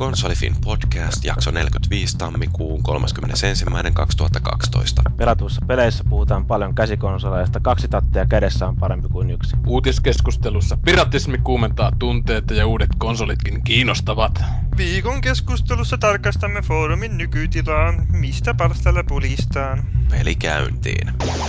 Konsolifin podcast, jakso 45 tammikuun 31.2012. Pelatuissa peleissä puhutaan paljon käsikonsoleista, 2 tattia kädessä on parempi kuin 1. Uutiskeskustelussa piratismi kuumentaa tunteita ja uudet konsolitkin kiinnostavat. Viikon keskustelussa tarkastamme foorumin nykytilaa, mistä palstalla pulistaan. Peli käyntiin.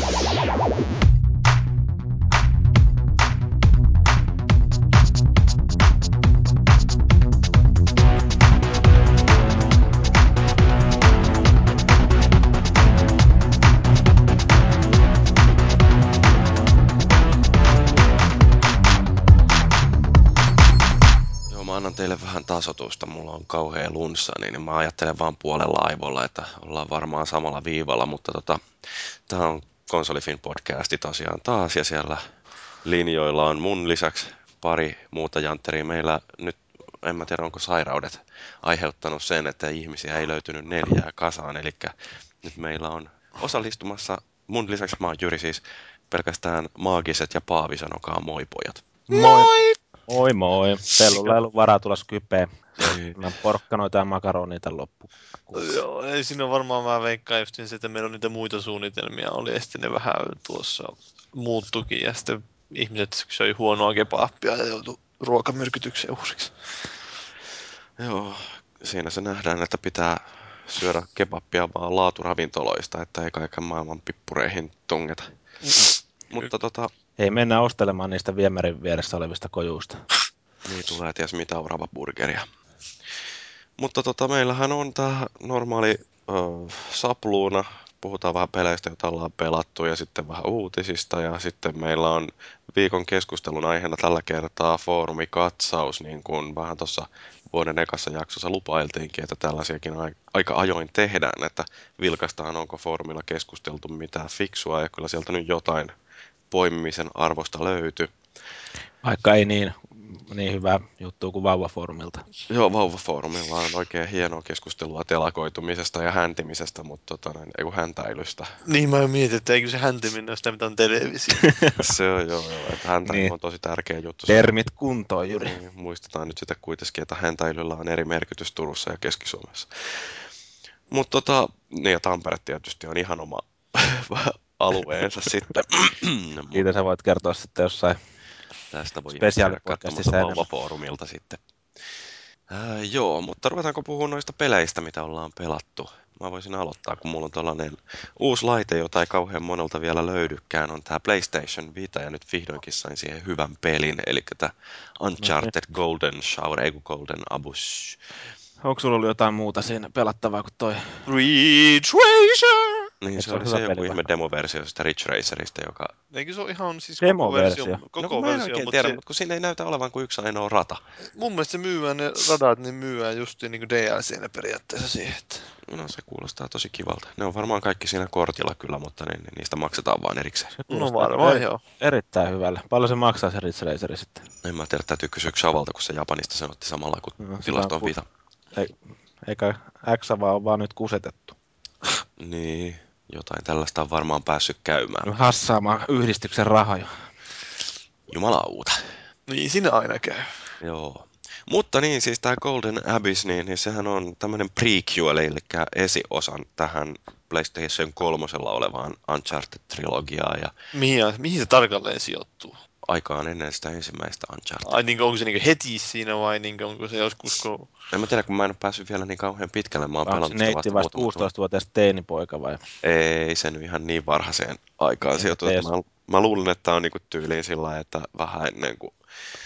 Mä annan teille vähän tasotusta, mulla on kauhea lunssa, niin mä ajattelen vaan puolella aivolla, että ollaan varmaan samalla viivalla, mutta tää on Konsolifin podcasti tosiaan taas, ja siellä linjoilla on mun lisäksi pari muuta jantteria. Meillä nyt, en mä tiedä onko sairaudet aiheuttanut sen, että ihmisiä ei löytynyt 4 kasaan, eli nyt meillä on osallistumassa, mun lisäksi mä oon Jyri siis pelkästään Maagiset ja Paavi, sanokaa moi pojat. Moi! Moi moi. Pellulla ei ollut varaa tulla Skypeen. Mä porkkanoita ja makaronia loppu. Joo, ei siinä varmaan vähän veikkaa just se, että meillä on niitä muita suunnitelmia oli, ja sitten ne vähän tuossa muuttukin, ja sitten ihmiset söi huonoa kebabia ja joutui ruokamyrkytykseen uhriksi. Joo, siinä se nähdään, että pitää syödä kebabia vaan laaturavintoloista, että ei kaiken maailman pippureihin tungeta. Mutta Ei mennä ostelemaan niistä viemärin vieressä olevista kojuista. niin tulee ties mitä orava burgeria. Mutta meillähän on tää normaali sapluuna. Puhutaan vähän peleistä, joita ollaan pelattu, ja sitten vähän uutisista, ja sitten meillä on viikon keskustelun aiheena tällä kertaa foorumikatsaus, niin kuin vähän tuossa vuoden ekassa jaksossa lupailtiinkin, että tällaisiakin aika ajoin tehdään, että vilkaistaan onko foorumilla keskusteltu mitään fiksua, ja kyllä sieltä nyt jotain poimimisen arvosta löytyi. Vaikka ei niin hyvä juttu kuin Vauva-foorumilta. Joo, Vauva-foorumilla on oikein hienoa keskustelua telakoitumisesta ja häntimisestä, mutta ei kun häntäilystä. Niin mä mietin, että eikö se häntiminen ole sitä, mitä on televisio. Se on joo, että häntäily niin. on tosi tärkeä juttu. Termit kuntoon, Jyri. Niin, muistetaan nyt sitä kuitenkin, että häntäilyllä on eri merkitys Turussa ja Keski-Suomessa. Mutta niin ja Tampere tietysti on ihan oma alueensa sitten. Siitä sä voit kertoa sitten jossain tästä voi spesiaali katsomassa Vauva-foorumilta sitten. Joo, mutta ruvetaanko puhua noista peleistä, mitä ollaan pelattu? Mä voisin aloittaa, kun mulla on tällainen uusi laite, jota ei kauhean monelta vielä löydykään, on tää PlayStation Vita, ja nyt vihdoinkin sain siihen hyvän pelin, eli tää Uncharted Golden Shower, ei kun Golden Abyss. Onko sulla ollut jotain muuta siinä pelattavaa kuin toi? Ridge Racer! Niin, Et se se on oli hyvä se joku peli ihme vai? demoversio sitä Ridge Racerista, joka... Eikö se ole ihan siis Demoversio? koko mä en versio, oikein mutta tiedä, se, mutta kun siinä ei näytä olevan kuin yksi ainoa rata. mun mielestä se myydään ne radat, niin myydään justiin niin kuin DLC:nä periaatteessa siihen, että... No se kuulostaa tosi kivalta. Ne on varmaan kaikki siinä kortilla kyllä, mutta niistä maksetaan vaan erikseen. Se No kuulostaa varmaan joo. erittäin hyvällä. Paljon se maksaa se Ridge Racer sitten? En mä tiedä, täytyy kysyä Xavalta, kun se Japanista sanotti samalla kuin No, tilaston Vita. Eikä X on vaan nyt kusetettu. Niin, jotain tällaista on varmaan päässyt käymään. Hassaamaan yhdistyksen rahoja. Jumalauta. Niin siinä aina käy. Joo. Mutta niin, siis tämä Golden Abyss, niin sehän on tämmöinen prequel, eli esiosan tähän PlayStation 3 olevaan Uncharted-trilogiaan ja Mihin se tarkalleen sijoittuu? aikaan ennen sitä ensimmäistä Uncharted. Ai niin onko se niin heti siinä vai niin onko se joskus kun... En mä tiedä, kun mä en ole päässyt vielä niin kauhean pitkälle, mä oon Onko pelannut se sitä neitti vasta vasta muutama 16-vuotias teinipoika vai? Ei se nyt ihan niin varhaiseen aikaan Ei, sijoitu. ei Mä luulen, että tää on niinku tyyliin sillä lailla, että vähän ennen kuin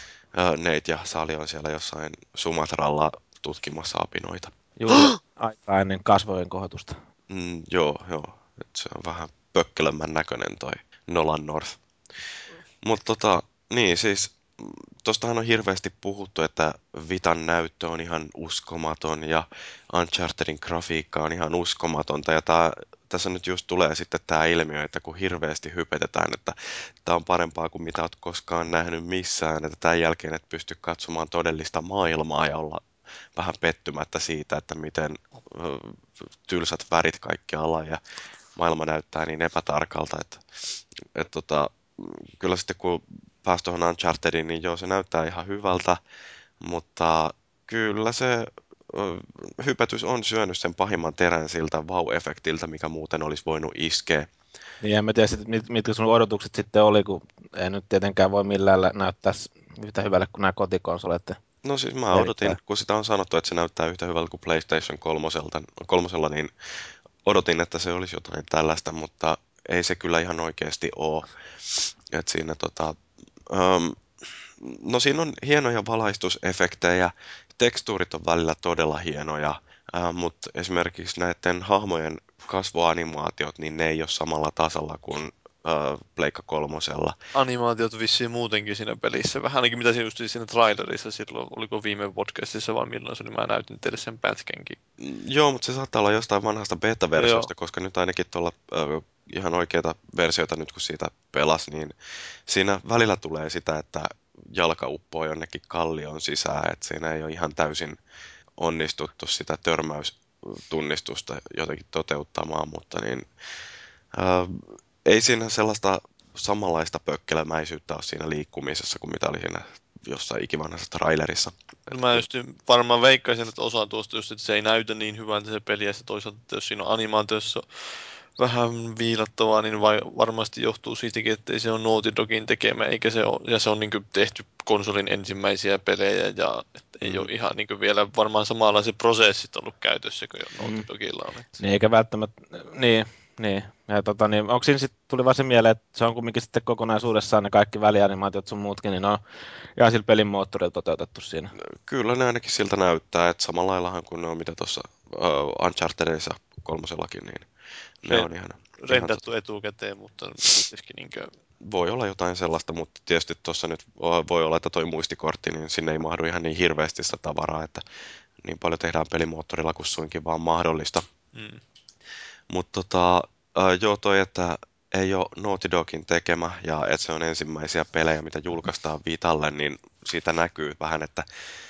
Nate ja Sally on siellä jossain Sumatralla tutkimassa apinoita. Juuri aikaa ennen kasvojen kohotusta. Joo. Et se on vähän pökkelömmän näköinen toi Nolan North. Mutta niin siis, tostahan on hirveästi puhuttu, että Vitan näyttö on ihan uskomaton ja Unchartedin grafiikka on ihan uskomatonta. Ja tässä nyt just tulee sitten tämä ilmiö, että kun hirveästi hypetetään, että tämä on parempaa kuin mitä olet koskaan nähnyt missään, että tämän jälkeen et pysty katsomaan todellista maailmaa ja olla vähän pettymättä siitä, että miten tylsät värit kaikkialla ja maailma näyttää niin epätarkalta, että kyllä sitten kun pääsi tuohon Unchartediin, niin joo, se näyttää ihan hyvältä, mutta kyllä se hypätys on syönyt sen pahimman terän siltä wow-efektiltä, mikä muuten olisi voinut iskeä. Niin en mä tiedä, mitkä sun odotukset sitten oli, kun ei nyt tietenkään voi millään näyttää yhtä hyvälle kuin nämä kotikonsolit. No siis mä odotin, kun sitä on sanottu, että se näyttää yhtä hyvältä kuin PlayStation 3, niin odotin, että se olisi jotain tällaista, mutta ei se kyllä ihan oikeasti ole. Et siinä, no siinä on hienoja valaistusefektejä, tekstuurit on välillä todella hienoja, mutta esimerkiksi näiden hahmojen kasvoanimaatiot, niin ne ei ole samalla tasolla kuin Pleikka kolmosella. Animaatiot vissiin muutenkin siinä pelissä. Vähän ainakin mitä just siinä trailerissa silloin, oliko viime podcastissa vai milloin se oli, mä näytin teille sen pätkänkin. Joo, mutta se saattaa olla jostain vanhasta beta-versiosta, Joo. koska nyt ainakin tuolla ihan oikeita versioita nyt kun siitä pelas, niin siinä välillä tulee sitä, että jalka uppoo jonnekin kallion sisään, että siinä ei ole ihan täysin onnistuttu sitä törmäystunnistusta jotenkin toteuttamaan, mutta niin, ei siinä sellaista samanlaista pökkelemäisyyttä ole siinä liikkumisessa kuin mitä oli siinä jossain ikivanhassa trailerissa. Mä just varmaan veikkaisin, että osa tuosta just, että se ei näytä niin hyvältä se peli, ja se toisaalta, että jos siinä on animaatiossa vähän viilattavaa, niin varmasti johtuu siitäkin, että ei se ole Naughty Dogin tekemä, eikä se ole, ja se on niin kuin tehty konsolin ensimmäisiä pelejä, ja että ei ole ihan niin kuin vielä varmaan samanlaiset prosessit ollut käytössä kuin Naughty Dogilla on. Että. Niin, eikä välttämättä, niin. Ja niin, onko siinä sitten, tuli vaan se mieleen, että se on kumminkin sitten kokonaisuudessaan ne kaikki välianimaatiot sun muutkin, niin ne on ihan sillä pelin moottorilla toteutettu siinä. Kyllä ne ainakin siltä näyttää, että samalla laillahan kuin ne on mitä tuossa Unchartedissa kolmosellakin, niin ne on ihan rendattu etukäteen, mutta kuitenkin niinkö. Voi olla jotain sellaista, mutta tietysti tuossa nyt voi olla, että toi muistikortti, niin sinne ei mahdu ihan niin hirveästi sitä tavaraa, että niin paljon tehdään pelimoottorilla kuin suinkin vaan mahdollista. Mutta joo toi, että ei ole Naughty Dogin tekemä ja että se on ensimmäisiä pelejä, mitä julkaistaan Vitalle, niin siitä näkyy vähän, että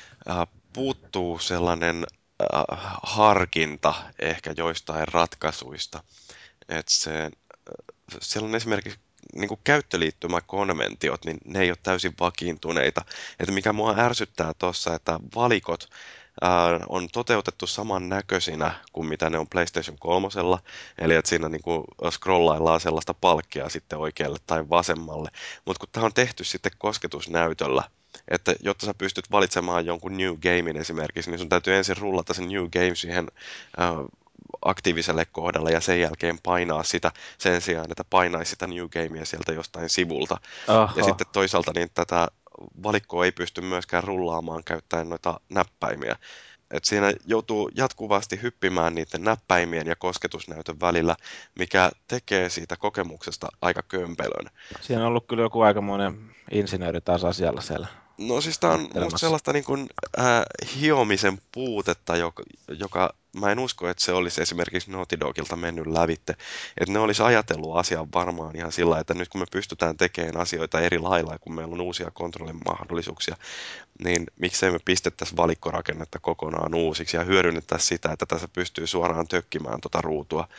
puuttuu sellainen harkinta ehkä joistain ratkaisuista. Että siellä on esimerkiksi niin kuin käyttöliittymäkonventiot, niin ne ei ole täysin vakiintuneita. Että mikä mua ärsyttää tuossa, että valikot on toteutettu samannäköisinä kuin mitä ne on PlayStation 3. Eli että siinä niin kuin scrollaillaan sellaista palkkia sitten oikealle tai vasemmalle. Mutta kun tämä on tehty sitten kosketusnäytöllä, että jotta sä pystyt valitsemaan jonkun New Gamein esimerkiksi, niin sun täytyy ensin rullata se New Game siihen aktiiviselle kohdalle ja sen jälkeen painaa sitä sen sijaan, että painaisi sitä New Gamea sieltä jostain sivulta. Oho. Ja sitten toisaalta niin tätä valikkoa ei pysty myöskään rullaamaan käyttäen noita näppäimiä. Et siinä joutuu jatkuvasti hyppimään niiden näppäimien ja kosketusnäytön välillä, mikä tekee siitä kokemuksesta aika kömpelön. Siinä on ollut kyllä joku aikamoinen insinööri taas asialla siellä. No siis tää on musta sellaista niin kuin, hiomisen puutetta, joka mä en usko, että se olisi esimerkiksi Naughty Dogilta mennyt lävitte. Että ne olisi ajatellut asian varmaan ihan sillä, että nyt kun me pystytään tekemään asioita eri lailla ja kun meillä on uusia kontrollin mahdollisuuksia, niin miksei me pistettäisiin valikkorakennetta kokonaan uusiksi ja hyödynnettäisiin sitä, että tässä pystyy suoraan tökkimään tuota ruutua.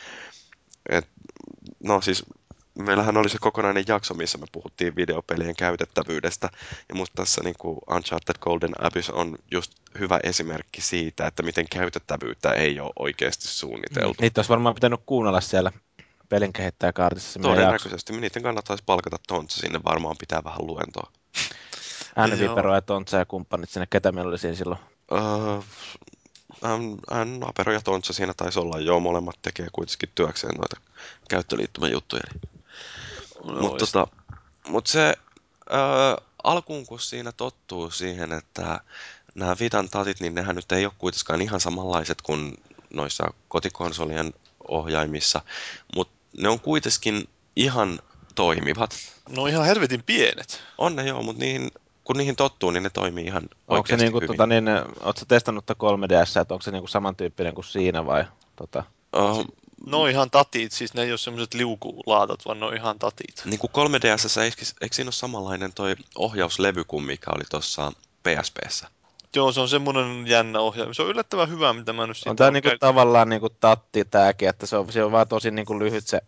No siis meillähän oli se kokonainen jakso, missä me puhuttiin videopelien käytettävyydestä, ja musta tässä niin kuin Uncharted Golden Abyss on just hyvä esimerkki siitä, että miten käytettävyyttä ei ole oikeasti suunniteltu. Niitä olisi varmaan pitänyt kuunnella siellä pelin kehittäjäkaartissa. Todennäköisesti. Niiden kannattaisi palkata Tontsa sinne, varmaan pitää vähän luentoa. Vipero ja Tontsa ja kumppanit sinne, ketä meillä oli siinä silloin? Apero ja Tontsa siinä taisi olla, joo, molemmat tekee kuitenkin työkseen noita käyttöliittymäjuttuja. Mutta se alkuun, kun siinä tottuu siihen, että nämä Vitan tatit, niin nehän nyt ei ole kuitenkaan ihan samanlaiset kuin noissa kotikonsolien ohjaimissa, mutta ne on kuitenkin ihan toimivat. No ihan helvetin pienet. On ne joo, mutta kun niihin tottuu, niin ne toimii ihan onko se oikeasti hyvin. Oletko testannut 3DS, että onko se niinku samantyyppinen kuin siinä vai? No ihan tatit, siis ne ei ole semmoiset liukulaatat, vaan ne on ihan tatit. Niin kuin 3DS:ssä, eikö siinä ole samanlainen toi ohjauslevy kuin mikä oli tuossa PSP:ssä? Joo, se on semmoinen jännä ohjaus. Se on yllättävän hyvä, mitä mä nyt siitä on tämä niinku tavallaan niinku tatti tääkin, että se on vaan tosi niinku lyhyt se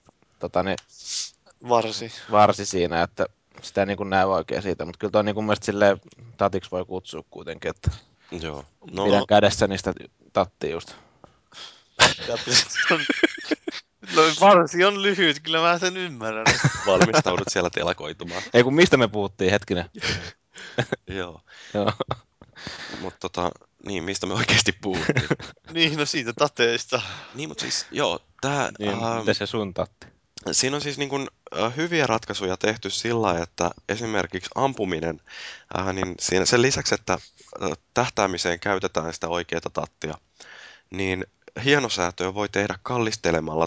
varsi siinä, että sitä ei niinku näy oikein siitä, mutta kyllä toi niinku mielestäni silleen tatiksi voi kutsua kuitenkin, että Joo. No, Pidän kädessäni sitä tattia just. No varsi on lyhyt, kyllä mä sen ymmärrän. valmistaudut siellä telakoitumaan. Ei kun mistä me puhuttiin, hetkinen. Joo. Joo. Mutta niin, mistä me oikeasti puhuttiin? Niin, no siitä tateista. Niin, mutta siis, joo, Niin, miten se sun tatti? siinä on siis niin kuin, hyviä ratkaisuja tehty sillä lailla, että esimerkiksi ampuminen, niin siinä sen lisäksi, että tähtäämiseen käytetään sitä oikeaa tattia, niin hienosäätöä voi tehdä kallistelemalla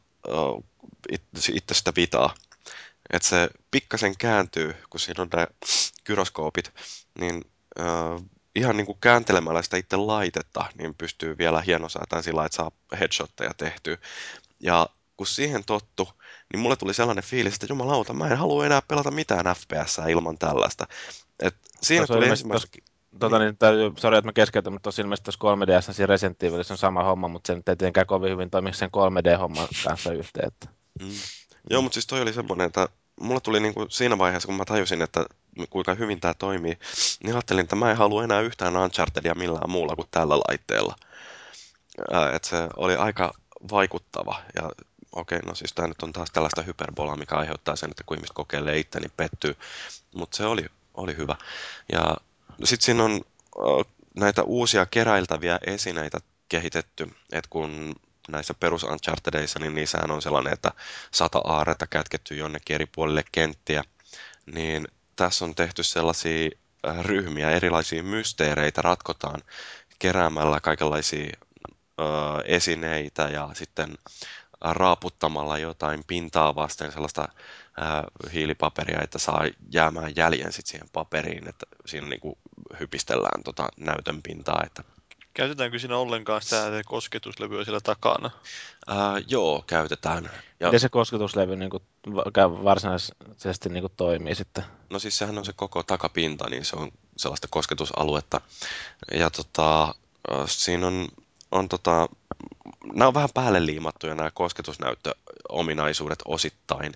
itse sitä vitaa. Että se pikkasen kääntyy, kun siinä on nämä gyroskoopit, niin ihan niin kuin kääntelemällä sitä itse laitetta, niin pystyy vielä hienosäätämään sillä lailla, että saa headshotteja tehtyä. Ja kun siihen tottu, niin mulle tuli sellainen fiilis, että jumalauta, mä en halua enää pelata mitään FPS:ää ilman tällaista. Et siinä Tuossa on tuli ilmeisesti ensimmäisen... sori, että mä keskeytän, mutta tuossa ilmeisesti tuossa 3DS siinä Resident Evilissä on sama homma, mutta se nyt ei tietenkään kovin hyvin toimi sen 3D-homman kanssa yhteen. Että... Joo, mutta siis toi oli semmoinen, että mulla tuli niinku siinä vaiheessa, kun mä tajusin, että kuinka hyvin tämä toimii, niin ajattelin, että mä en halua enää yhtään Unchartedia millään muulla kuin tällä laitteella. Että se oli aika vaikuttava. Ja okei, no siis tämä nyt on taas tällaista hyperbolaa, mikä aiheuttaa sen, että kun ihmiset kokeilee itse, niin pettyy. Mutta se oli hyvä. Ja sitten siinä on näitä uusia keräiltäviä esineitä kehitetty, että kun näissä perus Unchartedeissa, niin niissähän on sellainen, että 100 aaretta kätketty jonnekin eri puolille kenttiä, niin tässä on tehty sellaisia ryhmiä, erilaisia mysteereitä ratkotaan keräämällä kaikenlaisia esineitä ja sitten raaputtamalla jotain pintaa vasten sellaista hiilipaperia, että saa jäämään jäljen sit siihen paperiin, että siinä niinku hypistellään näytön pintaa. Että... Käytetäänkö siinä ollenkaan sitä kosketuslevyä siellä takana? Joo, käytetään. Ja, Miten se kosketuslevy niin kuin, varsinaisesti niin kuin, toimii sitten? no siis sehän on se koko takapinta, niin se on sellaista kosketusaluetta. Ja siinä on nämä on vähän päälle liimattuja nämä kosketusnäyttöominaisuudet osittain.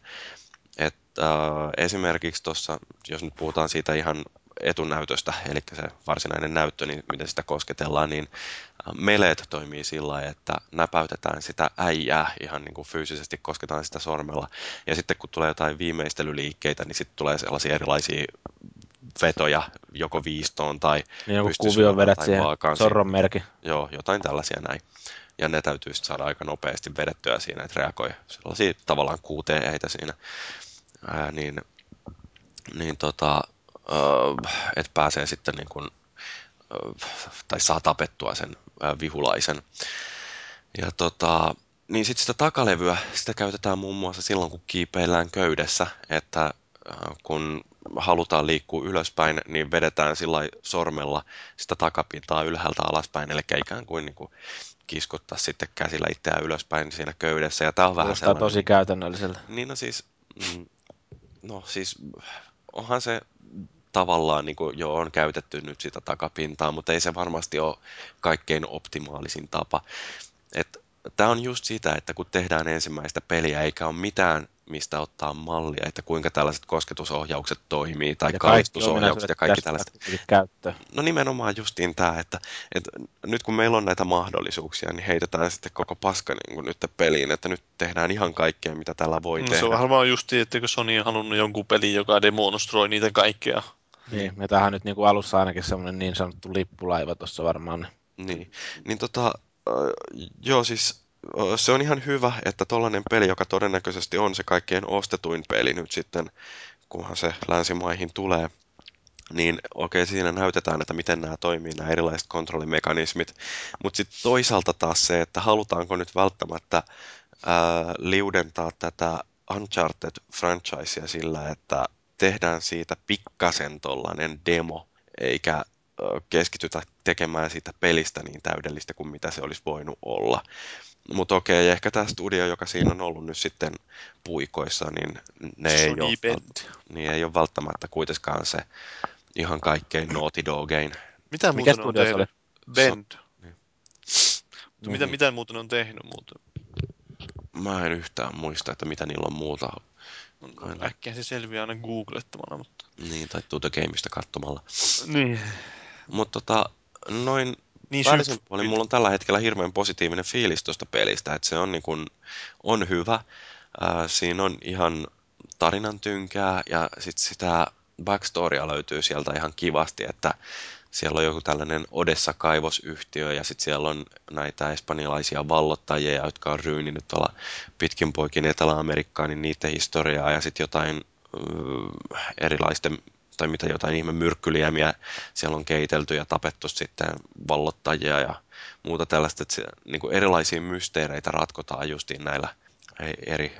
Esimerkiksi tuossa, jos nyt puhutaan siitä ihan etunäytöstä, eli se varsinainen näyttö, niin miten sitä kosketellaan, niin meleet toimii sillä lailla, että näpäytetään sitä äijää ihan niin kuin fyysisesti kosketaan sitä sormella. Ja sitten kun tulee jotain viimeistelyliikkeitä, niin sitten tulee sellaisia erilaisia vetoja, joko viistoon tai Niin joku kuvio pystysuoraan vedät tai siihen vaakaan. sorronmerkin. Joo, jotain tällaisia näin. Ja ne täytyy sitten saada aika nopeasti vedettyä siinä, että reagoi sellaisia tavallaan QTEitä siinä. Että pääsee sitten niin kuin, tai saa tapettua sen vihulaisen. Ja niin sitten sitä takalevyä, sitä käytetään muun muassa silloin, kun kiipeillään köydessä, että kun halutaan liikkua ylöspäin, niin vedetään sillä sormella sitä takapintaa ylhäältä alaspäin, eli ikään kuin, niin kuin kiskuttaa sitten käsillä itseään ylöspäin siinä köydessä. Ja tämä on vähän sellainen... tosi käytännölliseltä. Niin no siis, onhan se tavallaan niin kuin jo on käytetty nyt sitä takapintaa, mutta ei se varmasti ole kaikkein optimaalisin tapa. Tämä on just sitä, että kun tehdään ensimmäistä peliä, eikä ole mitään, mistä ottaa mallia, että kuinka tällaiset kosketusohjaukset toimii, tai kallistusohjaukset ja kaikki tällaiset. No nimenomaan justiin tämä, että nyt kun meillä on näitä mahdollisuuksia, niin heitetään sitten koko paska niin kuin nyt peliin, että nyt tehdään ihan kaikkea, mitä tällä voi tehdä. Se on varmaan justiin, että kun Sony on halunnut jonkun pelin, joka demonstroi niitä kaikkea. Niin, ja tämähän nyt niin kuin alussa ainakin semmoinen niin sanottu lippulaiva tuossa varmaan. Niin joo siis se on ihan hyvä, että tollainen peli, joka todennäköisesti on se kaikkein ostetuin peli nyt sitten, kunhan se länsimaihin tulee, niin okei, siinä näytetään, että miten nämä toimii, nämä erilaiset kontrollimekanismit, mutta sitten toisaalta taas se, että halutaanko nyt välttämättä liudentaa tätä Uncharted-franchisea sillä, että tehdään siitä pikkasen tollainen demo, eikä keskitytä tekemään siitä pelistä niin täydellistä kuin mitä se olisi voinut olla. Mutta okei, ehkä tämä studio, joka siinä on ollut nyt sitten puikoissa, niin ne ei ole välttämättä kuitenkaan se ihan kaikkein Naughty Dogein. Mitä Mikä muuta ne on tehnyt? Bend. Niin. Mitä muuta ne on tehnyt muuta? Mä en yhtään muista, että mitä niillä on muuta. Äkkiä se selviää aina googlettamalla, mutta... Niin, tai The Gameista katsomalla. Niin. Mutta noin Niin päällisin puolin mulla on tällä hetkellä hirveän positiivinen fiilis tuosta pelistä, että se on, niin kuin, on hyvä. Siinä on ihan tarinan tynkää ja sitten sitä backstorya löytyy sieltä ihan kivasti, että siellä on joku tällainen Odessa-kaivosyhtiö ja sitten siellä on näitä espanjalaisia vallottajia, jotka on ryyninyt tuolla pitkin poikin Etelä-Amerikkaan, niin niiden historiaa ja sitten jotain erilaisten tai mitä jotain ihme myrkkyliemiä siellä on keitelty ja tapettu sitten vallottajia ja muuta tällaista, että niin kuin erilaisia mysteereitä ratkotaan justiin näillä eri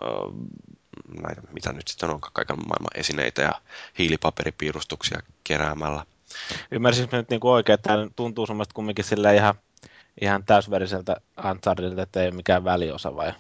näitä, mitä nyt sitten on, kaiken maailman esineitä ja hiilipaperipiirustuksia keräämällä. Ymmärsinkö nyt niinku oikein, että tämä tuntuu sun mielestä kumminkin silleen ihan täysveriseltä Unchartedilta, että ei ole mikään väliosa vai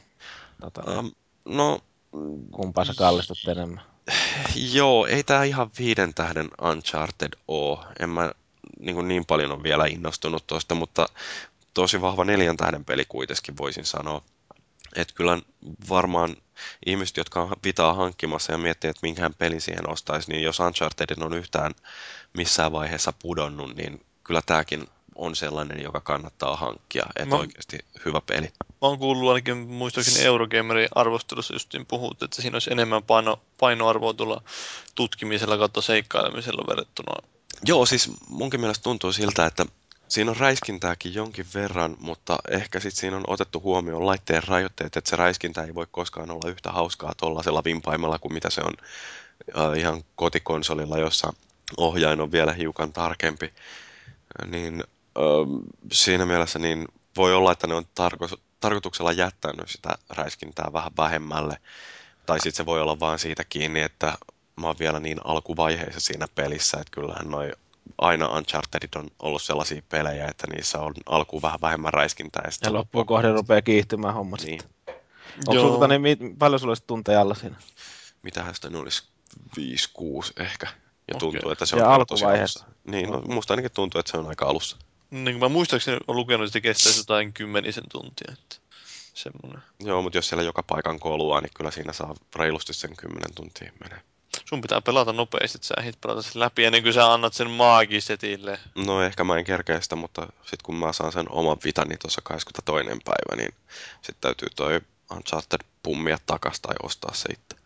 No, kumpaan sä kallistut enemmän? joo, ei tää ihan 5 tähden Uncharted oo. En mä niin paljon on vielä innostunut tuosta, mutta tosi vahva 4 tähden peli kuitenkin voisin sanoa. Että kyllä varmaan ihmiset, jotka on Vitaa hankkimassa ja miettii, että minkään pelin siihen ostaisi, niin jos Uncharted on yhtään missään vaiheessa pudonnut, niin kyllä tämäkin on sellainen, joka kannattaa hankkia. Että oikeasti hyvä peli. Mä oon kuullut ainakin muistaakseni Eurogamerin arvostelussa justiin puhut, että siinä olisi enemmän painoarvoa tulla tutkimisella kautta seikkailemisella verrattuna. Joo, siis munkin mielestä tuntuu siltä, että siinä on räiskintääkin jonkin verran, mutta ehkä sitten siinä on otettu huomioon laitteen rajoitteet, että se räiskintä ei voi koskaan olla yhtä hauskaa tuollaisella vimpaimella kuin mitä se on ihan kotikonsolilla, jossa ohjain on vielä hiukan tarkempi. Niin siinä mielessä niin voi olla, että ne on tarkoituksella jättänyt sitä räiskintää vähän vähemmälle. Tai sitten se voi olla vaan siitä kiinni, että mä oon vielä niin alkuvaiheessa siinä pelissä, että kyllähän aina Unchartedit on ollut sellaisia pelejä, että niissä on alkuun vähän vähemmän räiskintää. Ja loppuun kohden rupeaa kiihtymään homma niin. sitten. Onko sulta paljon sulla sitten tunteja alla siinä? Mitähän sitä olisi 5-6 ehkä. Ja tuntuu, Okei. että se on Ja vielä tosi alkuvaiheessa. alussa. Niin, no, musta ainakin tuntuu, että se on aika alussa. Niin mä muistaakseni olen lukenut, että se kestäisi jotain 10 tuntia. Että semmoinen. Joo, mutta jos siellä joka paikan koulua, niin kyllä siinä saa reilusti sen 10 tuntia menee. Sun pitää pelata nopeasti, että sä ehdit pelata sen läpi ennen kuin sä annat sen maagisetille. No ehkä mä en kerkeä sitä, mutta sit kun mä saan sen oman vitani tuossa 22. päivä, niin sit täytyy toi Uncharted pummia takas tai ostaa se itse.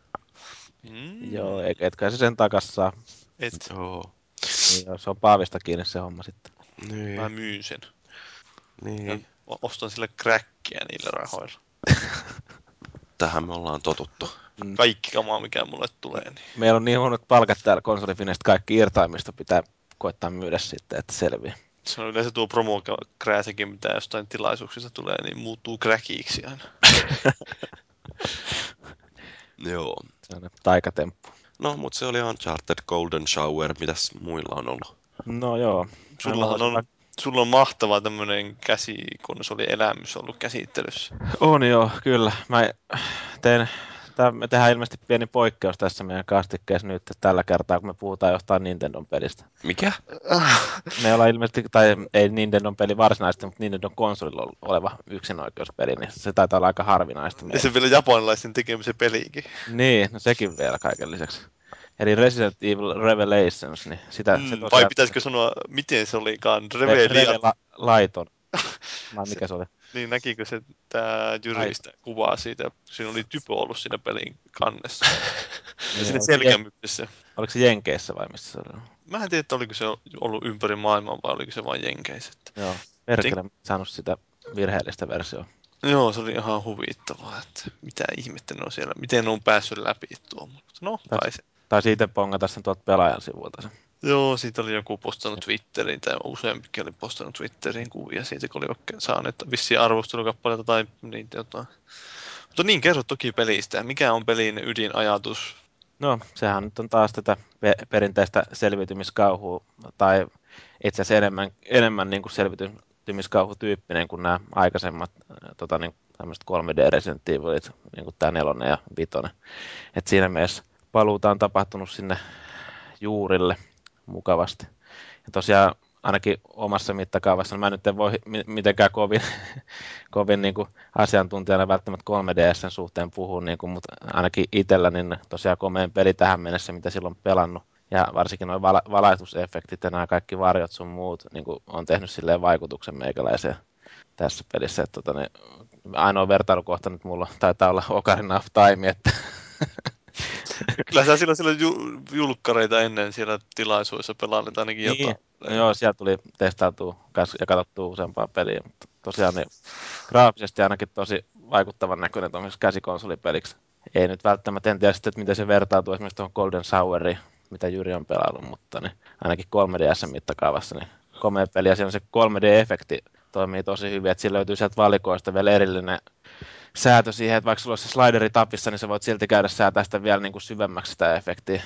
Joo, etkä se sen takas saa. Joo. Niin, joo, se on Paavista kiinni se homma sitten. Niin. Mä myyn sen. Niin. Ja ostan sille crackia niillä rahoilla. Tähän me ollaan totuttu. Kaikki kamaa, mikä mulle tulee. Niin. Meillä on niin huonot palkat täällä konsolifinestä, kaikki irtaimista pitää koittaa myydä sitten, että selviää. Se on yleensä tuo promo-krääsekin, mitä jostain tilaisuuksista tulee, niin muuttuu crackiksi aina. Joo. Se on taikatemppu. No, mutta se oli Uncharted Golden Shower. Mitäs muilla on ollut? No joo. Sulla on mahtava tämmönen käsikonsolielämys ollut käsittelyssä. On joo, kyllä. Me tehdään ilmeisesti pieni poikkeus tässä meidän kastikkeessa nyt tällä kertaa, kun me puhutaan jostain Nintendon pelistä. Mikä? Me ollaan ilmeisesti, tai ei Nintendon peli varsinaisesti, mutta Nintendon konsolilla oleva yksinoikeuspeli, niin se taitaa olla aika harvinaista. Ja se vielä japanilaisten tekemisen peliikin. Niin, no sekin vielä kaiken lisäksi. Eli Resident Evil Revelations, niin sitä... se tosiaan... Vai pitäisikö sanoa, miten se olikaan? Laiton. Vai mikä se oli? Niin näkikö se tää Jyristä kuvaa siitä, siinä oli typo ollut siinä pelin kannessa. Ja siinä selkämyksessä. Oliko se Jenkeissä vai missä se oli? Mä en tiedä, että oliko se ollut ympäri maailmaa vai oliko se vain Jenkeissä. Joo, perkele saanut sitä virheellistä versioa. Joo, se oli ihan huvittavaa, että mitä ihmettä ne on siellä, miten ne on päässyt läpi tuo. No, kai se. Tai siitä pongata sen tuolta pelaajan sivulta sen. Joo, siitä oli joku postannut Twitteriin, tai useampikin oli postannut Twitteriin kuvia siitä, kun oli saaneet vissiin arvostelukappaleita tai niin jotain. Mutta niin, kerro toki pelistä. Mikä on pelin ydinajatus? No, sehän nyt on taas tätä perinteistä selviytymiskauhua, tai itse asiassa enemmän niin kuin selviytymiskauhutyyppinen kuin nämä aikaisemmat niin, tämmöiset 3D Resident Evilit, niin kuin tämä 4 ja 5. Et siinä mielessä paluuta on tapahtunut sinne juurille mukavasti. Ja tosiaan ainakin omassa mittakaavassa, mä nyt en voi mitenkään kovin niin kuin asiantuntijana välttämättä 3DSn suhteen puhua, niin kuin, mutta ainakin itsellä niin tosiaan komeen peli tähän mennessä, mitä silloin pelannut. Ja varsinkin nuo valaistusefektit ja nämä kaikki varjot sun muut niin on tehnyt silleen vaikutuksen meikäläiseen tässä pelissä. Että, ainoa vertailukohta nyt mulla taitaa olla Ocarina of Time, että Kyllä sä silloin julkkareita ennen siellä tilaisuudessa pelannut ainakin niin. jotain. No joo, siellä tuli testautua ja katsottua useampaa peliä, mutta tosiaan niin graafisesti ainakin tosi vaikuttavan näköinen tuollaisessa käsikonsolipeliksi. Ei nyt välttämättä, en tiedä sitten, että miten se vertautuu esimerkiksi tuohon Golden Souriin, mitä Jyri on pelannut, mutta niin ainakin 3DS-mittakaavassa niin komea peli, ja siinä on se 3D-efekti toimii tosi hyvin, että siinä löytyy sieltä valikoista vielä erillinen säätö siihen, että vaikka sulla olisi se slideri tapissa, niin sä voit silti käydä säätää sitä vielä niin kuin syvemmäksi sitä efektiä.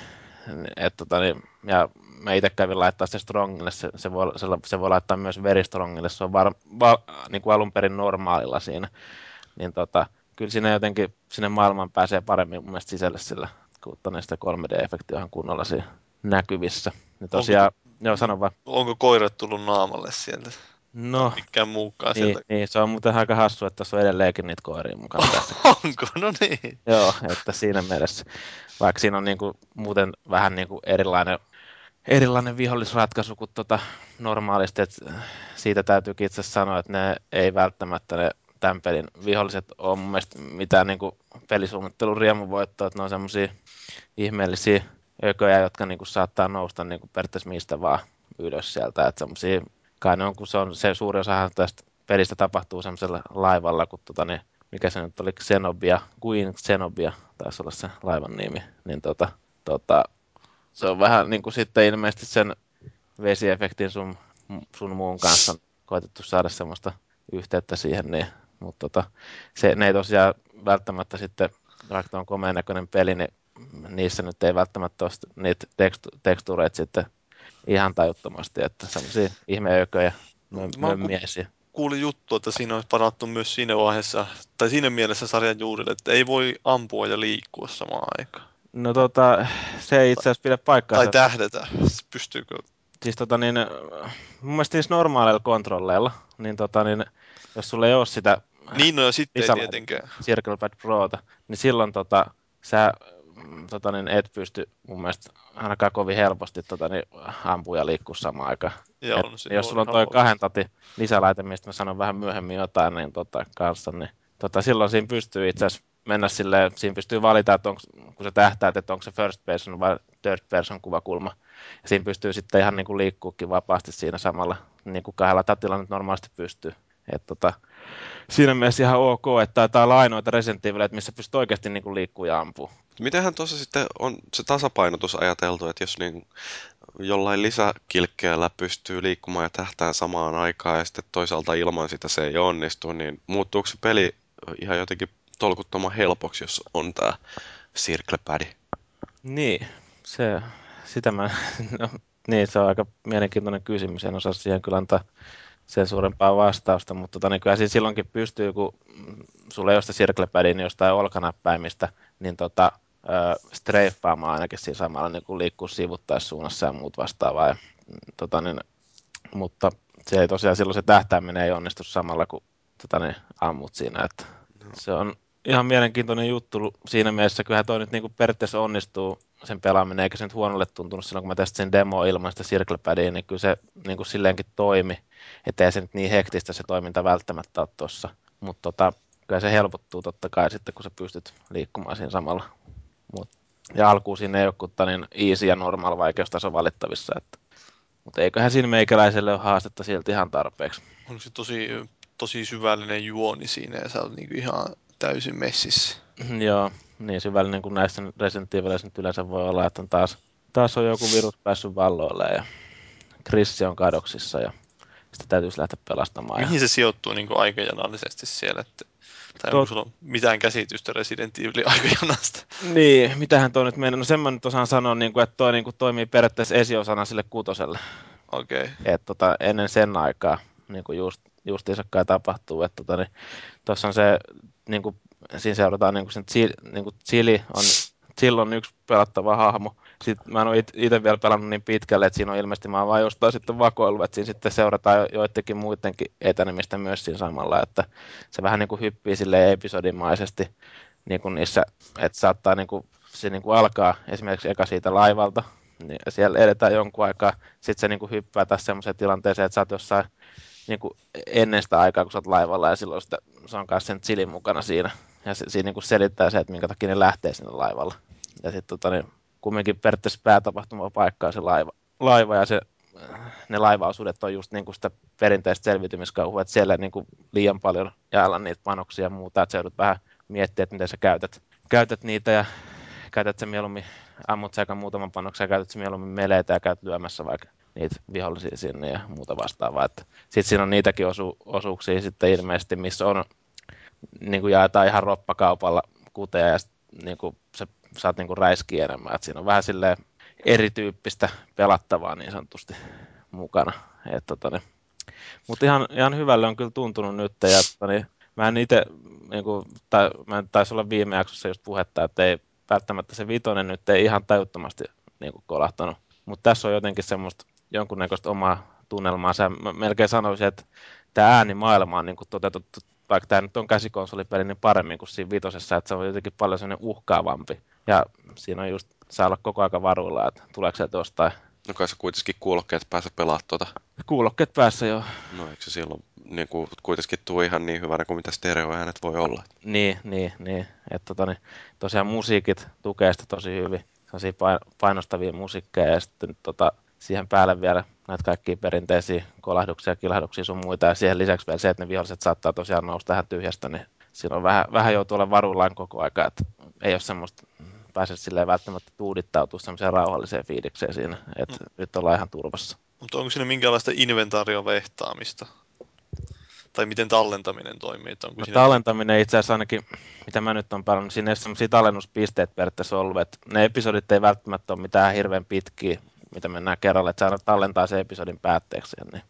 Ja mä itse kävin laittaa se strongille, se voi laittaa myös veristrongille, se on niin kuin alun perin normaalilla siinä. Niin kyllä siinä jotenkin sinne maailmaan pääsee paremmin mun mielestä sisälle sillä, kun sitä 3D-efektiä on kunnolla siinä näkyvissä. Niin tosiaan, joo, sano vaan. Onko koirat tullut naamalle sieltä? No, Mikään muukaan sieltä. niin, se on muuten aika hassu, että tässä on edelleenkin niitä koiria mukana tässä. Onko? No niin. Joo, että siinä mielessä, vaikka siinä on niinku muuten vähän niinku erilainen vihollisratkaisu kuin normaalisti, että siitä täytyykin itse sanoa, että ne ei välttämättä ne tämän pelin viholliset ole mun mielestä mitään niinku pelisuunnittelun riemuvoittoa, että ne on semmosia ihmeellisiä ököjä, jotka niinku saattaa nousta niinku periaatteessa mistä vaan ylös sieltä, että semmosia, kai ne on, kun se suuri osahan tästä pelistä tapahtuu semmoisella laivalla, kun mikä se nyt oli, Queen Zenobia, taisi olla se laivan nimi, niin se on vähän niin kuin sitten ilmeisesti sen vesiefektin sun muun kanssa on koetettu saada semmoista yhteyttä siihen, niin, mutta ne ei tosiaan välttämättä sitten, vaikka on komeen näköinen peli, niin niissä nyt ei välttämättä ole niitä tekstureita sitten ihan tajuttomasti, että semmoisia ihmeököjä, mömmiäisiä. Kuulin juttu, että siinä olisi parantu myös siinä vaiheessa, tai siinä mielessä sarjan juurille, että ei voi ampua ja liikkua samaan aikaan. No se ei itse asiassa pidä paikkaansa. Tai tähdätä. Pystyykö? Siis mun mielestä niissä normaaleilla kontrolleilla, niin jos sulla ei ole sitä Niin, no ja sitten ei tietenkään. Circle Pad Prota, niin silloin sä et pysty mun mielestä ainakaan kovin helposti ampua ja liikkua samaan aikaan. Joo, Jos sulla on toi 2 tatin lisälaite, mistä mä sanon vähän myöhemmin jotain, niin kanssa, niin silloin siinä pystyy itse asiassa mennä silleen, siinä pystyy valita, että kun sä tähtäät, että onko se first person vai third person kuvakulma. Ja siinä pystyy sitten ihan niin kuin liikkuukin vapaasti siinä samalla, niin kuin 2 tatilla nyt normaalisti pystyy. Siinä mielessä ihan ok, että taitaa olla ainoita Resident Evil, missä pystyy oikeasti niin kuin liikkuu ja ampuu. Mitenhän tuossa sitten on se tasapainotus ajateltu, että jos niin jollain lisäkilkkeellä pystyy liikkumaan ja tähtään samaan aikaan ja sitten toisaalta ilman sitä se ei onnistu, niin muuttuuko se peli ihan jotenkin tolkuttoman helpoksi, jos on tämä Circle Pad? Niin, niin, se on aika mielenkiintoinen kysymys, en osaa siihen kyllä antaa sen suurempaa vastausta, mutta niin kyllä siinä silloinkin pystyy, kun sulla ei ole sitä Circle Padia, niin jostain olkanäppäimistä, niin streiffaamaan ainakin siinä samalla niin kuin liikkuu sivuttaissuunnassa ja muut vastaavaa. Ja, mutta se ei tosiaan silloin se tähtääminen ei onnistu samalla, kun ammut siinä. Että se on ihan mielenkiintoinen juttu siinä mielessä. Kyllähän toi nyt niin kuin periaatteessa onnistuu sen pelaaminen, eikä se nyt huonolle tuntunut silloin, kun mä testin sen demo ilman sitä Circle Padia, niin kyllä se niin kuin silleenkin toimi. Että ei se nyt niin hektistä se toiminta välttämättä ole tuossa. Mutta kyllä se helpottuu totta kai sitten, kun sä pystyt liikkumaan siinä samalla. Ja alkuun siinä ei ole kuin easy ja normal vaikeustaso valittavissa. Mutta eiköhän siinä meikäläiselle ole haastetta silti ihan tarpeeksi. On se tosi syvällinen juoni siinä ja sä oot niinku ihan täysin messissä. Joo, niin syvällinen kuin näissä Resident Evilissä nyt yleensä voi olla, että taas on joku virus päässyt valloille ja Krissi on kadoksissa ja sitä täytyisi lähteä pelastamaan. Mihin se sijoittuu niinku aikajanallisesti siellä? Tai onko sulla mitään käsitystä Resident Evilin aikajanasta? Niin, mitähän toi nyt meni? No sen mä nyt osaan sanoa, että toi toimii periaatteessa esiosana sille 6. Okei. Okay. Että ennen sen aikaa niin justiinsa kai tapahtuu, että tuossa on se, niin kuin, siinä seurataan niin kuin sen Jill on yksi pelattava hahmo. Sitten mä en ole itse vielä pelannut niin pitkälle, että siinä on ilmeisesti mä vaan jostain sitten vakoillut, että siinä sitten seurataan joidenkin muidenkin etenemistä myös siinä samalla, että se vähän niin kuin hyppii silleen episodimaisesti niin kuin niissä, että saattaa niin kuin, se niin kuin alkaa esimerkiksi eka siitä laivalta, Niin siellä edetään jonkun aikaa, sitten se niinku hyppää taas semmoiseen tilanteeseen, että sä oot jossain niinku ennen sitä aikaa, kun sä oot laivalla, ja silloin se on kanssa sen chillin mukana siinä. Ja siinä niinku selittää se, että minkä takia ne lähtee sinne laivalla. Ja sitten kumminkin periaatteessa päätapahtuma paikkaa se laiva ja ne laivaosuudet on just niinku sitä perinteistä selviytymiskauhua, että siellä niinku liian paljon jaella niitä panoksia ja muuta, että sä joudut vähän miettimään, että miten sä käytät niitä ja käytät sä mieluummin, ammut sä muutaman panoksen ja käytät sä mieluummin meleitä ja käyt lyömässä vaikka niitä vihollisia sinne ja muuta vastaavaa. Sitten siinä on niitäkin osuuksia sitten ilmeisesti, missä on niinku jaetaan ihan roppakaupalla kuteja ja niinku se saat niinku räiskiä enemmän. Et siinä on vähän silleen erityyppistä pelattavaa niin sanotusti mukana. Mutta ihan hyvälle on kyllä tuntunut nyt. Ja, mä en itse, niinku, mä taisi olla viime jaksossa just puhetta, että ei välttämättä se vitonen nyt ei ihan tajuttomasti niinku kolahtanut. Mutta tässä on jotenkin semmoista jonkunnäköistä omaa tunnelmaa. Mä melkein sanoisin, että tämä äänimaailma on niinku toteutettu, vaikka tämä nyt on käsikonsolipeli, niin paremmin kuin siinä vitosessa, että se on jotenkin paljon sellainen uhkaavampi. Ja siinä on just, saa olla koko ajan varuilla, että tuleeko se jostain. No kai sä kuitenkin kuulokkeet pääse pelaamaan tuota. Kuulokkeet päässä jo. No eikö se silloin niin kuitenkin tule ihan niin hyvänä kuin mitä stereoäänet voi olla? Niin. Että tosiaan musiikit tukee sitä tosi hyvin. Sellaisia painostavia musiikkeja ja sitten siihen päälle vielä näitä kaikkia perinteisiä kolahduksia ja kilahduksia sun muita. Ja siihen lisäksi vielä se, että ne viholliset saattaa tosiaan nousta tähän tyhjästä, niin siinä on vähän joutuu olla varuillaan koko aika, että ei ole semmoista, pääse silleen välttämättä tuudittautua semmoiseen rauhalliseen fiilikseen siinä, että nyt ollaan ihan turvassa. Mutta onko siinä minkäänlaista inventaariovehtaamista? Tai miten tallentaminen toimii? Onko siinä tallentaminen itse asiassa ainakin, mitä mä nyt on pelannut, siinä ei ole semmoisia tallennuspisteet periaatteessa ollut, että ne episodit ei välttämättä ole mitään hirveän pitkiä, mitä mennään kerralla, että sä tallentaa se episodin päätteeksi. Niin.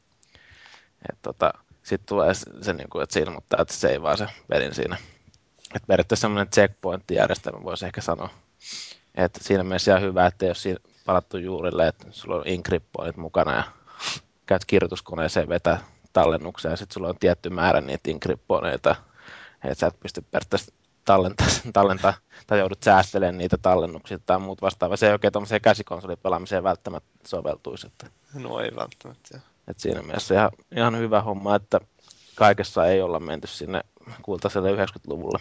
Sitten tulee se, että se ilmoittaa, että se ei vaan se pelin siinä. Et periaatteessa semmoinen checkpoint-järjestelmä voisi ehkä sanoa. Et siinä mielessä ihan hyvä, että jos siinä palattu juurille, että sulla on encrypt-pointit mukana ja käyt kirjoituskoneeseen vetää tallennuksia ja sitten sulla on tietty määrä niitä encrypt-pointeita, että sä et pysty periaatteessa tallentaa tai joudut säästelemään niitä tallennuksia tai muut vastaavaa. Se ei oikein tuollaiseen käsikonsolipelaamiseen välttämättä soveltuisi. No ei välttämättä. Et siinä mielessä ihan hyvä homma, että kaikessa ei olla menty sinne kultaiselle 90-luvulle.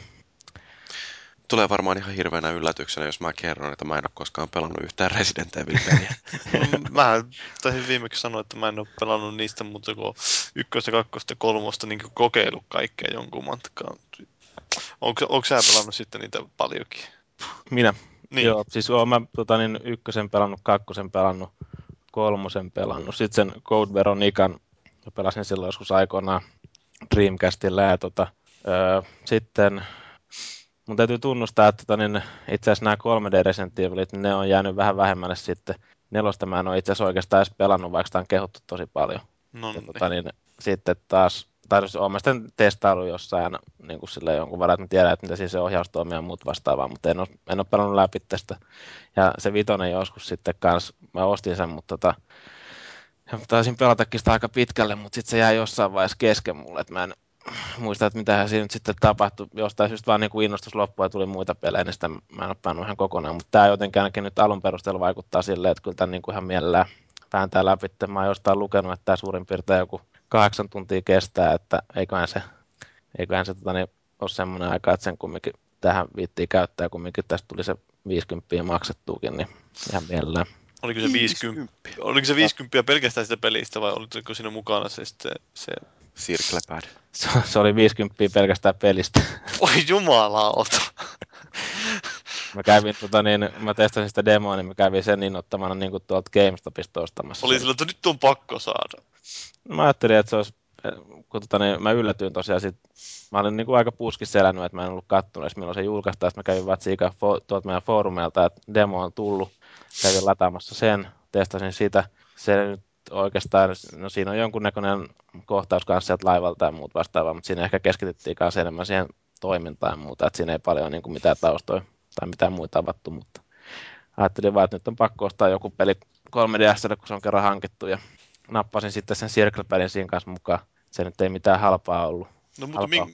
Tulee varmaan ihan hirveänä yllätyksenä, jos mä kerron, että mä en ole koskaan pelannut yhtään Resident Evil-peliä. Mä taisin viimeksi sanoa, että mä en ole pelannut niistä muuta kuin 1, 2 ja 3 niin kokeillut kaikkea jonkun matkaan. Onko sä pelannut sitten niitä paljonkin? Minä? Niin. Joo, siis oon mä 1 pelannut, 2 pelannut, 3 pelannut. Sitten sen Code Veronican mä pelasin silloin joskus aikoinaan Dreamcastilla ja sitten mun täytyy tunnustaa, että itse asiassa nämä 3D Resident Evilit, niin ne on jäänyt vähän vähemmälle sitten. 4 mä en ole itse asiassa oikeastaan edes pelannut, vaikka sitä on kehuttu tosi paljon. No niin. Sitten taas, tai olen mä sitten testaillut jossain niin kuin silleen jonkun verran, että mä tiedän, että mitä siis se ohjaus toimii ja muut vastaavaa, mutta en ole pelannut läpi tästä. Ja se vitonen joskus sitten kanssa, mä ostin sen, mutta taisin pelatakin sitä aika pitkälle, mutta sitten se jäi jossain vaiheessa kesken mulle, että mä en muista, että mitähän siinä nyt sitten tapahtui. Jostain syystä vaan niin kuin innostus loppui ja tuli muita pelejä, niin sitä mä en ole pannut ihan kokonaan. Mutta tämä jotenkin ainakin nyt alun perusteella vaikuttaa silleen, että kyllä tämän niin kuin ihan mielellään vääntää läpi. Mä oon jostain lukenut, että tämä suurin piirtein joku 8 tuntia kestää, että eiköhän se ole semmoinen aika, että sen kumminkin tähän viittiin käyttää, kumminkin tästä tuli se 50 maksettuukin, niin ihan mielellään. Oliko se 50 pelkästään sitä pelistä vai oliko siinä mukana se Circlepad. Se oli 50 pelkästään pelistä. Oi jumalauta! Mä testasin sitä demoa, niin mä kävin sen innoittamana niin kuin tuolta GameStopista ostamassa. Oli sillä, että nyt on pakko saada. Mä ajattelin, että se olisi, kun mä yllätyin tosiaan mä olin niin kuin aika puskissa elänyt, että mä en ollut kattonut edes milloin se julkaistaan. Sitten mä kävin vatsiikaan tuolta meidän foorumeilta, että demo on tullut. Kävin lataamassa sen, testasin sitä. Se nyt oikeastaan, no siinä on jonkunnäköinen kohtaus kanssa sieltä laivalta ja muut vastaavaa, mutta siinä ehkä keskityttiin kanssa enemmän siihen toimintaan ja muuta, että siinä ei paljon niin kuin mitään taustoja tai mitään muita avattu, mutta ajattelin vaan, että nyt on pakko ostaa joku peli 3DS:lle, kun se on kerran hankittu ja nappasin sitten sen Circle-pelin siinä kanssa mukaan. Se nyt ei mitään halpaa ollut. No mutta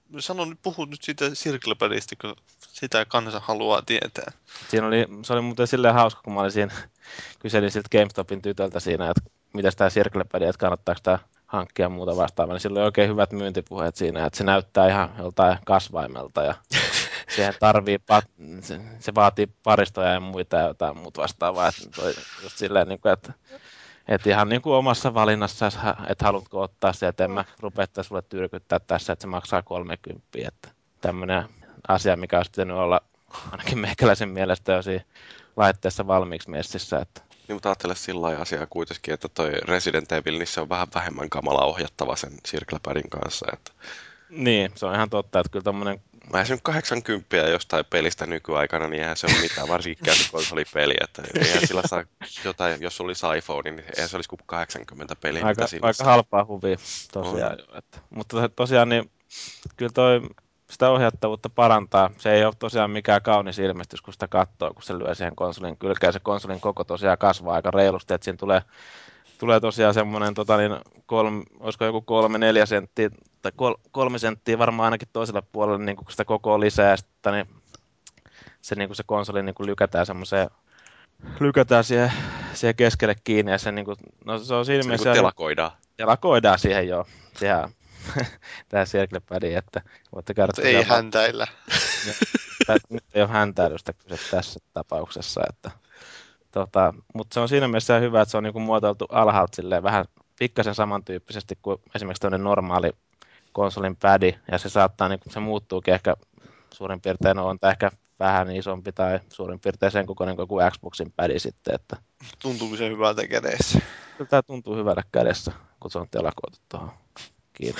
puhut nyt siitä Circlepadista, kun sitä kansa haluaa tietää. Se oli muuten silleen hauska, kun mä olin siinä, kyselin siltä GameStopin tytöltä siinä, että mitä tämä Circlepad, että kannattaako tämä hankkia ja muuta vastaavaa, niin sillä oli oikein hyvät myyntipuheet siinä, että se näyttää ihan joltain kasvaimelta ja siihen se vaatii paristoja ja muita ja jotain muuta vastaavaa, että just silleen, niin kuin, että ihan niin kuin omassa valinnassa, että haluatko ottaa se, että en mä rupea sulle tyrkyttää tässä, että se maksaa 30, että tämmöinen asia, mikä olisi pitänyt olla ainakin meikäläisen mielestä jo siinä laitteessa valmiiksi messissä, että Niin, mutta ajattele sillä lailla asiaa kuitenkin, että toi Resident Evil, niin se on vähän vähemmän kamala ohjattava sen Circlepadin kanssa. Että niin, se on ihan totta, että kyllä tommonen mä esimerkiksi 80 jostain pelistä nykyaikana, niin eihän se ole mitään, varsinkin käsikonsolipeli, että eihän sillä saa jotain, jos oli iPhone, niin eihän se olisi kuin 80 peliä, mitä siinä aika halpaa huvia tosiaan. Mutta tosiaan niin kyllä sitä ohjattavuutta parantaa. Se ei ole tosiaan mikään kaunis ilmestys, kun sitä katsoo, kun se lyö siihen konsolin kylkeen. Se konsolin koko tosiaan kasvaa aika reilusti, että siinä tulee tosiaan semmoinen, olisiko joku 3-4 senttiä, tai 3 senttiä varmaan ainakin toisella puolella, niin kun sitä koko lisää, ja sitten niin se konsoli niin kuin lykätään siihen keskelle kiinni, ja se, niin kuin, no, se on siinä se mielessä... niin telakoidaan. Telakoidaan siihen jo, tähän Circlepadiin, että voitte käydä... Ei häntäillä. Nyt ei ole häntäilystä kyse tässä tapauksessa, että... mutta se on siinä mielessä hyvä, että se on niinku muotoiltu alhaalta silleen vähän pikkasen samantyyppisesti kuin esimerkiksi tämmöinen normaali konsolin padi, ja se saattaa, niinku, se muuttuukin ehkä suurin piirtein, on ehkä vähän isompi tai suurin piirtein sen kokoinen kuin Xboxin padi sitten, että Tuntuuko se hyvältä kädessä? kyllä tämä tuntuu hyvällä kädessä, kun se on telakoitu tuohon kiinni,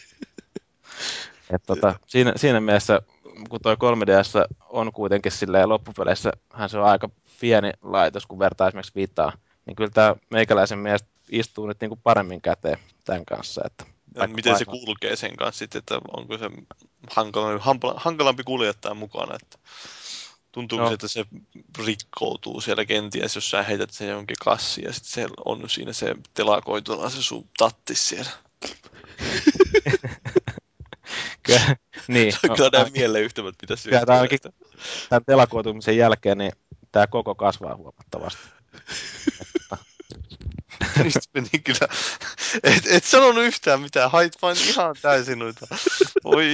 siinä mielessä, kun toi 3DS on kuitenkin silleen loppupeleissä, se on aika pieni laitos, kun vertaa esimerkiksi Vitaa, niin kyllä tämä meikäläisen mielestä istuu nyt niinku paremmin käteen tämän kanssa. Että miten se kulkee sen kanssa sitten, että onko se hankalampi kuljettaa mukana, että tuntuuko se, että se rikkoutuu siellä kenties, jos sä heität sen jonkin kassiin ja sitten siellä on siinä se telakoituna se sun tattis siellä. Niin. Kyllä nämä mieleyhtymät pitäisi yhtyä. Ainakin tämän telakoitumisen jälkeen niin tämä koko kasvaa huomattavasti. Niistä meni kyllä. Et sanonut yhtään mitään, hait vain ihan täysin noita. Voi.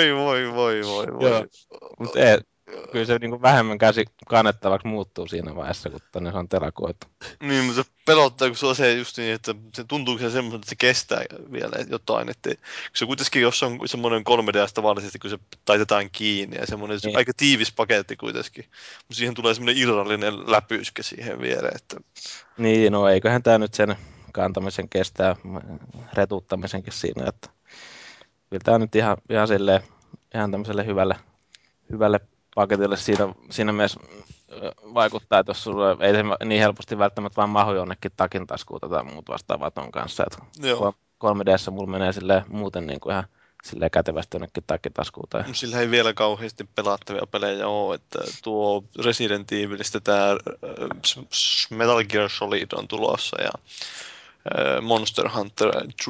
Mutta kyllä se niinku vähemmän käsi kannettavaksi muuttuu siinä vaiheessa, kun tänne se on telakoitu. Niin, mutta se pelottaa, kun se on se just niin, että se tuntuu semmoinen, että se kestää vielä jotain. Että se kuitenkin, jos on semmoinen 3DS tavallisesti, kun se taitetaan kiinni ja semmoinen niin. Aika tiivis paketti kuitenkin. Mutta siihen tulee semmoinen irrallinen läpyskä siihen viereen. Että... Niin, no eiköhän tämä nyt sen kantamisen kestää retuuttamisenkin siinä, että kyllä tämä nyt ihan silleen, ihan tämmöiselle hyvälle paketille siinä mielessä vaikuttaa, että jos sulla ei se niin helposti välttämättä vaan mahu jonnekin takin taskuun tai muuta vastaavaa ton kanssa. 3D:ssä mulla menee silleen muuten niin kuin ihan silleen kätevästi jonnekin takitaskuun. Sillä ei vielä kauheasti pelattavia pelejä ole, että tuo Resident Evilistä tämä Metal Gear Solid on tulossa ja Monster Hunter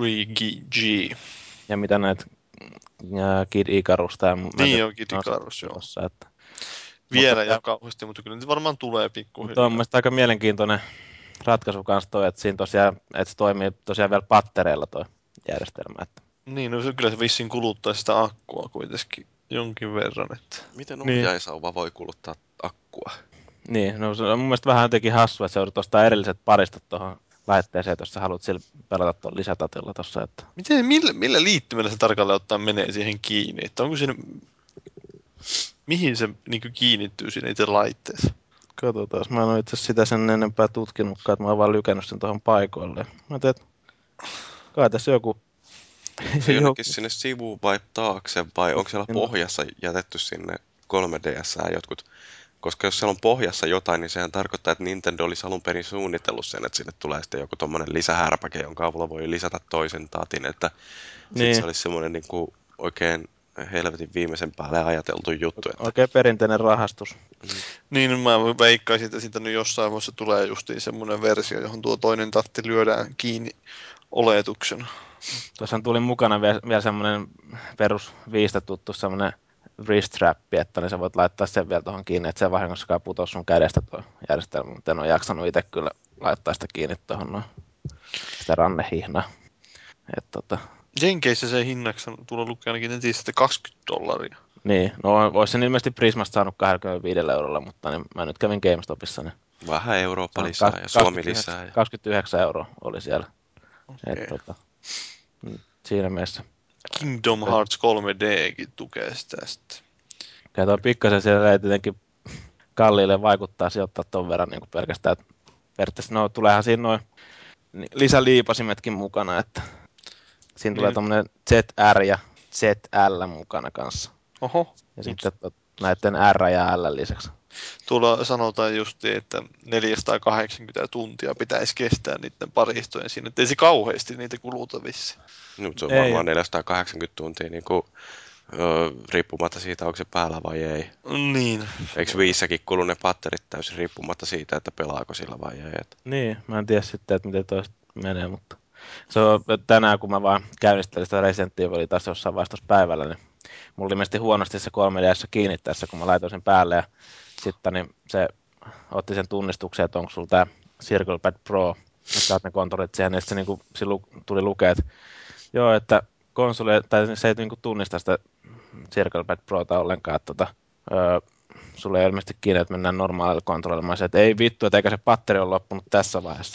3G. Ja mitä näitä Kid Icarusta. Niin on Kid Icarus, joo. Että... Vielä ei ole kauheasti, mutta kyllä nyt varmaan tulee pikkuhiljaa. Mutta on mielestäni aika mielenkiintoinen ratkaisu kanssa toi, että siinä tosiaan, että se toimii tosiaan vielä pattereilla toi järjestelmä. Että... Niin, no kyllä se vissiin kuluttaa sitä akkua kuitenkin jonkin verran. Että... Miten ohjaisauva voi kuluttaa akkua? Niin, no se on mun mielestä vähän jotenkin hassua, että se joudut ostaa erilliset paristot tuohon laitteeseen, jos sä haluat sillä pelata tuon lisätatilla tuossa. Että... Millä liittymällä se tarkalleen ottaen menee siihen kiinni? Että onko siinä... Mihin se niin kiinnittyy siinä itse laitteessa? Katsotaan, mä en ole itse sitä sen enempää tutkinutkaan, että mä oon vaan lykännyt sen tuohon paikoille. Mä teet, kai tässä joku... Se jonnekin sinne sivuun vai taakse, vai onko siellä pohjassa jätetty sinne 3DS:ään jotkut? Koska jos siellä on pohjassa jotain, niin sehän tarkoittaa, että Nintendo olisi alun perin suunnitellut sen, että sinne tulee sitten joku tommonen lisähärpäke, jonka avulla voi lisätä toisen tatin, että niin. Se olisi semmoinen niin kuin oikein helvetin viimeisen päälle ajateltu juttu. Että... Oikein perinteinen rahastus. Niin, mä veikkaisin, että siitä nyt jossain vaiheessa tulee justiin semmoinen versio, johon tuo toinen tatti lyödään kiinni oletuksen. Tuossa tuli mukana vielä semmoinen perus viistä tuttu semmoinen wrist strappi, että niin sä voit laittaa sen vielä tuohon kiinni, että se vahingossakaan putoa sun kädestä tuo järjestelmä, mutta en ole jaksanut itse kyllä laittaa sitä kiinni tuohon noin sitä rannehihnaa. Jenkeissä se hinnaksi tulla lukea ainakin netissä $20. Niin, no olisi sen ilmeisesti Prismasta saanut 25 eurolla, mutta niin mä nyt kävin GameStopissa, niin Vähän Eurooppa lisää ja Suomi lisää. Ja... 29 euroa oli siellä. Okay. Siinä mielessä. Kingdom Hearts 3Dkin tukee sitä sitten. Kyllä tuo pikkasen siellä ei tietenkin kalliille vaikuttaa sijoittaa ton verran niin kuin pelkästään. Periaatteessa tuleehan siinä noin lisäliipasimetkin mukana, että siinä tulee tommonen ZR ja ZL mukana kanssa. Oho. Ja sitten näiden R ja L lisäksi. Tuolla sanotaan just, että 480 tuntia pitäisi kestää niiden paristojen siinä, ettei se kauheasti niitä kuluta vissiin. No, se on varmaan 480 tuntia, niin kuin, riippumatta siitä, onko se päällä vai ei. Niin. Eikö Viissäkin kulu ne patterit täysin riippumatta siitä, että pelaako sillä vai ei? Niin, mä en tiedä sitten, että miten toista menee, mutta se on tänään, kun mä vaan käynnistelin sitä Resident Evilia taas jossain vaistossa päivällä, niin mulla oli ilmeisesti huonosti se 3DS kiinni tässä, kun mä laitoin sen päälle ja sitten niin se otti sen tunnistuksen, että onko sulla tää Circle Pad Pro, että saat ne kontrollit siihen, ja sitten se tuli lukea, että joo, että konsoli, tai se ei niinku tunnista sitä Circle Pad Prota ollenkaan, että sulla ei ilmeisesti kiinni, että mennään normaalilla kontrollilla. Että ei vittu, että eikä se patteri ole loppunut tässä vaiheessa.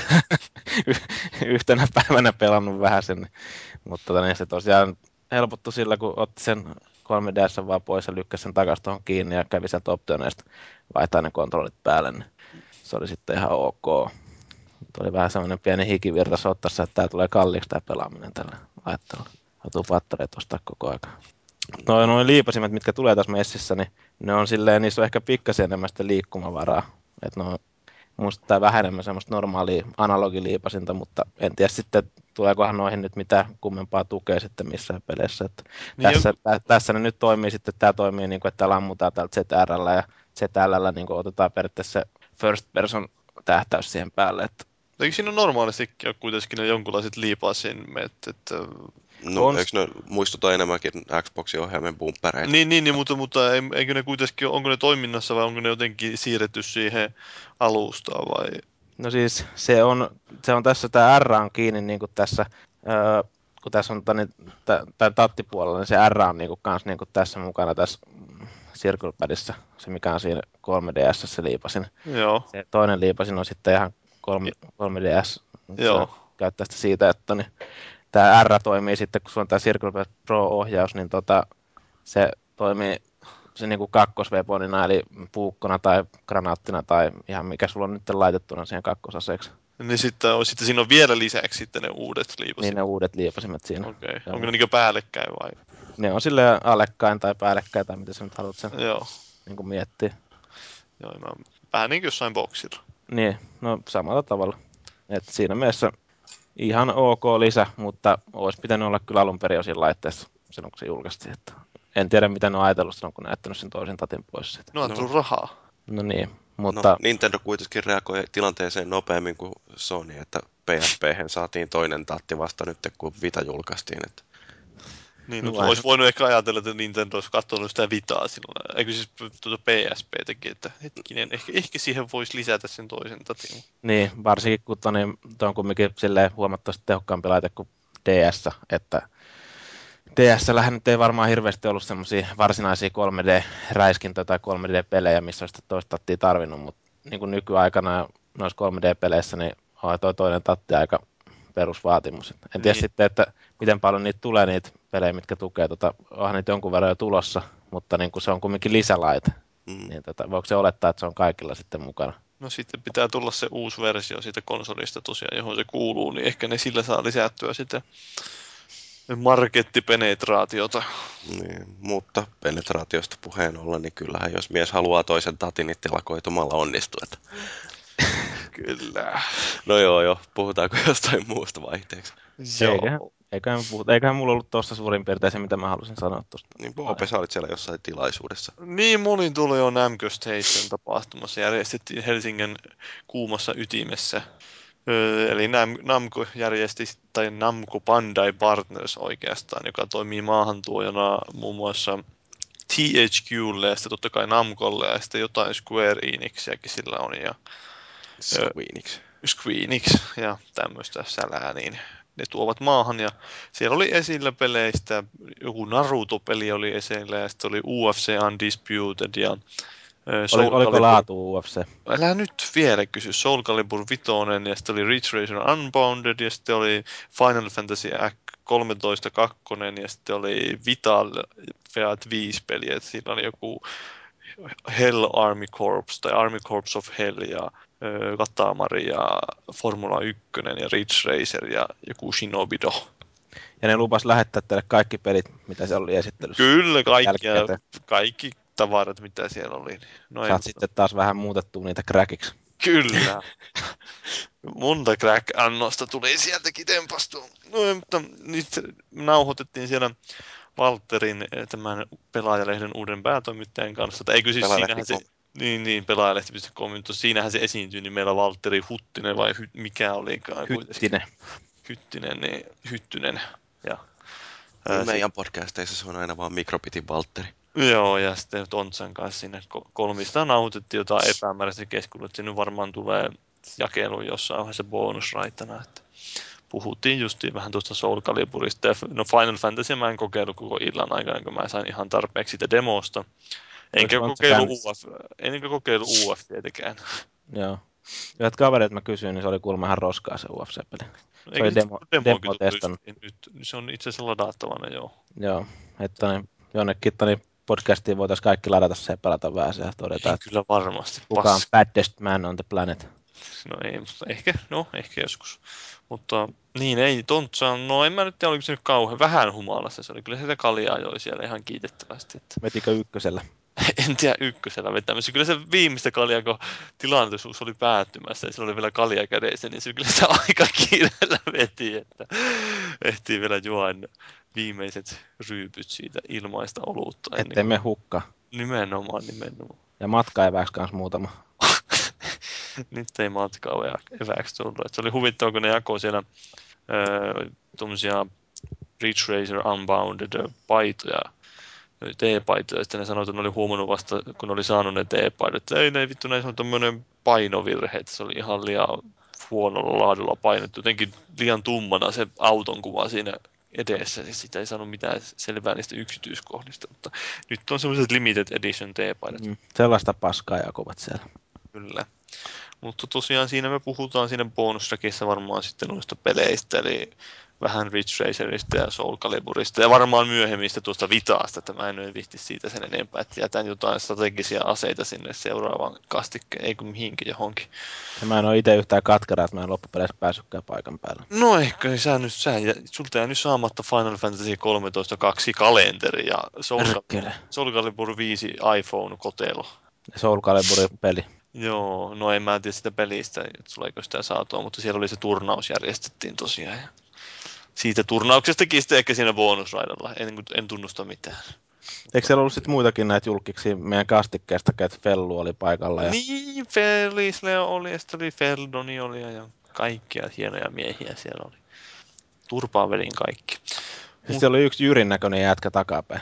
Yhtenä päivänä pelannut vähän sen. Mutta niin se tosiaan helpottui sillä, kun otti sen 3DS vaan pois ja lykkäsi sen takaisin tuohon kiinni ja kävi sieltä optioneista vaihtaa ne kontrollit päälle. Niin se oli sitten ihan ok. Oli vähän semmoinen pieni hikivirta sottassa, että tämä tulee kalliiksi tämä pelaaminen tällä laitteella. Joutuu pattereita ostaa koko ajan. Noin liipasimet, mitkä tulee tässä messissä, niin ne on silleen, niissä on ehkä pikkasen enemmän sitä liikkumavaraa. Että ne on musta tää vähän enemmän semmoista normaalia analogiliipasinta, mutta en tiedä sitten, tuleekohan noihin nyt mitään kummempaa tukea sitten missään peleissä. Että niin tässä ne nyt toimii sitten, tämä toimii niin kuin, että lammutaan täältä ZR:llä ja ZL:llä niin kuin otetaan periaatteessa se first person tähtäys siihen päälle. Että eikö siinä kuitenkin ne jonkunlaiset liipasimet, että... No, eikö ne muistuta enemmänkin Xboxin ohjaimen bumpereita? Niin, mutta eikö ne kuitenkin, onko ne toiminnassa vai onko ne jotenkin siirretty siihen alustaan vai? No siis se on tässä, tämä R on kiinni niin kuin tässä, kun tässä on tämän tattipuolella, niin se R on niin kuin kans niin kuin tässä mukana tässä Circle Padissa, se mikä on siinä 3DS se liipasin. Joo. Se toinen liipasin on sitten ihan 3DS. Joo. Käyttää sitä siitä, että niin tämä R toimii sitten, kun sulla on tämä Circle Pad Pro-ohjaus, niin se toimii se niin kuin kakkosveponina, eli puukkona tai granaattina tai ihan mikä sulla on nyt laitettuna siihen kakkosaseeksi. Niin sitten siinä on vielä lisäksi sitten ne uudet liipasimet. Niin ne uudet liipasimet siinä. Okei. Onko ne niin päällekkäin vai? Ne on silleen alekkain tai päällekkäin tai miten sä nyt haluat sen niin kuin miettiä. Joo, vähän niin kuin jossain boksilla. Niin, no samalla tavalla. Et siinä mielessä ihan ok lisä, mutta olisi pitänyt olla kyllä alun perin jo siinä laitteessa silloin, kun se julkaistiin. Että en tiedä, mitä ne on ajatellut silloin, kun ne jättänyt sen toisen tatin pois siitä. No on tullut rahaa. No niin, mutta... No, Nintendo kuitenkin reagoi tilanteeseen nopeammin kuin Sony, että PSP:hen saatiin toinen tatti vasta nyt, kun Vita julkaistiin. Että... Niin, no, olisi voinut ehkä ajatella, että Nintendo olisi katsonut sitä Vitaa silloin. Eikö siis PSP:täkin, että hetkinen, ehkä siihen voisi lisätä sen toisen tatin. Niin, varsinkin kun tuo on kumminkin silleen huomattavasti tehokkaampi laite kuin DS, että DS-lähän nyt ei varmaan hirveästi ollut semmoisia varsinaisia 3D-räiskintöjä tai 3D-pelejä, missä olisi toista tattia tarvinnut, mutta niin kuin nykyaikana noissa 3D-peleissä, niin on toi toinen tatti aika perusvaatimus. En tiedä sitten, että miten paljon niitä tulee niitä pelejä, mitkä tukee, onhan niitä jonkun verran jo tulossa, mutta niin kuin se on kumminkin lisälaite, niin voiko se olettaa, että se on kaikilla sitten mukana? No sitten pitää tulla se uusi versio siitä konsolista tosiaan, johon se kuuluu, niin ehkä ne sillä saa lisättyä sitä markettipenetraatiota. Niin, mutta penetraatiosta puheen ollen, niin kyllähän jos mies haluaa toisen tatin, niin telakoitumalla onnistuu. Kyllä. No joo, puhutaanko jostain muusta vaihteeksi? Eiköhän mulla ollut tuossa suurin piirtein se, mitä mä halusin sanoa tuosta. Niin, Ope, sä olit siellä jossain tilaisuudessa. Niin, mulla tuli jo Namco Station tapahtumassa. Järjestettiin Helsingin kuumassa ytimessä Eli Namco järjesti, tai Namco Bandai Partners oikeastaan, joka toimii maahantuojana muun muassa THQlle ja sitten totta kai Namcolle ja sitten jotain Square Enixiäkin sillä on ja Squeenix ja tämmöistä sälää, niin ne tuovat maahan ja siellä oli esillä peleistä, joku Naruto-peli oli esillä ja sitten oli UFC Undisputed ja Oliko laatu UFC? Älä nyt vielä kysy. Soul Calibur 5 ja sitten oli Ridge Racer Unbounded ja sitten oli Final Fantasy 13 2 ja sitten oli Vital Fiat 5 peli. Et siinä oli joku Hell Army Corps tai Army Corps of Hell ja Katamari ja Formula 1 ja Ridge Racer ja joku Shinobido. Ja ne lupas lähettää teille kaikki pelit, mitä se oli esittelyssä. Kyllä, kaikki tavarat, mitä siellä oli. No saat sitten taas vähän muutettua niitä crackiksi. Kyllä. Monta crack-annosta tuli sieltäkin tempastua. No, mutta nyt nauhoitettiin siellä Valtterin tämän Pelaajalehden uuden päätoimittajan kanssa. Tai eikö siis siinähän se... Niin, pelaajalehti.com, mutta siinähän se esiintyi, niin meillä Valtteri Huttinen vai mikä olikaan? Hyttynen. Ja, meidän podcasteissa se on aina vaan Mikrobitin Valtteri. Joo, ja sitten Tontsan kanssa siinä kolmista nautettiin jotain epämääräistä keskustelua, että sinne varmaan tulee jakeluun jossain vaiheessa bonusraitana, että puhuttiin justiin vähän tuosta Soul Caliburista. No Final Fantasy mä en kokeillut koko illan aikana, kun mä sain ihan tarpeeksi sitä demosta. Enkä kokeilu UF tietenkään. Joo. Yhdet kaverit mä kysyin, niin se oli kuulemma ihan roskaa se UFC-peli. Se oli demo testannut. Nyt se on itse asiassa ladattavana, joo. Joo, että niin, jonnekin niin podcastiin voitaisiin kaikki ladata se ja pelata vähän ja todeta, että kyllä varmasti. Kuka on baddest man on the planet. No ei, mutta ehkä joskus. Mutta niin ei, Tontsan, no en mä nyt tiedä, oliko se nyt kauhean vähän humalassa, se oli kyllä sitä kaljaa joi siellä ihan kiitettävästi. Että... Vetikö ykkösellä? En tiedä ykkösellä vetämässä. Kyllä se viimeistä kaljaa, kun tilanteisuus oli päättymässä ja sillä oli vielä kalja kädessä, niin se kyllä se aika kiireellä veti, että ehtii vielä juoda viimeiset ryypyt siitä ilmaista olutta. Ettei me hukka. Nimenomaan. Ja matka-eväksi kanssa muutama. Nyt ei matkaa eväksi tullut. Se oli huvittava, kun ne jakoi siellä tuommoisia Ridge Racer Unbounded paitoja, T-paitoja, ja sitten ne sanoi, että ne oli huomannut vasta, kun ne oli saanut ne T-paidot, että ei ne vittu, näissä on tämmöinen painovirhe, että se oli ihan liian huonolla laadulla painettu, jotenkin liian tummana se auton kuva siinä edessä, niin sitä ei saanut mitään selvää niistä yksityiskohdista, mutta nyt on semmoiset limited edition T-paidat. Sellaista paskaa jakovat siellä. Kyllä. Mutta tosiaan siinä me puhutaan siinä bonusrakissa varmaan sitten noista peleistä, eli vähän Ridge Racerista ja Soul Caliburista ja varmaan myöhemmistä tuosta Vitaasta, että mä en vihti siitä sen enempää, että jätän jotain strategisia aseita sinne seuraavaan kastikkeen, ei kun mihinkin johonkin. Ja mä en ole itse yhtään katkeraa, että mä en loppupeleissä päässytkään paikan päälle. No ehkä sulta jää nyt saamatta Final Fantasy 13 2 kalenteri ja Soul Calibur 5 iPhone-kotelo. Soul Caliburin peli. Joo, no en mä tiedä sitä pelistä, että tuleeko sitä saatua, mutta siellä oli se turnaus järjestettiin tosiaan. Ja siitä turnauksestakin sitten ehkä siinä bonusraidalla, en tunnusta mitään. Eikö siellä ollut sitten muitakin näitä julkiksi meidän kastikkeesta, että Fellu oli paikalla? Ja... Niin, Felisleo oli, ja sitten oli Feldoni oli, ja kaikkia hienoja miehiä siellä oli. Turpaan vedin kaikki. Siis siellä oli yksi Jyrin näköinen jätkä takapäin.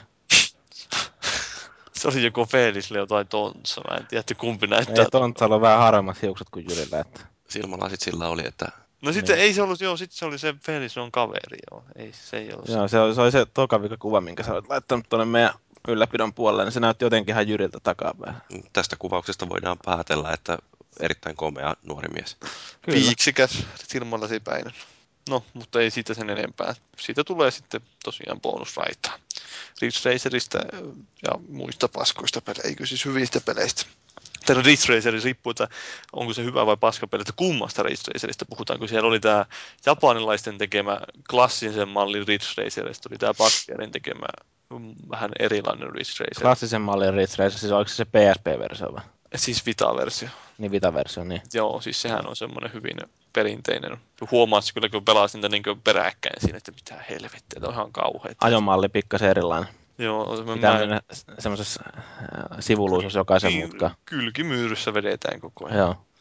Se oli joko Felisleo tai Tontsa, mä en tiedä, kumpi näyttää. Ei, Tontsalla on vähän haremmat hiukset kuin Jyrillä. Että... Silmälasit sillä oli, että... No sitten ei se ollut, sitten se oli se Felisleon kaveri, joo. Se ei ollut joo, se oli se tokavikkuva, minkä sä olet laittanut tuonne meidän ylläpidon puolelle, niin se näytti jotenkin ihan Jyriltä takapäin. Tästä kuvauksesta voidaan päätellä, että erittäin komea nuori mies. Viiksikäs, silmälasipäinen. No, mutta ei siitä sen enempää. Siitä tulee sitten tosiaan bonusraitaa. Ridge Racerista ja muista paskoista peleistä, eikö siis hyvistä peleistä. Tämä Ridge Racer riippuu, että onko se hyvä vai paska peli, että kummasta Ridge Racerista puhutaan, kun siellä oli tämä japanilaisten tekemä klassisen mallin Ridge Racerista, oli tämä Bastianin tekemä vähän erilainen Ridge Racer. Klassisen mallin Ridge Racer, siis oliko se PSP-versio vai? Siis Vita-versio. Niin, Vita-versio, niin. Joo, siis sehän on semmoinen hyvin perinteinen. Huomaat kyllä, kun pelaat niitä niin peräkkäin siinä, että mitä helvettiä, tämä on ihan kauheaa. Ajomalli pikkasen erilainen. Joo, pitää mennä semmoisessa sivuluisuus jokaisen mutkaan. Kylkimyyryssä vedetään koko ajan. Joo.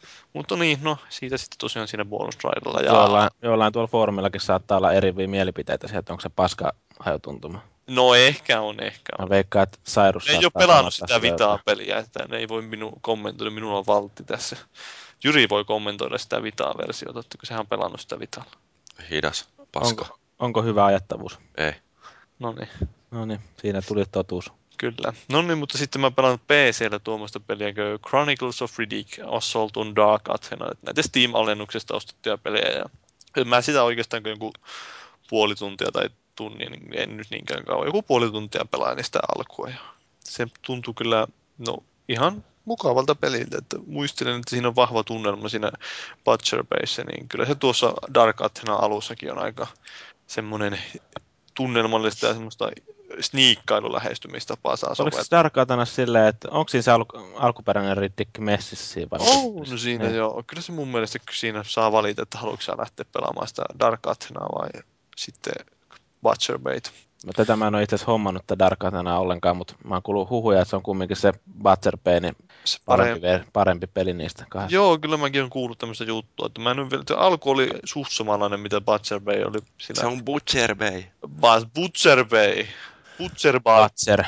Mutta niin, no siitä sitten tosiaan siinä bonus-raidalla. Ja... Jollain tuolla foorumillakin saattaa olla eriviä mielipiteitä sieltä, onko se paska hajutuntuma. No ehkä on. Mä veikkaan, että Cyrus Ne ei ole saattaa pelannut samattaa sitä Vitaa-peliä, että ne ei voi kommentoida, minulla on valtti tässä. Jyri voi kommentoida sitä Vitaa-versiota, että kun sehän on pelannut sitä Vitalla. Hidas, paska. Onko hyvä ajattavuus? Ei. No niin, siinä tuli totuus. kyllä. No niin, mutta sitten mä pelannut PC:llä tuommoista peliä kuin Chronicles of Riddick, Assault on Dark Athena, näitä Steam-alennuksesta ostettuja pelejä. Ja mä sitä oikeastaan joku puoli tuntia tai tunnin, niin en nyt niinkään kauan. Joku puoli tuntia pelain sitä alkua. Ja se tuntui kyllä, ihan mukavalta peliltä. Että muistelen, että siinä on vahva tunnelma siinä Butcher Base, niin kyllä se tuossa Dark Athena alussakin on aika semmoinen tunnelmallista ja semmoista sniikkailulähestymistapaa saa Oliko soveltaa. se Dark Athena silleen, että onko siinä se alkuperäinen Riddick messissä siinä vai? No siinä joo. Kyllä se mun mielestä siinä saa valita, että haluatko sä lähteä pelaamaan sitä Dark Athenaa vai sitten Butcher Bait. Tätä mä en ole itse asiassa hommannut tätä Dark Athenaa ollenkaan, mutta mä oon kuullut huhuja, että se on kumminkin se Butcher Bay, niin Se parempi peli niistä kahdesta. Joo, kyllä mäkin olen kuullut tämmöistä juttua, että mä en ole vielä, että alku oli suht samanlainen, mitä Butcher Bay oli siinä. Se on Butcher Bay. Butcher Bay. Butcher Bay. Butcher.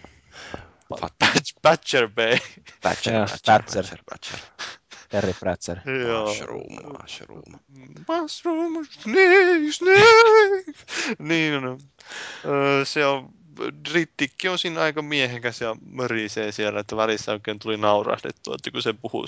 Butcher Bay. Badger. Terry Pratcher. Joo. Mushroom. Snake. Niin on. Se on, Rittikki on siinä aika miehekäs ja mörisee siellä, että välissä oikein tuli naurahdettua, että kun se puhuu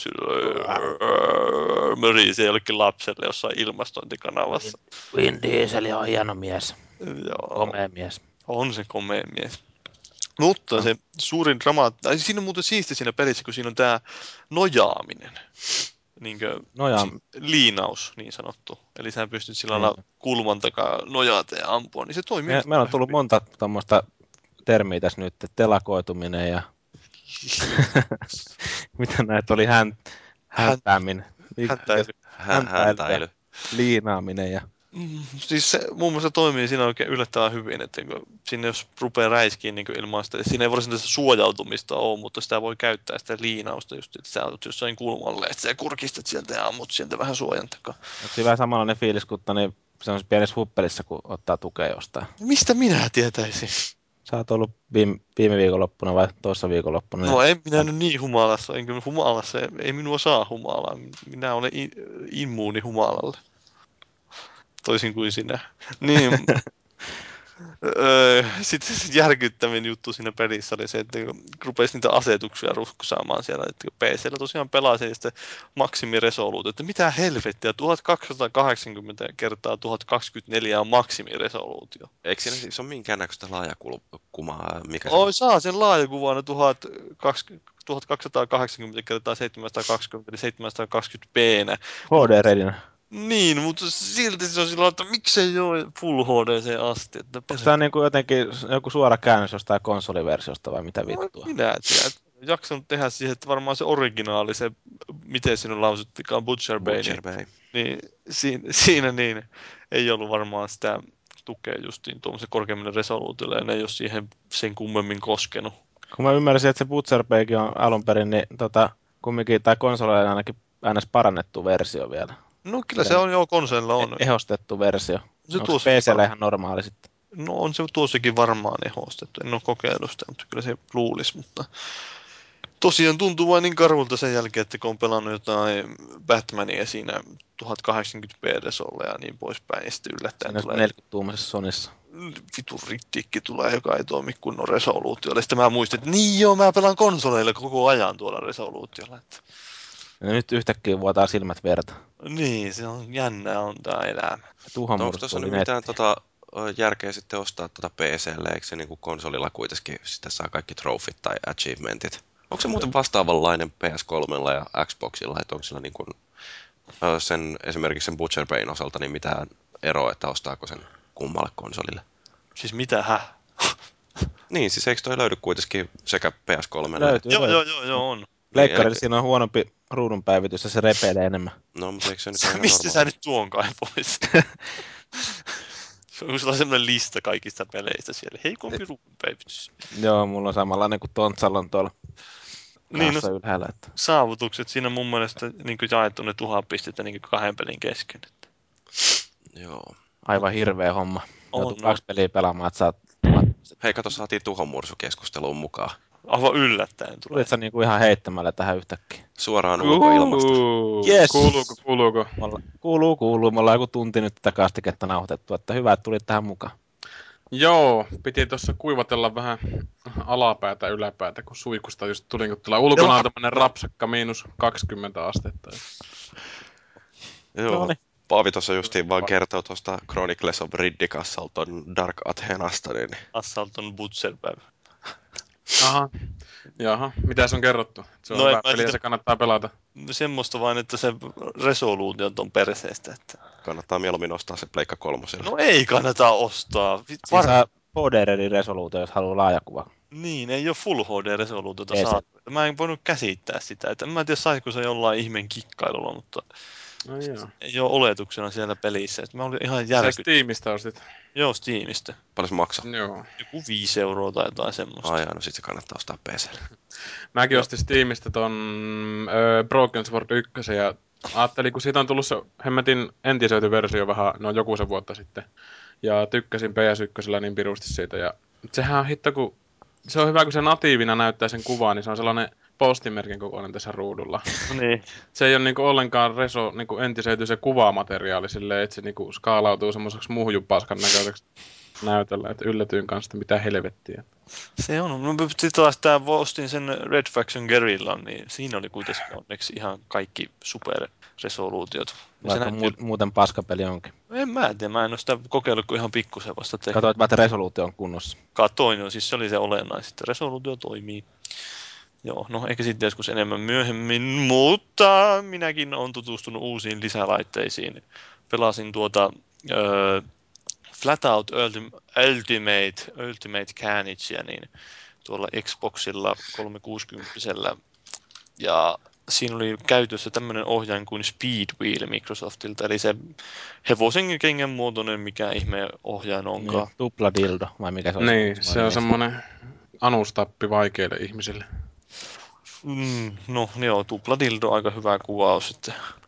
mörisee jollekin lapselle jossain ilmastointikanavassa. Vin Diesel on hieno mies. Joo. Komea mies. On se komea mies. Mutta se suurin siinä on muuten siisti siinä pelissä, kun siinä on tämä nojaaminen. Liinaus, niin sanottu. Eli sä pystyt sillä lailla kulman takaa nojata ja ampua, niin se toimii. Meillä on tullut monta tuommoista termiä tässä nyt, telakoituminen ja mitä näitä oli, hänttääminen, häntäily, liinaaminen ja siis se muun muassa toimii siinä oikein yllättävän hyvin, että sinne jos rupeaa räiskiin niin ilman sitä, siinä ei varsinaista suojautumista ole, mutta sitä voi käyttää sitä liinausta just, että sä olet jossain kulmalle, että sä kurkistat sieltä ja ammut sieltä vähän suojan takaa. Onko siinä vähän samanlainen fiilis kuin semmoisessa pienessä huppelissa, kun ottaa tukea jostain? Mistä minä tietäisin? Sä oot ollut viime viikonloppuna vai toissa viikonloppuna? No en minä nyt niin humalassa, enkä humalassa, ei minua saa humalaa, minä olen immuuni humalalle. Toisin kuin sinä. Niin. Sitten se järkyttävin juttu siinä pelissä oli se, että rupesi niitä asetuksia ruhkusaamaan siellä, että PC:llä tosiaan pelasi sitä maksimiresoluutio, että mitä helvettiä, 1280 kertaa 1024 on maksimiresoluutio. Eikö siinä siis ole minkäännäköistä laajakumaa? Saa sen laajakuvan 1280 kertaa 720, eli 720p. HD-redinä. Niin, mutta silti se on sillä että miksei ole Full HDC asti. Että onko tämä niinku jotenkin joku suora käännös jostain konsoliversiosta vai mitä vittua? Minä tiedän. Jaksanut tehdä siihen, että varmaan se originaali, se miten sinun lausuttikaan Butcher Bay. Niin, siinä niin ei ollut varmaan sitä tukea justiin tuommoisen korkeammille resoluutiolle, ja ne ei ole siihen sen kummemmin koskenut. Kun mä ymmärsin, että se Butcher Baykin on alun perin, niin kumminkin, tai konsoleilla ainakin ns. Parannettu versio vielä. No kyllä se on jo konsolilla on. Ehostettu versio. Se onko PC:llä ihan normaali sitten? No on se tuossakin varmaan ehostettu. En ole kokeillut sitä, mutta kyllä se luulisi. Mutta tosiaan tuntuu vain niin karulta sen jälkeen, että kun on pelannut jotain Batmania siinä 1080p-resolla ja niin poispäin, ja sitten yllättäen tulee 40-tuumaisessa Sonissa. Vitun Riddickki tulee, joka ei toimi kunnon resoluutiolla. Sitten mä muistin, että niin joo, mä pelaan konsoleilla koko ajan tuolla resoluutiolla. Ja nyt yhtäkkiä vuotaa silmät verta. Niin, se on jännää on tää elämä. Onko tuossa nyt mitään järkeä sitten ostaa PC:lle, eikö se niinku konsolilla kuitenkin sitä saa kaikki trofit tai achievementit? Onko se muuten vastaavanlainen PS3 ja Xboxilla, että onko sillä niinku sen, esimerkiksi sen Butcher Bayn osalta niin mitään eroa, että ostaako sen kummalle konsolille? Siis mitä Niin, siis eikö toi löydy kuitenkin sekä PS3? Löytyy. Joo, on. Leikkarilla siinä on huonompi ruudunpäivitys ja se repeilee enemmän. No, mutta eikö se nyt ihan mistä sä nyt tuon kai pois? Onko sulla semmoinen lista kaikista peleistä siellä? Heikompi ruudunpäivitys. Joo, mulla on samanlainen kuin Tontsalla on tuolla. kanssa ylhäällä. Että. Saavutukset siinä mun mielestä niin jaettu ne 1000 pistettä niin 2 pelin kesken. Että. Joo. Aivan hirveä homma. Joutuu 2 peliä pelaamaan, että saat... Hei, kato, saatiin tuhomursu-keskusteluun mukaan. Aivan yllättäen tulee. Tulit sä niinku ihan heittämällä tähän yhtäkkiä? Suoraan ulkoilmasta. Yes. Kuuluuko? Kuuluu. Me ollaan joku tunti nyt tätä kastiketta nauhoitettu, että hyvä, että tulit tähän mukaan. Joo, piti tuossa kuivatella vähän alapäätä yläpäätä, kun suikusta just tulin, kun tulee ulkona tämmönen rapsakka -20 astetta. Joo, Noniin. Paavi tuossa justiin vaan kertoo tuosta Chronicles of Riddick Assaulton Dark Athenasta, niin... Assaulton Butcherpäivä. Aha. Jaha, mitä se on kerrottu? Se on hyvä peli ja se kannattaa pelata. Semmoista vain, että se resoluutiot on perseestä. Että... Kannattaa mieluummin ostaa se Pleikka 3. No ei kannata ostaa. Siis HD-resoluutio, jos haluaa laajakuva. Niin, ei ole Full HD-resoluutiota saatu. Mä en voinut käsittää sitä. Että en mä tiedä, saiko se jollain ihmeen kikkailulla, mutta no, joo. ei ole oletuksena siellä pelissä. Että mä olin ihan järkyttynyt. Sä Steamista ostit? Joo, Steamista. Paljon se maksaa? Joo. Joku 5 € tai jotain semmoista. Ai no sit se kannattaa ostaa PC:lle. Mäkin ostin Steamista ton Broken Sword 1 ja ajattelin, kun siitä on tullut se hemmetin entisöity versio vähän joku sen vuotta sitten. Ja tykkäsin PS1 niin pirusti siitä. Ja sehän on hitto, kun se on hyvä, kun se natiivina näyttää sen kuvaa, niin se on sellainen postimerkin kokoinen tässä ruudulla. No niin. Se ei ole niinku ollenkaan niinku entisöity se kuvamateriaali silleen, että se niinku skaalautuu semmoiseksi muhjupaskan näköiseksi näytöllä, että yllätyin kanssa, mitä helvettiä. Se on. No sitten taas ostin sen Red Faction Guerillan, niin siinä oli kuitenkin onneksi ihan kaikki superresoluutiot. Vaikka muuten paskapeli onkin. En mä tiedä, mä en ole sitä kokeillut kuin ihan pikkusen vasta tehnyt. Katoit, että resoluutio on kunnossa. Katoin jo, siis se oli se olennainen, että resoluutio toimii. Joo, no eikä sitten joskus enemmän myöhemmin, mutta minäkin olen tutustunut uusiin lisälaitteisiin. Pelasin Flatout Ultimate Carnagea niin tuolla Xboxilla 360. Ja siinä oli käytössä tämmöinen ohjain kuin Speedwheel Microsoftilta, eli se hevosen kengän muotoinen, mikä ihme ohjain onkaan. Niin, tupla dildo, vai mikä se on? Niin, se on semmoinen anustappi vaikeille ihmisille. No joo, tupla dildo, aika hyvä kuvaus. Että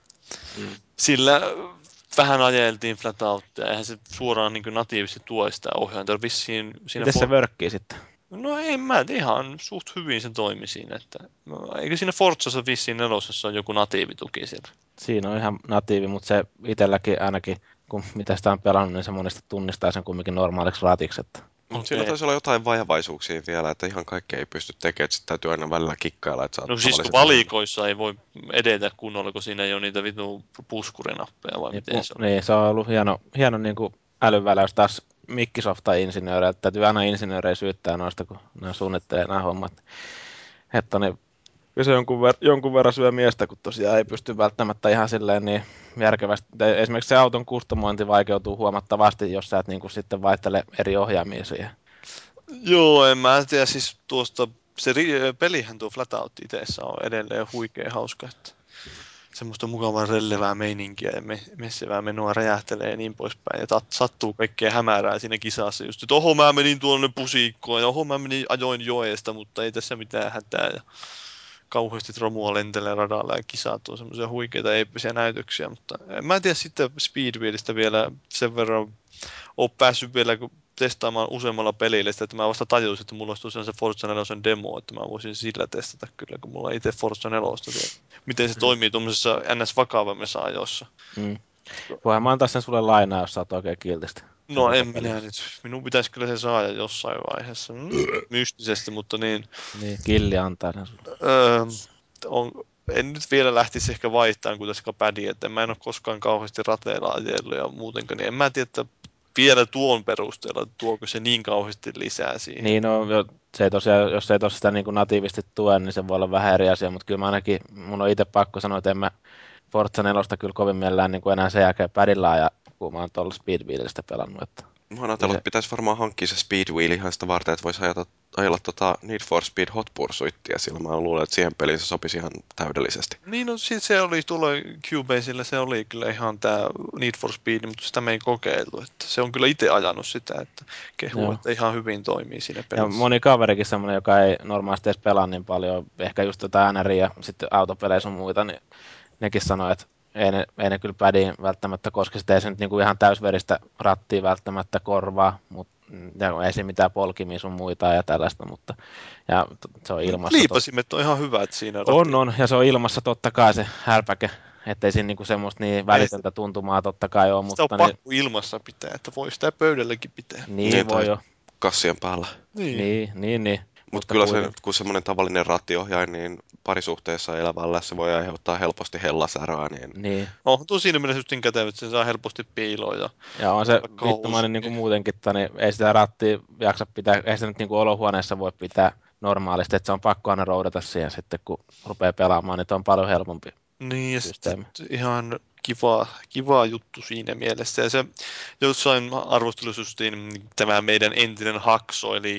sillä vähän ajeltiin Flatouttia, eihän se suoraan niin natiivisesti tuo sitä ohjainta. Vissiin siinä miten se vörkkii sitten? No en mä tiedä, ihan suht hyvin se toimi siinä. Että, eikö siinä Forzassa vissiin 4 on joku natiivituki siellä? Siinä on ihan natiivi, mutta se itselläkin ainakin, kun mitä sitä on pelannut, niin se monesti tunnistaa sen kumminkin normaaliksi ratiksi. Että... Mutta siinä taisi olla jotain vajavaisuuksia vielä, että ihan kaikkea ei pysty tekemään, että sitten täytyy aina välillä kikkailla. Että no siis kun valikoissa ei voi edetä kunnolla, kun siinä ei ole niitä vitu puskurinappeja vai miten se on? Niin, se on ollut hieno niin kuin älyväläys taas Microsofta-insinööreiltä. Täytyy aina insinöörejä syyttää noista, kun ne suunnittelee nämä hommat. Että niin, se jonkun verran syö miestä, kun tosiaan ei pysty välttämättä ihan silleen niin järkevästi. Esimerkiksi se auton kustomointi vaikeutuu huomattavasti, jos sä et niin kuin sitten vaihtele eri ohjaamia siihen. Joo, en mä tiedä. Siis tuosta, se pelihän tuo Flatout itseessä on edelleen huikea hauska. Että semmoista mukavaa rellevää meininkiä ja messevää menoa räjähtelee ja niin poispäin. Ja sattuu kaikkea hämärää siinä kisassa. Just, että oho mä menin tuonne pusikkoon ja oho mä ajoin joesta, mutta ei tässä mitään hätää. Ja kauheasti romua lentelee radalla ja kisat on semmoisia huikeita eeppisiä näytöksiä. Mutta en mä tiedä sitten Speedwheelistä vielä sen verran ole päässyt vielä testaamaan useammalla pelillä sitä, että mä vasta tajusin, että mulla olisi tosiaan se Forza 4 demo, että mä voisin sillä testata kyllä, kun mulla on itse Forza 4. Miten se toimii tuommoisessa NS-vakavammissa ajoissa. Voihan mä antaa sen sulle lainaa, jos sä oot oikein kiltistä. No en minä nyt. Minun pitäisi kyllä se saada jossain vaiheessa. Mystisesti, mutta niin. Niin, killi antaa sen sulle. En nyt vielä lähtisi ehkä vaihtamaan kuitenkaan pädiä, että mä en ole koskaan kauheasti rateilla ajellut ja muutenkaan, niin en mä tiedä, että vielä tuon perusteella, tuoko se niin kauheasti lisää siihen. Niin, no, se ei tosiaan, jos ei tosiaan sitä niin kuin natiivisti tue, niin se voi olla vähän eri asia, mutta kyllä mä ainakin, mun on itse pakko sanoa, että en mä Forza 4 kyllä kovin mielellään niin kuin enää sen jälkeen padilla ja kun mä oon tuolla Speedwheelistä pelannut. Että... Mä oon ajatellut, että pitäisi varmaan hankkia se Speedwheel ihan sitä varten, että voisi ajella Need for Speed Hot Pursuitia, sillä mä luulen, että siihen peliin se sopisi ihan täydellisesti. Niin, no siis se oli tuolla Cubaseillä, se oli kyllä ihan tää Need for Speed, mutta sitä me ei kokeiltu. Että se on kyllä itse ajanut sitä, että kehuu, Joo. että ihan hyvin toimii siinä Ja pelissä. moni kaverikin semmoinen, joka ei normaalisti edes pelaa niin paljon, ehkä just jotain NRiä ja sitten autopeleissä on muita, niin nekin sanoo, että ei ne kyllä pädiin välttämättä koske sitä, ei se nyt niinku ihan täysveristä rattia välttämättä korvaa, mutta ei se mitään polkimia sun muita ja tällaista, mutta ja se on ilmassa. Liipasimet on ihan hyvät siinä. On, ja se on ilmassa totta kai se härpäke, ettei siinä niinku semmoista niin välitöntä tuntumaa totta kai ole, Sitä on mutta pakko ilmassa pitää, että voi sitä pöydälläkin pitää. niin voi tai jo. kassien päällä. Niin. Mutta kyllä se, kun semmoinen tavallinen ratiohjain, niin parisuhteessa elävällä se voi aiheuttaa helposti hellasäröä. Niin. On tuo siinä mielessä just niin kätevä, että se saa helposti piiloon. Ja on se Kauhuus. vittumainen niin kuin muutenkin, niin ei sitä rattia jaksa pitää, ei sitä nyt niin kuin olohuoneessa voi pitää normaalisti, että se on pakko aina roudata siihen sitten, kun rupeaa pelaamaan, niin on paljon helpompi Niin, ja systeemi. ihan kiva juttu siinä mielessä. Ja se jossain arvostelussa justiin tämä meidän entinen hakso, eli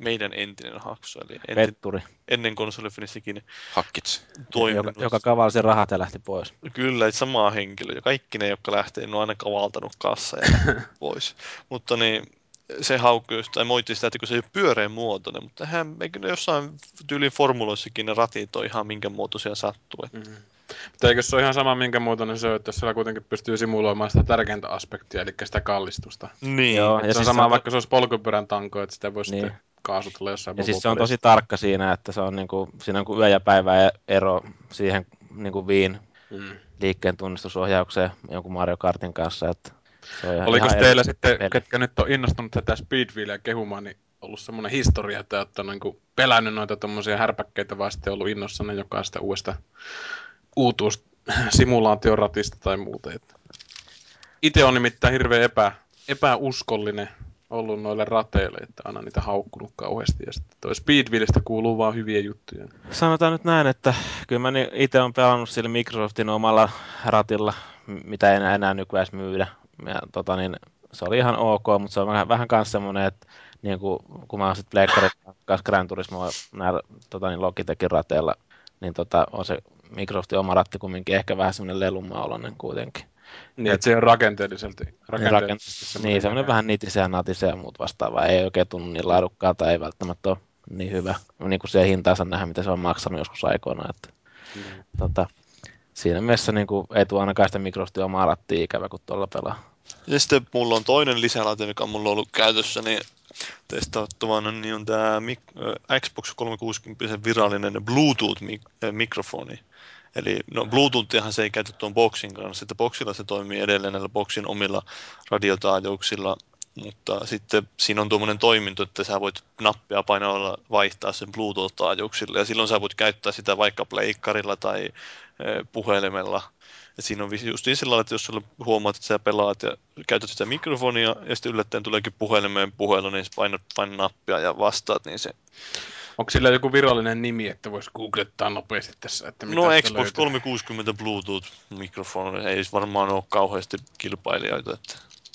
Petturi, ennen konsolifinissakin Hakkits. toiminut. joka kavalsi rahat ja lähti pois. Kyllä, että sama henkilö. Ja kaikki ne, jotka lähtee, ne on aina kavaltanut kassa ja lähtenyt pois. Mutta niin, se haukkui tai moitti sitä, että kun se ei ole pyöreän muotoinen, mutta eikö ne jossain tyylin formuloissakin ne ratit on ihan minkä muotoisia sattuu. Mutta eikö se ole ihan sama minkä muotoinen se on, että jos siellä kuitenkin pystyy simuloimaan sitä tärkeintä aspektia, eli sitä kallistusta. Niin. Joo, Se ja on siis sama, vaikka se olisi polkupyörän tanko, että sitä voi Niin. sitten kaasutella jossain Ja siis se on tosi tarkka siinä, että se on niinku, siinä on kuin yö ja päivä ero siihen niinku Viin liikkeen tunnistusohjaukseen jonkun Mario Kartin kanssa. Että se on Oliko ihan teillä sitten, peli. ketkä nyt on innostunut tätä Speedwheelia kehumaan, niin ollut semmoinen historia, että olette niinku pelännyt noita tommosia härpäkkeitä, vai sitten ollut innossanne jokaista uudesta uutuussimulaatioratista tai muuta. Itse on nimittäin hirveän epäuskollinen ollut noille rateille, että aina niitä haukkunut kauheasti. Ja sitten toi Speedwheelistä kuuluu vaan hyviä juttuja. Sanotaan nyt näin, että kyllä mä itse olen pelannut sillä Microsoftin omalla ratilla, mitä ei enää nykyään edes myydä. Ja, se oli ihan ok, mutta se on vähän myös semmoinen, että niin kun mä oon sitten Pleikkarin kanssa Gran Turismoa näillä Logitechin rateilla, niin on se Microsoftin oma ratti kumminkin ehkä vähän semmoinen lelumaaoloinen kuitenkin. Niin, että se on rakenteellisesti Niin, semmoinen vähän nitisen ja natisen ja muut vastaavaa. Ei oikein tunnu niin laadukkaalta, ei välttämättä ole niin hyvä. Niin kuin se hintaansa nähdä, mitä se on maksanut joskus aikoinaan. Siinä mielessä niin kuin, ei tule ainakaan sitä Microsoftin omaa rattia ikävä, kun tuolla pelaa. Ja sitten mulla on toinen lisälaite, mikä on mulla ollut käytössä, niin testattavana, niin on tämä Xbox 360 virallinen Bluetooth-mikrofoni. Eli no Bluetoothihan se ei käytä tuon boxin kanssa, että boxilla se toimii edelleen näillä boxin omilla radiotaajuuksilla, mutta sitten siinä on tuommoinen toiminto, että sä voit nappia painamalla vaihtaa sen Bluetooth-taajuuksille, ja silloin sä voit käyttää sitä vaikka pleikkarilla tai puhelimella. Et siinä on justiin sillä lailla, että jos sulla huomaat, että sä pelaat ja käytät sitä mikrofonia, ja sitten yllättäen tuleekin puhelimeen puhelu, niin painat nappia ja vastaat, niin se... Onko sillä joku virallinen nimi, että voisi googlettaa nopeasti tässä, että mitä No sitä Xbox löytyy? 360 Bluetooth-mikrofoni, ei varmaan ole kauheasti kilpailijoita. Että...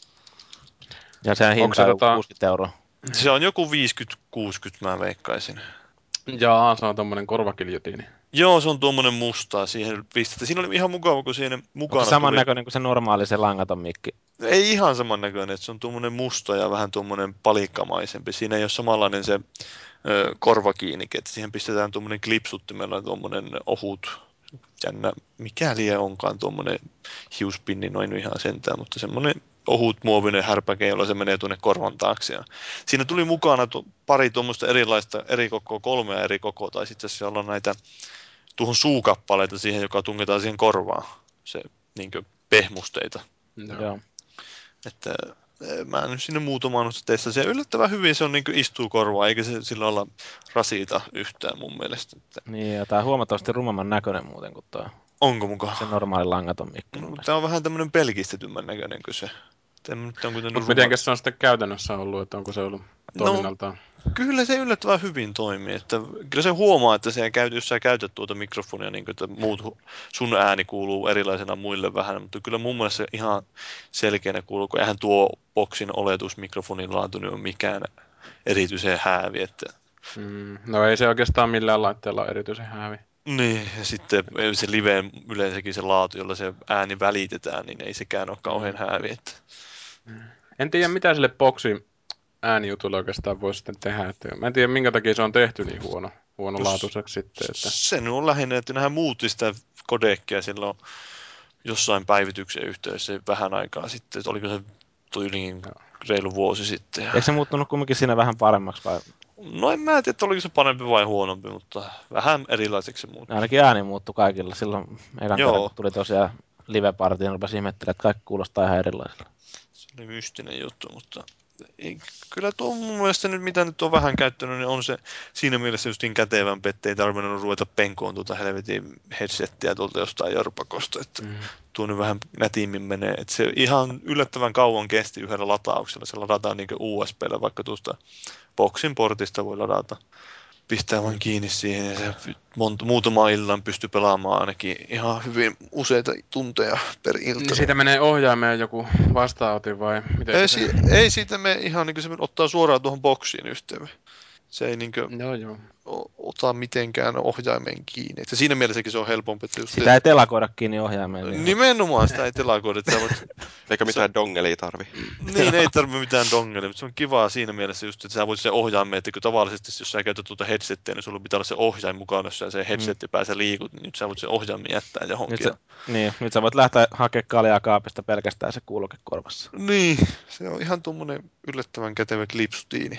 Ja sen hinta on 60 €. Se on joku 50-60, mä veikkaisin. Jaa, se on tommonen korvakiljotiini. Joo, se on tuommoinen musta, siihen pistettä. Siinä oli ihan mukava, kun siinä mukana Onko se samannäköinen kuin se normaali, se langaton mikki? Ei ihan samannäköinen, että se on tuommoinen musta ja vähän tuommoinen palikkamaisempi. Siinä ei ole samanlainen se korvakiinnike, että siihen pistetään tuommoinen klipsuttimella tuommoinen ohut, jännä, mikä liian onkaan tuommoinen hiuspinni, noin ihan sentään, mutta semmoinen ohut muovinen härpäke, jolla se menee tuonne korvan taakse. Ja siinä tuli mukana pari tuommoista erilaista eri kokoa, 3 eri kokoa, tai sitten se olla näitä tuohon suukappaleita siihen, joka tungetaan siihen korvaan, se niinkö pehmusteita. Joo. Että mä nyt sinne muutamaan testasin. Ja yllättävän hyvin se on niin kuin istuu korvaa, eikä se sillä olla rasita yhtään mun mielestä. Että... Niin, ja tää on huomattavasti rumemman näköinen muuten kuin tuo. Onko mukaan? Se normaali langaton mikki. No, tämä on vähän tämmöinen pelkistetymmän näköinen kuin se. Mutta mitenkä se on sitten käytännössä ollut, että onko se ollut toiminnaltaan? No, kyllä se yllättävän hyvin toimii. Että, kyllä se huomaa, että jos sä käytät tuota mikrofonia, niin kuin, että sun ääni kuuluu erilaisena muille vähän, mutta kyllä mun mielestä se ihan selkeänä kuuluu, kun eihän tuo boksin oletus mikrofonin laatu niin ole mikään erityisen häävi. Että No ei se oikeastaan millään laitteella ole erityisen hävi. Niin, ja sitten se live yleensäkin se laatu, jolla se ääni välitetään, niin ei sekään ole kauhean häävi. Että... En tiedä, mitä sille boxin äänijutulle oikeastaan voi sitten tehdä. Että mä en tiedä, minkä takia se on tehty niin huonolaatuiseksi sitten. Että... Se nyt on lähinnä, että nehän muutti sitä kodekkia silloin jossain päivityksen yhteydessä vähän aikaa sitten. Että oliko se tyyliin reilu vuosi sitten. Eikö se muuttunut kumminkin siinä vähän paremmaksi vai? No en mä tiedä, että oliko se parempi vai huonompi, mutta vähän erilaiseksi se muuttui. Ainakin ääni muuttui kaikilla. Silloin ekan Joo. kerran, kun tuli tosiaan live-partiin, rupesi ihmettelemään, että kaikki kuulostaa ihan erilaiselta. Se oli mystinen juttu, mutta kyllä tuo mun mielestä nyt, mitä nyt on vähän käyttänyt, niin on se siinä mielessä justiin kätevämpi, ettei tarvinnut ruveta penkoon tuota helvetin headsettiä tuolta jostain jorpakosta, että tuo nyt vähän nätimmin menee. Että se ihan yllättävän kauan kesti yhdellä latauksella, se ladataan niin USB:llä, vaikka tuosta boxin portista voi ladata. Pistää vain kiinni siihen ja se muutama illan pystyy pelaamaan ainakin ihan hyvin useita tunteja per ilta. Niin siitä menee ohjaimeen joku vastaanotin vai miten Ei siitä mene ihan niin kuin se ottaa suoraan tuohon boksiin yhteyden. Se ei niin kuin Joo. ota mitenkään ohjaimen kiinni. Että siinä mielessäkin se on helpompi. Että just Sitä ei telakoida kiinni ohjaimeen. Niin nimenomaan sitä ei telakoida. Että Eikä mitään dongelia tarvi. Niin, ei tarvitse mitään dongelia, mutta se on kivaa siinä mielessä just, että sä voit se ohjaimen, että kun tavallisesti jos sä käytät tuota headsettiä, niin sulla pitää olla se ohjain mukana, jos sä se headsetti päässä liikut, niin nyt sä voit se ohjaimen jättää johonkin. Nyt sä voit lähteä hakemaan kaljaa kaapista pelkästään se kuuloke korvassa. Niin, se on ihan tuommoinen yllättävän kätevä klipsutiini.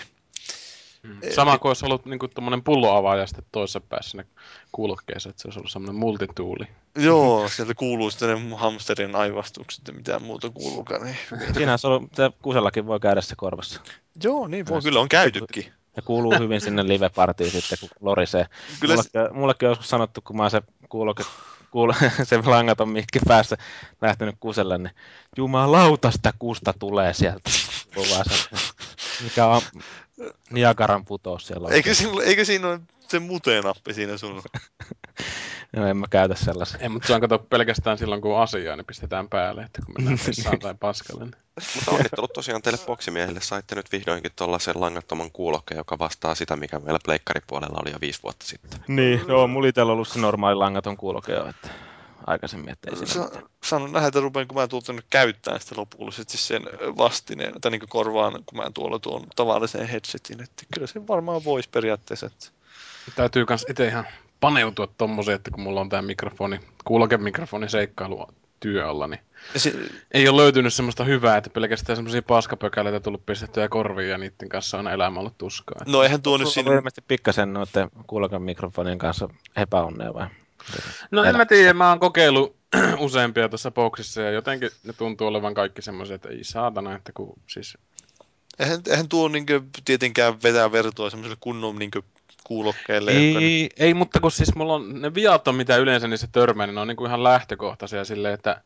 Sama kuin olisi ollut niinku tommonen pulloavaaja sitten toisessa päässä ne kuulokkeessa, että se olisi ollut semmoinen multituuli. Joo, sieltä kuuluu sitten ne hamsterin aivastukset ja mitään muuta kuuluukaan. Niin. Siinähän se Kusellakin voi käydä se korvassa. Joo, niin voi, kyllä on käytykin. Ja kuuluu hyvin sinne live-partiin sitten, kun lorisee. Mullekin on joskus sanottu, kun mä oon se se langaton mikki päässä lähtenyt Kuselle, niin jumalauta sitä kusta tulee sieltä. Mikä on Niagaran putous siellä. Eikö siinä ole se mute-nappi siinä sun? No en mä käytä sellaisen. Ei, mutta se on kato pelkästään silloin, kun on asiaa, niin pistetään päälle, että kun mennään vessaan tai paskalle. Niin. Mutta onnittelut tosiaan teille boksimiehille. Saitte nyt vihdoinkin tuollaisen langattoman kuulokkeen, joka vastaa sitä, mikä meillä pleikkaripuolella oli jo 5 vuotta sitten. Niin, joo, mulla itsellä ollut se normaali langaton kuuloke jo, että aikaisemmin, ettei siinä Sanon nähdä, että rupean, kun mä tulen tänne käyttämään sitä lopullisesti sen vastineen, tai niin korvaan, kun mä tuon tavalliseen headsetin, että kyllä se varmaan voisi periaatteessa. Että... Täytyy kans itse ihan paneutua tommoseen, että kun mulla on tää kuulokemikrofoni seikkailu työ alla, niin ei ole löytynyt semmoista hyvää, että pelkästään semmoisia paskapökäleitä tullut pistettyä korviin ja niiden kanssa on elämä ollut tuskaa. No eihän tuo nyt siinä... ilmeisesti pikkasen noiden kuulokemikrofonien kanssa epäonnea vai? No en mä tiedä, mä oon kokeillut useampia tuossa boksissa ja jotenkin ne tuntuu olevan kaikki semmoisia, että ei saatana, että kun siis... Eihän tuo niinkö tietenkään vetää vertoa semmoiselle kunnon niinkö kuulokkeelle. Ei, mutta kun siis mulla on ne viat on mitä yleensä niissä törmää, niin ne on niinku ihan lähtökohtaisia silleen, että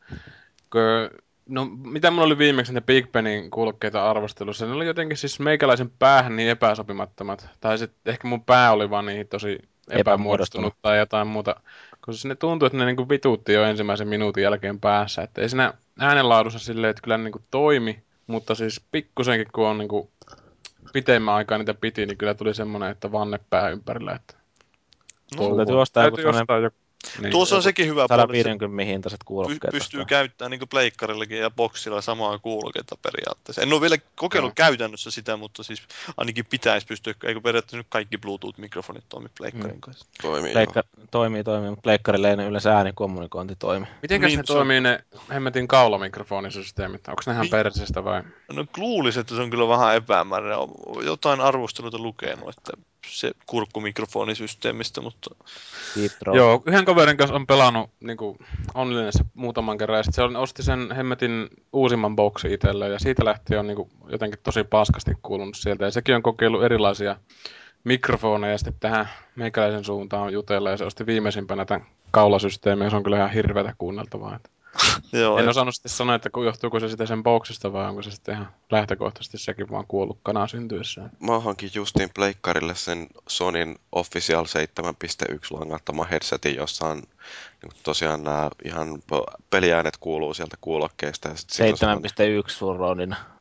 no mitä mulla oli viimeksi ne Big Benin kuulokkeita arvostelussa, ne oli jotenkin siis meikäläisen päähän niin epäsopimattomat. Tai sitten ehkä mun pää oli vaan niin tosi epämuodostunut tai jotain muuta. Koska ne tuntuu, että ne niinku vituutti jo ensimmäisen minuutin jälkeen päässä. Että ei siinä äänenlaadussa silleen, että kyllä ne niinku toimi, mutta siis pikkusenkin kun on niinku pitemmän aikaa niitä piti, niin kyllä tuli semmoinen, että vanne pää ympärillä. Että täytyy ostaa joku niin. Tuossa on sekin hyvä 150 hintaiset kuulokkeet. Pystyy käyttämään niin pleikkarillakin ja boksilla samaa kuuloketta periaatteessa. En ole vielä kokeillut käytännössä sitä, mutta siis ainakin pitäisi pystyä, eikö periaatteessa nyt kaikki Bluetooth-mikrofonit toimi pleikkarin kanssa? Toimii, mutta pleikkarille ei yleensä äänikommunikointi toimi. Mitenkäs ne toimii ne hemmetin kaulamikrofoниsysteemit? Onko ne ihan persestä vai? No luulisin, että se on kyllä vähän epämääräinen. Jotain arvosteluita lukenut, että se kurkkumikrofonissysteemistä, mutta... Joo, yhden kaverin kanssa on pelannut niin Onlinessa muutaman kerran, ja se osti sen hemmetin uusimman boksi itselleen, ja siitä lähtien on niin kuin, jotenkin tosi paskasti kuulunut sieltä, ja sekin on kokeillut erilaisia mikrofoneja sitten tähän meikäläisen suuntaan jutella, ja se osti viimeisimpänä tämän kaulasysteemiä, ja se on kyllä ihan hirveätä kuunneltavaa. Joo, en osannut sitten sanoa, että johtuuko se sitä sen boksista vai onko se sitten ihan lähtökohtaisesti sekin vaan kuollut kanaa syntyessään. Mä hankin justiin pleikkarille sen Sonyn Official 7.1 langattoman headsetin, jossa on tosiaan nämä ihan peliäänet kuuluu sieltä kuulokkeista. 7.1 surroundina.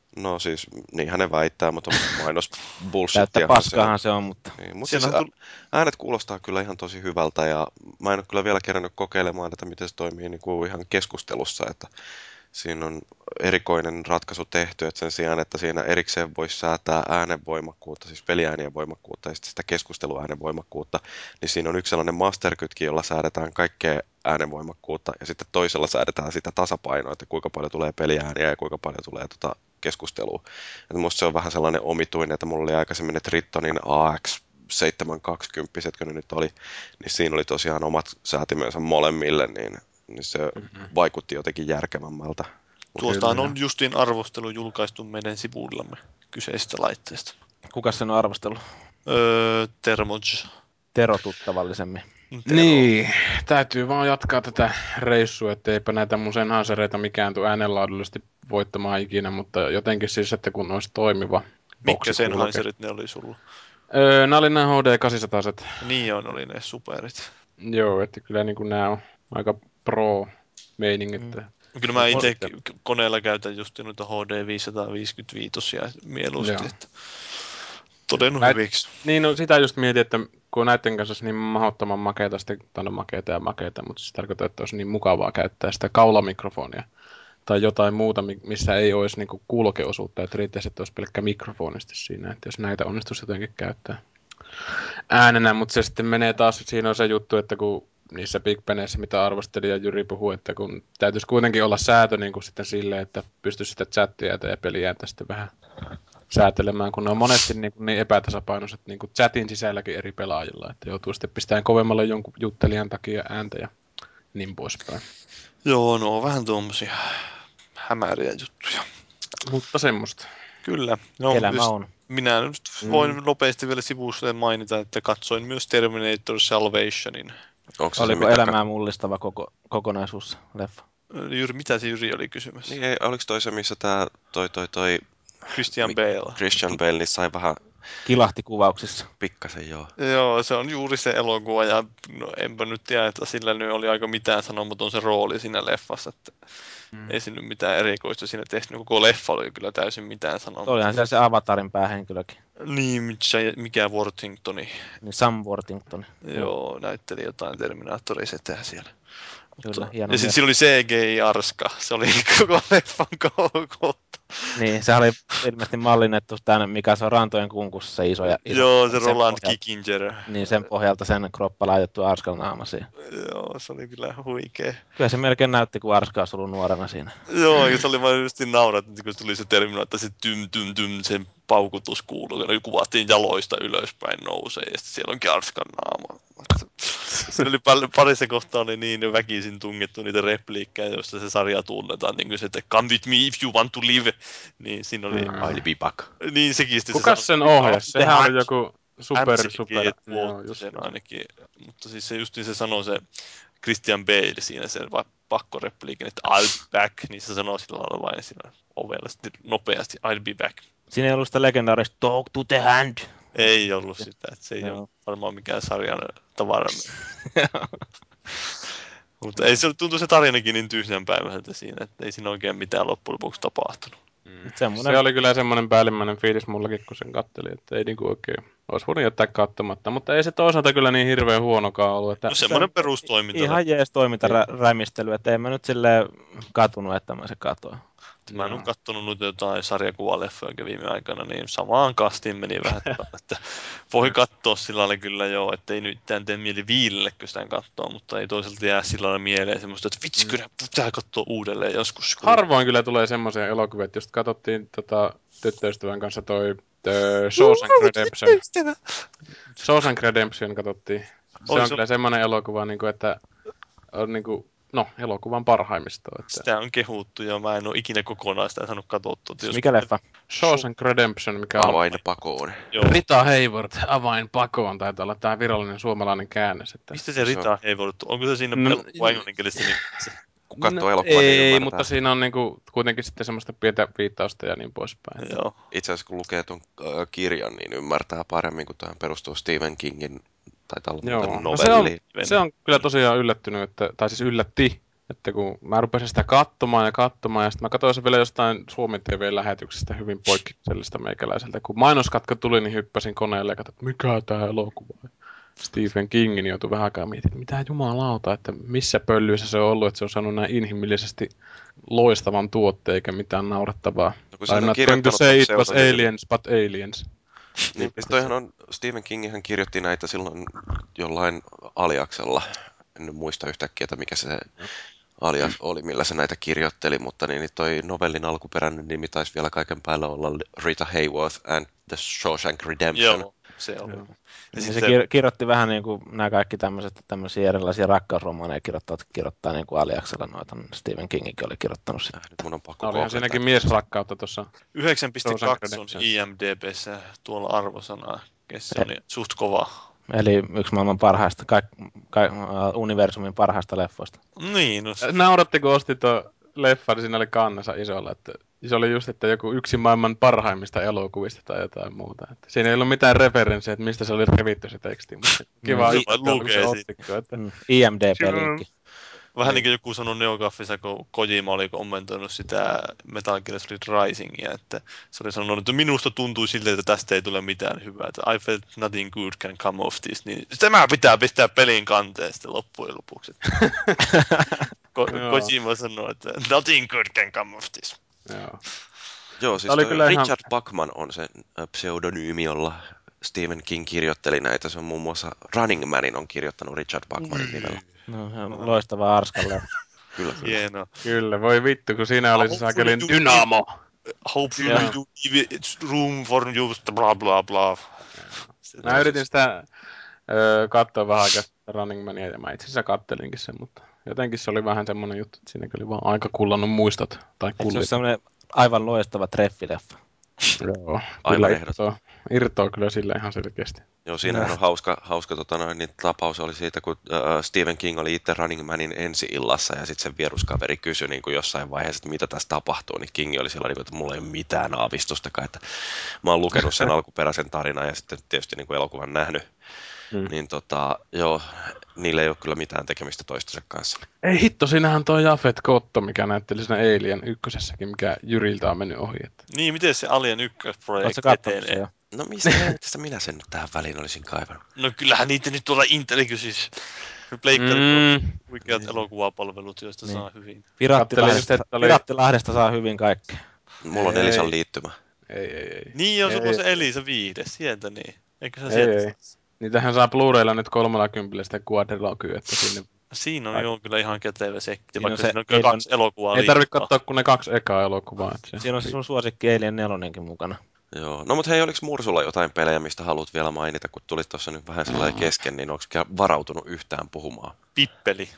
No siis, niin hänen väittää, mutta mainos Täyttä bullshittiahan paskaahan se on, mutta Niin, mutta siis Siellähän äänet kuulostaa kyllä ihan tosi hyvältä ja mä en ole kyllä vielä kerännyt kokeilemaan, että miten se toimii niin kuin ihan keskustelussa, että siinä on erikoinen ratkaisu tehty, että sen sijaan, että siinä erikseen voisi säätää äänenvoimakkuutta, siis peliäänien voimakkuutta ja sitten sitä keskusteluäänen voimakkuutta, niin siinä on yksi sellainen masterkytki, jolla säädetään kaikkea äänenvoimakkuutta ja sitten toisella säädetään sitä tasapainoa, että kuinka paljon tulee peliääniä ja kuinka paljon tulee keskustelua. Että musta se on vähän sellainen omituinen, että mulla oli aikaisemmin ne Trittonin AX 720, kun ne nyt oli, niin siinä oli tosiaan omat säätimensä molemmille, niin se vaikutti jotenkin järkevämmältä. tuostahan on justiin arvostelu julkaistu meidän sivuillamme kyseisestä laitteesta. kuka sen on arvostellut? Termoj. Tero tuttavallisemmin. Niin, täytyy vaan jatkaa tätä reissua, etteipä näitä mun senhaasereita mikään tule äänenlaadullisesti voittamaan ikinä, mutta jotenkin siis, että kun olisi toimiva Mitkä boksi Sennheiserit ne oli sulla? Nämä oli nämä HD 800. Niin on, oli ne superit. Joo, että kyllä niin kuin nämä on aika pro-meiningit. Kyllä mä itse koneella käytän just noita HD 555 mieluusti, Joo. että todennut hyviksi. Niin, no sitä just mietin, että kun näiden kanssa olisi niin mahdottoman makeita, makeita ja makeita, mutta se tarkoittaa, että olisi niin mukavaa käyttää sitä kaulamikrofonia tai jotain muuta, missä ei olisi niin kuulokeosuutta, että riittäisi, että olisi pelkkä mikrofonisti siinä, että jos näitä onnistuisi jotenkin käyttää äänenä, mutta se sitten menee taas, siinä on se juttu, että kun niissä Big Beneissä, mitä arvostelija Jyri puhui, että kun täytyisi kuitenkin olla säätö niin kuin sitten silleen, että pystyisi sitä chattiääntä ja peliääntä sitten vähän säätelemään, kun ne on monesti niin epätasapainoiset niin kuin chatin sisälläkin eri pelaajilla, että joutuu sitten pistämään kovemmalle jonkun juttelijan takia ääntä ja niin poispäin. Joo, no on vähän tuommoisia hämäriä juttuja. Mutta semmoista. Kyllä. No, Elämä on. minä nyt voin nopeasti vielä sivusta mainita, että katsoin myös Terminator Salvationin. Onko se Oliko mitä elämää mullistava kokonaisuus leffa? Jyri, mitä se Jyri oli kysymässä? Niin, oliko toi se, missä tää toi Christian Bale. Christian Bale, niin sai vähän Kilahti kuvauksissa. pikkasen joo. Joo, se on juuri se elokuva ja no, enpä nyt tiedä, että sillä nyt oli aika mitään sanomaton se rooli siinä leffassa, että ei siinä nyt mitään erikoista siinä tehty. Koko leffa oli kyllä täysin mitään sanomaton. Olihan se Avatarin päähenkilökin. Niin, mikä Worthingtoni. Niin Sam Worthington. Joo, näytteli jotain Terminaattorisetää siellä. Kyllä, hieno Ja sitten siinä oli CGI-arska. Se oli koko leffan kohta. Niin, se oli ilmeisesti mallinnettu tämän, mikä se on Rantojen kunkussa, se iso. Joo, se sen Roland pohjalta. Kickinger. Niin, sen pohjalta sen kroppa laitettu Arskan naamasiin. Joo, se oli kyllä huikea. Kyllä se melkein näytti, kun Arska olisi ollut nuorena siinä. Joo, ja se oli vaan just naurattu, kun tuli se terminaali, että se tym, sen paukutus kuuluu. Ja kuvattiin jaloista ylöspäin nousee, ja sitten siellä onkin Arskan naama. Se oli parissa kohtaa oli niin väkisin tungettu niitä repliikkejä, joista se sarja tunnetaan, niin kuin se, että come with me if you want to live. Niin siinä oli... I'll be back. Niin sekin sitten Kukas sen ohjasi? Sehän oli joku super. Joo, sen ainakin. Mutta siis se justiin se sanoi se Christian Bale siinä sen pakkorepliikin, että I'll be back, niin se sanoo sillä lailla vain siinä ovella sitten nopeasti, I'll be back. Siinä ei ollut sitä legendaarista talk to the hand. Ei ollut sitä, että se ei ole varmaan mikään sarjan tavara. Mutta ei se tuntuu se tarinakin niin tyhjänpäiväiseltä siinä, että ei siinä oikein mitään loppujen lopuksi tapahtunut. Se oli kyllä semmoinen päällimmäinen fiilis mullakin, kun sen kattelin, että ei niinku oikein olisi voinut jättää katsomatta, mutta ei se toisaalta kyllä niin hirveän huonokaan ollut. Että no semmoinen perustoiminta. Ihan jees toimintarämistely, että en mä nyt silleen katunut, että mä se katoin. Mä en ole kattonut nyt jotain sarjakuvaleffoja viime aikana, niin samaan kastiin meni vähän, että voi katsoa sillä lailla kyllä joo, että ei nyt tee mieli viilellekö sitä katsoa, mutta ei toisaalta jää sillä lailla mieleen semmoista, että vitsi kyllä pitää katsoa uudelleen joskus. Harvoin kyllä tulee semmoisia elokuvia, että just katsottiin tyttöystävän kanssa toi Shawshank Redemption. Shawshank Redemption katsottiin. Se on kyllä semmoinen elokuva, että on elokuvan parhaimmistoa. Että... Sitä on kehuttu ja mä en ole ikinä kokonaan sitä saanut katsottua. Mikä leffa? Shawshank Redemption, mikä on... Avainpakoon. Rita Hayworth, avainpakoon, taitaa olla tämä virallinen suomalainen käännös. Että... Mistä se Rita Hayworth? Onko se siinä englanninkielistä nimessä? Kun katsoo elokuvan, niin ei, ymmärtää. mutta siinä on kuitenkin sitten semmoista pientä viittausta ja niin poispäin. Joo. Itse asiassa kun lukee tuon kirjan, niin ymmärtää paremmin, kun tämä perustuu Stephen Kingin taitaa olla Joo. novelli. Se on kyllä tosiaan yllättynyt, tai siis yllätti, Että kun mä rupesin sitä katsomaan, ja sitten mä katsoin sen vielä jostain Suomen TV-lähetyksestä hyvin poikkeuksellista meikäläiseltä. Kun mainoskatko tuli, niin hyppäsin koneelle ja katsoin, että mikä tää elokuva on. Stephen Kingin joutui vähän aikaa miettimään, että mitä jumalauta, että missä pöllyissä se on ollut, että se on saanut näin inhimillisesti loistavan tuotteen eikä mitään naurettavaa. No, kun sen I'm on not going to kirjoittanut say ton it was pseudonyymin. aliens, but aliens. Niin, toihan on, Stephen Kingihän kirjoitti näitä silloin jollain aliaksella. En nyt muista yhtäkkiä, että mikä se alias oli, millä se näitä kirjoitteli, mutta niin toi novellin alkuperäinen nimi taisi vielä kaiken päällä olla Rita Hayworth and the Shawshank Redemption. Joo, se oli. Joo. Ja Niin sitten, se kirjoitti vähän niin kuin nämä kaikki tämmöisiä erilaisia rakkausromaaneja kirjoittaa niin kuin aliaksella noita. Stephen Kingikin oli kirjoittanut sitä. Nyt mun on pakko Olihan googlettaa. siinäkin miesrakkautta tuossa. 9.2 on IMDb:ssä tuolla arvosana. Se oli suht kova. Eli yksi maailman parhaista, universumin parhaista leffoista. Niin, no, Nauratti, kun osti tuon leffan, niin siinä oli kannessa isolla, että se oli just, että joku yksi maailman parhaimmista elokuvista tai jotain muuta. Että siinä ei ollut mitään referenssiä, että mistä se oli revitty se teksti, mutta kiva se itse vain lukee se siitä. otsikko, että IMDb-linkki. Vähän niin kuin joku sanoi Neogaffissa, kun Kojima oli kommentoinut sitä Metal Gear Solid Risingia, että se oli sanonut, että minusta tuntui siltä, että tästä ei tule mitään hyvää, että I felt nothing good can come of this, niin tämä pitää pistää pelin kanteen sitten loppujen lopuksi. Kojima sanoi, että nothing good can come of this. Joo. Joo, siis oli toi kyllä ihan- Richard Bachman on se pseudonyymi, jolla Stephen King kirjoitteli näitä. Se on muun muassa Running Manin on kirjoittanut Richard Bachmanin nimellä. No, se on loistava arskalle. Kyllä. Hienoa. Kyllä, voi vittu, kun siinä oli se saakelin Dynamo. Hopefully you do give it room for you, bla bla bla. Mä yritin sitä katsoa vähän aikaa Running Mania, ja mä itse asiassa kattelinkin sen, mutta jotenkin se oli vähän semmoinen juttu, että siinäkin oli vaan aika kullannut muistot. Tai Se on kullit. semmoinen aivan loistava treffileffa. Joo, Aivan kyllä ehdoton. irtoaa kyllä sille ihan selkeästi. Joo, siinähän on hauska niin tapaus oli siitä, kun Stephen King oli itse Running Manin ensi-illassa ja sitten sen vieruskaveri kysyi niin kuin jossain vaiheessa, että mitä tässä tapahtuu, niin King oli sillä niin kuin, että mulla ei ole mitään aavistustakaan, että mä oon lukenut sen alkuperäisen tarinan ja sitten tietysti niin kuin elokuvan nähnyt. Niin joo, niillä ei ole kyllä mitään tekemistä toistensa kanssa. Ei hitto, siinähän toi Jafet Kotto, mikä näytteli siinä Alien ykkösessäkin, mikä Jyriltä on mennyt ohi. Että... Niin, miten se Alien Oletko 1-projekti katsonut sen etenee? jo? No mistä helvetistä minä sen nyt tähän väliin olisin kaivannut? No kyllähän niitä nyt tuolla Intellikysis. Pleikkarilla on huikeat elokuvapalvelut, joista Niin. saa hyvin. Pirattilahdesta saa hyvin kaikkea. Mulla on Ei. Elisan liittymä. Ei. Niin, jos sulla on se Ei. Elisa viihde, sieltä niin. Eikö sä Ei. sieltä? Niitähän saa Blu-raylla nyt 30 sitä quadrilogyä, että sinne... Siinä on joo kyllä ihan kätevä setti, Siinä vaikka on se siinä on kyllä Alien- 2 elokuvaa Ei tarvitse liikaa. katsoa kuin ne 2 ekaa elokuvaa. Että se... Siinä on se sun suosikki Alien 4 mukana. Joo. No mut hei, oliko Mursulla jotain pelejä, mistä haluat vielä mainita, kun tulit tuossa nyt vähän sellainen kesken, niin onko varautunut yhtään puhumaan? Pippeli.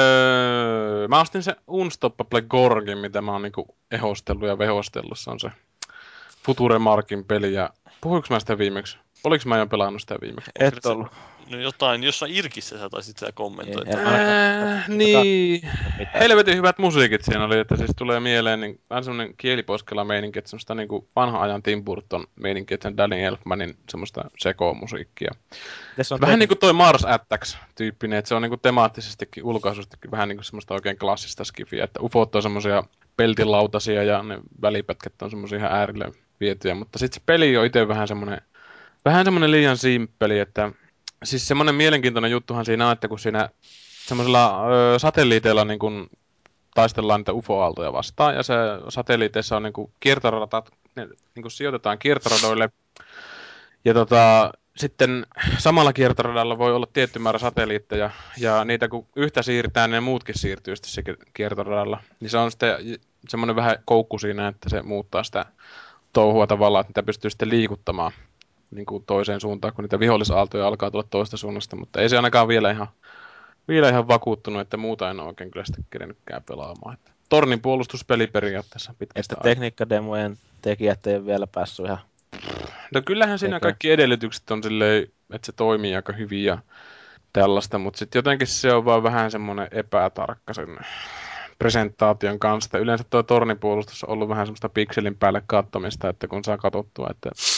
Mä ostin se Unstoppable Gorgin, mitä mä oon niinku ehostellut ja vehostellut. Se on se Future Markin peli. Ja puhuinko mä sitä viimeksi? Oliko mä jo pelannut sitä viimeksi? Et ollut. No jotain, jossain Irkissä sä taisit sitä kommentoida. Niin. Helvetin hyvät musiikit siinä oli, että siis tulee mieleen niin vähän semmonen kieliposkella meininki, että semmoista niinku vanhan ajan Tim Burton meininki, että sen Danny Elfmanin semmoista sekomusiikkia. Vähän niinku toi Mars Attacks -tyyppinen, että se on niinku temaattisestikin, ulkaisustikin vähän niinku semmoista oikein klassista skifiä, että ufot on semmosia peltilautasia ja ne välipätkät on semmosia ihan äärille vietyjä, mutta sitten se peli on itse vähän semmonen liian simppeli, että siis semmonen mielenkiintoinen juttuhan siinä on, että kun siinä semmoisella satelliiteilla niin kun taistellaan niitä UFO-aaltoja vastaan, ja se satelliiteissa on niin kun kiertoradat, ne niin kun sijoitetaan kiertoradoille, ja sitten samalla kiertoradalla voi olla tietty määrä satelliitteja, ja niitä kun yhtä siirretään, niin ne muutkin siirtyy sitten se kiertoradalla. Niin se on sitten semmoinen vähän koukku siinä, että se muuttaa sitä touhua tavallaan, että niitä pystyy sitten liikuttamaan niin kuin toiseen suuntaan, kun niitä vihollisaaltoja alkaa tulla toista suunnasta, mutta ei se ainakaan vielä ihan vakuuttunut, että muuta en ole oikein kyllä sitten kerennytkään pelaamaan. Että tornin puolustuspeli periaatteessa pitkästä aikaa. Tekniikkademojen tekijät ei ole vielä päässyt ihan... No kyllähän siinä kaikki edellytykset on silleen, että se toimii aika hyvin ja tällaista, mutta sitten jotenkin se on vaan vähän semmoinen epätarkka sen presentaation kanssa. Yleensä tuo tornipuolustus on ollut vähän semmoista pikselin päälle katsomista, että kun saa katsottua, että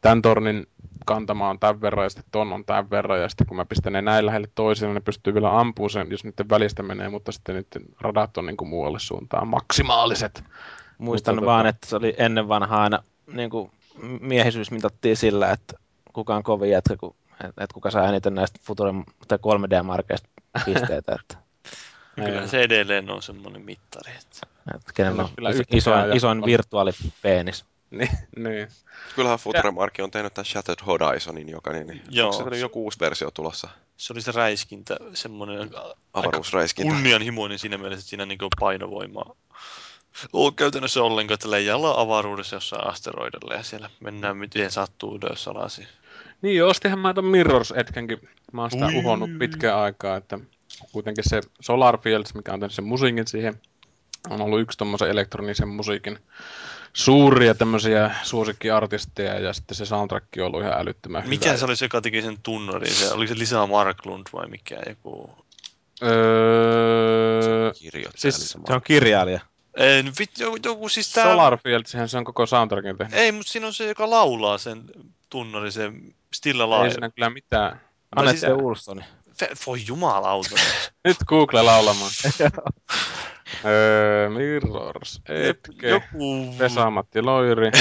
tämän tornin kantama on tämän verran ja sitten ton on tämän verran ja sitten kun mä pistän ne näin lähelle toisiaan, ne pystyy vielä ampumaan sen, jos niiden välistä menee, mutta sitten niiden radat on niinku muualle suuntaan maksimaaliset. Muistan Mutta vaan, että se oli ennen vanhaa aina niin kuin miehisyys mitattiin sillä, että kuka on kovin jätkä, että kuka saa eniten näistä Futuren tai 3D-markeista pisteitä. Että Kyllä se edelleen on semmoinen mittari. kenellä on kyllä yhtäkään isoin virtuaalipeenis. niin. Kyllähän Futuremark on tehnyt tämän Shattered Horizonin, joka niin. Joo. Onko se nyt joku uusi versio tulossa? Se oli se räiskintä, semmoinen Avaruusräiskintä. kunnianhimoinen siinä mielessä, että siinä niinku painovoimaa on käytännössä ollenkaan, että leijaillaan avaruudessa jossain asteroidilla ja siellä mennään miten sattuu ylös alasi. Niin joo, ostihan mä ton Mirrors-etkenkin. Mä oon sitä uhonnut pitkään aikaa, että kuitenkin se Solar Fields, mikä on tehnyt sen musiikin siihen, on ollut yksi tommosen elektronisen musiikin suuria tämmöisiä suosikkiartisteja ja sitten se soundtrack on ollut ihan älyttömän hyvä. Mikä se oli se, joka teki sen tunnarin? Oliko se Lisa Marklund vai mikä joku? Kirjoittaja. Siis se on kirjailija. Ei, joku siis tää... Solar Fields, se on koko soundtrackin tehnyt. Ei, mutta siinä on se, joka laulaa sen tunnari, se Still Alive. Ei siinä kyllä mitään. Anette Ulfsson. Voi jumalauta. Nyt Google laulamaan. Mirrors, etke, Joku... Vesa-Matti Loiri.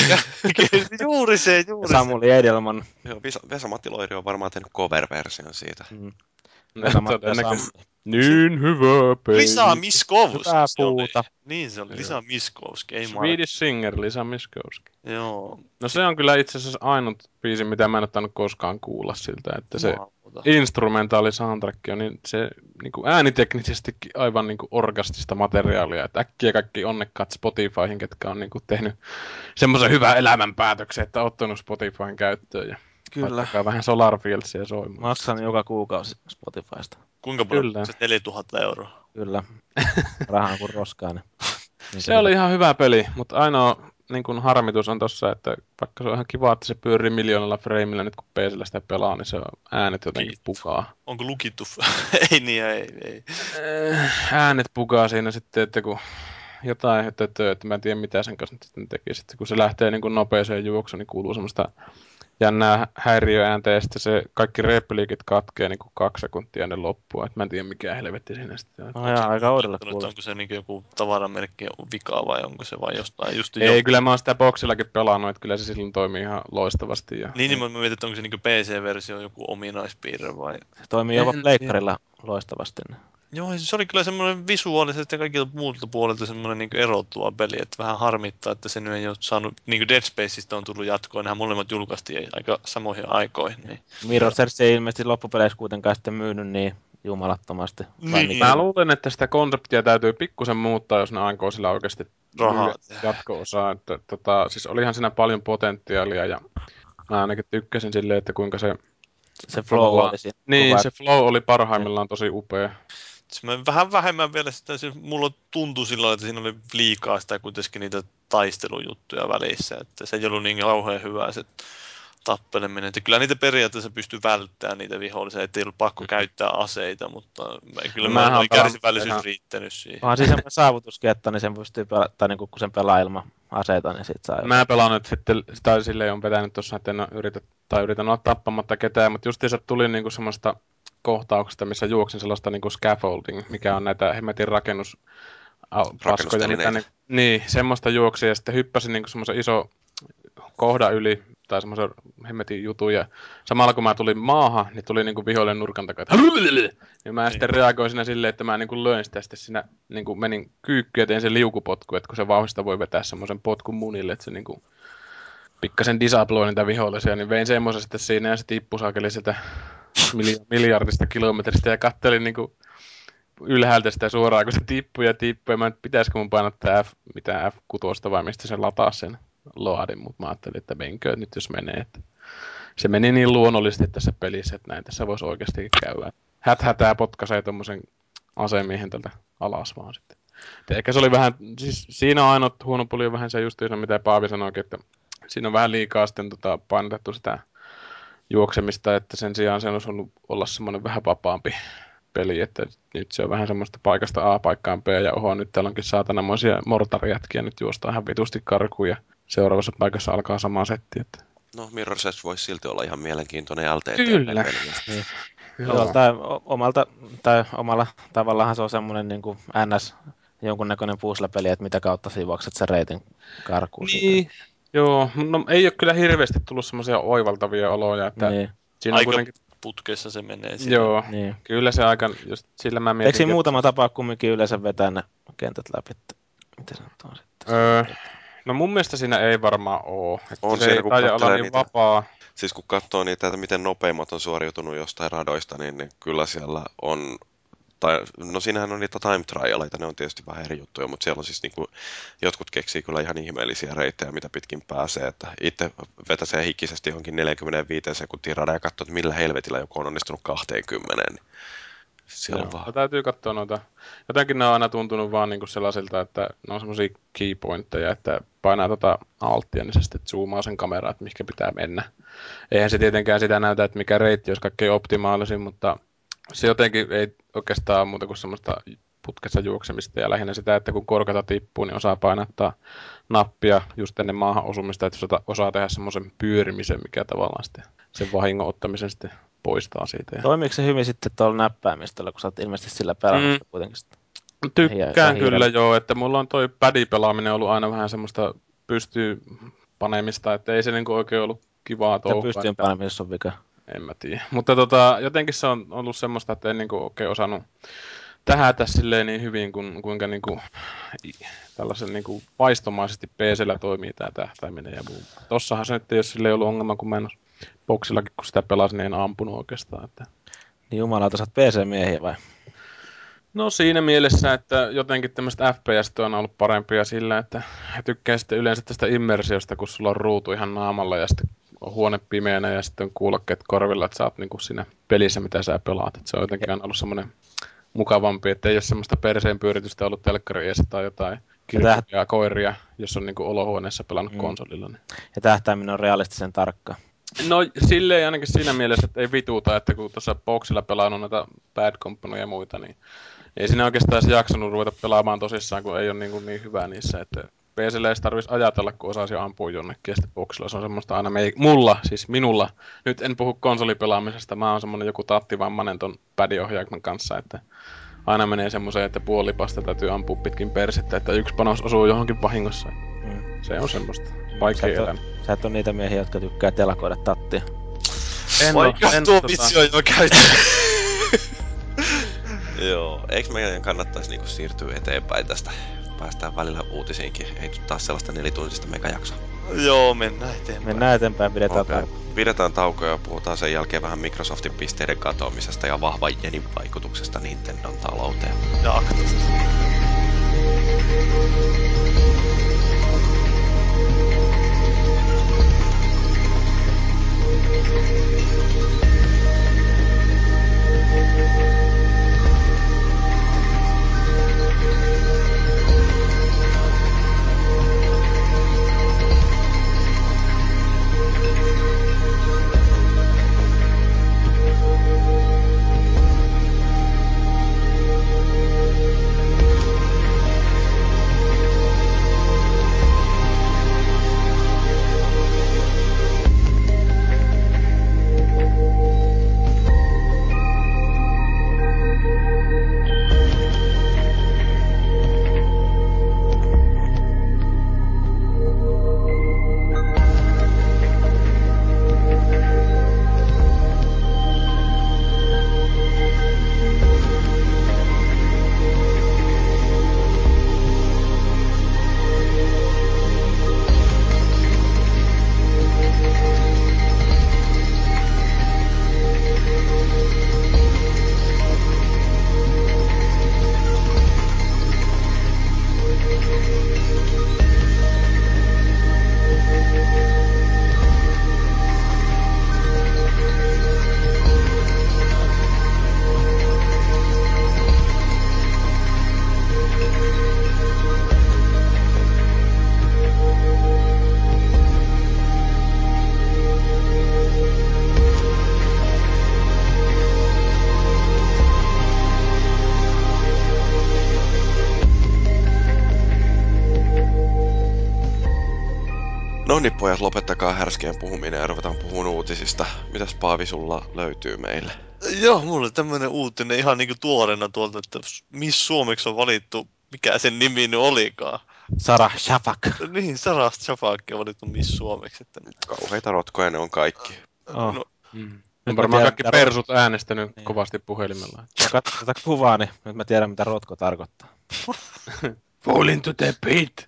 juuri se. Samuli Edelman. Joo, Vesa-Matti Loiri on varmaan tehnyt cover-version siitä. Vesa-Matti ja Samuli. Niin hyvä peli. Lisa Miskovski. Hyvää puuta. Niin se oli, Lisa Miskovski, ei Swedish Singer, Lisa Miskovski. Joo. No se on kyllä itse asiassa ainut biisi, mitä mä en ottanut koskaan kuulla siltä, että se Jumalauta. instrumentaali soundtrack on, niin se niin kuin ääniteknisestikin aivan niin kuin orgastista materiaalia, että äkkiä kaikki onnekkaat Spotifyhin, ketkä on niin kuin tehnyt semmoisen hyvän elämänpäätöksen, että ottanut Spotifyn käyttöön ja Kyllä. laittakaa vähän Solar Fieldsia soimaan. Maksan joka kuukausi Spotifysta. Kuinka paljon? Kyllä. Se 4000 €. Kyllä. Rahaa kuin roskaa. Niin Se oli ihan hyvä peli, mutta ainoa niin kun harmitus on tossa, että vaikka se on ihan kiva, että se pyörii miljoonalla frameillä nyt kun PC:llä sitä pelaa, niin se on äänet jotenkin pukaa. Onko lukittu? Ei niin, ei. Äänet pukaa siinä sitten, että kun jotain hötötöä, että mä en tiedä mitä sen kanssa nyt sitten tekee. Sitten kun se lähtee niin kuin nopeeseen juoksuun, niin kuuluu semmoista jännää häiriöääntä ja sitten se kaikki repliikit katkee niin kuin 2 sekuntia ennen loppua. Et mä en tiedä mikä helvetti siinä sitten. aika oudolle kuulostaa. Onko se niin joku tavaramerkki vikaa vai onko se vain jostain just Ei, kyllä mä oon sitä boxillakin pelannut, että kyllä se silloin toimii ihan loistavasti. Niin, mä mietin, että onko se niin PC-versio joku ominaispiirre vai... Se toimii jopa pleikkarilla loistavasti. Joo, se oli kyllä semmoinen visuaalisesti ja kaikilta muulta puolelta semmoinen niin erottuva peli, että vähän harmittaa, että se nyt ei ole saanut, niin kuin Dead Spaceista on tullut jatkoa, nehän molemmat julkaistiin aika samoihin aikoihin. Niin. Mirror's ei ilmeisesti loppupeleissä kuitenkaan sitten myynyt niin jumalattomasti. Niin. Mä luulen, että sitä konseptia täytyy pikkusen muuttaa, jos ne aikoo sillä oikeasti Rahaa. jatko-osaa. Että, siis olihan siinä paljon potentiaalia ja mä ainakin tykkäsin silleen, että kuinka se flow oli siinä. Niin, se flow oli parhaimmillaan tosi upea. Mä vähän vähemmän vielä sitä, mulla tuntui sillä lailla, että siinä oli liikaa sitä kuitenkin niitä taistelujuttuja välissä, että se ei ollut niin kauhean hyvä se tappeleminen. Että kyllä niitä periaatteessa pystyy välttämään niitä vihollisia, ettei ollut pakko käyttää aseita, mutta kyllä mä olin kärsivällisyys riittänyt siihen. Onhan siis semmoinen saavutuskin, että niin sen pystyy tai niin kun sen pelaa ilman aseita, niin sit saa... Mä pelaan nyt sitten, tai silleen on vetänyt tuossa, että en yritän olla tappamatta ketään, mutta justiinsa tuli niinku semmoista kohtauksesta, missä juoksin sellaista niinku scaffolding, mikä on näitä hemmetin rakennuspaskoja. Niin, semmoista juoksin ja sitten hyppäsin niinku semmoisen iso kohdan yli tai semmoisen hemmetin jutun ja samalla kun mä tulin maahan, niin tuli niinku vihollinen nurkan takaa, että ja mä sitten reagoin siinä silleen, että mä niinku löin sitä sitten siinä niinku menin kyykkyyn ja tein sen liukupotku, että kun se vauhdista voi vetää semmoisen potkun munille, että se niinku pikkasen disabloi niitä vihollisia, niin vein semmoisen sitten siinä ja se tippusakeli sieltä miljardista kilometristä ja kattelin niinku ylhäältä sitä suoraan, kun se tippui ja mä en pitäisikö mun painottaa F6 vai mistä se lataa sen loadin, mutta mä ajattelin, että menkö nyt jos menee. Että se meni niin luonnollisesti tässä pelissä, että näin tässä voisi oikeasti käydä. Hätää potkaisee tommosen asemiehen tältä alas vaan sitten. Et ehkä se oli vähän, siis siinä on ainoa huono puoli on vähän se justiinsa, mitä Paavi sanoikin, että siinä on vähän liikaa sitten painotettu sitä juoksemista, että sen sijaan se olisi ollut olla semmoinen vähän vapaampi peli, että nyt se on vähän semmoista paikasta A paikkaan B ja oho, nyt täällä onkin saatanamoisia mortarijätkiä, nyt juostaan ihan vitusti karkuun ja seuraavassa paikassa alkaa sama setti. Että No, Mirror's Edge voisi silti olla ihan mielenkiintoinen Kyllä. LTTP-peli. Niin. Joo. Joo, omalla tavallaan se on semmoinen niin kuin NS jonkunnäköinen puzzle-peli, että mitä kautta siivokset sen reitin karkuun siitä. Niin. Joo, no ei ole kyllä hirveästi tullut semmoisia oivaltavia oloja, että Niin, siinä on Aika kuitenkin... putkessa se menee siinä. Joo, niin. kyllä se aika, just sillä mä Eikö mietin... siinä muutama tapa kumminkin yleensä vetää ne kentät läpi? Miten se nyt on sitten? No mun mielestä siinä ei varmaan oo. Että On se siinä, ei kun taida olla kattelee niin niitä. vapaa. Siis kun katsoo niitä, että miten nopeimmat on suoriutunut jostain radoista, niin kyllä siellä on... Tai, no siinähän on niitä time trialeita, ne on tietysti vähän eri juttuja, mutta siellä on siis niinku, jotkut keksii kyllä ihan ihmeellisiä reittejä, mitä pitkin pääsee, että itse vetäsee hikisesti johonkin 45 sekuntiin radan ja katsoo, että millä helvetillä joku on onnistunut 20, niin siellä on Joo, vaan... täytyy katsoa noita. Jotenkin ne on aina tuntunut vaan niinku sellaisilta, että ne on semmosia keypointteja, että painaa alttia, niin se sitten zoomaa sen kameraa, että mihinkä pitää mennä. Eihän se tietenkään sitä näytä, että mikä reitti olisi kaikkein optimaalisin, mutta se jotenkin ei oikeastaan ole muuta kuin semmoista putkessa juoksemista ja lähinnä sitä, että kun korkata tippuu, niin osaa painattaa nappia just ennen maahan osumista, että osaa tehdä semmoisen pyörimisen, mikä tavallaan sitten sen vahingon ottamisen sitten poistaa siitä. Toimiiko se hyvin sitten tuolla näppäimistöllä, kun sä oot ilmeisesti sillä pelannut sitä kuitenkin sitä? Tykkään hiirellä. kyllä joo, että mulla on toi paddy-pelaaminen ollut aina vähän semmoista pystyy panemista, että ei se niinku oikein ollut kivaa Mitä touhua. pystyyn panemisessa on vika? En mä tiedä. Mutta jotenkin se on ollut semmoista, että en niinku oikein osannut tähätä silleen niin hyvin, kuinka niinku tällaisen niinku vaistomaisesti PC:llä toimii tää tähtäiminen ja muu. Tossahan se nyt ei ole silleen ollut ongelma, kun mä en boksillakin, kun sitä pelasin, niin en ampunut oikeastaan. Että... Niin jumalauta, sä oot PC-miehiä vai? No siinä mielessä, että jotenkin tämmöistä FPS on ollut parempia sillä, että tykkää sitten yleensä tästä immersiosta, kun sulla on ruutu ihan naamalla ja sitten on huone pimeänä ja sitten on kuulokkeet korvilla, että sä oot niinku siinä pelissä, mitä sä pelaat. Että se on jotenkin aina ollut semmoinen mukavampi, että ei ole semmoista perseen pyöritystä ollut telkkari eessä tai jotain kirjoja koiria, jos on niinku olohuoneessa pelannut konsolilla. Niin. Ja tähtäiminen on realistisen tarkka. No silleen ainakin siinä mielessä, että ei vituuta, että kun tuossa boxilla pelannut noita Bad Company ja muita, niin ei siinä oikeastaan se jaksanut ruveta pelaamaan tosissaan, kun ei ole niin hyvä niissä, että PC:llä ei tarvitsisi ajatella, kun osaisi ampua jonnekin, ja sitten boxilla se on semmoista aina minulla, nyt en puhu konsolipelaamisesta, mä oon semmonen joku tattivammanen ton padiohjaimen kanssa, että aina menee semmoiseen, että puolipasta täytyy ampua pitkin persettä, että yksi panos osuu johonkin vahingossa. Se on semmoista vaikea elämä. Sä et ole niitä miehiä, jotka tykkää telakoida tattia. Vaikka tuo vitsi on jo käyty. Joo, eikö meidän kannattaisi niinku siirtyä eteenpäin tästä? Päästään välillä uutisiinkin. Ei tule taas sellaista 4-tuntista megajaksoa. Joo, mennään eteenpäin. Mennään eteenpäin, pidetään tauko. Pidetään tauko ja puhutaan sen jälkeen vähän Microsoftin pisteiden katoamisesta ja vahvan jenin vaikutuksesta Nintendon talouteen. Ja Aktasta. No niin pojat, lopettakaa härskien puhuminen ja ruvetaan puhumaan uutisista. Mitäs Paavi sulla löytyy meille? Joo, mulla oli tämmönen uutinen ihan niinku tuoreena tuolta, että Miss Suomeksi on valittu, mikä sen nimi nyt olikaan. Sarah Shafak. Niin, Sarah Shafak on valittu Miss Suomeksi. Että... Kauheita rotkoja ne on kaikki. Oh. No, On Nyt varmaan mä kaikki tiedän, persut äänestänyt Niin. kovasti puhelimella. Mä katson tätä kuvaa, niin nyt mä tiedän, mitä rotko tarkoittaa. Fall into the pit!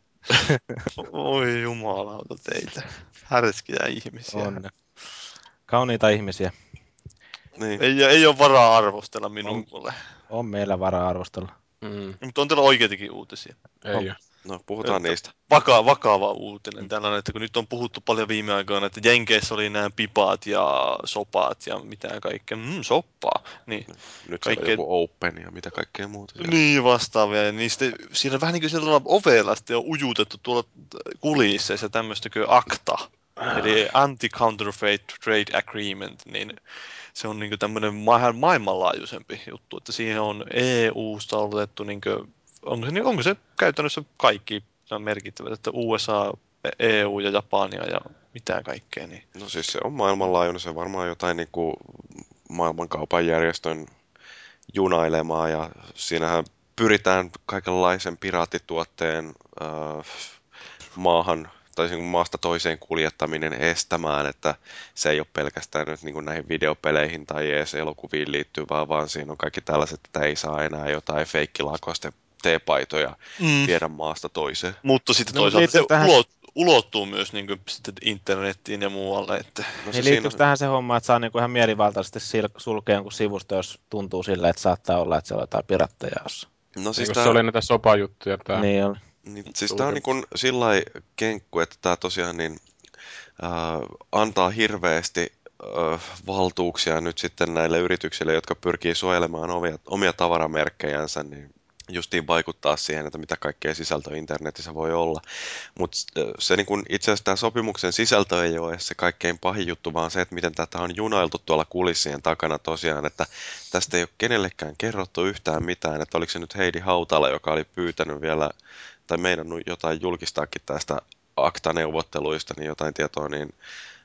oi jumalauta teitä. Härskiä ihmisiä. On. Kauniita ihmisiä. Niin. Ei ole varaa arvostella minun kuule. On meillä varaa arvostella. Mutta on teillä oikeitakin uutisia. Ei On. oo. No, puhutaan niistä. Vakava uutinen tällainen, että kun nyt on puhuttu paljon viime aikoina, että Jenkeissä oli nämä pipaat ja sopaat ja mitä kaikkea, soppaa, niin Nyt siellä on joku Open ja mitä kaikkea muuta siellä. niin vastaavia, ja niistä siinä vähän niin kuin sillä ovella sitten on ujutettu tuolla kulisseissa tämmöistä kuin ACTA, eli Anti-Counterfeit Trade Agreement, niin se on niin tämmöinen maailmanlaajuisempi juttu, että siihen on EUsta otettu, niin kuin, onko se käytännössä kaikki merkittävät, että USA, EU ja Japania ja mitä kaikkea. Niin. No siis se on maailmanlaajuinen, se on varmaan jotain niinku maailmankaupan järjestön junailemaa ja siinähän pyritään kaikenlaisen piraattituotteen maahan tai sen maasta toiseen kuljettaminen estämään, että se ei ole pelkästään nyt niin kuin näihin videopeleihin tai edes elokuviin liittyvää, vaan siinä on kaikki tällaiset, että ei saa enää jotain feikkilakoste teepaitoja viedä maasta toiseen. Mutta sitten No, toisaalta se tähän... ulottuu myös niin kuin, sitten internettiin ja muualle. Että... No Niin liittyykö tähän se homma, että saa niinku ihan mielivaltaisesti sulkea jonkun sivusto, jos tuntuu silleen, että saattaa olla, että siellä on jotain piratteja jossa. No siis Se oli näitä sopajuttuja tää. Niin on. Niin, siis tämä on niin kuin sillai kenkku, että tämä tosiaan niin, antaa hirveästi valtuuksia nyt sitten näille yrityksille, jotka pyrkii suojelemaan omia tavaramerkkejänsä, niin justiin vaikuttaa siihen, että mitä kaikkea sisältöä internetissä voi olla. Mutta se niin kun, itse asiassa tämä sopimuksen sisältö ei ole se kaikkein pahin juttu, vaan se, että miten tätä on junailtu tuolla kulissien takana tosiaan, että tästä ei ole kenellekään kerrottu yhtään mitään, että oliko se nyt Heidi Hautala, joka oli pyytänyt vielä, tai meinannut jotain julkistaakin tästä ACTA-neuvotteluista, niin jotain tietoa, niin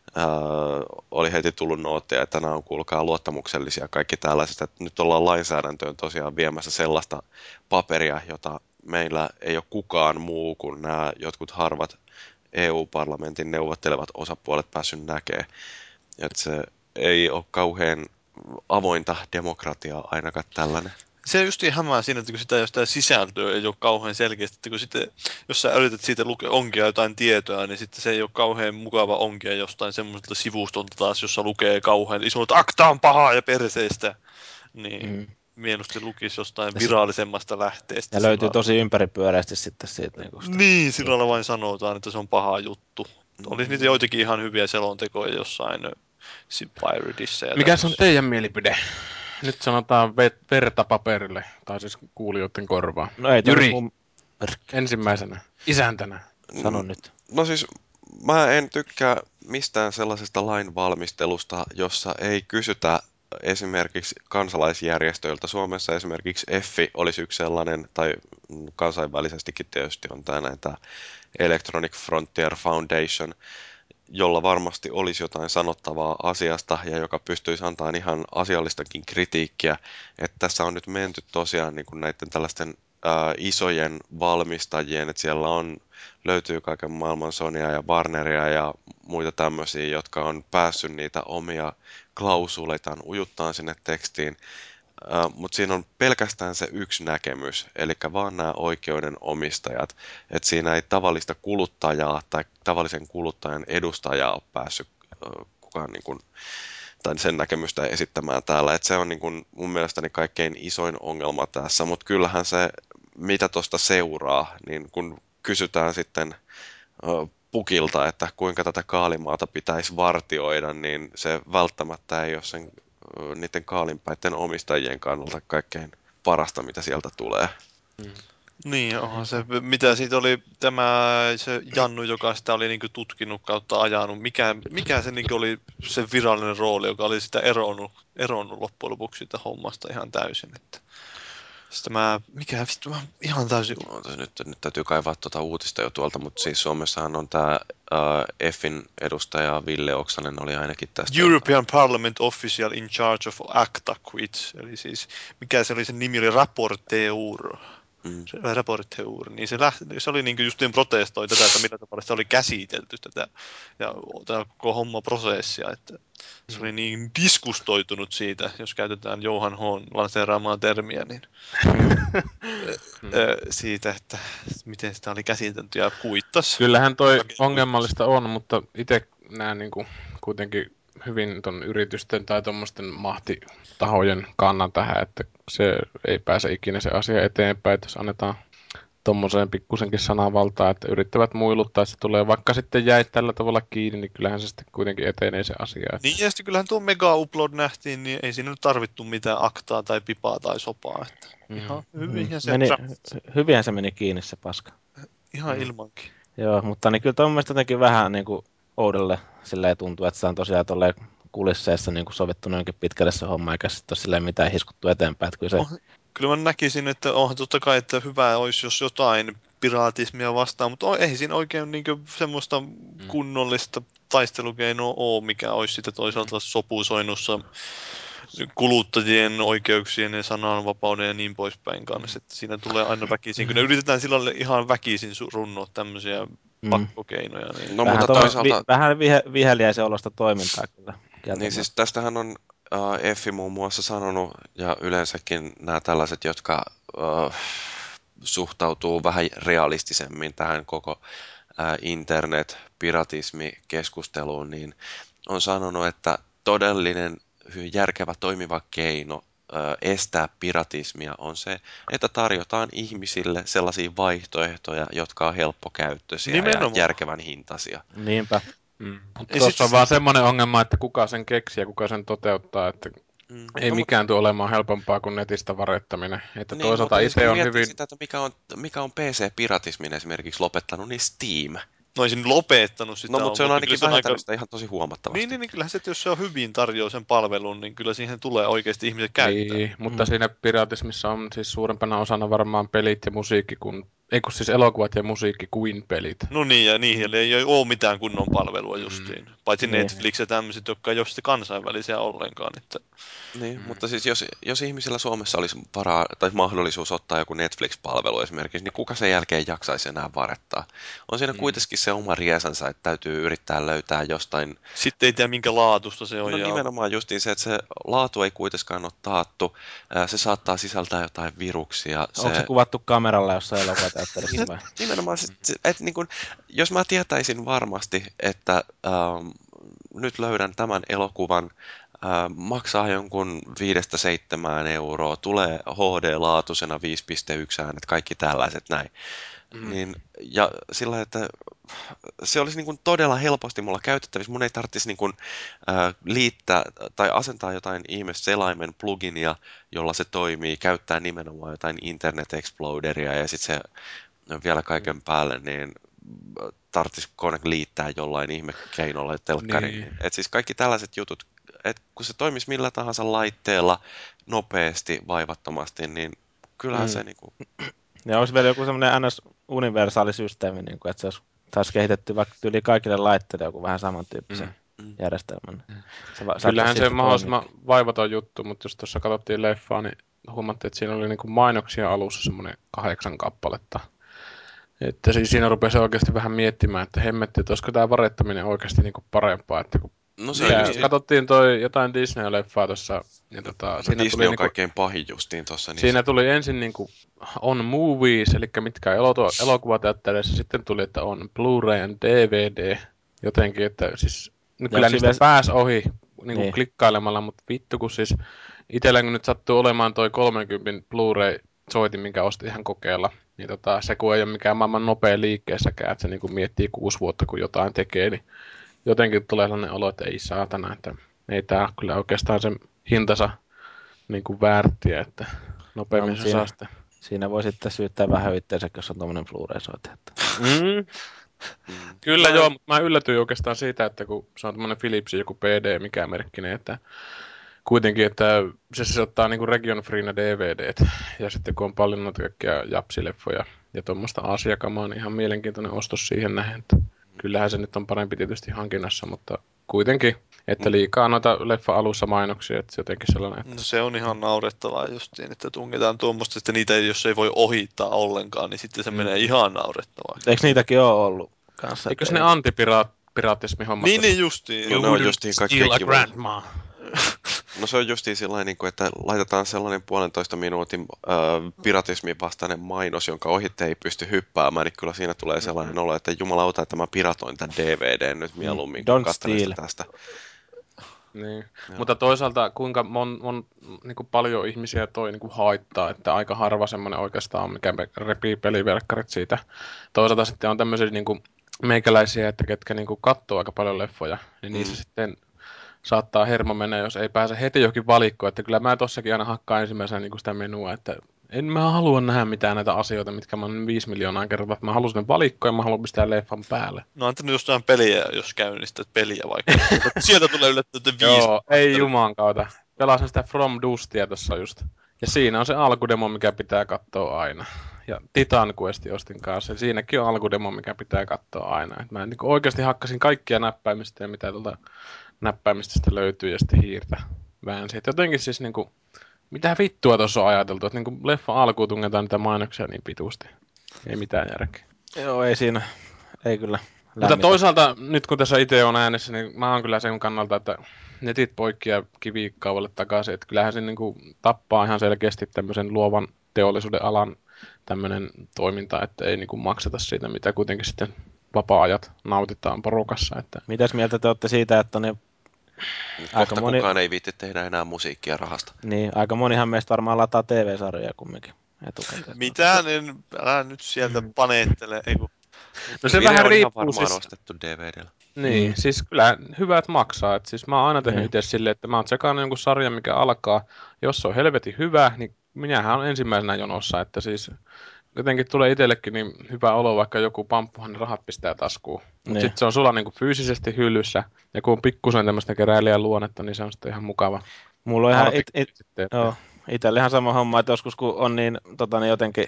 oli heti tullut nootteja, että nämä on kuulkaa luottamuksellisia kaikki tällaiset, että nyt ollaan lainsäädäntöön tosiaan viemässä sellaista paperia, jota meillä ei ole kukaan muu kuin nämä jotkut harvat EU-parlamentin neuvottelevat osapuolet päässyt näkemään. Että se ei ole kauhean avointa demokratiaa ainakaan tällainen. Se just hämää siinä, että kun sitä sisältöä ei ole kauhean selkeästi, että kun sitten, jos sä yrität siitä onkia jotain tietoa, niin sitten se ei ole kauhean mukava onkia jostain semmoiselta sivustolta taas, jossa lukee kauhean iso, että akta on pahaa ja perseestä. Niin mieluusti lukisi jostain virallisemmasta lähteestä. Ja löytyy tosi ympäripyöreästi sitten siitä. Niin, sillä lailla vain sanotaan, että se on paha juttu. Olisi niitä joitakin ihan hyviä selontekoja jossain Piratissa. Mikäs on teidän mielipide? Nyt sanotaan verta paperille, tai siis kuulijoiden korvaa. No ei Jyri, ensimmäisenä. Isäntänä. Sano nyt. No siis mä en tykkää mistään sellaisesta lainvalmistelusta, jossa ei kysytä esimerkiksi kansalaisjärjestöiltä. Suomessa esimerkiksi EFFI olisi yksi sellainen, tai kansainvälisestikin tietysti on tämä Electronic Frontier Foundation, jolla varmasti olisi jotain sanottavaa asiasta ja joka pystyisi antamaan ihan asiallistakin kritiikkiä. Että tässä on nyt menty tosiaan niin kuin näiden tällaisten isojen valmistajien, että siellä löytyy kaiken maailman Sonya ja Warneria ja muita tämmöisiä, jotka on päässyt niitä omia klausuleitaan ujuttaan sinne tekstiin. Mutta siinä on pelkästään se yksi näkemys, eli vaan nämä oikeudenomistajat, että siinä ei tavallista kuluttajaa tai tavallisen kuluttajan edustajaa ole päässyt kukaan niin kuin, tai sen näkemystä esittämään täällä, että se on niin kuin mun mielestäni kaikkein isoin ongelma tässä, mutta kyllähän se, mitä tuosta seuraa, niin kun kysytään sitten Pukilta, että kuinka tätä kaalimaata pitäisi vartioida, niin se välttämättä ei ole sen niiden kaalinpäiden omistajien kannalta kaikkein parasta, mitä sieltä tulee. Niin, onhan se, mitä siitä oli se Jannu, joka sitä oli niinku tutkinut kautta ajanut, mikä se niinku oli se virallinen rooli, joka oli sitä eronnut loppujen lopuksi siitä hommasta ihan täysin. Että. Sitten mikä vittu, mä ihan täysin... Nyt täytyy kaivaa tuota uutista jo tuolta, mutta siis Suomessahan on tämä EFin edustaja Ville Oksanen oli ainakin tästä. European Parliament Official in Charge of ACTA quits, eli siis mikä se oli, sen nimi oli Rapporteur. Rapporteur, niin se oli niin justiin protestoi tätä, että millä tavalla sitä oli käsitelty tätä ja tämä koko homma prosessia, että se oli niin diskustoitunut siitä, jos käytetään Johan Hon lanseeraamaa termiä, niin siitä, että miten sitä oli käsitelty ja kuittas. Kyllähän toi ongelmallista on, mutta itse näen niin kuin kuitenkin hyvin ton yritysten tai tuommoisten mahtitahojen kannan tähän, että se ei pääse ikinä se asia eteenpäin, että jos annetaan tuommoiseen pikkusenkin sananvaltaa, että yrittävät muiluttaa, että se tulee vaikka sitten jäi tällä tavalla kiinni, niin kyllähän se sitten kuitenkin etenee se asia. Että... Niin ja sitten kyllähän tuo Mega Upload nähtiin, niin ei siinä nyt tarvittu mitään aktaa tai pipaa tai sopaa. Että ihan hyvinhän se, Hyvinhän se meni kiinni se paska. ihan ilmankin. Joo, mutta niin kyllä toi mun mielestä jotenkin vähän niin kuin oudolle silleen tuntuu, että se on tosiaan tolleen kulisseissa niin kuin sovittu noinkin pitkälle se homma, eikä sitten ole silleen mitään hiskuttu eteenpäin. Että kyllä, se... Kyllä mä näkisin, että onhan totta kai, että hyvä olisi, jos jotain piraatismia vastaan, mutta ei siinä oikein niin semmoista kunnollista taistelukeinoa ole, mikä olisi sitten toisaalta sopusoinnussa kuluttajien oikeuksien ja sananvapauden ja niin poispäin kanssa. Että siinä tulee aina väkisin, kun ne yritetään sillä ihan väkisin runnoa tämmöisiä pakkokeinoja. Niin... No, mutta toisaalta... Vähän viheliäisen olosta toimintaa kyllä. Niin siis tästähän on EFI muun muassa sanonut, ja yleensäkin nämä tällaiset, jotka suhtautuu vähän realistisemmin tähän koko internet-piratismi-keskusteluun, niin on sanonut, että todellinen järkevä toimiva keino estää piratismia on se, että tarjotaan ihmisille sellaisia vaihtoehtoja, jotka on helppokäyttöisiä ja järkevän hintaisia. Niinpä. Tuossa on vaan semmoinen ongelma, että kuka sen keksii ja kuka sen toteuttaa, että ei mikään tule olemaan helpompaa kuin netistä varettaminen. Että niin, toisaalta itse on hyvin... Sitä, että mikä on PC-piratismin esimerkiksi lopettanut, niin Steam. No ei siinä lopettanut sitä. No, mutta se on ainakin vähentänyt sitä ihan tosi huomattavasti. Niin, kyllähän se, että jos se on hyvin tarjoaa sen palvelun, niin kyllä siihen tulee oikeasti ihmiset käyttää. Niin, mutta siinä piratismissa on siis suurempana osana varmaan pelit ja musiikki, siis elokuvat ja musiikki kuin pelit. No niin, ja niihin ei ole mitään kunnon palvelua justiin. Paitsi Netflix ja tämmöiset, jotka ei ole sitten kansainvälisiä ollenkaan. Että... Niin, mutta siis jos ihmisillä Suomessa olisi varaa tai mahdollisuus ottaa joku Netflix-palvelu esimerkiksi, niin kuka sen jälkeen jaksaisi enää varettaa? On siinä kuitenkin se oma riesansa, että täytyy yrittää löytää jostain... Sitten ei tiedä minkä laatusta se on. No nimenomaan justiin se, että se laatu ei kuitenkaan ole taattu. Se saattaa sisältää jotain viruksia. Onko se kuvattu kameralla jossain elokuvateatterissa vai? Nimenomaan, että niin kun, jos mä tietäisin varmasti, että nyt löydän tämän elokuvan, maksaa jonkun 5-7 euroa, tulee HD-laatuisena 5.1 äänet, kaikki tällaiset näin. Niin, ja sillä että se olisi niin kuin todella helposti mulla käytettävissä. Mun ei tarvitsisi niin kuin, liittää tai asentaa jotain ihme selaimen pluginia, jolla se toimii, käyttää nimenomaan jotain Internet Exploreria ja sitten se vielä kaiken päälle, niin tarvitsisi kone liittää jollain ihme keinolla telkkariin. Niin. Et siis kaikki tällaiset jutut, että kun se toimisi millä tahansa laitteella nopeasti, vaivattomasti, niin kyllähän se niinku... Ja olisi vielä joku semmoinen NS-universaali systeemi, niin kuin, että se olisi taas kehitetty vaikka yli kaikille laitteille joku vähän samantyyppisen järjestelmän. Kyllähän se mahdollisimman vaivaton juttu, mutta jos tuossa katsottiin leffaa, niin huomattiin, että siinä oli niin kuin mainoksia alussa semmoinen 8 kappaletta. Että siis siinä rupesi oikeasti vähän miettimään, että hemmetti, että olisiko tämä varettaminen oikeasti niin kuin parempaa. Että kun katsottiin jotain Disney-leffaa tuossa. Ja siinä Disney tuli on kaikkein pahin justiin tuossa. Niin siinä tuli ensin niin kuin on movies, eli mitkä elokuvateattereissa. Sitten tuli, että on Blu-ray and DVD. Jotenkin, että siis kyllä niistä pääsi ohi niin kuin klikkailemalla, mutta vittu kun siis itsellä kun nyt sattuu olemaan toi 30 Blu-ray-soitin, minkä ostin ihan kokeilla. Niin se kun ei ole mikään maailman nopea liikkeessäkään, että se niin kuin miettii 6 vuotta, kun jotain tekee, niin jotenkin tulee sellainen olo, että ei saatana, että ei tämä kyllä oikeastaan sen hintansa niin kuin väärtiä, että nopeammin se saa sitä. Siinä voi sitten syyttää vähän itseensä, jos on tuommoinen Blu-ray-soite. Kyllä joo, mutta mä yllätyin oikeastaan siitä, että kun se on tämmöinen Philipsin joku PD, mikä merkkinen, että kuitenkin, että se ottaa niinku region freena DVDt. Ja sitten kun on paljon noita kaikkia japsileffoja ja tuommoista asiakamaa, niin ihan mielenkiintoinen ostos siihen nähden. Että kyllähän se nyt on parempi tietysti hankinnassa, mutta kuitenkin, että liikaa noita leffa-alussa mainoksia, että se jotenkin sellainen. Että... No se on ihan naurettavaa justiin, että tungetaan tuommoista, että niitä jos ei voi ohittaa ollenkaan, niin sitten se menee ihan naurettavaa. Eikö niitäkin ole ollut kanssa? Eikö ne antipiraattismi-hommat? Niin justiin. No, ne on justiin kaikkein kivoja. grandma. No se on justiin sellainen, että laitetaan sellainen 1,5 minuutin piratismin vastainen mainos, jonka ohitte ei pysty hyppäämään, niin kyllä siinä tulee sellainen olo, että jumalauta, että mä piratoin tämän DVDn nyt mieluummin, kun katselen sitä tästä. Niin. Mutta toisaalta kuinka niin kuin paljon ihmisiä toi niin kuin haittaa, että aika harva semmoinen oikeastaan on, mikä repii peliverkkarit siitä. Toisaalta sitten on tämmöisiä niin kuin meikäläisiä, että ketkä niin kuin katsoo aika paljon leffoja, niin niissä sitten saattaa hermo mennä, jos ei pääse heti johonkin valikkoon. Että kyllä mä tossakin aina hakkaan ensimmäisenä niin kuin sitä menua, että en mä halua nähdä mitään näitä asioita, mitkä mä oon 5 miljoonaa kertaa, että mä haluan sinne valikkoon ja mä haluan pistää leffan päälle. No antanut jostain peliä, jos käynnistät peliä vaikka. Sieltä tulee yllättäen 5. Joo, ei juman kautta. Pelasin sitä From Dustia tossa just. Ja siinä on se alkudemo, mikä pitää katsoa aina. Ja Titan Quest ostin kanssa. Ja siinäkin on alkudemo, mikä pitää katsoa aina. Et mä niin oikeasti hakkasin kaikkia näppäimistä ja mitä tuolta näppäimistöstä löytyy ja sitten hiirtä väänsi. Et jotenkin siis niinku, mitä vittua tuossa on ajateltu, että niinku leffa alkuun tungetaan niitä mainoksia niin pituusti. Ei mitään järkeä. Joo, ei siinä. Ei kyllä. Mutta toisaalta, nyt kun tässä itse on äänessä, niin mä oon kyllä sen kannalta, että netit poikkia kivikauvalle takaisin. Että kyllähän se niinku tappaa ihan selkeästi tämmöisen luovan teollisuuden alan tämmöinen toiminta, että ei niinku makseta siitä, mitä kuitenkin sitten vapaa-ajat nautitaan porukassa. Että... Mitäs mieltä te olette siitä, että ne... Kohta kukaan ei viitti tehdä enää musiikkia rahasta. Niin, aika monihan meistä varmaan lataa TV-sarjoja kumminkin etukäteen. Mitään, älä nyt sieltä paneettele. No se vähän riippuu varmaan ostettu DVD:llä. Niin, siis kyllä hyvät maksaa. Et siis mä oon aina tehnyt itse silleen, että mä oon tsekannut jonkun sarjan, mikä alkaa. Jos se on helvetin hyvä, niin minähän on ensimmäisenä jonossa. Että siis jotenkin tulee itsellekin niin hyvä olo, vaikka joku pamppuhan ne rahat pistää taskuun. Mutta sitten se on sulla niinku fyysisesti hyllyssä. Ja kun on pikkusen tämmöistä keräilijän luonnetta, niin se on sitten ihan mukava. Mulla on ihan itselle ihan sama homma, että joskus kun on niin jotenkin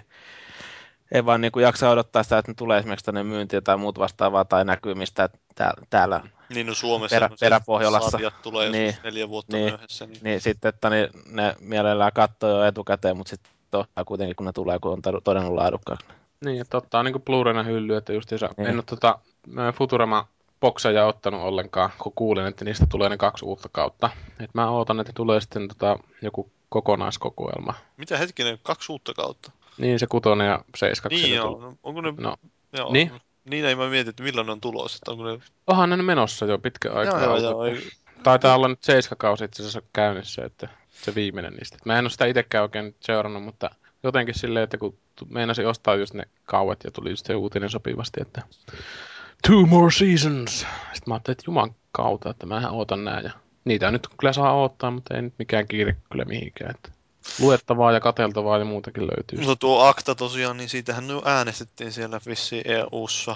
ei vaan niin kuin jaksa odottaa sitä, että ne tulee esimerkiksi tänne myyntiä tai muut vastaavaa tai näkymistä täällä niin no Suomessa Peräpohjolassa. Sarjat tulee niin, 4 vuotta myöhässä. Niin sitten, että ne mielellään katsoo jo etukäteen, mutta sitten kuitenkin kun ne tulee, kun on todennut laadukkaaksi. Niin, että ottaa niin kuin Blu-rayna hylly, että justiinsa en ole Futurama bokseja ottanut ollenkaan, kun kuulin, että niistä tulee ne 2 uutta kautta. Et mä ootan, että tulee sitten joku kokonaiskokoelma. Mitä hetkinen, 2 uutta kautta? Niin, se 6 ja 7. Niin joo, onko ne... No. Joo, niin? Niin ei mä mietin, että milloin ne on tulossa. Että onko ne... Onhan ne menossa jo pitkä aikaa. Joo. Taitaa olla nyt 7 kausi itse asiassa käynnissä, että se viimeinen niistä. Mä en ole sitä itsekään oikein seurannut, mutta jotenkin silleen, että kun meinasin ostaa just ne kauet ja tuli just se uutinen sopivasti, että 2 more seasons. Sitten mä ajattelin, että juman kautta, että mähän ootan nää. Ja niitä nyt kyllä saa odottaa, mutta ei nyt mikään kiire kyllä mihinkään. Että luettavaa ja katseltavaa ja muutakin löytyy. No tuo Acta tosiaan, niin siitähän nyt äänestettiin siellä vissiin EU-ssa.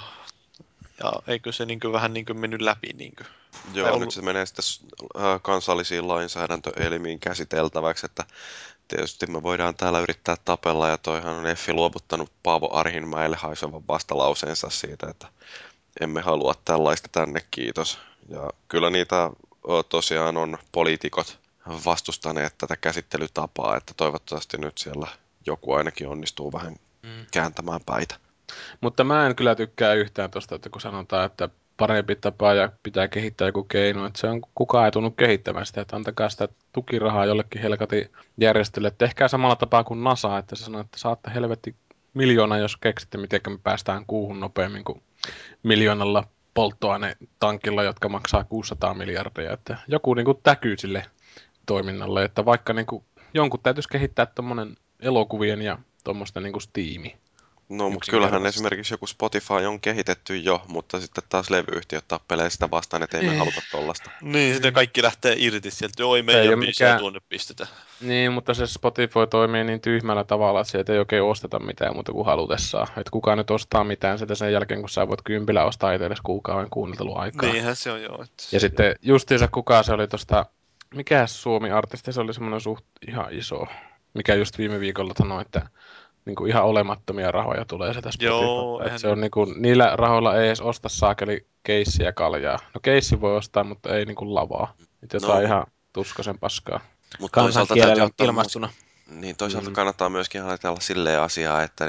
Ja eikö se vähän mennyt läpi? Joo, nyt se menee sitten kansallisiin lainsäädäntöelimiin käsiteltäväksi, että tietysti me voidaan täällä yrittää tapella, ja toihan on Effi luovuttanut Paavo Arhinmäelle haisevan vastalauseensa siitä, että emme halua tällaista tänne, kiitos. Ja kyllä niitä tosiaan on poliitikot vastustaneet tätä käsittelytapaa, että toivottavasti nyt siellä joku ainakin onnistuu vähän kääntämään päitä. Mutta mä en kyllä tykkää yhtään tuosta, että kun sanotaan, että parempi tapa ja pitää kehittää joku keino, että se on kukaan ei tunnu kehittämään sitä, että antakaa sitä tukirahaa jollekin helkatin järjestölle. Tehkää samalla tapaa kuin NASA, että se sanoo, että saatte helvetti 1 miljoonaa, jos keksitte, miten me päästään kuuhun nopeammin kuin 1 miljoonalla polttoainetankilla, jotka maksaa 600 miljardia. Että joku niin kuin täkyy sille toiminnalle, että vaikka niin kuin, jonkun täytyisi kehittää tuommoinen elokuvien ja tuommoista niin kuin Steami. No, mutta kyllähän esimerkiksi joku Spotify on kehitetty jo, mutta sitten taas levyyhtiöt tappelee sitä vastaan, että ei me haluta tollasta. Niin, sitten kaikki lähtee irti sieltä. Joo, ei meidän biisejä tuonne pistetä. Niin, mutta se Spotify toimii niin tyhmällä tavalla, että sieltä ei oikein osteta mitään muuta kuin halutessaan. Että kukaan nyt ostaa mitään sitä sen jälkeen, kun sä voit 10 ostaa itsellesi kuukauden kuunnelteluaikaa. Niinhän se on joo. Että... Ja sitten justiinsa kukaan se oli tuosta mikä Suomi-artisti, se oli semmoinen suht ihan iso, mikä just viime viikolla sanoi, että niinku ihan olemattomia rahoja tulee sieltä Joo, Spotifylta. Että eihän se on niinku, niillä rahoilla ei edes osta saakeli keissiä kaljaa. No keissi voi ostaa, mutta ei niinku lavaa. Et jotain No, ihan tuskasen paskaa. mutta toisaalta täytyy Kansankielellä ottaa ilmastuna. niin toisaalta Mm. kannattaa myöskin ajatella silleen asiaa, että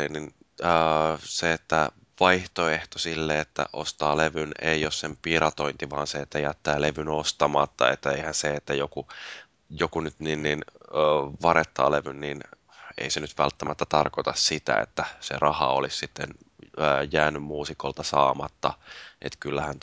se, että vaihtoehto sille, että ostaa levyn, ei ole sen piratointi, vaan se, että jättää levyn ostamatta, että eihän se, että joku nyt varettaa levyn, niin ei se nyt välttämättä tarkoita sitä, että se raha olisi sitten jäänyt muusikolta saamatta. Että kyllähän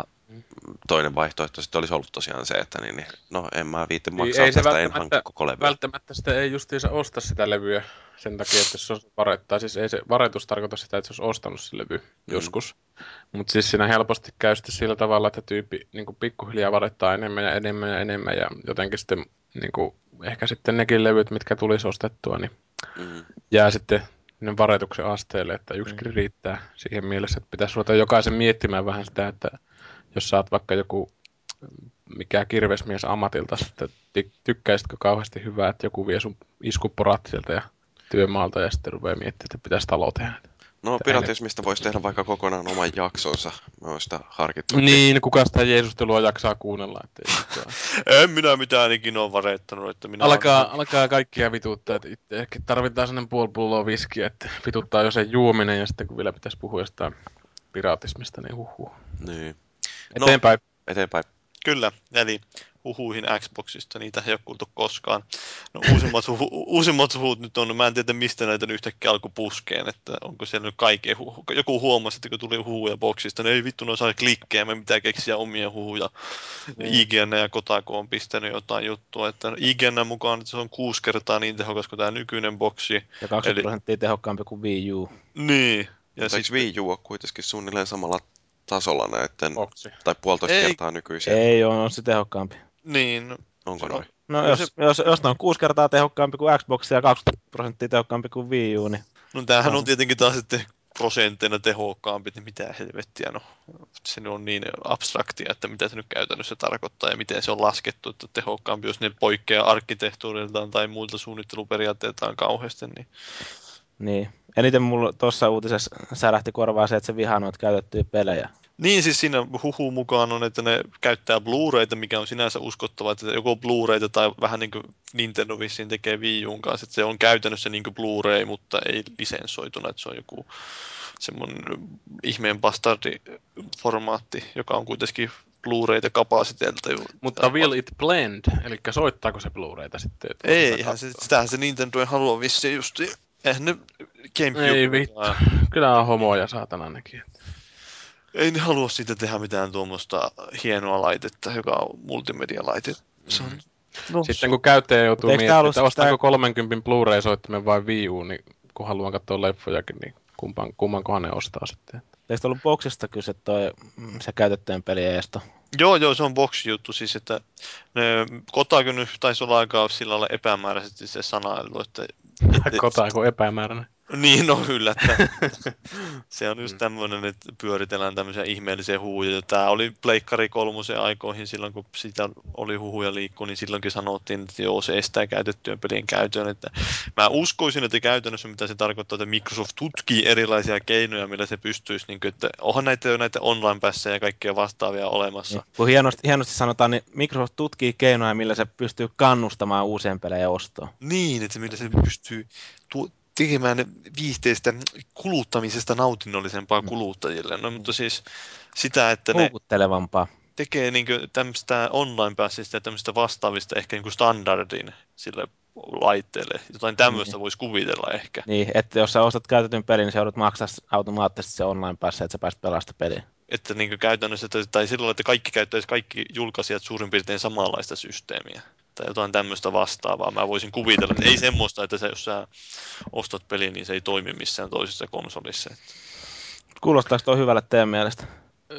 toinen vaihtoehto sitten olisi ollut tosiaan se, että no en mä viitti Niin, maksaa ei se tästä, en hankki koko levyä. välttämättä sitä ei justiinsa osta sitä levyä sen takia, että jos se olisi varettaa. Siis ei se varetus tarkoita sitä, että se olisi ostanut se levy joskus. Mutta siis siinä helposti käy sitten sillä tavalla, että tyyppi niin pikkuhiljaa varettaa enemmän ja enemmän ja enemmän. Ja jotenkin sitten niin ehkä sitten nekin levyt, mitkä tulisi ostettua, niin Mm. jää sitten ne varetuksen asteelle, että yksikin riittää siihen mielessä, että pitäisi ruveta jokaisen miettimään vähän sitä, että jos sä oot vaikka joku mikä kirvesmies ammatilta, että tykkäisitkö kauheasti hyvää, että joku vie sun iskuporat sieltä ja työmaalta ja sitten rupeaa miettimään, että pitäisi talo tehdä. No piratismista voisi tehdä vaikka kokonaan oman jaksonsa. Mä oon sitä harkittu. Niin, kuka sitä Jeesustelua jaksaa kuunnella, ettei en minä mitään ikinä ole varettanut, että minä olen ihan... alkaa kaikkia vituttaa, että itse ehkä tarvitaan sellainen puoli pulloa viskiä, että vituttaa jo sen juominen ja sitten kun vielä pitäisi puhua jostain piratismista, niin huhhuh. Niin. Eteenpäin. Eteenpäin. Kyllä, eli huhuihin Xboxista, niitä ei ole kuultu koskaan. No, uusimmat huhut nyt on, mä en tiedä mistä näitä nyt yhtäkkiä alkoi puskeen, että onko siellä nyt kaikkea huhu. Joku huomasi, että kun tuli huhuja boksista, niin ei vittu, ne saa klikkejä, me pitää keksiä omia huhuja. IGN ja Kotaku on pistänyt jotain juttua, että IGN mukaan että se on 6 kertaa niin tehokas kuin tämä nykyinen boksi. Ja 20% tehokkaampi kuin Wii U. Niin. Ja Mutta eikö Wii U ole kuitenkin suunnilleen samalla tasolla näiden, Boksi. tai puolitoista Ei. kertaa nykyisiä? Ei ole, on se tehokkaampi. Niin. Onko noin? No Kyllä jos ne on 6 kertaa tehokkaampi kuin Xbox ja 20% tehokkaampi kuin Wii U, niin... No tämähän on tietenkin taas sitten prosentteina tehokkaampi, niin mitä helvettiä, no se on niin abstraktia, että mitä se nyt käytännössä tarkoittaa ja miten se on laskettu, että tehokkaampi, jos ne poikkeaa arkkitehtuuriltaan tai muilta suunnitteluperiaatteiltaan kauheasti, niin... Niin. Eniten mulla tuossa uutisessa särähti korvaan se, että se vihaa noita käytettyjä pelejä. Niin, siis siinä huhu mukaan on, että ne käyttää Blu-rayta, mikä on sinänsä uskottava, että joko Blu-rayta tai vähän niin kuin Nintendo vissiin tekee Wii U:n kanssa, että se on käytännössä niin kuin Blu-ray, mutta ei lisensoituna, että se on joku semmoinen ihmeen bastardiformaatti, joka on kuitenkin Blu-rayta kapasiteelta. Mutta will it blend? Eli soittaako se Blu-rayta sitten? Että Eihän sitähän se Nintendo ei halua vissiin just. Eihän ne GameCube... Ei vittu. Kyllä on homoja saatana nekin. Ei ne halua siitä tehdä mitään tuommoista hienoa laitetta, joka on multimedia-laite. Se on... No, Sitten kun käyttäjä joutuu Eikö tää miettimään, ollut että ostanko 30 Blu-ray-soittimen vai Wii U, niin kun haluan katsoa leffojakin, niin kummankohan ne ostaa sitten. Eikö ollut boksista kyse se käytettyjen pelien esto? Joo, se on box-juttu siis, että ne Kotaku nyt taisi olla aikaa sillä lailla epämääräisesti se sanailu, että Kotaku epämääräinen. niin, no yllättäen. Se on just tämmöinen, että pyöritellään tämmöisiä ihmeellisiä huhuja. Tämä oli Pleikkari 3 aikoihin silloin, kun sitä oli huhuja liikkuu, niin silloinkin sanottiin, että joo, se estää käytettyjen pelien käytön. Että mä uskoisin, että käytännössä mitä se tarkoittaa, että Microsoft tutkii erilaisia keinoja, millä se pystyisi, niin kuin, että onhan näitä jo näitä online-pässejä ja kaikkea vastaavia olemassa. Niin. Kun hienosti sanotaan, niin Microsoft tutkii keinoja, millä se pystyy kannustamaan uusien pelejä ostoon. Niin, että millä se pystyy tekemään viihteistä kuluttamisesta nautinnollisempaa kuluttajille. No, mutta siis sitä, että ne Houkuttelevampaa. tekee niin tämmöistä online-päässistä ja tämmöistä vastaavista ehkä niin standardin sille laitteelle. Jotain tämmöistä voisi kuvitella ehkä. Niin, että jos sä ostat käytetyn pelin, niin sä joudut maksaa automaattisesti se online-passi, että sä pääset pelaamaan pelin. Että niin käytännössä, tai silloin, että kaikki julkaisijat suurin piirtein samanlaista systeemiä. Tai jotain tämmöistä vastaavaa. Mä voisin kuvitella, että ei semmoista, että jos sä ostat pelin, niin se ei toimi missään toisessa konsolissa. Kuulostaako tuo hyvälle teidän mielestä?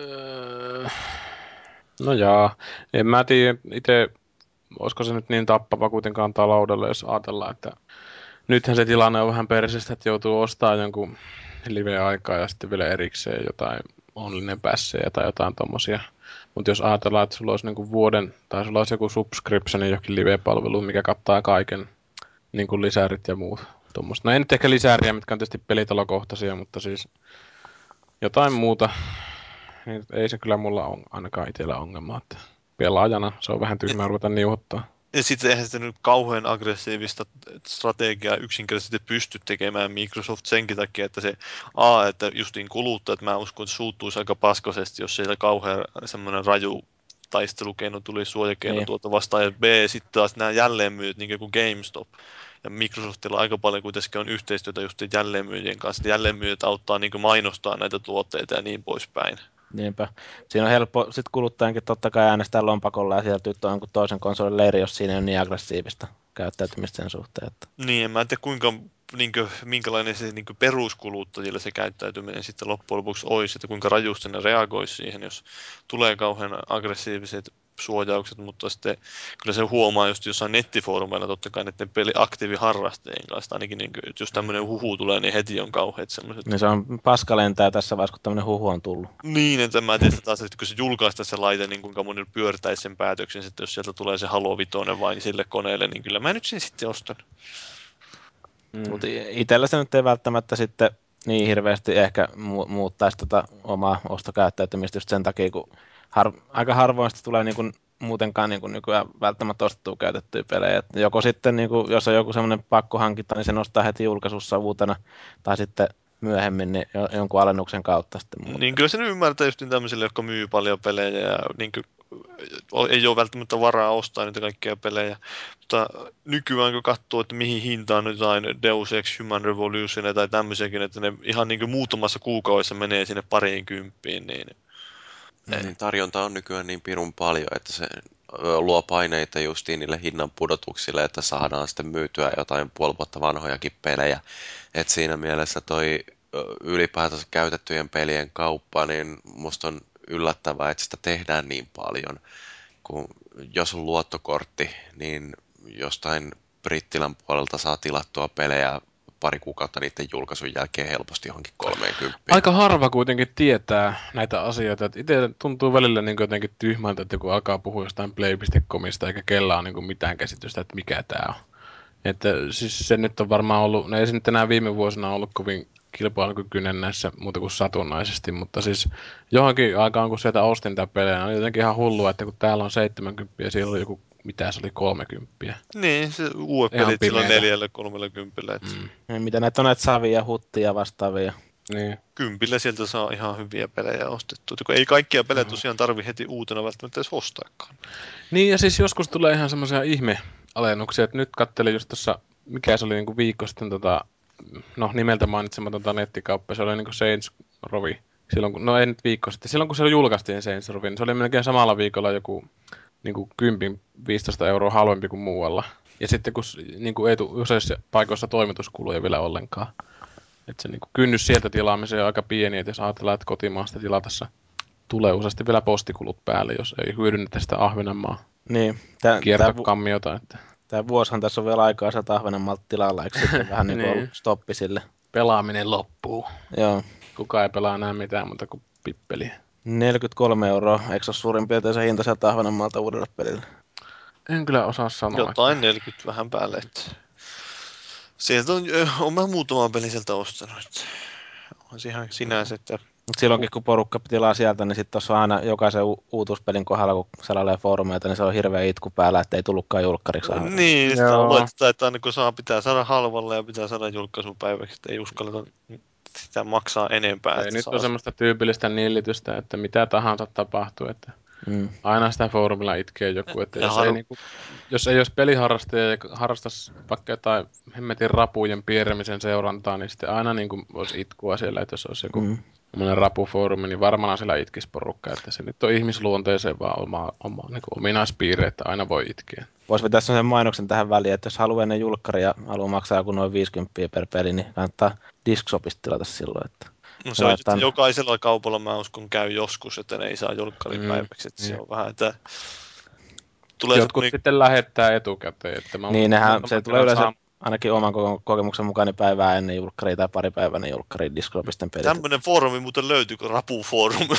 No jaa. En mä tiedä itse, olisiko se nyt niin tappava kuitenkaan taloudelle, jos ajatellaan, että nythän se tilanne on vähän persistä, että joutuu ostamaan jonkun live-aikaa ja sitten vielä erikseen jotain online-pässejä tai jotain tommosia. Mutta jos ajatellaan, että sulla olisi niinku vuoden, tai sulla olisi joku subscription johonkin live-palveluun, mikä kattaa kaiken niinku lisärit ja muut tuommoista. No ei nyt ehkä lisäriä, mitkä on tietysti pelitalokohtaisia, mutta siis jotain muuta. Niin ei se kyllä mulla on ainakaan itsellä ongelma, että pelaajana se on vähän tyhmää ruveta niuhottaa. Ja sitten eihän sitä nyt kauhean aggressiivista strategiaa yksinkertaisesti pysty tekemään Microsoft senkin takia, että että justiin kuluttajat, mä uskon, että suuttuisi aika paskosesti, jos sieltä kauhean semmoinen raju taistelukeino tuli suojakeino Niin. tuolta vastaan, ja B, sitten taas nämä jälleenmyyjät, niin kuin GameStop. Ja Microsoftilla aika paljon kuitenkin on yhteistyötä just jälleenmyyjien kanssa. Jälleenmyyjät auttaa niin mainostaa näitä tuotteita ja niin poispäin. Niinpä. Siinä on helppo sitten kuluttajankin totta kai äänestää lompakolla ja sieltä jonkun toisen konsolin leiri, jos siinä ei ole niin aggressiivista käyttäytymistä sen suhteen. Että... Niin, en mä tiedä minkälainen se peruskuluttajille se käyttäytyminen sitten loppujen lopuksi olisi, että kuinka rajusti ne reagoisi siihen, jos tulee kauhean aggressiiviset suojaukset, mutta sitten kyllä se huomaa just jossain nettifoorumeilla totta kai näiden aktiiviharrastajien kanssa, ainakin että jos tämmöinen huhu tulee, niin heti on kauheat semmoiset. Niin se on paska lentää tässä vaiheessa, kun tämmöinen huhu on tullut. Niin, että mä tiedän taas, että kun se julkaistaan se laite, niin kuinka moni pyörtäisi sen päätöksen, että jos sieltä tulee se Halo Vitoinen vain sille koneelle, niin kyllä mä nyt sen sitten ostan. Mutta itsellä se nyt ei välttämättä sitten niin hirveästi ehkä muuttaisi omaa ostokäyttäytymistä just sen takia, kun aika harvoin sitä tulee niinku muutenkaan niinku nykyään välttämättä ostettua käytettyjä pelejä. Et joko sitten, niinku, jos on joku semmoinen pakkohankinta, niin se nostaa heti julkaisussa uutena, tai sitten myöhemmin niin jonkun alennuksen kautta sitten. Niin kyllä sen ymmärtää just tämmöisille, jotka myy paljon pelejä ja niin kuin, ei ole välttämättä varaa ostaa niitä kaikkia pelejä. Mutta nykyään kun katsoo, että mihin hintaan nyt jotain Deus Ex Human Revolution tai tämmöisiäkin, että ne ihan niin kuin muutamassa kuukaudessa menee sinne 20, niin Niin, tarjonta on nykyään niin pirun paljon, että se luo paineita justiin niille hinnan pudotuksille, että saadaan sitten myytyä jotain puoli vuotta vanhojakin pelejä. Et siinä mielessä toi ylipäätänsä käytettyjen pelien kauppa, niin musta on yllättävää, että sitä tehdään niin paljon. Kun jos on luottokortti, niin jostain Brittilän puolelta saa tilattua pelejä pari kuukautta niiden julkaisun jälkeen helposti johonkin 30. Aika harva kuitenkin tietää näitä asioita. Itse tuntuu välillä niin jotenkin tyhmältä, että kun alkaa puhua jostain play.comista eikä kellä ole niin mitään käsitystä, että mikä tämä on. Että siis se nyt on varmaan ollut, no ei se nyt enää viime vuosina ollut kovin kilpailukykyinen näissä muuta kuin satunnaisesti, mutta siis johonkin aikaan kun sieltä ostin tätä pelejä, oli jotenkin ihan hullua, että kun täällä on 70 ja siellä oli joku, mitä se oli 30. niin, se uudet pelit silloin 40-30. Mitä näitä on näitä savia, huttia vastaavia. Niin. 10 sieltä saa ihan hyviä pelejä ostettua. Kun ei kaikkia pelejä tosiaan tarvi heti uutena välttämättä edes ostaakaan. Niin ja siis joskus tulee ihan semmoisia ihmealennuksia, että nyt kattelin just tuossa, mikä se oli niinku viikko sitten no nimeltä mainitsematonta nettikauppa, se oli niinku Saints Row. Silloin kun, no ei nyt viikko sitten, silloin kun se julkaistiin Saints Row, niin se oli melkein samalla viikolla joku niinku 10-15 euroa halvempi kuin muualla. Ja sitten kun niinku ei tule useissa paikoissa toimituskuluja vielä ollenkaan. Että se niinku kynnys sieltä tilaamiseen on aika pieni, että jos ajatellaan, että kotimaasta tilatessa tulee useasti vielä postikulut päälle, jos ei hyödynnetä sitä Ahvenanmaa Niin, kiertokammiota. Että... Tämä vuosihan tässä on vielä aikaa saada Ahvenanmaalta tilalla, eikö sitten vähän niin kuin ollut stoppi sille? Pelaaminen loppuu. Joo. Kukaan ei pelaa enää mitään muuta kuin pippeliä. 43 €, eikö se ole suurin piirtein se hinta sieltä Ahvenanmaalta uudelle pelille? En kyllä osaa sanoa. Jotain 40 vähän päälle. Sieltä on mä muutama peli sieltä ostanut. On se ihan sinänsä, että... Mutta silloinkin kun porukka tilaa sieltä, niin sitten tuossa on aina jokaisen uutuuspelin kohdalla, kun selailee foorumeita, niin se on hirveä itku päällä, että ei tullutkaan julkkariksi. Niin, sitä oletetaan, että aina kun pitää saada halvalla ja pitää saada julkaisupäiväksi, että ei uskalleta sitä maksaa enempää. Ei nyt on semmoista tyypillistä nillitystä, että mitä tahansa tapahtuu, että aina sitä foorumilla itkee joku, että jos ei olisi peliharrastaja ja harrastaisi vaikka jotain hemmetin rapujen pierämisen seurantaa, niin sitten aina niin kuin olisi itkua siellä, että jos olisi joku rapufoorumi, niin varmaan siellä itkisi porukka, että se nyt on ihmisluonteeseen vaan oma niin kuin ominaispiirre, että aina voi itkeä. Voisi vetää sellaisen mainoksen tähän väliin, että jos haluaa ennen julkkaria ja haluaa maksaa joku noin 50 per peli, niin kannattaa Diskshopista tilata silloin. Että no se on, että jokaisella kaupalla mä uskon käy joskus, että ne ei saa julkkaripäiväksi, että se on vähän, että... Jotkut sitten lähettää etukäteen, että niin, se tulee yleensä ainakin oman kokemuksen mukaan niin päivää ennen julkkaria tai pari päivää ennen julkkaria Discordisten pelit. Tämmönen foorumi muuten löytyykö Rapu-foorumi?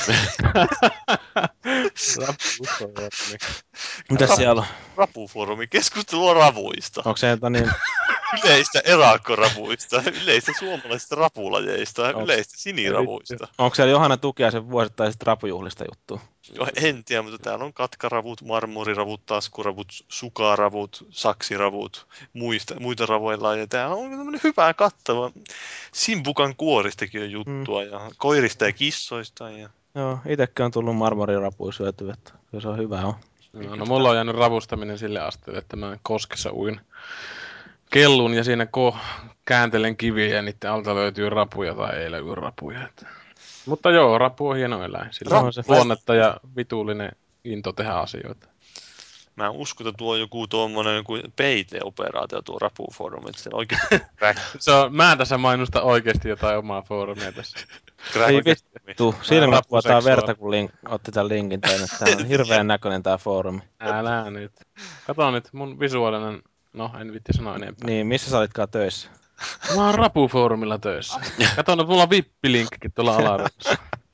Rapufoorumi. Mitäs siellä on? Rapu-foorumi, keskustelua ravuista. Onko se niin, Yleistä erakkoravuista, yleistä suomalaisista rapulajeista, Onks- yleistä siniravuista. onko siellä Johanna Tukiaisen vuosittaisista rapujuhlista juttua? En tiedä, mutta täällä on katkaravut, marmoriravut, taskuravut, sukaravut, saksiravut, muita ravoilla. Ja täällä on tämmöinen hyvä kattava simpukan kuoristakin on juttua ja koirista ja kissoista. Ja... Joo, itsekin on tullut marmorirapuja syötyä, että kyllä se on hyvä on. No mulla on jäänyt ravustaminen sille asteelle, että mä koskessa uin kellun ja siinä kääntelen kiviä ja niiden alta löytyy rapuja tai ei löydy rapuja. Mutta joo, rapu on hieno eläin. Sillä on se. luonnetta ja vituullinen into tehdä asioita. Mä uskon, että tuo on joku tuommoinen peite-operaatio tuo Rapu-foorumi, että se oikeasti Mä en tässä mainosta oikeasti jotain omaa foorumia tässä. Ei vittu, silmät vuotaa rappuseksuaali. verta, kun otti tämän linkin tänne. Tää on hirveän näköinen tää foorumi. Älä nyt. Kato nyt, mun visuaalinen... No, en vitti sanoa enempää. Niin, missä sä olitkaan töissä? Mä oon Rapu-foorumilla töissä. Kato nyt, mulla on vippilinkkikin tuolla alareunassa.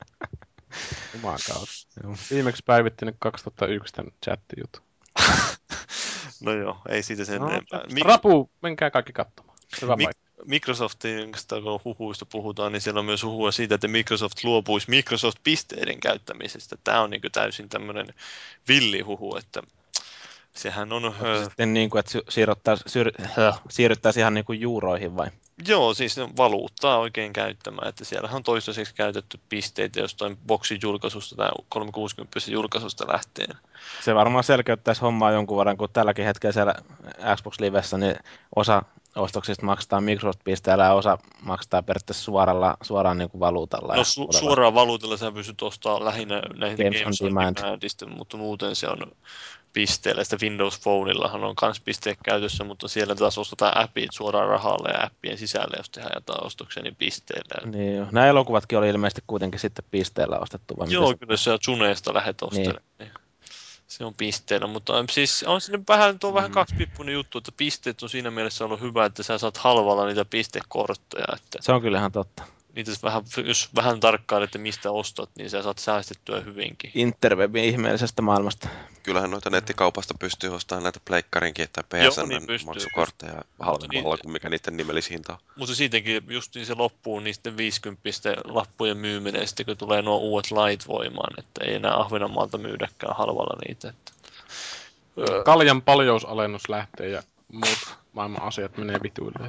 Juman kautta. Viimeksi päivittänyt 2001 tän chattijutun. No joo, ei siitä sen enempää. Rapu, menkää kaikki katsomaan. Hyvä paikka. Microsoftin, kun huhuista puhutaan, niin siellä on myös huhua siitä, että Microsoft luopuisi Microsoft-pisteiden käyttämisestä. Tämä on niin täysin tämmöinen villihuhu, että sehän on... Sitten niin kuin, että siirryttäisiin ihan niin kuin juuroihin vai? Joo, siis valuuttaa oikein käyttämään, että siellähän on toistaiseksi käytetty pisteitä jostain boxin julkaisusta tai 360 julkaisusta lähtien. Se varmaan selkeyttäisi hommaa jonkun verran, kun tälläkin hetkellä siellä Xbox Livessä, niin osa ostoksista maksetaan Microsoft-pisteellä ja osa maksetaan periaatteessa suoraan niin kuin valuutalla. No suoraan valuutalla sä pystyt ostamaan lähinnä näihin Games on Demandista, mutta muuten se on pisteellä. Sitten Windows Phoneillahan on myös pisteet käytössä, mutta siellä taas ostetaan appit suoraan rahalla ja appien sisällä, jos tehdään jotain ostoksia, niin pisteellä. Niin jo. Nämä elokuvatkin oli ilmeisesti kuitenkin sitten pisteellä ostettu. Vai joo, kyllä se on Juneesta lähdet ostelemaan. Niin. Se on pisteellä, mutta siis on sinne vähän, vähän kaksipippunen juttu, että pisteet on siinä mielessä ollut hyvä, että sä saat halvalla niitä pistekortteja. Että se on kyllä ihan totta. Niitä jos vähän tarkkailet, mistä ostat, niin sä saat säästettyä hyvinkin. Interwebin ihmeellisestä maailmasta. Kyllähän noita nettikaupasta pystyy ostamaan näitä pleikkarinkin tai PSN niin maksukortteja halvemmalla kuin mikä niiden nimellishinta on. Mutta siitäkin just niin se loppuu niisten 50 lappujen myyminen, sitten kun tulee nuo uudet lait voimaan, että ei enää Ahvenanmaalta myydäkään halvalla niitä. Että... Kaljan paljousalennus lähtee ja muut maailman asiat menee vituille.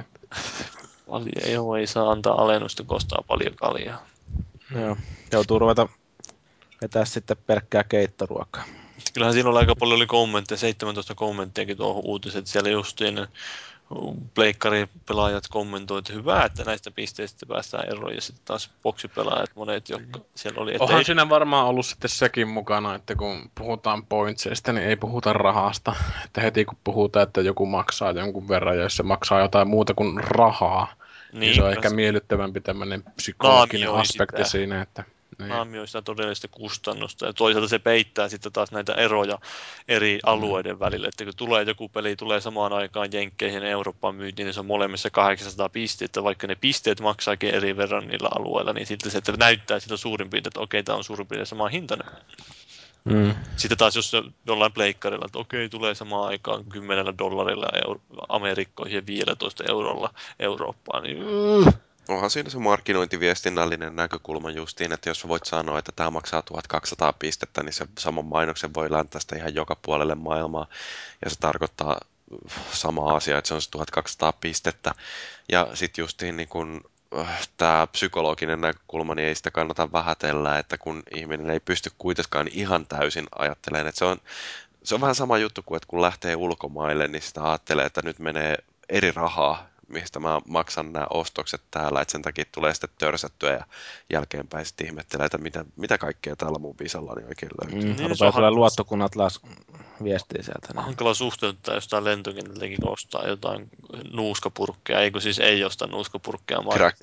Ei saa antaa alennusta, kun ostaa paljon kaljaa. Joo, joutuu ruveta vetää sitten pelkkää keittoruokaa. Kyllähän siinä oli aika paljon kommentteja, 17 kommenttiakin tuohon uutiseen, että siellä justiin pleikkaripelaajat kommentoivat, että hyvä, että näistä pisteistä päästään eroon, ja sitten taas boksipelaajat monet, jotka siellä oli. Onhan siinä varmaan ollut sitten sekin mukana, että kun puhutaan pointseista, niin ei puhuta rahasta. Että heti kun puhutaan, että joku maksaa jonkun verran, ja jos se maksaa jotain muuta kuin rahaa, niin se on ehkä miellyttävämpi tämmöinen psykologinen aspekti siinä, että... Naamioi sitä todellista kustannusta ja toisaalta se peittää sitten taas näitä eroja eri alueiden välillä, että kun tulee joku peli, tulee samaan aikaan Jenkkeihin ja Eurooppaan myyntiin, niin se on molemmissa 800 pistettä, vaikka ne pisteet maksaakin eri verran niillä alueilla, niin sitten se, että näyttää sitä suurin piirtein, että okei, tämä on suurin piirtein sama hintainen. Sitten taas jos jollain pleikkarilla, että okei, tulee samaan aikaan $10 Amerikkoihin ja 15 eurolla Eurooppaan, niin onhan siinä se markkinointiviestinnällinen näkökulma justiin, että jos voit sanoa, että tämä maksaa 1200 pistettä, niin se saman mainoksen voi läntää sitä ihan joka puolelle maailmaa. Ja se tarkoittaa sama asia, että se on se 1200 pistettä. Ja sitten justiin niin kun tämä psykologinen näkökulma, niin ei sitä kannata vähätellä, että kun ihminen ei pysty kuitenkaan ihan täysin ajattelemaan, että se on vähän sama juttu kuin, että kun lähtee ulkomaille, niin sitä ajattelee, että nyt menee eri rahaa, mistä mä maksan nämä ostokset täällä, että sen takia tulee sitten törsättyä ja jälkeenpäin sitten ihmettelee, että mitä kaikkea täällä mun visallani oikein löytyy. Niin, rupeaa tulee luottokunnat viestiä sieltä. Niin. Hankala suhteuttaa jostain lentokentältäkin, kun ostaa jotain nuuskapurkkeja, eikö siis ei osta nuuskapurkkeja.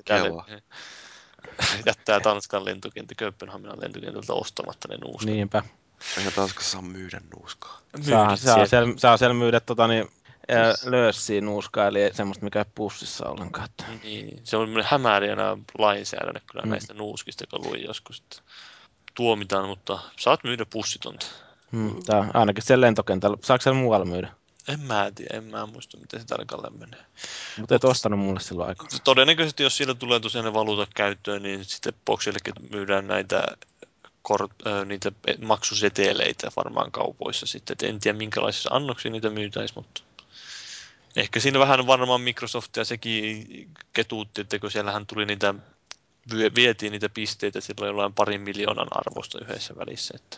Jättää Tanskan lentokenttä, Kööpenhaminan lentokentältä ostamatta ne nuuskat. Niinpä. Eihän Tanskassa saa myydä nuuskaa. Saa siellä myydä lössiä nuuskaa, eli semmoista mikä ei pussissa ollenkaan. Niin, se on hämääriänä lainsäädännö kyllä näistä nuuskista, kun luin joskus, että tuomitaan, mutta saat myydä pussitonta. Tää ainakin siellä lentokentällä. Saako siellä muualla myydä? En mä tiedä, en mä muista, miten se tarkalleen menee. Mutta et ostanut mulle silloin aikaa. Todennäköisesti, jos siellä tulee tosiaan ne valuutat käyttöön, niin sitten boksillekin myydään niitä maksuseteleitä varmaan kaupoissa sitten. Et en tiedä, minkälaisissa annoksissa niitä myytäisi, mutta ehkä siinä vähän varmaan Microsoftia sekin ketuutti, että kun siellähän tuli vietiin niitä pisteitä silloin jollain 2 miljoonan arvosta yhdessä välissä. Että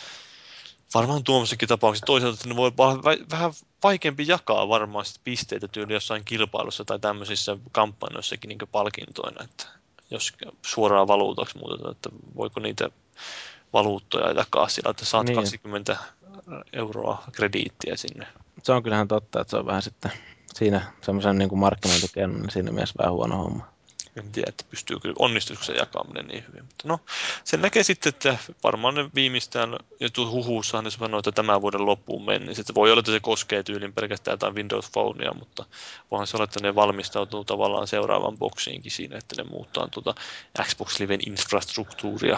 varmaan tuommoisessakin tapauksessa toisaalta että ne voi vähän vaikeampi jakaa varmaan pisteitä tyyli jossain kilpailussa tai tämmöisissä kampanjoissakin niin palkintoina, että jos suoraan valuutaksi muutetaan, että voiko niitä valuuttoja jakaa sillä, että saat Niin. 20 euroa krediittiä sinne. Se on kyllähän totta, että se on vähän sitten siinä semmoisen niin markkinointikeinon, niin siinä mielessä vähän huono homma. En tiedä, että pystyy kyllä onnistuuko se jakaminen niin hyvin. Mutta no, sen näkee sitten, että varmaan ne viimeistään, ja huhuussahan ne sanoo, että tämän vuoden loppuun mennessä. Että voi olla, että se koskee tyylin pelkästään jotain Windows Phonea, mutta voihan se olla, että ne valmistautuu tavallaan seuraavan boksiinkin siinä, että ne muuttaa Xbox Liven infrastruktuuria.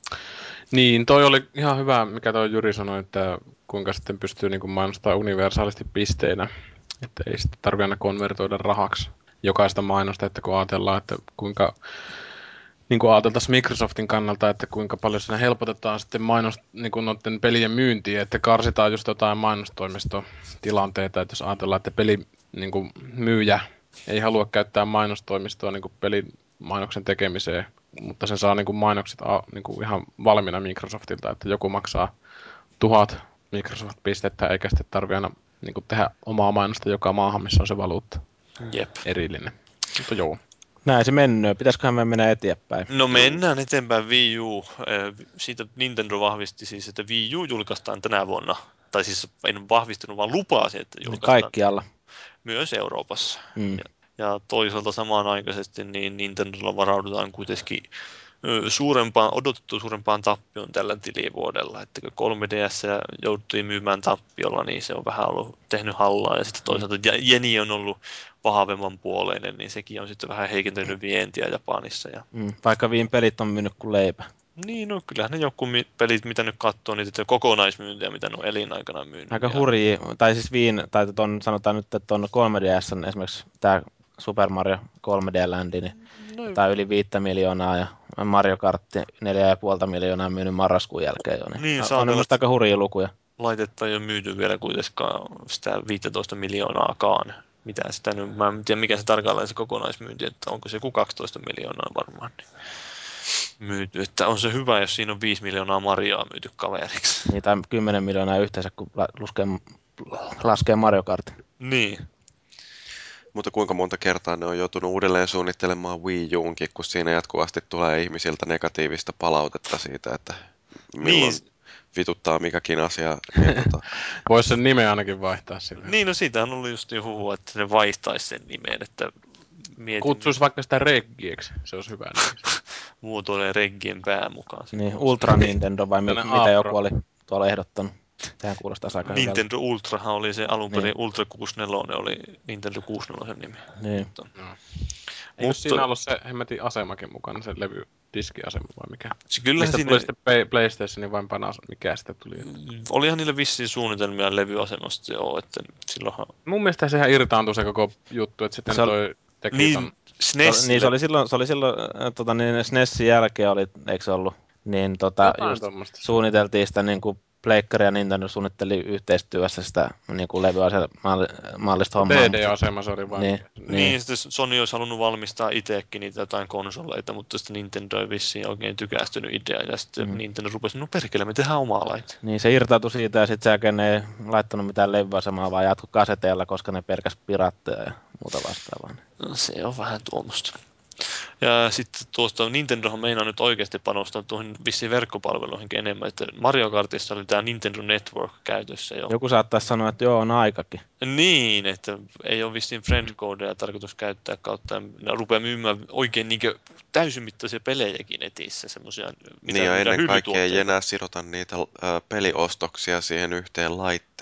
Niin, toi oli ihan hyvä, mikä toi Jyri sanoi, että kuinka sitten pystyy niin kuin mainostamaan universaalisti pisteinä, että ei sitten tarvitse aina konvertoida rahaksi jokaista mainosta, että kun ajatellaan, että kuinka niin kuin ajateltaisiin Microsoftin kannalta, että kuinka paljon siinä helpotetaan sitten niin kuin noiden pelien myyntiä, että karsitaan just jotain mainostoimistotilanteita, että jos ajatellaan, että niin kuin myyjä ei halua käyttää mainostoimistoa niin kuin pelimainoksen tekemiseen, mutta se saa niin kuin mainokset niin kuin ihan valmiina Microsoftilta, että joku maksaa 1000 Microsoft-pistettä, eikä sitten tarvitse aina niin kuin tehdä omaa mainosta joka maahan, missä on se valuutta Jep. erillinen. Mutta joo. Näin se mennyt. Pitäisiköhän me mennä eteenpäin? No mennään eteenpäin Wii U. Siitä Nintendo vahvisti siis, että Wii U julkaistaan tänä vuonna. Tai siis en vahvistunut, vaan lupasi, että julkaistaan. Kaikkialla. Myös Euroopassa. Mm. Ja toisaalta samanaikaisesti niin Nintendolla varaudutaan kuitenkin odotettu suurempaan tappioon tällä tilivuodella. Että kun 3DS joutui myymään tappiolla, niin se on vähän ollut tehnyt hallaa. Ja sitten toisaalta jeni on ollut vahvemman puoleinen, niin sekin on sitten vähän heikentänyt vientiä Japanissa. Vaikka viin pelit on myynyt kuin leipä. Niin, no kyllähän ne joku pelit, mitä nyt katsoo, niitä kokonaismyyntiä, mitä ne on elinaikana myynyt. Aika hurjia, tai siis sanotaan nyt, että on 3DS esimerkiksi tämä Super Mario 3D Landi, niin tai yli 5 miljoonaa ja Mario Kart 4,5 miljoonaa myynyt marraskuun jälkeen jo. Niin, on minusta aika hurjia lukuja. Laitetta ei ole myyty vielä kuitenkaan sitä 15 miljoonaakaan. Mitä sitä nyt, mä en tiedä mikä se tarkalleen se kokonaismyynti, että onko se joku 12 miljoonaa varmaan myyty. Että on se hyvä, jos siinä on 5 miljoonaa Marioa myyty kaveriksi. Niin, tai 10 miljoonaa yhteensä, kun laskee Mario Kartin. Niin. Mutta kuinka monta kertaa ne on joutunut uudelleen suunnittelemaan Wii Uunkin, kun siinä jatkuvasti tulee ihmisiltä negatiivista palautetta siitä, että milloin vituttaa mikäkin asia. Niin, Voisi sen nimeä ainakin vaihtaa sille. Niin, no siitä on ollut just huhua, että ne vaihtaisi sen nimeen, että kutsuisi vaikka sitä Reggieksi, se olisi hyvä nimi. Muotoilee Reggien pään mukaan. Niin, Ultra Nintendo vai mitä joku oli tuolla ehdottanut. Sehän kuulostaa aika hyvältä. Nintendo Ultrahan oli se alun perin, Ultra 64 oli Nintendo 64 nimi. Niin. Eikö siinä ollut se hemmetin asemakin mukana, se levydiskiasema vai mikä? Kyllä mistä siinä tuli sitten PlayStationin vain panas, mikä sitä tuli? Olihan niillä vissiin suunnitelmia levyasemasta joo, että silloinhan... Mun mielestä se ihan irtaantui se koko juttu, että sitten toi teki niin, SNES. Niin, se oli silloin niin SNESin jälkeen oli, eikö se ollut? Niin suunniteltiin sitä niin kuin Pleikkari ja Nintendo suunnitteli yhteistyössä sitä niin kuin levyasemallista hommaa. DD-asema se oli vain. Niin, sitten Sony olisi halunnut valmistaa itsekin niitä jotain konsoleita, mutta sitten Nintendo ei vissiin oikein tykästynyt idea, ja sitten Nintendo rupesi, no perkele, me tehdään omaa laite. Niin, se irtautui siitä, ja sitten sen ei laittanut mitään levyasemaa, vaan jatko kaseteilla, koska ne pelkäs piratteja ja muuta vastaavaa. No, se on vähän tuommoista. Ja sitten tuosta Nintendohan meinaa nyt oikeasti panostaa tuohon vissiin verkkopalveluihinkin enemmän, että Mario Kartissa oli tämä Nintendo Network käytössä jo. Joku saattaisi sanoa, että joo, on aikakin. Niin, että ei ole vissiin friend-codeja tarkoitus käyttää kautta, ne rupeaa myymään oikein niinkö täysimittaisia pelejäkin netissä, semmoisia, mitä niin, ja ennen kaikkea ei enää sidota niitä peliostoksia siihen yhteen laitteeseen.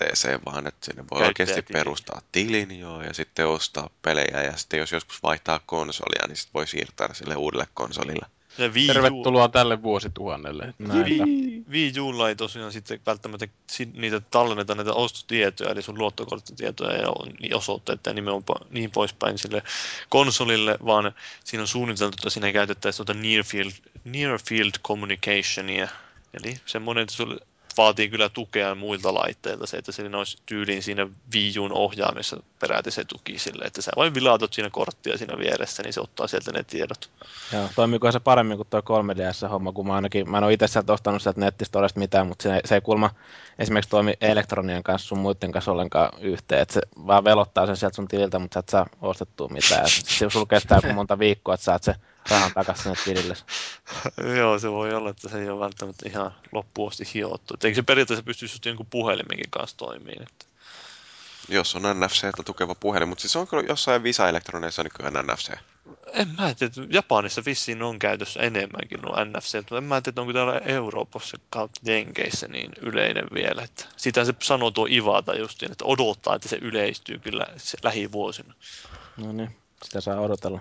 periaatteeseen, vaan että sinne voi oikeasti Käyttäjätili. perustaa tilin ja sitten ostaa pelejä ja sitten jos joskus vaihtaa konsolia, niin sitten voi siirtää sille uudelle konsolille. Ja Wii U, Tervetuloa tälle vuosituhannelle. Näinpä. Wii Ulla ei tosiaan sitten välttämättä niitä tallenneta näitä ostotietoja, eli sun luottokorttitietoja ja osoitteita ja nimenomaan niin poispäin sille konsolille, vaan siinä on suunniteltu, että siinä käytettäisiin near field communicationia. Eli semmoinen, että sulle vaatii kyllä tukea muilta laitteilta se, että siinä olisi tyyliin siinä Wii U:n ohjaamissa peräti se tuki sille, että sä vain vilautat siinä korttia siinä vieressä, niin se ottaa sieltä ne tiedot. Joo, toimiiko se paremmin kuin tuo 3DS-homma, kun mä en ole itse sieltä ostanut sieltä nettistoresta mitään, mutta se ei kulma esimerkiksi toimi Elektronian kanssa sun muiden kanssa ollenkaan yhteen, että se vaan velottaa sen sieltä sun tililtä, mutta sä et saa ostettua mitään. Sitten sulla kestää joku monta viikkoa, että saat se rahan takaisin sinne tilille. Joo, se voi olla, että se ei ole välttämättä ihan loppuun asti hiottu. Eikö se periaatteessa pystyisi just jonkun puhelimenkin kanssa toimimaan? Että... Jos on NFC-tä tukeva puhelin, mutta siis onko jossain Visa-elektroneissa nykyään NFC? En mä tiedä, Japanissa vissiin on käytössä enemmänkin nuo NFC, mutta en mä tiedä, onko täällä Euroopassa kautta Jenkeissä niin yleinen vielä. Että sitä se sanoo tuo Ivata justiin, että odottaa, että se yleistyy kyllä lähivuosina. No niin, sitä saa odotella.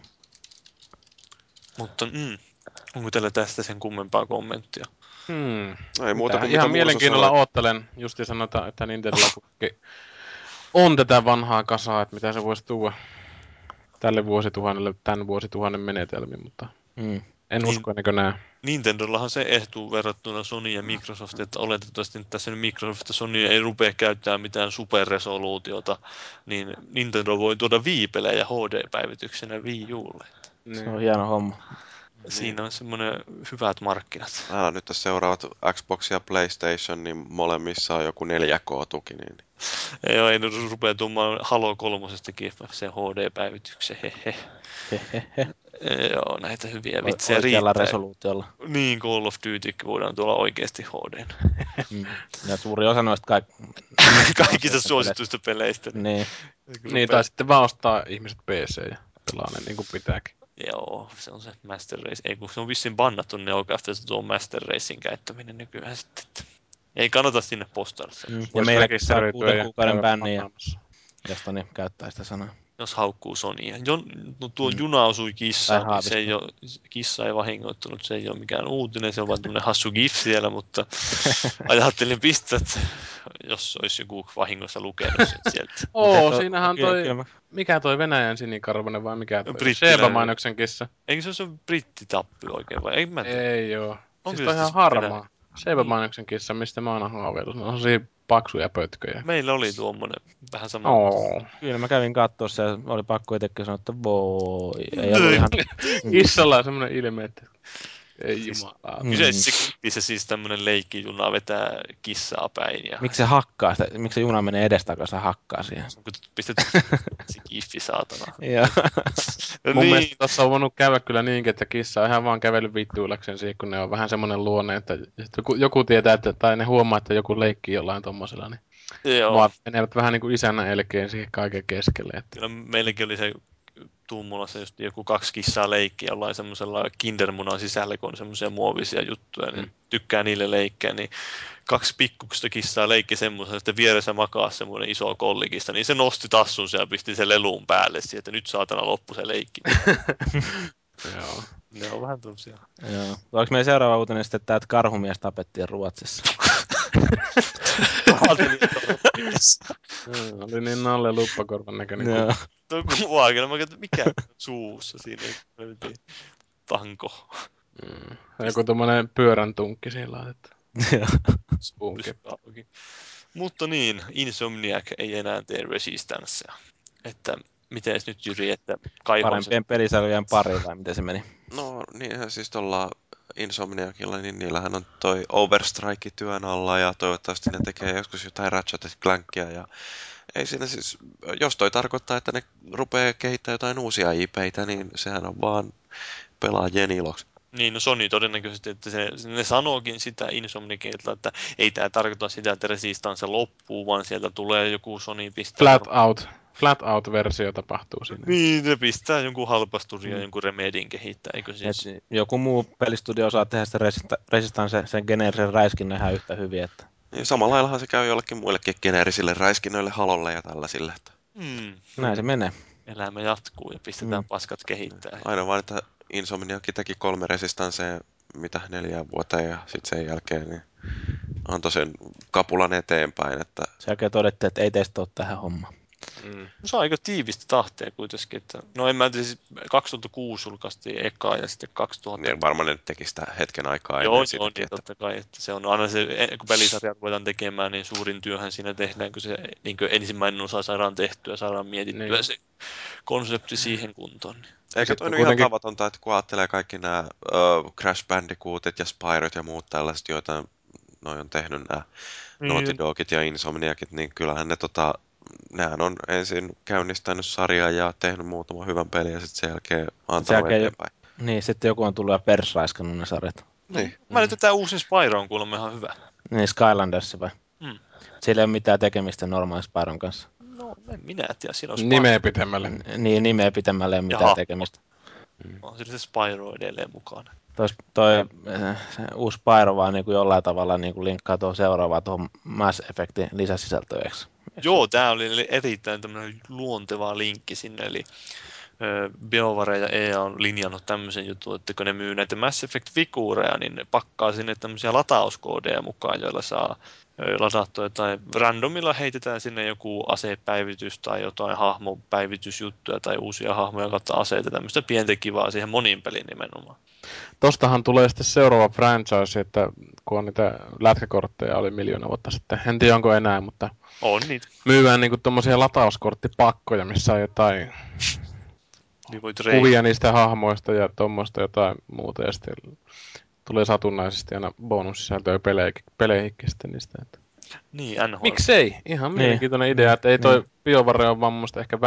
Mutta onko teillä tästä sen kummempaa kommenttia? No ei muuta kuin Ihan mitä mielenkiinnolla sanoit. oottelen. Justi sanotaan, että Nintendolla on tätä vanhaa kasaa, että mitä se voisi tuoda tälle vuosituhannelle, tämän vuosituhannen menetelmiin, mutta en usko ennen kuin näe. Nintendollahan se ehtuu verrattuna Sony ja Microsoftiin, että oletettavasti nyt tässä Microsoft ja Sony ei rupea käyttämään mitään superresoluutiota, niin Nintendo voi tuoda Wii-pelejä HD-päivityksenä Wii Ulle. Se on hieno homma. Siinä on semmoinen hyvät markkinat. Nyt tässä seuraavat Xbox ja PlayStation, niin molemmissa on joku 4K-tuki. Niin. Ei nyt rupea tuomaan Halo 3:stakin se HD-päivityksen, hehe. Joo, näitä hyviä vitsejä Oikealla riittää. resoluutiolla. Niin, Call of Duty voidaan tuolla oikeasti HD. Ja suuri osa noista Kaikista suosituista peleistä. Niin. Tai sitten vaan ostaa ihmiset PC ja pelaa ne niin kuin pitääkin. Joo, se on se Master Race. Ei, kun se on vissiin bannattu Neocafeista tuo Master Racing käyttäminen nykyään sitten. Ei kannata sinne postailla se. Ja meilläkin saa 6 kuukauden käydä bänniä, panaamassa. josta niin käyttää sitä sanaa. Jos haukkuu Sonya. No tuo juna osui kissaan, Tai niin se ei ole, kissa ei vahingoittunut, se ei ole mikään uutinen, se on vaan tämmöinen hassu gif siellä, mutta ajattelin pistää, että jos olisi joku vahingossa lukenut sen sieltä. Siinähän toi, mikä toi Venäjän sinikarvainen vai mikä toi? Sheba-mainoksen kissa. Eikö se ole se brittitappi oikein vai? Ei oo. Onko Siis toi ihan harmaa. Sheba-mainoksen kissa, mistä mä oon aina haaveillut. Ne on siinä paksuja pötköjä. Meillä oli tuommoinen vähän sama. Kyllä mä kävin katsoa se ja oli pakko itsekin sanoa, että voi. Ei ollut ihan... Kissalla on semmonen ilme, että ei jumalaa. Kyseisessä klippissä siis tämmönen leikkijuna vetää kissaa päin. Ja... Miksi se hakkaa sitä? Miksi se juna menee edestakaisin ja hakkaa siihen? Kun pistetty se giffi, saatana. Joo. Mun mielestä tossa on voinut käydä kyllä niinkin, että kissa on ihan vaan kävellyt vittuillakseen siihen, kun ne on vähän semmonen luonne, että joku tietää, että, tai ne huomaa, että joku leikkii jollain tommosella, niin menevät vähän niin kuin isännän elkeen siihen kaiken keskelle. Että... Kyllä meilläkin oli se tummulassa just joku 2 kissaa leikki jollain semmoisella kindermunan sisällä, kun on semmoisia muovisia juttuja, niin tykkää niille leikkiä, niin 2 pikkuista kissaa leikki semmoisen, että vieressä makaa semmoinen iso kollikista, niin se nosti tassunsa ja pisti sen leluun päälle siihen, että nyt saatana loppu se leikki. Joo. Ne on vähän tommosia. Joo. Onko meidän seuraava uutinen sitten, että karhumies tapettiin Ruotsissa? Oli niin Nalle Luppakorvan näköinen. Joo. Tuo kuvaa kyllä, mä katsoin, mikä suussa siinä ei tanko. Joku tommonen pyörän tunkki siinä laitettu. Mutta niin, Insomniac ei enää tee Resistancea. Että miten nyt Jyri, että parempien pelisarjojen pari vai miten se meni? No niinhän siis tuolla Insomniacilla, niin niillähän on toi Overstrike työn alla ja toivottavasti ne tekee joskus jotain Ratchet & Clankia ja ei siinä siis, jos toi tarkoittaa, että ne rupeaa kehittämään jotain uusia IP:itä, niin sehän on vaan pelaajien iloksi. Niin, no Sony todennäköisesti, että ne sanookin sitä Insomniacilta, että ei tämä tarkoita sitä, että Resistance loppuu, vaan sieltä tulee joku Sony pistää... Flat out-versio tapahtuu siinä. Niin, ne pistää jonkun halpasturin ja jonkun Remedin kehittää, eikö siis? Et joku muu pelistudio osaa tehdä sitä Resistance sen geneerisen räiskinnän ihan yhtä hyvin, että... Niin samalla laillahan se käy jollekin muillekin geneerisille räiskinnöille, halolle ja tällaisille. Että Näin se menee. Elämä jatkuu ja pistetään paskat kehittää. aina vaan, että Insomniakin teki 3 Resistancea, mitä 4 vuoteen ja sitten sen jälkeen niin antoi sen kapulan eteenpäin, että Sen jälkeen todettiin, että ei teistä ole tähän hommaan. Se on aika tiivistä tahtia kuitenkin. Että, no en mä tiedä, siis 2006 julkaistiin eka ja sitten 2000. niin varmaan ne nyt teki sitä hetken aikaa Joo, ennen joo, sitäkin, niin että totta kai. Että se on aina se, kun pelisarjaa ruvetaan tekemään, niin suurin työhän siinä tehdään, kun se niin kun ensimmäinen osa saadaan tehtyä, saadaan mietittyä Niin. se konsepti siihen kuntoon. Niin. eikä Sitten toi nyt ihan kuitenkin- tavatonta, että kun ajattelee kaikki nämä Crash Bandicootit ja Spyrot ja muut tällaiset, joita noi on tehnyt nämä Naughty Dogit ja Insomniakit, niin kyllähän ne nehän on ensin käynnistänyt sarjaa ja tehnyt muutaman hyvän pelin ja sitten sen jälkeen antanut jälkeen eteenpäin. Niin, sitten joku on tullut ja persraiskannut ne sarjat. Niin. Mä nyt tää uusin Spyro on kuulemma ihan hyvä. Niin, Skylanders vai? Mm. Sillä ei ole mitään tekemistä normaalin Spyron kanssa. No, en minä tiedä. Siinä on Spyro. Nimeä pitemmälle. Niin, nimeä pitämällä ei ole mitään Jaha. tekemistä. On siinä se Spyro edelleen mukana. Toi se uusi Spyro vaan niin kuin jollain tavalla niin kuin linkkaa tuohon seuraavaan tuohon Mass Effectin lisäsisältöiksi. Joo, tää oli erittäin tämmöinen luonteva linkki sinne, eli BioWare ja EA on linjannut tämmöisen jutun, että kun ne myy näitä Mass Effect-figuureja, niin ne pakkaa sinne tämmöisiä latauskoodeja mukaan, joilla saa ladattua jotain. Randomilla heitetään sinne joku asepäivitys tai jotain hahmopäivitysjuttuja tai uusia hahmoja kautta aseita, tämmöistä pientä kivaa siihen monin peliin nimenomaan. Tostahan tulee sitten seuraava franchise, että kun on niitä lätkäkortteja oli 1 000 000 vuotta sitten. En tiedä onko enää, mutta On niitä. myydään niinku tommosia latauskorttipakkoja, missä on jotain Niin voit kuvia niistä hahmoista ja tuommoista jotain muuta. Ja sitten tulee satunnaisesti aina bonussisältöjä peleihinkin sitten niistä. Että. Niin, NHL. Miksei? Ihan mielenkiintoinen idea, että ei toi BioWare ole vaan mun mielestä ehkä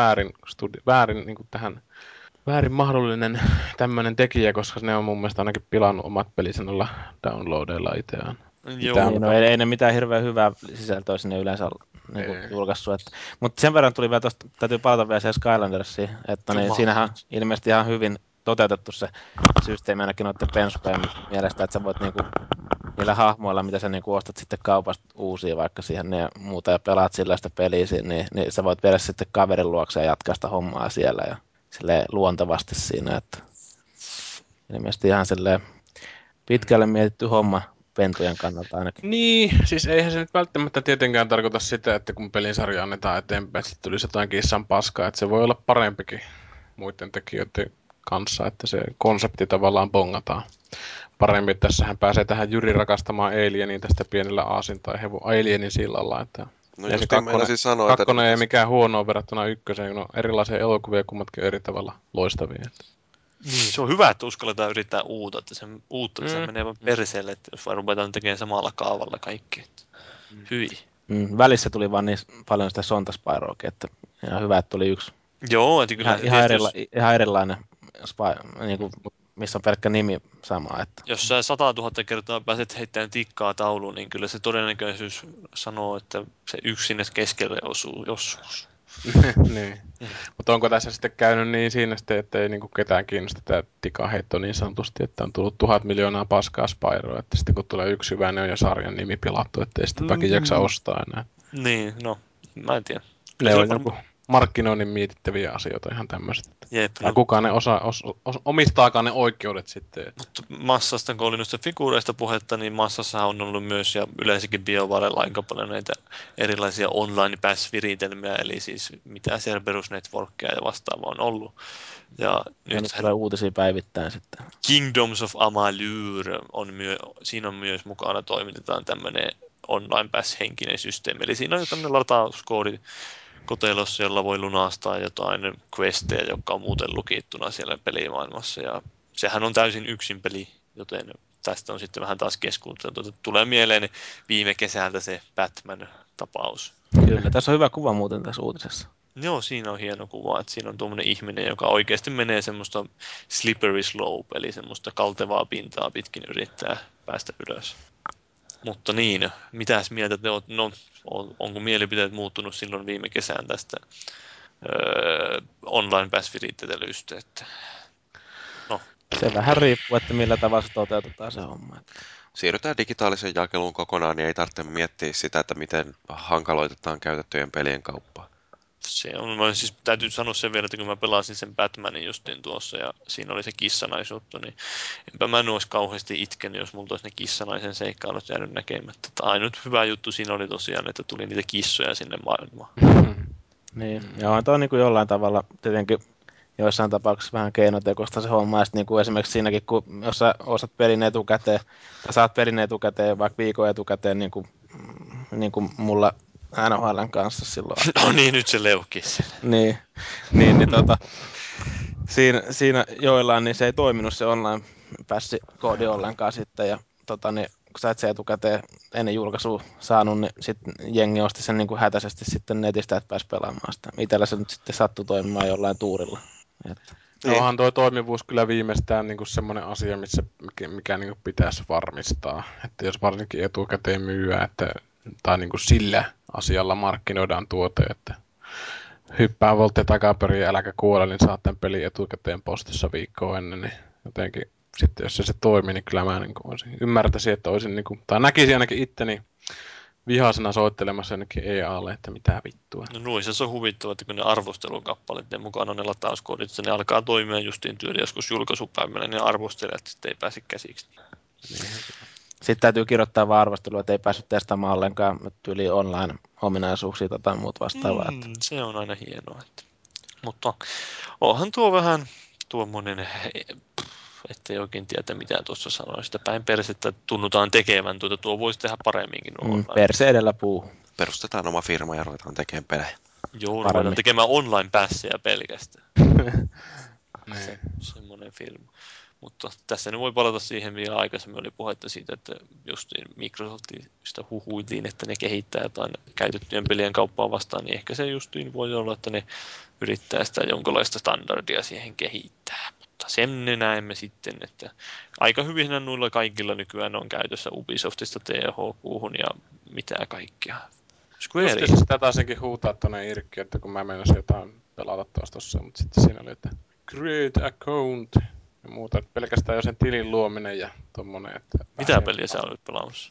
väärin niin kuin tähän väärin mahdollinen tämmöinen tekijä, koska ne on mun mielestä ainakin pilannut omat pelisanalla downloadeilla itseään. Joo. Niin, no ei ne mitään hirveän hyvää sisältöä sinne yleensä niin kuin julkaissut. Mutta sen verran tuli vielä tuosta, täytyy palata vielä siihen Skylandersiin, että niin, siinähän on ilmeisesti ihan hyvin toteutettu se systeemi ainakin noiden pensujen mielestä, että sä voit niinku, niillä hahmoilla, mitä sä niinku ostat sitten kaupasta uusia vaikka siihen ja muuta ja pelaat sillä sitä peliä, niin sä voit viedä sitten kaverin luokse ja jatkaa sitä hommaa siellä ja silleen luontevasti siinä, että ilmeisesti ihan silleen pitkälle mietitty homma pentujen kannalta ainakin. Niin, siis eihän se nyt välttämättä tietenkään tarkoita sitä, että kun pelisarja annetaan eteenpäin, että sitten tulisi jotain kissan paskaa, että se voi olla parempikin muiden tekijöiden kanssa, että se konsepti tavallaan bongataan paremmin. Tässähän pääsee tähän Jyri rakastamaan Alieniin tästä pienellä aasin tai Alienin sillalla, että No ja just se niin meinasin sanoa, että kakkonen ei mikään huono verrattuna ykköseen, kun on erilaisia elokuvia kummatkin eri tavalla loistavia. Niin, se on hyvä, että uskalletaan yrittää uutta, että se menee vaan perseelle, että jos vaan ruvetaan tekemään samalla kaavalla kaikki. Hyi. Välissä tuli vaan niin paljon sitä Sontaspyroakin, että ihan hyvä, että tuli yksi Joo, että kyllä ihan erilainen niin kuin, missä on pelkkä nimi sama. Että. Jos sä 100 000 kertaa pääset heittämään tikkaa tauluun, niin kyllä se todennäköisyys sanoo, että se yksi sinne keskelle osuu joskus. Niin. Mutta onko tässä sitten käynyt niin siinä sitten, että ei niinku ketään kiinnosta tämä tikaheitto niin sanotusti, että on tullut 1000 miljoonaa paskaa Spyroa, että sitten kun tulee yksi hyvä, niin on jo sarjan nimi pilattu, ettei sitten väki jaksa ostaa enää. Niin, no, mä en tiedä. Ne on joku markkinoinnin mietittäviä asioita ihan tämmöiset. Jep, ja kukaan ne omistaakaan ne oikeudet sitten. Mutta massasta, kun oli noista figuureista puhetta, niin massassahan on ollut myös, ja yleensäkin BioWarella aika paljon näitä erilaisia online pass-viritelmiä, eli siis mitä Cerberus Networkia ja vastaavaa on ollut. Ja nyt tulee uutisia päivittäin sitten. Kingdoms of Amalur siinä on myös mukana toimitetaan tämmöinen online pass-henkinen systeemi, eli siinä on tämmöinen latauskoodi kotelossa, jolla voi lunastaa jotain questeja, jotka on muuten lukittuna siellä pelimaailmassa. Ja sehän on täysin yksin peli, joten tästä on sitten vähän taas keskusteltu. Tulee mieleen viime kesältä se Batman-tapaus. Kyllä, tässä on hyvä kuva muuten tässä uutisessa. Joo, siinä on hieno kuva, että siinä on tuommoinen ihminen, joka oikeasti menee semmoista slippery slope, eli semmoista kaltevaa pintaa pitkin yrittää päästä ylös. Mutta niin, mitäs mieltä te olette? No, onko mielipiteet muuttunut silloin viime kesään tästä online pass-virittelystä? No. Se vähän riippuu, että millä tavalla se toteutetaan se homma. siirrytään digitaaliseen jakeluun kokonaan, niin ei tarvitse miettiä sitä, että miten hankaloitetaan käytettyjen pelien kauppaa. Se on, mä siis täytyy sanoa sen vielä, että kun mä pelasin sen Batmanin justiin tuossa ja siinä oli se kissanaisjuttu, niin enpä mä en olisi kauheasti itkenyt, jos mulla olisi ne kissanaisen seikkailut jäänyt näkemättä. Ainut hyvä juttu siinä oli tosiaan, että tuli niitä kissoja sinne maailmaan. Niin, ja on toi niin kuin jollain tavalla tietenkin joissain tapauksissa vähän keinotekoista se homma, ja niin kuin esimerkiksi siinäkin, kun jos sä osat pelin etukäteen, tai saat pelin etukäteen vaikka viikon etukäteen, niin kuin mulla NHL:n kanssa silloin. No niin, nyt se leukis. niin, siinä joillain niin se ei toiminut se online passikoodi ollenkaan sitten, ja niin, kun sä et se etukäteen ennen julkaisua saanut, niin sitten jengi osti sen niin kuin hätäisesti sitten netistä, että pääsi pelaamaan sitä. Itellä se nyt sitten sattui toimimaan jollain tuurilla. Että. No onhan tuo toimivuus kyllä viimeistään niin semmoinen asia, mikä niin pitäisi varmistaa. Että jos varsinkin etukäteen myyä, tai niin sillä asialla markkinoidaan tuote, että hyppää volttia takaperin ja äläkä kuole, niin saat tämän pelin etukäteen postissa viikkoa ennen, niin jotenkin sitten jos se toimii, niin kyllä mä niin ymmärtäisin, että olisin, niin kuin, tai näkisin ainakin itteni vihaisena soittelemassa jonnekin EAlle, että mitä vittua. No noissa se on huvittava, että kun ne arvostelukappaleet, ne mukana on ne latauskoodit, että ne alkaa toimia justiin tyyli joskus julkaisupäivänä, niin ne arvostelijat sitten ei pääse käsiksi. Sitten täytyy kirjoittaa vaan arvostelua, että ei päässyt testaamaan ollenkaan yli online-ominaisuuksia tai muut vastaavaa. Se on aina hienoa. Mutta onhan tuo vähän tuommoinen, ettei oikein tiedä mitä tuossa sanoo. Sitä päin persettä tunnutaan tekevän, tuo voisi tehdä paremminkin. Perse edellä puuhun. Perustetaan oma firma ja ruvetaan tekemään pelejä. Joo, ruvetaan tekemään online-pässejä pelkästään. Semmoinen firma. Mutta tässä nyt voi palata siihen, vielä aikaisemmin oli puhetta siitä, että just Microsoftista huhuiltiin, että ne kehittää jotain käytettyjen pelien kauppaa vastaan, niin ehkä se justiin voi olla, että ne yrittää sitä jonkinlaista standardia siihen kehittää. Mutta sen ne näemme sitten, että aika hyvinä noilla kaikilla nykyään on käytössä Ubisoftista THQ ja mitä kaikkea. Just sitä taisinkin huutaa tuonne Irkki, että kun mä menisin jotain pelata tuossa, mutta sitten siinä oli, että create account ja muuta. Että pelkästään jo sen tilin luominen ja tommonen. Että mitä peliä sä olit pelaamassa?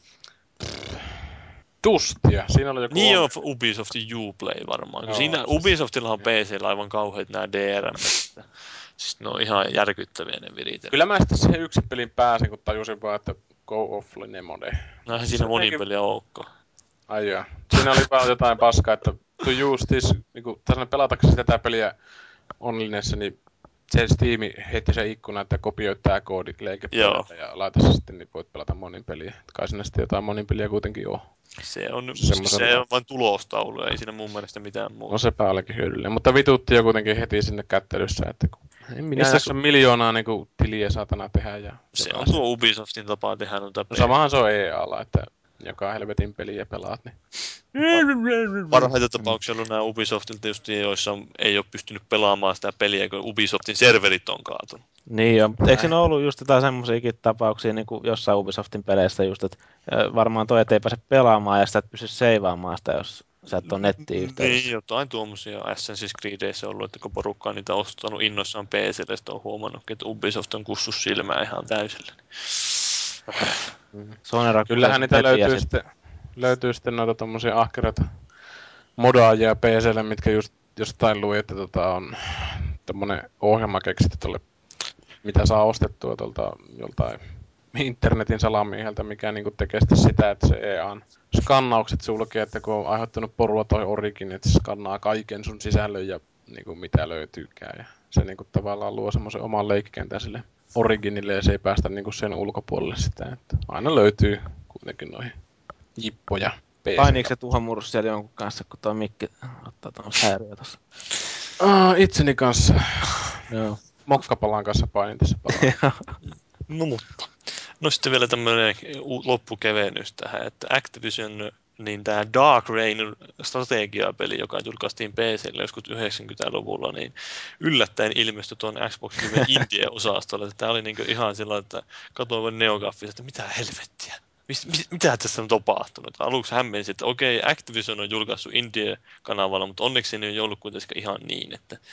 Dustia. Siinä oli joku... Niin on Ubisoftin Uplay varmaan. Joo, siinä Ubisoftillahan on PC:llä aivan kauheat nämä DRM. Siis ne on ihan järkyttäviä ne viritelmät. Kyllä mä sitten siihen yksin pelin pääsin, kun tajusin vaan, että go offline mode. Näinhän siinä monipeliä oukko. Ai joo. Siinä oli vaan jotain paskaa, että to use this, niinku, pelataksesi tätä peliä onlinessa, niin se Steam heitti se ikkuna, että kopioi tää koodi leikepelille ja laita se sitten, niin voit pelata monin peliä. Kai siinä sitten jotain monin peliä kuitenkin on. Se on vain tulostaulu, ei siinä mun mielestä mitään muuta. No sepä olikin hyödyllinen, mutta vitutti jo kuitenkin heti sinne kättelyssä, että en minä jaksa miljoonaa niinku tiliä saatana tehdä. Ja se on tuo Ubisoftin tapaa tehdä noita pelejä. No samahan se on EA:lla, että joka helvetin peliä pelaat, niin... Parhaita tapauksia on nämä Ubisoftilta just, joissa ei ole pystynyt pelaamaan sitä peliä, kun Ubisoftin serverit on kaatunut. Niin jo, eikö siinä ollut just jotain semmoisiakin tapauksia niin kuin jossain Ubisoftin peleissä just, että varmaan toi ei pääse pelaamaan ja sitä et pysty seivaamaan sitä, jos sä et ole nettiyhteydessä. Niin, jotain tuommoisia Assassin's Creedissä ollut, että kun porukka on niitä ostanut innoissaan PC:lle, sitten on huomannut, että Ubisoft on kussus silmää ihan täysillä. Kyllähän niitä löytyy sitten noita tommosia ahkereita modaajia PC:lle, mitkä just jostain luin, että on tommonen ohjelma keksitty tolle, mitä saa ostettua tuolta joltain internetin salamieheltä, mikä niinku tekee sitä, että se EA:n skannaukset sulkee, että kun on aiheuttanut porua toi Origin, että se skannaa kaiken sun sisällön ja niinku mitä löytyykään. Ja se niinku tavallaan luo semmoisen oman leikkikentän sille Originille ja se ei päästä niinku sen ulkopuolelle sitä, että aina löytyy kuitenkin noihin jippoja. Painiiko se tuhomurus siellä jonkun kanssa, kun tuo mikki ottaa tuollaista häiriöä tuossa? Itseni kanssa. Joo. Mokkapalan kanssa painin tässä palaa. No mutta. No sitten vielä tämmöinen loppukevennys tähän, että Activision, niin tämä Dark Reign strategiapeli, joka julkaistiin PC:lle joskus 90-luvulla, niin yllättäen ilmestyi tuon Xbox Live Indie-osastolle. Tämä oli niinku ihan sillä, että katsoin vain Neogaffista, että mitä helvettiä. Mitä tässä on tapahtunut? Aluksi hämmensin, että okei, Activision on julkaissut Indie-kanavalla, mutta onneksi ne ei ollut kuitenkaan ihan niin, että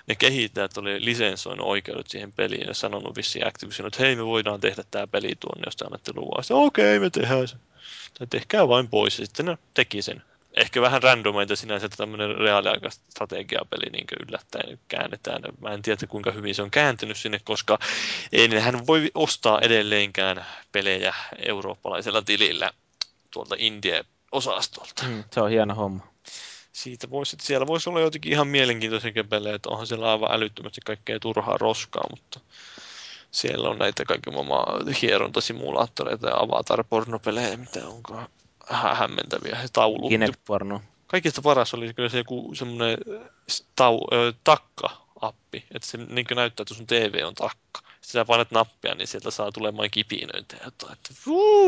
ne kehittäjät oli lisensoinut oikeudet siihen peliin ja sanonut vissiin Activision, että hei, me voidaan tehdä tämä peli tuonne, jos te annatte luvan. Okei, me tehdään se. Tai tehkää vain pois, ja sitten ne teki sen. Ehkä vähän randomaita sinänsä, että tämmöinen reaaliaikaista strategiapeli niin yllättäen käännetään. Mä en tiedä, kuinka hyvin se on kääntynyt sinne, koska ei nehän voi ostaa edelleenkään pelejä eurooppalaisella tilillä tuolta Indie-osastolta. Se on hieno homma. Siellä voisi olla jotenkin ihan mielenkiintoisia pelejä, että onhan siellä aivan älyttömästi kaikkea turhaa roskaa, mutta siellä on näitä kaiken maailman hierontasimulaattoreita ja avatar-pornopelejä, mitä onkaan hämmentäviä. Kinect-porno. Kaikista paras oli kyllä se joku semmoinen takka-appi, että se niin näyttää, että sun TV on takka. Sitten sä painat nappia, niin sieltä saa tulemaan kipinöitä ja jotain, että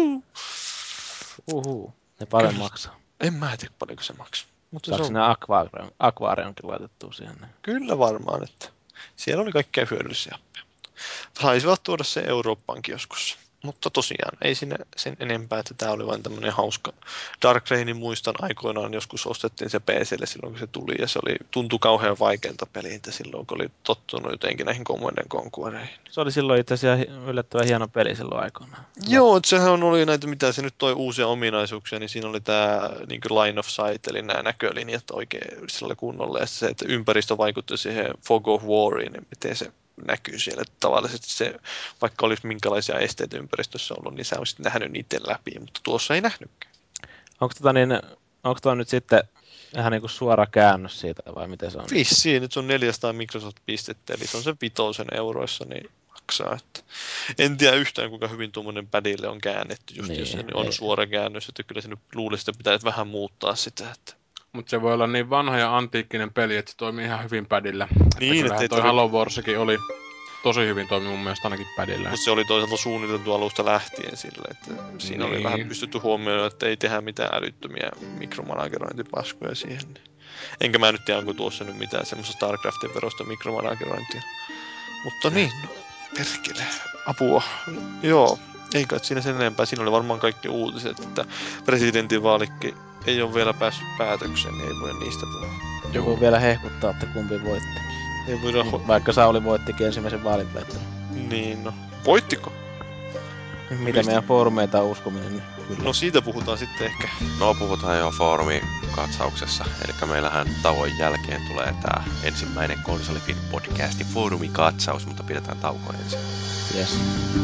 Ne paljon maksaa. En mä tiedä paljonko se maksaa. Mutta saako sinne akvaarionkin laitettua siihen? Kyllä varmaan, että siellä oli kaikkea hyödyllisiä appeja. Saisivat tuoda se Eurooppaankin joskus. Mutta tosiaan, ei sinne sen enempää, että tämä oli vain tämmöinen hauska. Dark Rainin muistan aikoinaan joskus ostettiin se PC:lle silloin, kun se tuli, ja se tuntui kauhean vaikealta peliltä silloin, kun oli tottunut jotenkin näihin Command & Conquereihin. Se oli silloin itse asiassa yllättävän hieno peli silloin aikoinaan. Joo, sehän oli näitä, mitä se nyt toi uusia ominaisuuksia, niin siinä oli tämä niin line of sight, eli nämä näkölinjat oikein sillä kunnolla, ja se, että ympäristö vaikutti siihen Fog of Wariin, niin miten se näkyy siellä. Tavallisesti se, vaikka olisi minkälaisia esteitä ympäristössä ollut, niin sä olisit nähnyt niiden läpi, mutta tuossa ei nähnytkään. Onko tuo nyt sitten ihan niin kuin suora käännös siitä, vai miten se on? Vissiin, nyt se on 400 Microsoft-pistettä, eli se on se 5 euroissa, niin maksaa. Että en tiedä yhtään, kuinka hyvin tuommoinen padille on käännetty, just niin, jos se on suora käännös, että kyllä se nyt luulisi, että pitää vähän muuttaa sitä. Että mutta se voi olla niin vanha ja antiikkinen peli, että se toimii ihan hyvin padillä. Niin, että toi Halo Warsikin oli tosi hyvin toimi mun mielestä ainakin padillä. Mutta se oli toisaalta suunniteltu alusta lähtien sille, että siinä oli vähän pystytty huomioon, että ei tehdä mitään älyttömiä mikromanagerointipaskuja siihen. Enkä mä nyt tiedä, onko tuossa nyt mitään semmoista StarCraftin verosta mikromanagerointia. Mutta niin, perkele, apua. Joo, ei kai siinä sen enempää. Siinä oli varmaan kaikki uutiset, että presidentinvaalikki ei ole vielä päässyt päätökseen, niin ei voi niistä puhua. Joku vielä hehkuttaa, että kumpi voitti. Ei voida vaikka Sauli voittikin ensimmäisen vaalinpäättelyn. Niin, no. Voittiko? Mitä meidän foorumeita on uskominen? Niin kyllä. No siitä puhutaan sitten ehkä. No puhutaan jo foorumikatsauksessa. Eli meillähän tauon jälkeen tulee tää ensimmäinen Konsolifin podcasti foorumikatsaus, mutta pidetään tauko ensin. Yes.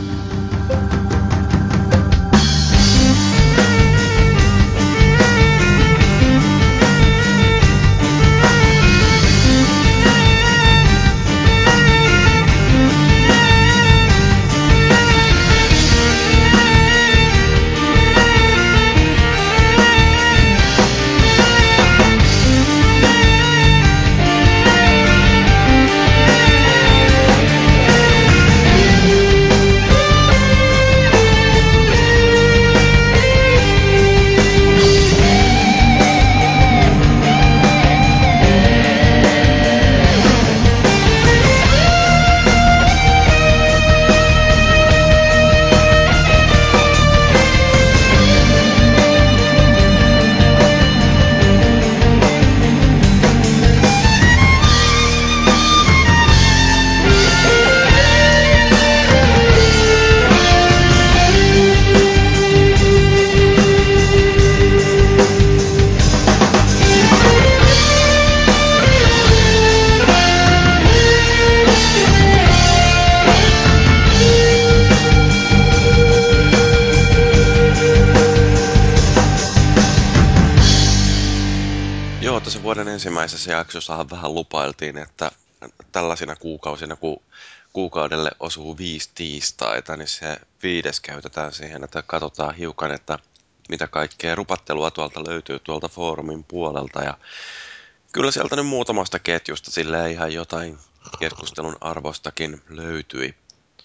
Vuoden ensimmäisessä jaksossa vähän lupailtiin, että tällaisina kuukausina, kun kuukaudelle osuu 5 tiistaita, niin se 5. käytetään siihen, että katsotaan hiukan, että mitä kaikkea rupattelua tuolta löytyy tuolta foorumin puolelta. Ja kyllä sieltä nyt muutamasta ketjusta silleen ihan jotain keskustelun arvostakin löytyi.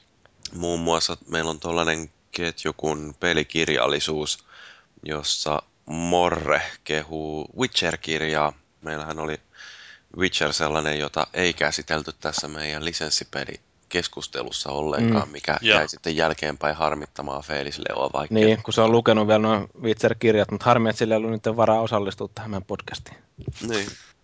Muun muassa meillä on tollainen ketju kuin pelikirjallisuus, jossa Morre kehuu Witcher-kirjaa. Meillähän oli Witcher sellainen, jota ei käsitelty tässä meidän lisenssipelikeskustelussa ollenkaan, mikä jäi sitten jälkeenpäin harmittamaan Felis Leoa vaikka. Niin, kun se on lukenut vielä nuo Witcher-kirjat, mutta harmi, että sillä ei ollut nyt varaa osallistua tähän meidän podcastiin. Niin.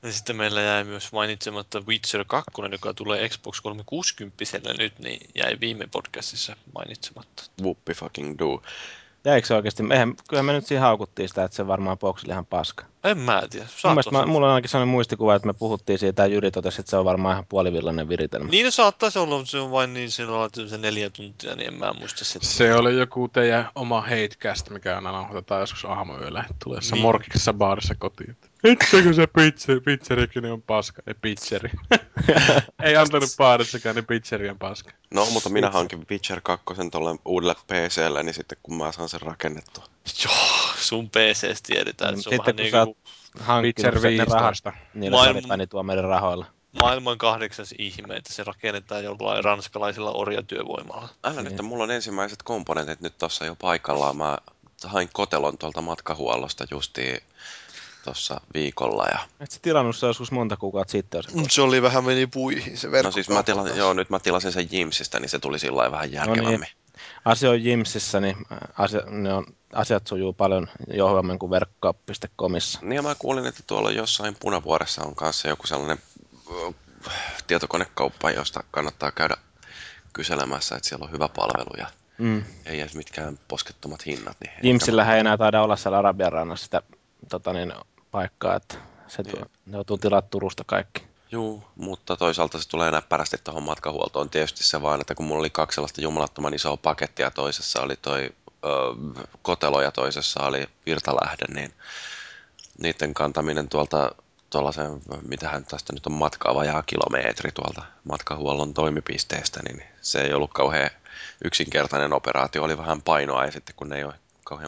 Ja sitten meillä jäi myös mainitsematta Witcher 2, joka tulee Xbox 360 nyt, niin jäi viime podcastissa mainitsematta. Whoopi fucking do. Jäikö se oikeasti? Kyllä me nyt siinä haukuttiin sitä, että se varmaan boksilla ihan paska. En mä tiedä. Mun mielestä mulla on ainakin sellainen muistikuva, että me puhuttiin siitä ja Jyri totesi, että se on varmaan ihan puolivillainen viritelmä. Niin saattaisi olla, mutta se on vain niin silloin, että se 4 tuntia, niin en mä muista sitä. Se oli joku teidän oma hatecast, mikä aina nauhoitetaan joskus aamuyöllä. Tulee se Niin. morkiksessa baarissa kotiin. Itsekö se pizzerikin on paska? Ei pizzeri. Ei antanut baarissakaan, niin pizzeri on paska. No, mutta minä hankin Witcher 2 tuolle uudelle PC:lle, niin sitten kun mä saan sen rakennettua. Joo, sun PC:stä tiedetään, että se on Sitten vähän kun sä niin oot hankkinut Witcher ne rahat 15. niillä salibändituomarin rahoilla. maailman 8. ihme, että se rakennetaan jollain ranskalaisilla orjatyövoimalla. Aina nyt, mulla on ensimmäiset komponentit nyt tossa jo paikallaan. Mä hain kotelon tuolta matkahuollosta justiin tossa viikolla. Ja... Et sä tilannut se joskus monta kuukautta sitten? Se oli vähän meni puihin se verkko. No siis nyt mä tilasin sen Jimsistä, niin se tuli sillä lailla vähän järkevämmin. No niin. Asioin Jimsissä, niin asiat sujuu paljon jouhevammin kuin verkkokauppa.comissa. Niin ja mä kuulin, että tuolla jossain Punavuoressa on kanssa joku sellainen tietokonekauppa, josta kannattaa käydä kyselemässä, että siellä on hyvä palvelu ja ei edes mitkään poskettomat hinnat. Niin Jimsillähän ei enää taida olla siellä Arabian rannassa sitä paikkaa, että se joutuu tilaa Turusta kaikki. Joo, mutta toisaalta se tulee näppärästi tuohon matkahuoltoon. Tietysti se vaan, että kun mulla oli 2 sellaista jumalattoman isoa pakettia, toisessa oli toi kotelo ja toisessa oli virtalähde, niin niiden kantaminen tuollaisen, mitähän tästä nyt on matkaa, vajaa kilometri tuolta matkahuollon toimipisteestä, niin se ei ollut kauhean yksinkertainen operaatio. Oli vähän painoa ja sitten kun ne ei ole kauhean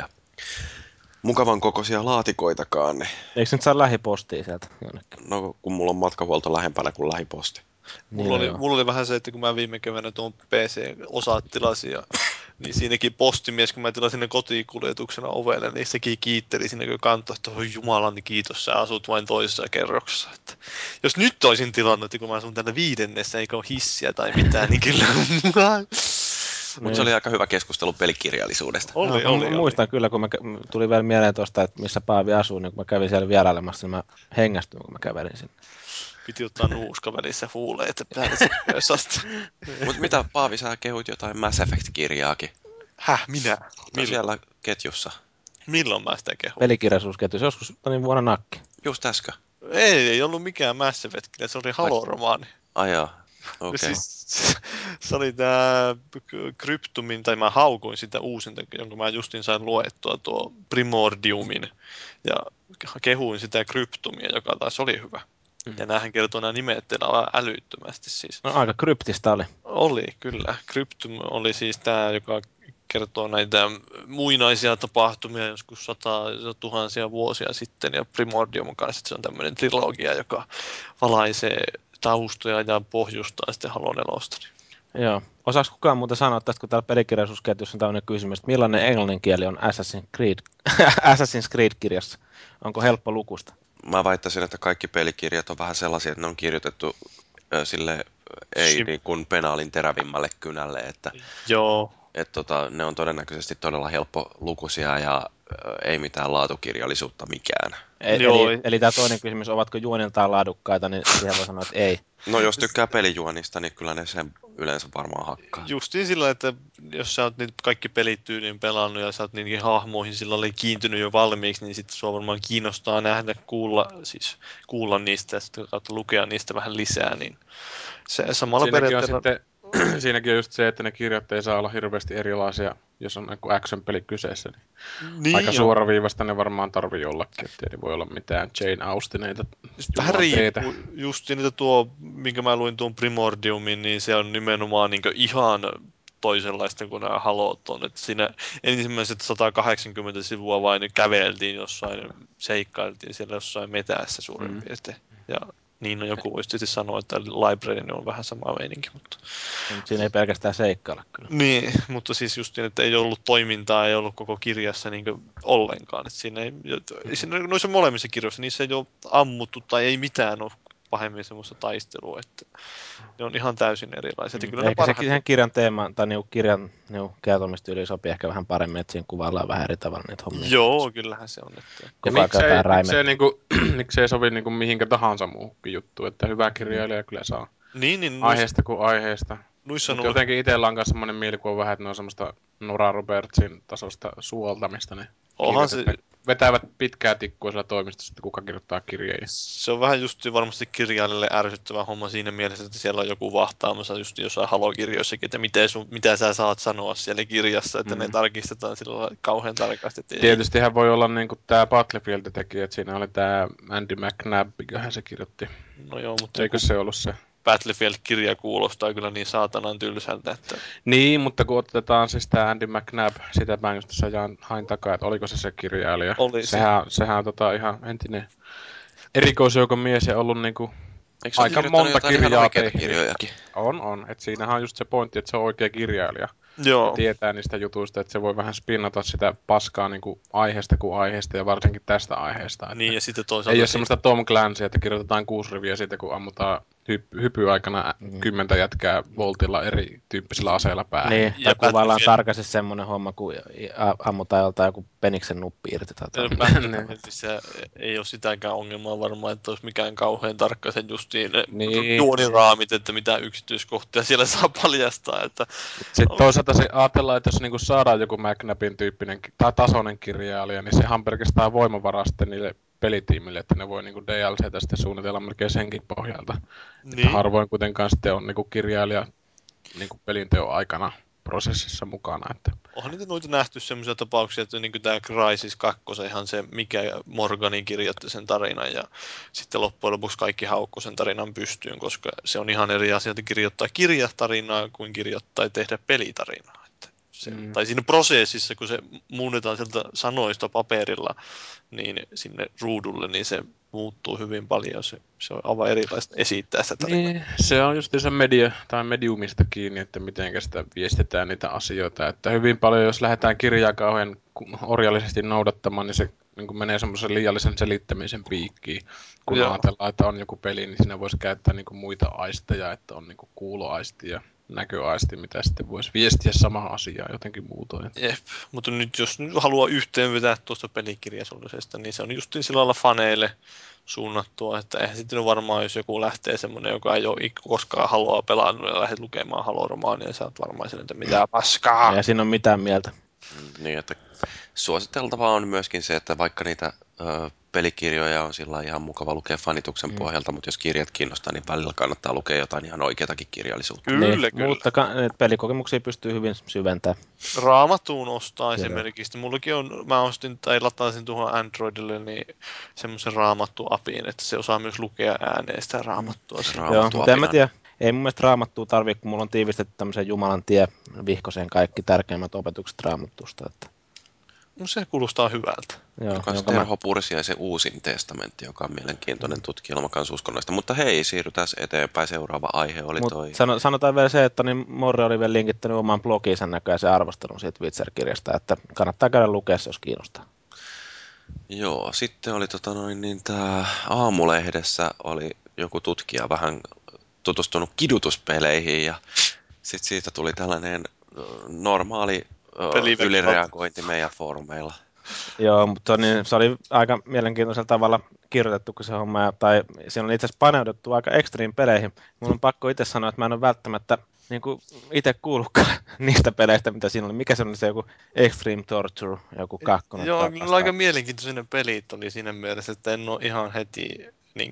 mukavan kokoisia laatikoitakaan. Niin... Eikö nyt saa lähipostia sieltä jonnekin? No kun mulla on matkahuolto lähempänä kuin lähiposti. Mulla oli vähän se, että kun mä viime keväänä tuon PC-osat tilasin, niin siinäkin postimies, kun mä tilasin ne kotiinkuljetuksena ovelle, niin sekin kiitteli siinä, kun kantoi, että oi jumalani kiitos, sä asut vain toisessa kerroksessa. Että jos nyt olisin tilannut, että kun mä asun tänne 5. eikä ole hissiä tai mitään, niin kyllä... Mutta se oli aika hyvä keskustelu pelikirjallisuudesta. Oli. Muistan kyllä, kun tuli vielä mieleen tuosta, että missä Paavi asuu, niin kun mä kävin siellä vierailemassa, niin mä hengästyin, kun mä kävelin sinne. Piti ottaa nuuska välissä huuleita päälle myös asti. Mutta mitä, Paavi, sä kehuit jotain Mass Effect-kirjaakin? Häh, minä? No siellä ketjussa. Milloin mä sitä kehun? Pelikirjallisuusketjussa, joskus vuonna nakki. Just äsken. Ei ollut mikään Mass Effect, se oli Halo-romaani. Ajaa, okei. Okay. Siis, se oli tää Cryptumin, tai mä haukuin sitä uusinta, jonka mä justin sain luettua tuo Primordiumin. Ja kehuin sitä Cryptumia, joka taas oli hyvä. Ja näähän kertoo nämä nimet aivan älyttömästi siis. No aika kryptistä oli. Oli, kyllä. Cryptum oli siis tää, joka kertoo näitä muinaisia tapahtumia joskus tuhansia vuosia sitten. Ja Primordium kanssa se on tämmöinen trilogia, joka valaisee taustoja ja pohjustaa sitten Halo 4. Joo. Osaako kukaan muuta sanoa tästä, kun täällä pelikirjallisuusketjussa on tämmöinen kysymys, että millainen englannin kieli on Assassin's Creed-kirjassa? Onko helppo lukusta? Mä väittäisin, että kaikki pelikirjat on vähän sellaisia, että ne on kirjoitettu sille ei niin kuin penaalin terävimmälle kynälle, että Joo. Ne on todennäköisesti todella helppolukuisia ja ei mitään laatukirjallisuutta mikään. Eli tämä toinen kysymys, ovatko juoniltaan laadukkaita, niin siihen voi sanoa, että ei. No jos tykkää pelijuonista, niin kyllä ne sen yleensä varmaan hakkaa. Justiin sillä, että jos sä oot nyt kaikki pelityyliin pelannut ja sä oot niihin hahmoihin sillä oli kiintynyt jo valmiiksi, niin sitten sua varmaan kiinnostaa nähdä, kuulla niistä ja sitten lukea niistä vähän lisää, niin se samalla periaatteella... Siinäkin on just se, että ne kirjat ei saa olla hirveästi erilaisia, jos on joku action-peli kyseessä. Niin aika suoraviivasta ne varmaan tarvii jollakin, ettei ne voi olla mitään Jane Austeneita. Vähän riippuu just niitä minkä mä luin tuon Primordiumin, niin se on nimenomaan niin ihan toisenlaista kuin nämä Halot on. Että siinä ensimmäiset 180 sivua vain käveltiin jossain, seikkailtiin siellä jossain metässä suurin piirtein. Ja niin no joku voisi tietysti sanoa, että Library on vähän sama meininki, mutta... Siinä ei pelkästään seikkailla kyllä. Niin, mutta siis just niin, että ei ollut toimintaa, ei ollut koko kirjassa niin ollenkaan. Että siinä noissa molemmissa kirjoissa, niissä ei ole ammuttu tai ei mitään ole pahemmin semmoista taistelua, että ne on ihan täysin erilaiset. Ja kyllä ne Ehkä se parhaat... sen kirjan teema, tai kirjan kertomistyyli sopii ehkä vähän paremmin, että siinä kuvaillaan vähän eri tavalla niitä hommia. Joo, kyllähän se on. Että... Ja miksei sovi niinku mihinkä tahansa muuhunkin juttuun, että hyvä kirjailija kyllä saa Niin, aiheesta kuin aiheesta. Nuissa Mutta jotenkin itsellä on myös semmoinen mielikuva vähän, että ne on semmoista Nora Robertsin tasosta suoltamista ne Onhan kirjat, se... että vetävät pitkää tikkua siellä toimistossa, että kuka kirjoittaa kirjeitä. Se on vähän just varmasti kirjailijalle ärsyttävä homma siinä mielessä, että siellä on joku vahtaamassa just jossain halokirjoissakin, että mitä sä saat sanoa siellä kirjassa, että ne tarkistetaan sillä kauhean tarkasti. Että Tietystihän voi olla niinku tää Battlefield-tekijä, että siinä oli tää Andy McNabb, mikähän se kirjoitti. No joo, mutta Eikö se ollut se? Battlefield-kirja kuulostaa kyllä niin saatanan tylsältä, että... Niin, mutta kun otetaan siis tää Andy McNabb, sitä mä just tässä hain takaa, että oliko se kirjailija. Oli se. Sehän on ihan entinen erikoisjoukon mies ja ollut niinku Eikö se ole aika kirjoittanut monta jotain ihan kirjaa oikeita tehnyt. kirjojakin? On. Että siinähän on just se pointti, että se on oikea kirjailija. Joo. Ja tietää niistä jutuista, että se voi vähän spinnata sitä paskaa niinku aiheesta kuin aiheesta ja varsinkin tästä aiheesta. Että Niin, ja sitten toisaalta... ei ole semmoista Tom Clancyä, että kirjoitetaan 6 riviä siitä, kun ammutaan hypyaikana 10 jätkää voltilla erityyppisillä aseilla päähän. Niin, Ja tai kuvaillaan Battlefield- tarkasti semmoinen homma, kun ammutaan joltain joku peniksen nuppi irti. Battlefieldissä ei ole sitäkään ongelmaa varmaan, että olisi mikään kauhean tarkka sen justiin Niin. juoniraamit, että mitä yksityiskohtia siellä saa paljastaa. Että... Sitten toisaalta se ajatellaan, että jos niinku saadaan joku McNabin tyyppinen tai tasoinen kirjailija, niin sehän on pelkästään voimavara sitten niille pelitiimille, että ne voi niinku DLCtä sitten suunnitella melkein senkin pohjalta. Niin. Että harvoin kuitenkaan sitten on niinku kirjailija niinku pelinteon aikana prosessissa mukana. Että... Onhan niitä noita nähty semmoisia tapauksia, että niin tämä Crysis 2, ihan se mikä Morganin kirjoitti sen tarinan ja sitten loppujen lopuksi kaikki haukkoi sen tarinan pystyyn, koska se on ihan eri asia, että kirjoittaa kirjatarinaa kuin kirjoittaa ja tehdä pelitarinaa. Tai siinä prosessissa, kun se muunnetaan sieltä sanoista paperilla niin sinne ruudulle, niin se muuttuu hyvin paljon. Se on aivan erilaista esittää sitä tarinaa. Niin, se on just se media tai mediumista kiinni, että miten sitä viestitään niitä asioita. Että hyvin paljon, jos lähdetään kirjaa kauhean orjallisesti noudattamaan, niin se niin menee semmoisen liiallisen selittämisen piikkiin. Kun ajatellaan, että on joku peli, niin siinä voisi käyttää niin muita aisteja, että on niin kuuloaisti ja näköaisti, mitä sitten voisi viestiä samaa asiaa jotenkin muutoin. Jep, mutta nyt jos nyt haluaa yhteenvetää tuosta pelikirjallisuudesta, niin se on justiin sillä lailla faneille suunnattua, että eihän sitten ole varmaan, jos joku lähtee semmoinen, joka ei ole koskaan Haloa pelannut ja lähdet lukemaan Halo-romaania, niin sä oot varmaan sen, että mitä paskaa. Ei siinä ole mitään mieltä. Niin, että suositeltavaa on myöskin se, että vaikka niitä pelikirjoja on sillä ihan mukava lukea fanituksen pohjalta, mutta jos kirjat kiinnostaa, niin välillä kannattaa lukea jotain ihan oikeatakin kirjallisuutta. Kyllä. Mutta pelikokemuksia pystyy hyvin syventämään. Raamattuun ostaa esimerkiksi. Mullakin on, mä ostin tai lataisin tuohon Androidille niin semmoisen raamattu-apin, että se osaa myös lukea ääneen sitä raamattua. Joo, mutta en mä tiedä. Ei mun mielestä raamattua tarvitse, kun mulla on tiivistetty tämmöisen Jumalan tie-vihkoseen kaikki tärkeimmät opetukset raamattusta. Että... No se kuulostaa hyvältä. Joka on Terho Pursiaisen uusin testamentti, joka on mielenkiintoinen tutkielma kansuuskonnoista. Mutta hei, siirrytään eteenpäin. Seuraava aihe oli toi. Sanotaan vielä se, että niin Morre oli vielä linkittänyt oman blogiinsa näköisen arvostelun siitä Witcher-kirjasta, että kannattaa käydä lukea se, jos kiinnostaa. Joo, sitten oli tää Aamulehdessä oli joku tutkija vähän tutustunut kidutuspeleihin ja sitten siitä tuli tällainen normaali ylireagointi meidän foorumeilla. Joo, mutta se oli aika mielenkiintoisella tavalla kirjoitettu, kun se homma, tai siinä on itse asiassa paneuduttu aika extreme peleihin. Mun on pakko itse sanoa, että mä en ole välttämättä niin kuin itse kuullutkaan niistä peleistä, mitä siinä oli. Mikä se oli se joku Extreme Torture, joku 2. Joo, kyllä aika mielenkiintoinen pelit oli siinä mielessä, että en ole ihan heti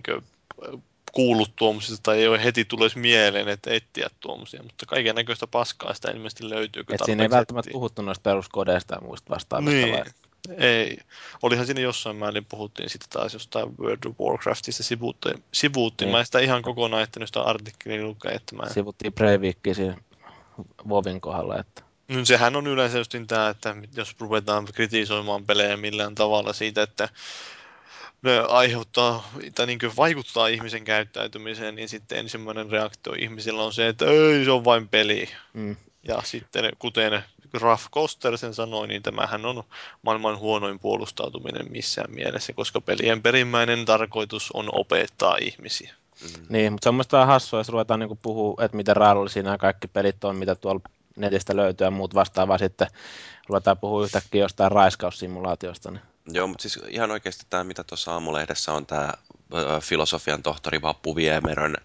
kuullut tuommoisista tai ei ole heti tulisi mieleen, että etsiä tuommoisia, mutta kaiken näköistä paskaa sitä ilmeisesti löytyy. Että siinä ei välttämättä puhuttu noista peruskodeista ja muista vastaavista. Niin, ei. Olihan siinä jossain määrin puhuttiin sitten taas jostain World of Warcraftista sivuuttiin. Mä en sitä ihan kokonaan ehtinyt sitä artikkelia lukea. Että sivuttiin Breivikkiä siinä Vovin kohdalla. Että... No, sehän on yleensä just tämä, että jos ruvetaan kritisoimaan pelejä millään tavalla siitä, että ne aiheuttaa tai niin vaikuttaa ihmisen käyttäytymiseen, niin sitten ensimmäinen reaktio ihmisillä on se, että ei, se on vain peli. Ja sitten kuten Ralph Koster sen sanoi, niin tämähän on maailman huonoin puolustautuminen missään mielessä, koska pelien perimmäinen tarkoitus on opettaa ihmisiä. Niin, mutta se on mielestäni vähän hassua, jos ruvetaan niinku puhua, että miten raadollisia nämä kaikki pelit on, mitä tuolla netistä löytyy ja muut vastaavaa sitten ruvetaan puhua yhtäkkiä jostain raiskaussimulaatiosta. Niin. Joo, mutta siis ihan oikeasti tämä, mitä tuossa aamulehdessä on, tämä filosofian tohtori Vappu Viemerön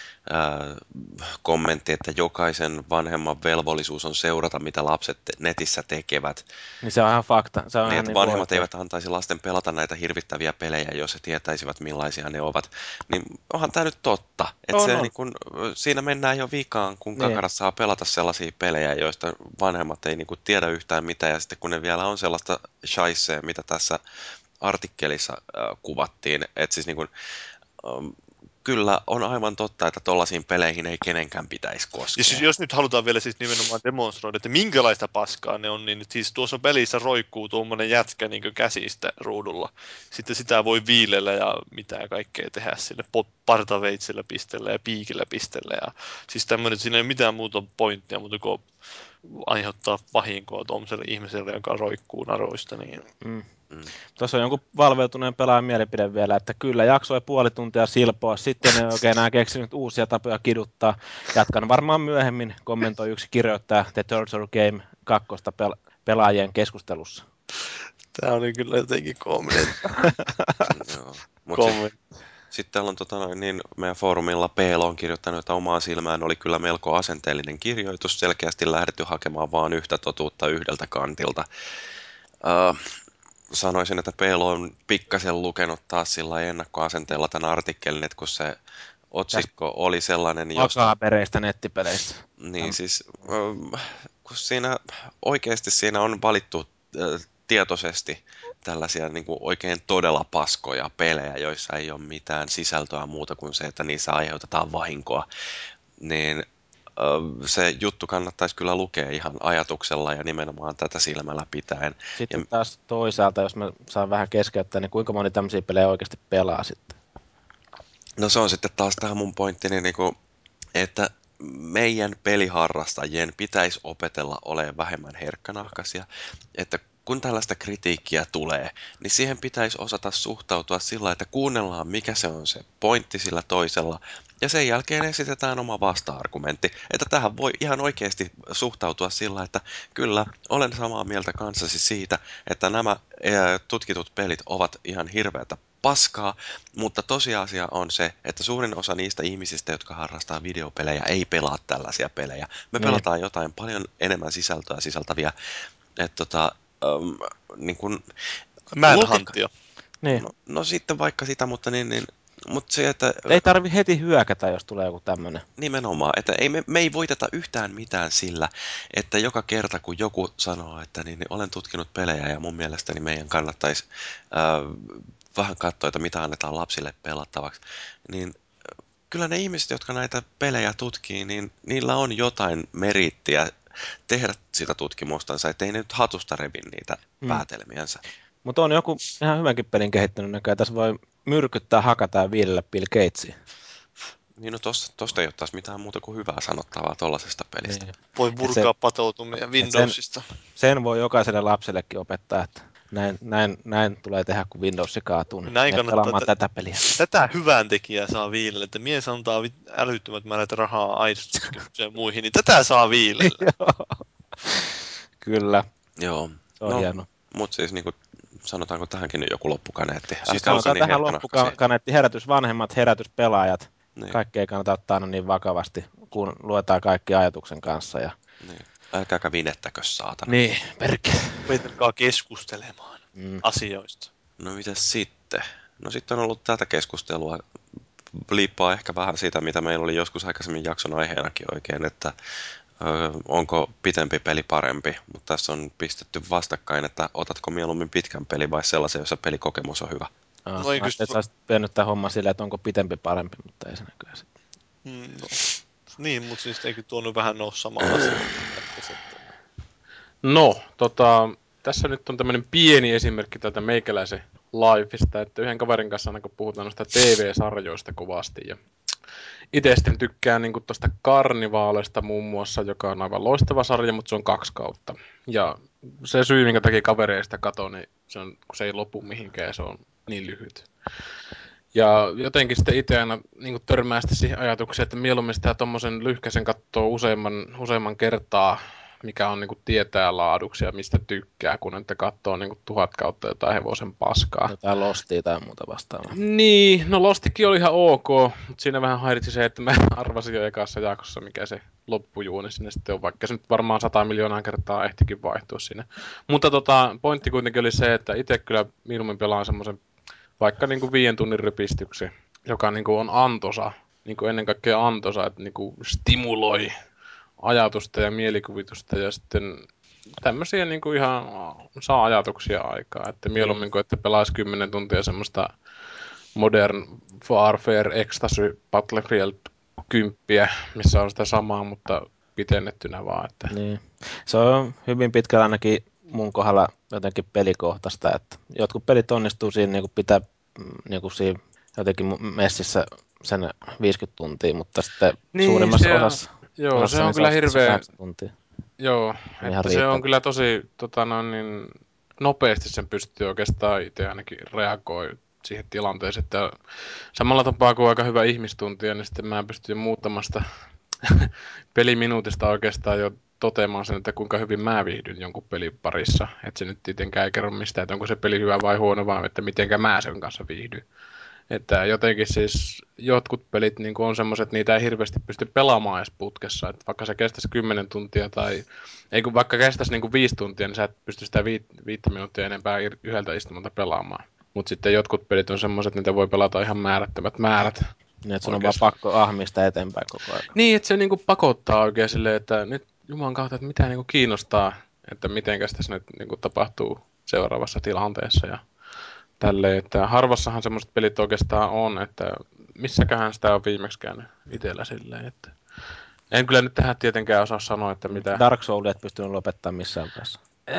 kommentti, että jokaisen vanhemman velvollisuus on seurata, mitä lapset netissä tekevät. Niin se on ihan fakta. Se on Niin, ihan että niin vanhemmat oikein. eivät antaisi lasten pelata näitä hirvittäviä pelejä, jos he tietäisivät, millaisia ne ovat. Niin onhan tämä nyt totta. Että On, se, on. niin kun, siinä mennään jo vikaan, kun Niin. kakarat saa pelata sellaisia pelejä, joista vanhemmat ei niin kun tiedä yhtään mitään. Ja sitten kun ne vielä on sellaista shaisee, mitä tässä artikkelissa kuvattiin. Että siis niin kun, kyllä on aivan totta, että tollaisiin peleihin ei kenenkään pitäisi koskea. Ja siis jos nyt halutaan vielä siis nimenomaan demonstroida, että minkälaista paskaa ne on, niin siis tuossa pelissä roikkuu tuommoinen jätkä niin käsistä ruudulla. Sitten sitä voi viilellä ja mitä kaikkea tehdä sille partaveitsellä pistellä ja piikillä pistellä. Ja siis tämmöinen, siinä ei ole mitään muuta pointtia, mutta kuin aiheuttaa vahinkoa tuollaiselle ihmiselle, joka roikkuu naroista. Niin. Tuossa on jonkun valveutuneen pelaajan mielipide vielä, että kyllä jaksoi puoli tuntia silpoa, sitten ei oikein enää keksinyt uusia tapoja kiduttaa. Jatkan varmaan myöhemmin, kommentoi yksi kirjoittaja The Torture Game 2 pelaajien keskustelussa. Tämä oli kyllä jotenkin koominen. Joo. Sitten täällä on niin meidän foorumilla PL on kirjoittanut, että omaan silmään oli kyllä melko asenteellinen kirjoitus, selkeästi lähdetty hakemaan vaan yhtä totuutta yhdeltä kantilta. Sanoisin, että PL on pikkasen lukenut taas sillä ennakkoasenteella tämän artikkelin, että kun se otsikko oli sellainen, Makaabereistä nettipeleistä. Niin siis, kun oikeasti siinä on valittu tietoisesti tällaisia niin kuin oikein todella paskoja pelejä, joissa ei ole mitään sisältöä muuta kuin se, että niissä aiheutetaan vahinkoa, niin se juttu kannattaisi kyllä lukea ihan ajatuksella ja nimenomaan tätä silmällä pitäen. Sitten taas toisaalta, jos mä saan vähän keskeyttää, niin kuinka moni tämmöisiä pelejä oikeasti pelaa sitten? No se on sitten taas tähän mun pointtini, niin kuin, että meidän peliharrastajien pitäisi opetella olemaan vähemmän herkkänahkaisia, että kun tällaista kritiikkiä tulee, niin siihen pitäisi osata suhtautua sillä, että kuunnellaan mikä se on se pointti sillä toisella, ja sen jälkeen esitetään oma vasta-argumentti, että tähän voi ihan oikeasti suhtautua sillä, että kyllä, olen samaa mieltä kanssasi siitä, että nämä tutkitut pelit ovat ihan hirveätä paskaa, mutta tosiasia on se, että suurin osa niistä ihmisistä, jotka harrastaa videopelejä, ei pelaa tällaisia pelejä. Me pelataan jotain paljon enemmän sisältöä sisältäviä, niin kuin Manhunttia. Niin. No sitten vaikka sitä, mutta mutta se, että ei tarvi heti hyökätä, jos tulee joku tämmöinen. Nimenomaan, että me ei voiteta yhtään mitään sillä, että joka kerta kun joku sanoo, että niin olen tutkinut pelejä ja mun mielestäni meidän kannattaisi vähän katsoa, että mitä annetaan lapsille pelattavaksi, niin kyllä ne ihmiset, jotka näitä pelejä tutkii, niin niillä on jotain merittiä tehdä sitä tutkimustansa, ettei ne nyt hatusta revi niitä päätelmiänsä. Mutta on joku ihan hyvänkin pelin kehittänyt näköjään. Tässä voi myrkyttää, hakata ja viilellä Bill Gatesia. Niin no tosta ei ole taas mitään muuta kuin hyvää sanottavaa tollasesta pelistä. Niin. Voi purkaa patoutumia Windowsista. Sen voi jokaiselle lapsellekin opettaa, että näin tulee tehdä, kun Windows kaatuu. Näin kannattaa pelaamaan tätä peliä. Tätä hyvän tekijää saa viilellä, että mies antaa älyttömät määrät rahaa aidosti ja muihin, niin tätä saa viilellä. Kyllä. Joo. Se on hieno. Mutta siis niin kuin, sanotaanko tähänkin nyt joku loppukaneetti? Siis sanotaan tähän loppukaneetti, herätys vanhemmat, herätys pelaajat. Niin. Kaikki ei kannata ottaa niin vakavasti, kun luetaan kaikki ajatuksen kanssa. Ja... Niin. Älkääkä vinettäkö, saatana. Niin, perkele. Opetelkaa keskustelemaan asioista. No mitäs sitten? No sitten on ollut tätä keskustelua. Liippaa ehkä vähän siitä, mitä meillä oli joskus aikaisemmin jakson aiheenakin oikein, että onko pitempi peli parempi, mutta tässä on pistetty vastakkain, että otatko mieluummin pitkän peli vai sellaisen, jossa pelikokemus on hyvä. No, että sä olisit vienyt tämän homman silleen, että onko pitempi parempi, mutta ei se näköjään sitten. No. Niin, mutta siis eikö tuonut vähän nousse samalla No, tässä nyt on tämmöinen pieni esimerkki tältä meikäläisen lifesta, että yhden kaverin kanssa aina kun puhutaan noista TV-sarjoista kovasti ja itse sitten tykkään niin tuosta Karnivaalista muun muassa, joka on aivan loistava sarja, mutta se on 2 kautta. Ja se syy, minkä takia kavereista katon, niin se ei lopu mihinkään ja se on niin lyhyt. Ja jotenkin sitten itse aina niin törmää sitten siihen ajatukseen, että mieluummin sitä tommosen lyhkäisen katsoo useamman kertaa, mikä on niin tietää laaduksi ja mistä tykkää, kun että katsoo niin 1000 kautta jotain hevosen paskaa. Jotain lostia tai muuta vastaavaa. Niin, no Lostikin oli ihan ok, mutta siinä vähän haitsi se, että mä arvasin jo ekassa jaksossa, mikä se loppujuoni sinne sitten on, vaikka se nyt varmaan 100 miljoonaa kertaa ehtikin vaihtua sinne. Mutta pointti kuitenkin oli se, että itse kyllä mieluummin pelaan semmoisen vaikka niin kuin 5 tunnin rypistyksi, joka niin kuin on antoisa, niin kuin ennen kaikkea antoisa, että niin kuin stimuloi ajatusta ja mielikuvitusta ja sitten tämmöisiä niin kuin ihan saa ajatuksia aikaa, että mieluummin kuin että pelaisi 10 tuntia semmoista Modern Warfare Ecstasy Battlefield 10, missä on sitä samaa, mutta pitennettynä vaan. Että... Niin. Se on hyvin pitkällä ainakin mun kohdalla jotenkin pelikohtaista, että jotkut pelit onnistuu siinä niin kuin pitää niin kuin siinä jotenkin messissä sen 50 tuntia, mutta sitten niin, suurimmassa osassa, joo, se on niin kyllä se hirveä... 8 tuntia. Joo, että se on kyllä tosi nopeasti sen pystyy oikeastaan itse ainakin reagoi siihen tilanteeseen, että samalla tapaa kuin aika hyvä ihmistuntija, niin sitten mä pystyn muutamasta peliminuutista oikeastaan jo toteamaan sen, että kuinka hyvin mä viihdyn jonkun pelin parissa. Että se nyt tietenkään ei kerro mistään, että onko se peli hyvä vai huono, vaan että mitenkä mä sen kanssa viihdyn. Että jotenkin siis jotkut pelit niin on semmoiset, että niitä ei hirveästi pysty pelaamaan edes putkessa. Että vaikka se kestäisi 10 tuntia tai ei kun vaikka kestäisi niin 5 tuntia, niin sä et pysty sitä 5 minuuttia enempää yhdeltä istumalta pelaamaan. Mutta sitten jotkut pelit on semmoiset, että niitä voi pelata ihan määrättömät määrät. Niin, että sun on vaan pakko ahmista eteenpäin koko ajan. Niin, että se niinku pakottaa oikein silleen, että nyt Jumalan kautta, että mitä niinku kiinnostaa, että mitenkäs tässä nyt niinku tapahtuu seuraavassa tilanteessa ja tälleen, että harvassahan semmoiset pelit oikeastaan on, että missäköhän sitä on viimeksi käynyt itsellä silleen, että en kyllä nyt tähän tietenkään osaa sanoa, että mitä... Dark Souls et pystynyt lopettamaan missään päässä.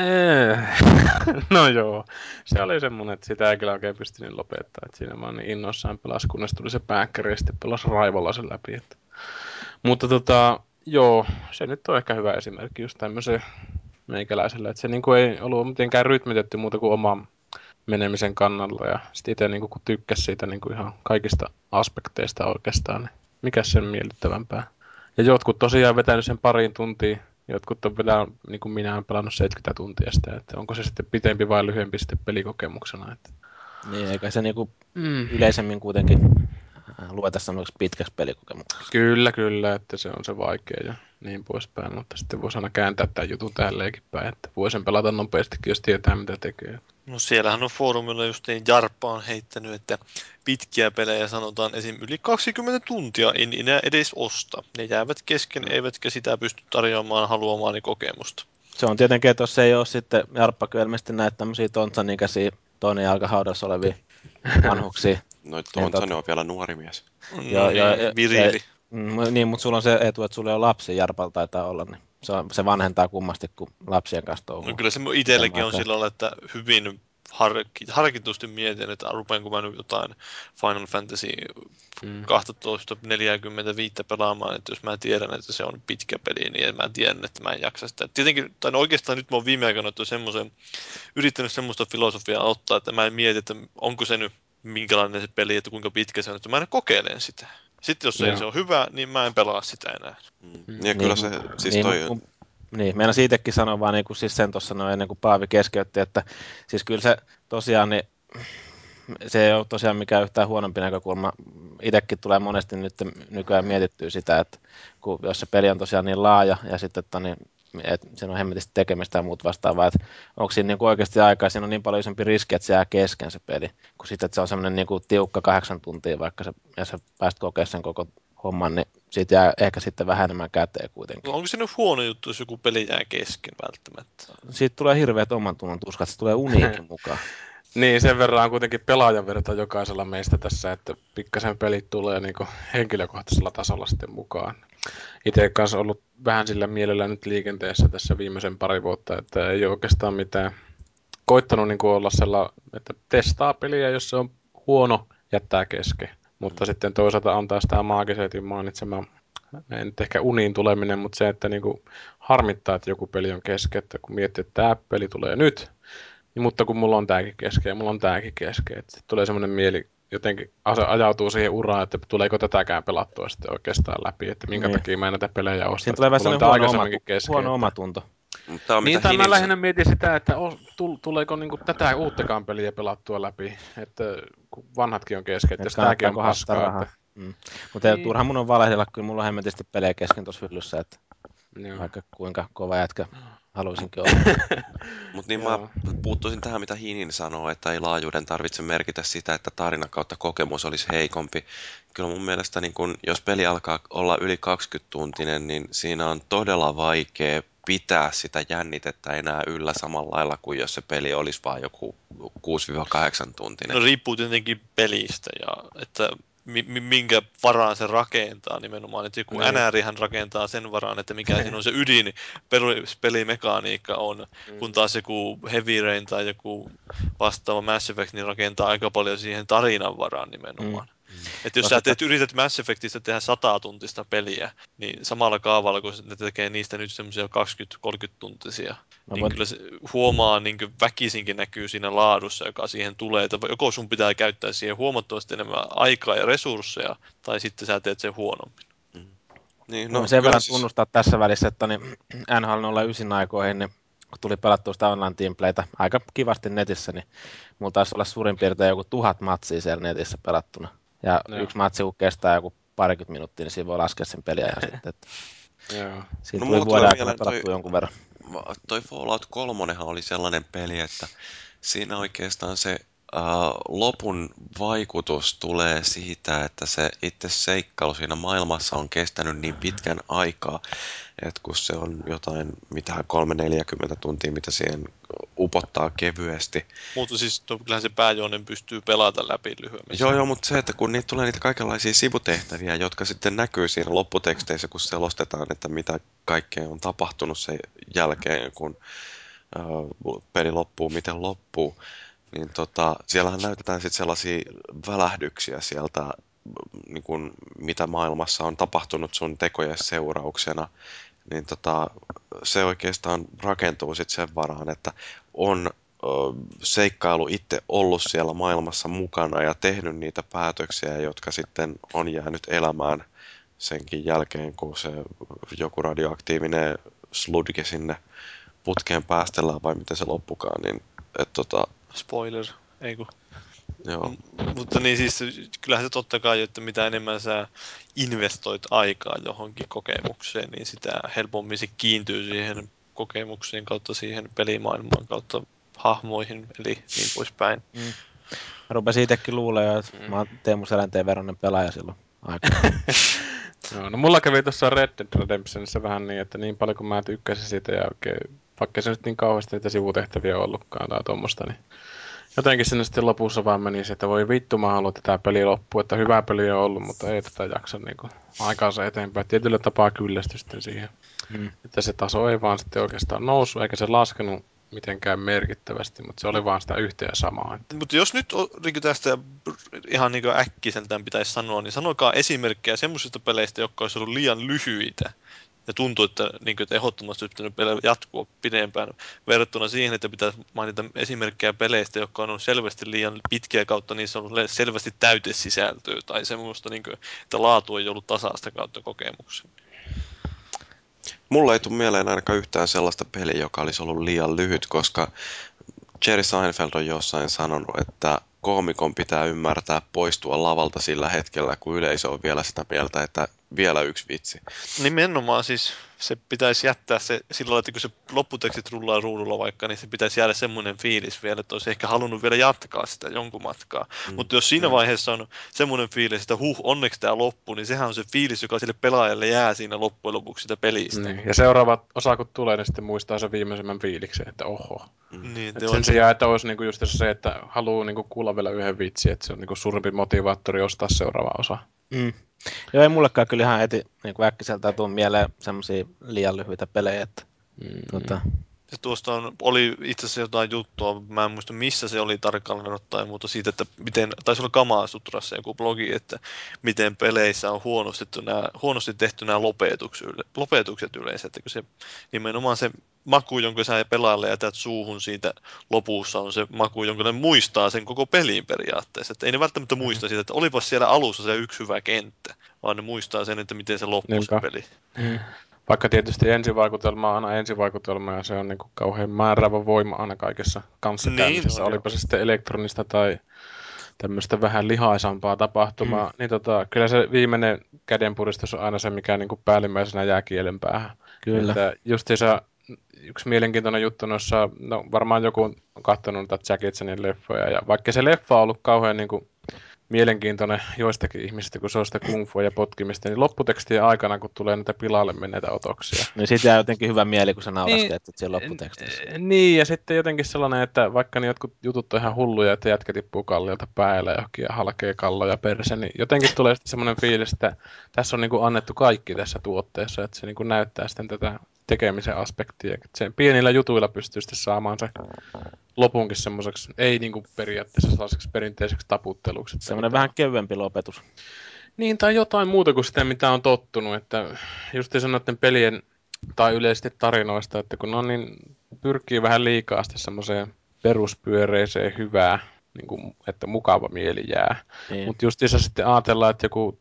No joo, se oli semmonen, että sitä ei kyllä oikein pystynyt lopettaa, että siinä vaan niin innoissaan pelasi, kunnes tuli se pääkkäri ja sitten pelasi raivolla sen läpi, että... Mutta joo, se nyt on ehkä hyvä esimerkki just tämmöisen meikäläisellä, että se niinku ei ollut mitenkään rytmitetty muuta kuin oman menemisen kannalla ja sitten itse niinku, kun tykkäsi siitä niinku ihan kaikista aspekteista oikeastaan, niin mikä sen miellyttävämpää. Ja jotkut tosiaan vetänyt sen pariin tuntiin, jotkut on vielä, niin kuin minä olen pelannut 70 tuntia sitä, että onko se sitten pitempi vai lyhyempi sitten pelikokemuksena. Että... Niin, eikä se niinku yleisemmin kuitenkin lueta semmoiksi pitkäksi pelikokemukseksi. Kyllä, että se on se vaikea ja niin poispäin, mutta sitten voisi aina kääntää tämän jutun tälleenkin päin, että voi sen pelata nopeastikin, jos tietää mitä tekee. No siellähän on foorumilla just niin Jarppa on heittänyt, että pitkiä pelejä sanotaan esim. Yli 20 tuntia en enää edes osta. Ne jäävät kesken, eivätkä sitä pysty tarjoamaan haluamaani kokemusta. Se on tietenkin, että jos ei ole sitten Jarppa kyllä ilmeisesti näitä tämmöisiä Tontsan-ikäisiä toinen jalkahaudassa olevia vanhuksia. No Tontsan on vielä nuori mies. No niin, viriili. Niin, mutta sulla on se etu, että sulla ei ole lapsi, Jarpalla taitaa olla, niin se vanhentaa kummasti, kun lapsien kanssa touhuu. No kyllä se itselläkin on sillä lailla, että hyvin harkitusti mietin, että rupeanko mä nyt jotain Final Fantasy 12.45 pelaamaan, että jos mä tiedän, että se on pitkä peli, niin mä tiedän, että mä en jaksa sitä. Tietenkin, tai oikeastaan nyt mä oon viime aikoina yrittänyt semmoista filosofiaa ottaa, että mä en mieti, että onko se nyt minkälainen se peli, että kuinka pitkä se on, että mä en kokeilen sitä. Sitten jos se on hyvä, niin mä en pelaa sitä enää. Ja kyllä se, siis toi... Niin, meidän siitäkin sanoa vaan niin kuin siis sen tuossa sanoi ennen kuin Paavi keskeytti, että siis kyllä se tosiaan, niin se ei ole tosiaan mikään yhtään huonompi näkökulma. Itsekin tulee monesti nyt nykyään mietittyä sitä, että jos se peli on tosiaan niin laaja ja sitten että siinä on hemmetisti tekemistä ja muut vastaavaa, että onko siinä niin kuin oikeasti aikaa, siinä on niin paljon isompi riski, että se jää kesken se peli, kun sitten, että se on semmoinen niin kuin tiukka 8 tuntia vaikka ja sä pääst kokemaan sen koko homman, niin siitä jää ehkä sitten vähän enemmän käteen kuitenkin. No onko se nyt huono juttu, jos joku peli jää kesken välttämättä? Siitä tulee hirveät oman tunnon tuskat, se tulee uniikin mukaan. Niin, sen verran on kuitenkin pelaajan verta jokaisella meistä tässä, että pikkasen pelit tulee niin henkilökohtaisella tasolla sitten mukaan. Itse kanssa ollut vähän sillä mielellä nyt liikenteessä tässä viimeisen pari vuotta, että ei ole oikeastaan mitään koittanut niin olla sellainen, että testaa peliä, jos se on huono, jättää kesken. Mutta sitten toisaalta antaa sitä maagiseetin mainitsemaan, en nyt ehkä uniin tuleminen, mutta se, että niin harmittaa, että joku peli on kesken, että kun miettii, että tämä peli tulee nyt, niin, mutta kun mulla on tääkin kesken ja mulla on tääkin kesken, että tulee semmoinen mieli jotenkin ajautuu siihen uraan, että tuleeko tätäkään pelattua sitten oikeastaan läpi, että minkä Niin. takia mä en näitä pelejä osta. Siinä tulee vähän Mulla on sellainen aikaisemminkin kesken. huono omatunto. Tämä on Niin, mitä tai mä Hinin lähinnä mietin sitä, että tuleeko niinku tätä uuttakaan peliä pelattua läpi, että kun vanhatkin on kesken, että jos tääkin on paskaa. Että... Mutta niin. Turha mun on valehdella, kyllä mulla on hemmetisti pelejä kesken tuossa hyllyssä, että vaikka kuinka kova jätkä haluaisinkin olla. Mutta niin mä puuttuisin tähän, mitä Hinin sanoo, että ei laajuuden tarvitse merkitä sitä, että tarinan kautta kokemus olisi heikompi. Kyllä mun mielestä, niin kun, jos peli alkaa olla yli 20-tuntinen, niin siinä on todella vaikea pitää sitä jännitettä enää yllä samalla lailla kuin jos se peli olisi vain joku 6-8-tuntinen. No riippuu tietenkin pelistä ja että minkä varaan se rakentaa nimenomaan. Että joku NRihän rakentaa sen varaan, että mikä siinä on se ydin pelimekaniikka on, kun taas joku Heavy Rain tai joku vastaava Mass Effect niin rakentaa aika paljon siihen tarinan varaan nimenomaan. Että jos sä yrität Mass Effectistä tehdä 100-tuntista peliä, niin samalla kaavalla, kun ne tekee niistä nyt semmoisia 20-30-tuntisia, niin kyllä se huomaa, niin väkisinkin näkyy siinä laadussa, joka siihen tulee. Että joko sun pitää käyttää siihen huomattavasti enemmän aikaa ja resursseja, tai sitten sä teet sen huonommin. Niin, no, sen verran tunnustaa tässä välissä, että niin NHL 09 aikoihin, niin kun tuli pelattua sitä online-teamplaytä aika kivasti netissä, niin mulla taisi olla suurin piirtein joku 1000 matsia siellä netissä pelattuna. Ja yksi matsi, kun kestää joku parikymmentä minuuttia, niin siinä voi laskea sen peliajan sitten. Että siinä tuli vuoden aikana pelattua jonkun verran. Toi Fallout 3 oli sellainen peli, että siinä oikeastaan se lopun vaikutus tulee siitä, että se itse seikkailu siinä maailmassa on kestänyt niin pitkän aikaa, että kun se on jotain mitään 3-40 tuntia, mitä siihen upottaa kevyesti. Mutta siis kyllähän se pääjuonen pystyy pelata läpi lyhyemmin. Joo, mutta se, että kun niitä tulee niitä kaikenlaisia sivutehtäviä, jotka sitten näkyy siinä lopputeksteissä, kun selostetaan, että mitä kaikkea on tapahtunut sen jälkeen, kun peli loppuu, miten loppuu, niin siellähän näytetään sitten sellaisia välähdyksiä sieltä, niin kun, mitä maailmassa on tapahtunut sun tekojen seurauksena, niin se oikeastaan rakentuu sitten sen varaan, että on seikkailu itse ollut siellä maailmassa mukana ja tehnyt niitä päätöksiä, jotka sitten on jäänyt elämään senkin jälkeen, kun se joku radioaktiivinen sludge sinne putkeen päästellään, vai miten se loppukaan, niin Spoiler, ei kun. Joo. Mutta niin siis, kyllähän se totta kai, että mitä enemmän sä investoit aikaa johonkin kokemukseen, niin sitä helpommin se kiintyy siihen kokemukseen kautta siihen pelimaailmaan kautta hahmoihin, eli niin poispäin. Mä rupesin itsekin luulemaan, että mä oon Teemu Selänteen veroinen pelaaja silloin aikaa. Joo, no mulla kävi tuossa Red Dead Redemptionissa vähän niin, että niin paljon kun mä tykkäsin siitä ja oikein, vaikka se nyt niin kauheasti niitä sivutehtäviä ollutkaan tai tuommoista, niin jotenkin sinne sitten lopussa vaan meni se, että voi vittu mä haluan tätä peliä loppuun, että hyvä peli on ollut, mutta ei tätä jaksa niin aikaansa eteenpäin. Tietyllä tapaa kyllästy sitten siihen, että se taso ei vaan sitten oikeastaan noussut eikä se laskenut mitenkään merkittävästi, mutta se oli vaan sitä yhtä ja samaa. Mutta jos nyt niin tästä ihan niin äkkiseltään pitäisi sanoa, niin sanokaa esimerkkejä semmoisista peleistä, jotka olisi ollut liian lyhyitä. Ja tuntuu, että, niin kuin, että ehdottomasti pitänyt jatkua pidempään verrattuna siihen, että pitäisi mainita esimerkkejä peleistä, jotka on ollut selvästi liian pitkiä kautta, niissä on ollut selvästi täytesisältöä tai semmoista, niin kuin, että laatu ei ollut tasaista kautta kokemuksen. Mulla ei tule mieleen ainakaan yhtään sellaista peliä, joka olisi ollut liian lyhyt, koska Jerry Seinfeld on jossain sanonut, että koomikon pitää ymmärtää poistua lavalta sillä hetkellä, kun yleisö on vielä sitä mieltä, että vielä yksi vitsi. Nimenomaan siis se pitäisi jättää se sillä lailla, että kun se lopputekstit rullaa ruudulla vaikka, niin se pitäisi jäädä semmoinen fiilis vielä, että olisi ehkä halunnut vielä jatkaa sitä jonkun matkaa. Mutta jos siinä vaiheessa on semmoinen fiilis, että onneksi tämä loppuu, niin sehän on se fiilis, joka sille pelaajalle jää siinä loppujen lopuksi sitä pelistä. Niin. Ja seuraava osa kun tulee, niin sitten muistaa sen viimeisemmän fiiliksen, että oho. Niin, sen sijaan, että olisi niinku just se, että haluaa niinku kuulla vielä yhden vitsin, että se on niinku suurempi motivaattori ostaa seuraava osa. Joo, ei mullekaan kyllä ihan heti niin äkkiseltään tuu mieleen semmosia liian lyhyitä pelejä, että Ja tuosta oli itse asiassa jotain juttua, mä en muista missä se oli tarkalleen ottaen, mutta siitä, että miten, taisi olla Kamasutrassa joku blogi, että miten peleissä on huonosti tehty nämä lopetukset yleensä, että kun se nimenomaan se maku, jonka sä pelaajalle jätät suuhun siitä lopussa, on se maku, jonka ne muistaa sen koko pelin periaatteessa. Että ei ne välttämättä muista siitä, että olipas siellä alussa se yksi hyvä kenttä, vaan ne muistaa sen, että miten se loppui se peli. Vaikka tietysti ensivaikutelma on aina ensivaikutelma ja se on niin kuin kauhean määräävä voima aina kaikessa kanssakäymisessä, Niin, olipa se sitten elektronista tai tämmöistä vähän lihaisampaa tapahtumaa, niin kyllä se viimeinen kädenpuristus on aina se, mikä niin kuin päällimmäisenä jää kielen päähän. Kyllä. Että justiinsa yksi mielenkiintoinen juttu noissa, no varmaan joku on katsonut noita Jackie Chanin leffoja, ja vaikka se leffa on ollut kauhean niin kuin mielenkiintoinen joistakin ihmisistä, kun se on sitä kung fu ja potkimista, niin lopputekstien aikana, kun tulee niitä pilalle menneitä otoksia. Niin siitä jää jotenkin hyvä mieli, kun sä nauraskelet siellä lopputekstissä. Niin, ja sitten jotenkin sellainen, että vaikka ne jotkut jutut on ihan hulluja, että jätkä tippuu kalliolta päällä johonkin ja halkee kalloja perse, niin jotenkin tulee sitten semmoinen fiilis, että tässä on niin kuin annettu kaikki tässä tuotteessa, että se niin kuin näyttää sitten tätä tekemisen aspektia. Että sen pienillä jutuilla pystyy sitten saamaan se lopunkin semmoiseksi, ei niin kuin periaatteessa sellaiseksi perinteiseksi taputteluksi. Semmoinen vähän kevyempi lopetus. Niin, tai jotain muuta kuin sitä, mitä on tottunut. Että just noiden pelien tai yleisesti tarinoista, että kun on niin pyrkii vähän liikaa sitten semmoiseen peruspyöreiseen hyvää, niin kuin, että mukava mieli jää. Niin. Mutta just sitten ajatellaan, että joku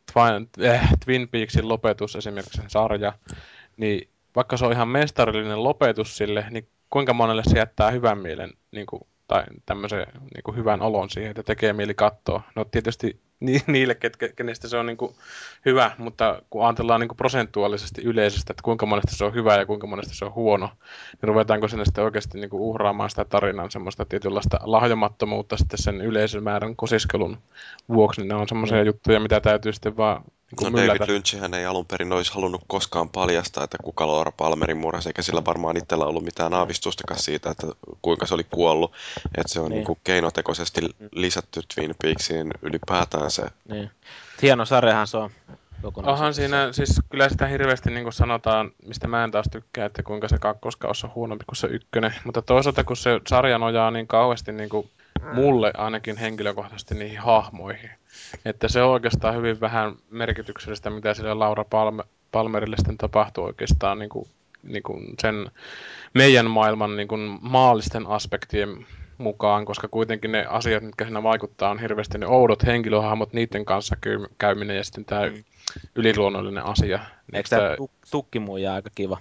Twin Peaksin lopetus, esimerkiksi sen sarja, niin vaikka se on ihan mestarillinen lopetus sille, niin kuinka monelle se jättää hyvän mielen niin kuin, tai tämmöisen niin kuin hyvän olon siihen, että tekee mieli katsoa. No tietysti niille, kenestä se on niin kuin hyvä, mutta kun ajatellaan niin kuin prosentuaalisesti yleisestä, että kuinka monesta se on hyvä ja kuinka monesta se on huono, niin ruvetaanko sinne sitten oikeasti niin kuin uhraamaan sitä tarinan semmoista tietynlaista lahjomattomuutta sitten sen yleisön määrän kosiskelun vuoksi, niin ne on semmoisia juttuja, mitä täytyy sitten vaan No David Lynchhän ei alun perin olisi halunnut koskaan paljastaa, että kuka Laura Palmerin murhasi, eikä sillä varmaan itsellä ollut mitään aavistustakaan siitä, että kuinka se oli kuollut. Että se on niin kuin keinotekoisesti lisätty Twin Peaksiin ylipäätään se. Niin. Hieno sarjahan se on. Onhan siinä, siis kyllä sitä hirveästi niin kuin sanotaan, mistä mä en taas tykkää, että kuinka se kakkoskaus on huonompi kuin se ykkönen. Mutta toisaalta kun se sarja nojaa niin kauheasti niin kuin mulle ainakin henkilökohtaisesti niihin hahmoihin. Että se on oikeastaan hyvin vähän merkityksellistä, mitä sille Laura Palmerille sitten tapahtuu oikeastaan niin kuin sen meidän maailman niin kuin maallisten aspektien mukaan, koska kuitenkin ne asiat, mitkä siinä vaikuttaa, on hirveästi ne oudot henkilöhahmot, niiden kanssa käyminen ja sitten tämä yliluonnollinen asia. Eikö tämä tukkimuija aika kiva?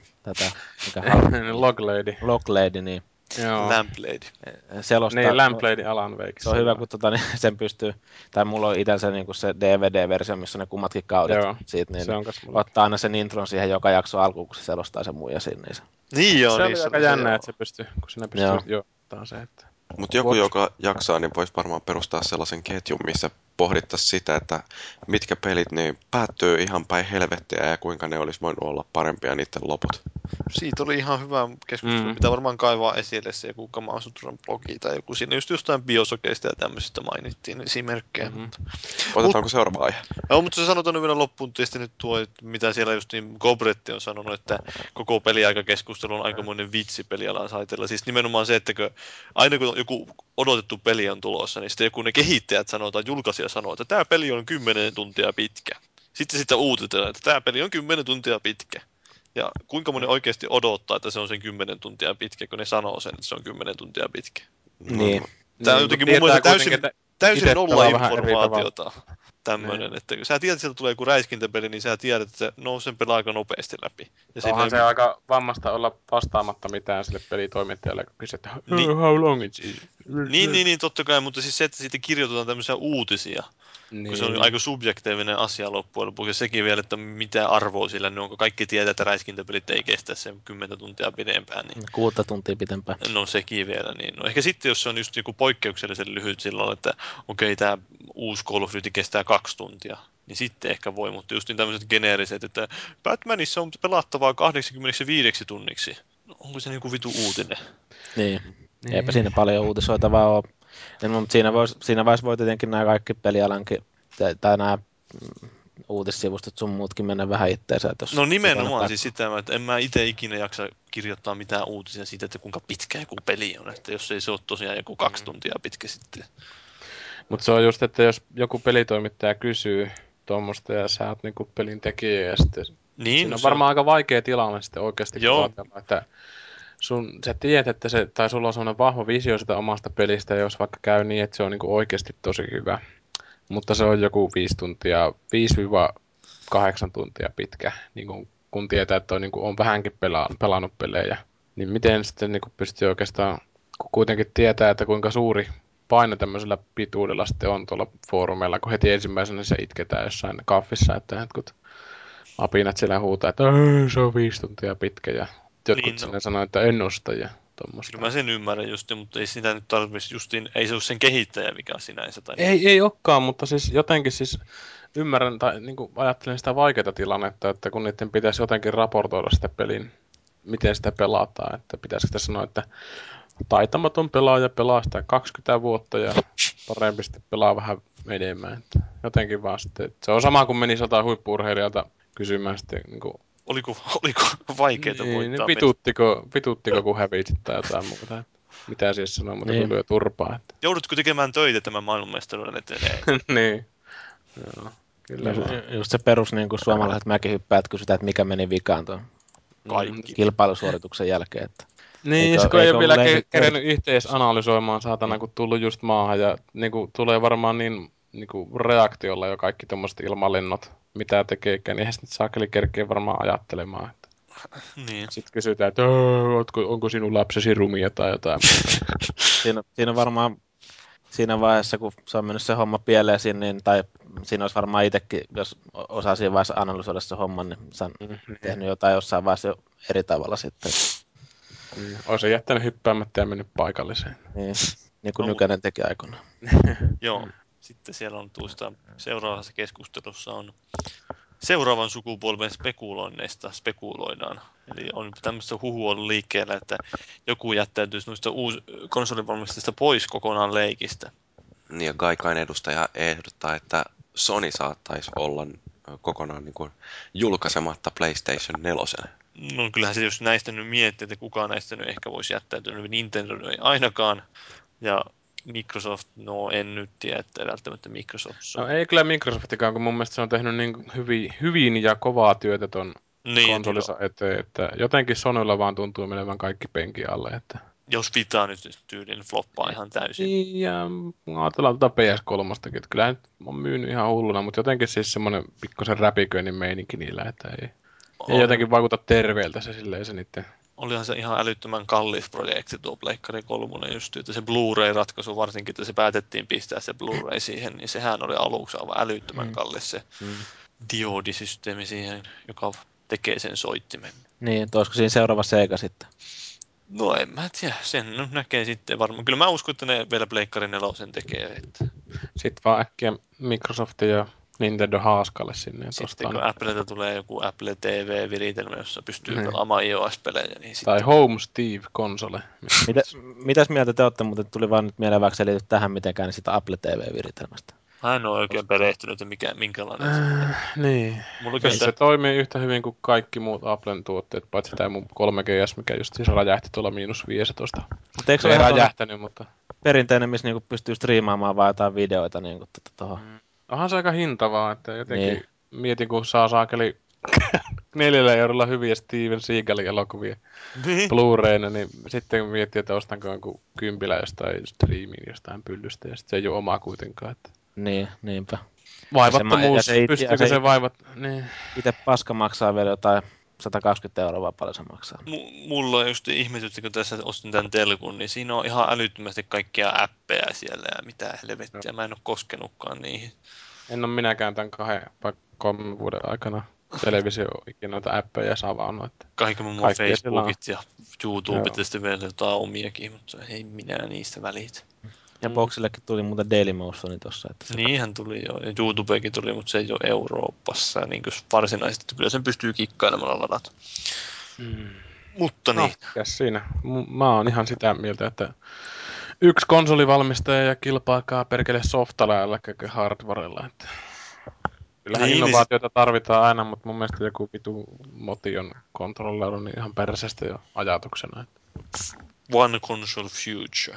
Locklady, niin. Lamplady. Selostaa. Niin, Lamplady Alan Wake. Se on hyvä, kun sen pystyy, tai mulla on itse se DVD-versio, missä on ne kummatkin kaudet. Siitä, niin se on ottaa aina sen intron siihen joka jakso alkuun, kun se selostaa sen muija sinne. Niin joo. Se oli aika jännä, että se pystyy, kun sinä pystyy ottaa se. Että... Mutta joku, joka jaksaa, niin voisi varmaan perustaa sellaisen ketjun, missä pohdittaisiin sitä, että mitkä pelit niin päättyy ihan päin helvettiä ja kuinka ne olisi voinut olla parempia niiden loput. Siitä oli ihan hyvä keskustelu. Pitää varmaan kaivaa esille se joku Kamasuturan blogi tai joku. Siinä just jostain biosokeista ja tämmöisistä mainittiin esimerkkejä. Otetaanko seuraava aihe? Joo, mutta se sanotaan vielä loppuun tietysti nyt tuo, että mitä siellä just niin Gobretti on sanonut, että koko peliaikakeskustelu on aikamoinen vitsi pelialan saitella. Siis nimenomaan se, että aina kun joku odotettu peli on tulossa, niin sitten joku ne kehittäjät sanoo tai julkaisija sanoo, että tämä peli on 10 tuntia pitkä. Sitten sitä uutetaan, että tämä peli on 10 tuntia pitkä. Ja kuinka moni oikeasti odottaa, että se on sen 10 tuntia pitkä, kun ne sanoo sen, että se on 10 tuntia pitkä. Niin. Tämä on jotenkin mun mielestä täysin nolla informaatiota. Tämmöinen, että kun sä tiedät, että sieltä tulee joku räiskintäpeli, niin sä tiedät, että sen pelaa aika nopeasti läpi. Ja onhan se aika vammasta olla vastaamatta mitään sille pelitoimittajalle, kun kysyt, että how long it is? Niin, totta kai, mutta siis se, että siitä kirjoitetaan tämmöisiä uutisia, kun se on aika subjektiivinen asia loppujen lopuksi, ja sekin vielä, että mitä arvoa sillä, niin onko kaikki tietää, että räiskintäpelit ei kestä sen 10 tuntia pidempään. Niin... 6 tuntia pidempään. No sekin vielä, niin. No ehkä sitten, jos se on just joku poikkeuksellisen lyhyt silloin, että okei, tämä uusi Call of Duty kestää 2 tuntia, niin sitten ehkä voi, mutta just niin tämmöiset geneeriset, että Batmanissa on pelattavaa 85 tunniksi. No, onko se niinku vitu uutinen? Niin. Eipä siinä paljon uutisoitavaa ole. Mutta siinä vaiheessa voi tietenkin nämä kaikki pelialankin, tai nämä uutissivustot sun muutkin mennä vähän itteensä. No nimenomaan siis sitä, että en mä itse ikinä jaksa kirjoittaa mitään uutisia siitä, että kuinka pitkä joku peli on, että jos ei se ole tosiaan joku 2 tuntia pitkä sitten. Mutta se on just, että jos joku pelitoimittaja kysyy tuommoista ja sä oot niinku pelin tekijä ja sitten siinä on varmaan aika vaikea tilanne sitten oikeasti ajatella, että sä tiedät, että sulla on sellainen vahva visio sitä omasta pelistä, jos vaikka käy niin, että se on niinku oikeasti tosi hyvä. Mutta se on joku 5-8 tuntia pitkä, niin kun tietää, että on vähänkin pelannut pelejä. Niin miten sitten niin pystyy oikeastaan, kun kuitenkin tietää, että kuinka suuri paino tämmöisellä pituudella sitten on tuolla foorumeilla, kun heti ensimmäisenä se itketään jossain kaffissa, että jotkut apinat siellä huutaa, että se on 5 tuntia pitkä ja jotkut Niin, sinne sanoo, että en osta ja tuommoista. kyllä mä sen ymmärrän justiin, mutta ei sitä nyt tarvitsisi justiin, ei se ole sen kehittäjä mikä sinänsä. Tai Ei olekaan, mutta siis jotenkin siis ymmärrän tai niin kuin ajattelen sitä vaikeaa tilannetta, että kun niiden pitäisi jotenkin raportoida sitä pelin, miten sitä pelataan, että pitäisikö sitä sanoa, että taitamaton pelaaja pelaa sitä 20 vuotta ja parempi sitten pelaa vähän enemmän. Että jotenkin vaan sitten, että se on sama kuin meni 100 huippu-urheilijalta kysymään sitten niin kuin, oliko vaikeeta niin, voittaa vituttiko kun hävisit tai jotain muuta. Että mitä siis sanoo, mutta kun lyö turpaa. Että. Joudutko tekemään töitä tämän maailmanmestaruuden eteen? Niin. Joo, kyllä vaan. Just se perus niin kuin suomalaiset mäkihyppäät kysytään, että mikä meni vikaan tuon Kaikki. kilpailusuorituksen jälkeen. Että niin, se kun ei ole vielä kerennyt eri... yhteis analysoimaan saatana, kun tullut just maahan ja niin kuin, tulee varmaan niin kuin, reaktiolla jo kaikki tommoset ilmalennot, mitä tekeekään, niin eihän sitten saakeli kerkeä varmaan ajattelemaan. Että. Niin. Sitten kysytään, että onko sinun lapsesi rumia tai jotain. siinä on varmaan siinä vaiheessa, kun se on mennyt se homma pieleen, niin, tai siinä olisi varmaan itsekin, jos osaa siinä vaiheessa analysoida se homma, niin tehnyt jotain jossain vaiheessa jo eri tavalla sitten. Olisi jättänyt hyppäämättä ja mennyt paikalliseen. Niin kuin Nykänen teki aikoinaan. Joo. Sitten siellä on tuosta seuraavassa keskustelussa on seuraavan sukupolven spekuloinneista spekuloidaan. Eli on tämmöistä huhua ollut liikkeellä, että joku jättäytyisi noista konsolivalmistajista pois kokonaan leikistä. Niin, ja Gaikain edustaja ehdottaa, että Sony saattaisi olla kokonaan niin kuin julkaisematta PlayStation 4. No kyllähän se jos näistä nyt miettii, että kukaan näistä nyt ehkä voisi jättäytyä, niin Nintendo ei ainakaan. Ja Microsoft, no en nyt tiedä, että välttämättä Microsoft No ei kyllä Microsoftikaan, kun mun mielestä se on tehnyt niin hyvin ja kovaa työtä ton konsolissa eteen, että jotenkin Sonylla vaan tuntuu menevän kaikki penkin alle. Että. Jos Vita nyt tyylin floppaa ihan täysin. Niin, ja ajatellaan tuota PS3, että kyllä nyt on myynyt ihan hulluna, mutta jotenkin siis semmoinen pikkusen räpiköinnin meininki niillä, että ei jotenkin vaikuta terveeltä se silleen se niitten. Olihan se ihan älyttömän kallis projekti tuo Pleikkari 3 just, että se Blu-ray-ratkaisu varsinkin, että se päätettiin pistää se Blu-ray siihen, niin sehän oli aluksi aivan älyttömän kallis se diodisysteemi siihen, joka tekee sen soittimen. Niin, olisiko siinä seuraava Sega sitten? No en mä tiedä, sen näkee sitten varmaan. Kyllä mä uskon, että ne vielä Pleikkari 4 tekee. Että. Sitten vaan äkkiä Microsoft ja Nintendo haaskalle sinne. Sitten kun Applelta tulee joku Apple TV-viritelmä, jossa pystyy pelaamaan iOS-pelejä. Niin tai sitten. Home Steve-konsole. Mitäs mieltä te olette, mutta tuli vaan nyt mieleen, vaikka selity tähän mitenkään, niin sitä Apple TV-viritelmästä. Mä en ole oikein perehtynyt, että minkälainen se on. Niin. Se toimii yhtä hyvin kuin kaikki muut Applen tuotteet, paitsi tämä mun 3GS, mikä just siis räjähti tuolla -15. Mutta eikö se ole räjähtänyt, mutta. Perinteinen, missä niinku pystyy striimaamaan vaan jotain videoita niinku tuohon. Onhan se aika hintavaa, että jotenkin mietin, kun saa saakeli 4 eurolla hyviä Steven Seagalin elokuvia Blu-rayna, niin sitten miettii, että ostanko jonkun kympillä jostain striimiin jostain pyllystä, ja sitten se ei ole oma kuitenkaan. Että. Niin, niinpä. Vaivattomuus, pystyykö se vaivat? Niin. Itse paska maksaa vielä jotain 120 euroa, vaan paljon se maksaa. Mulla on just ihmetytti, kun tässä ostin tämän telkun, niin siinä on ihan älyttömästi kaikkia appeja siellä ja mitä helvettiä. Mä en ole koskenutkaan niihin. En ole minäkään tämän 2 vai 3 vuoden aikana televisio ikinä noita appeja saavannut. Kaikki muun muassa Facebookit ja YouTubet ja sitten vielä jotain omiakin, mutta ei minä niistä välitä. Ja Boxillekin tuli muuten Dailymotioni tossa. Että niinhän tuli jo. Ja YouTubekin tuli, mutta se ei ole Euroopassa. Niin kuin varsinaisesti. Kyllä sen pystyy kikkailemalla ladata. Mutta niin. Mikäs siinä? Mä oon ihan sitä mieltä, että yksi konsolivalmistaja ja kilpaikaa perkele softalla älkääkä hardwarella. Että. Kyllähän innovaatiota tarvitaan aina, mutta mun mielestä joku vitu Motion controller on ihan persestä jo ajatuksena. Että. One console future.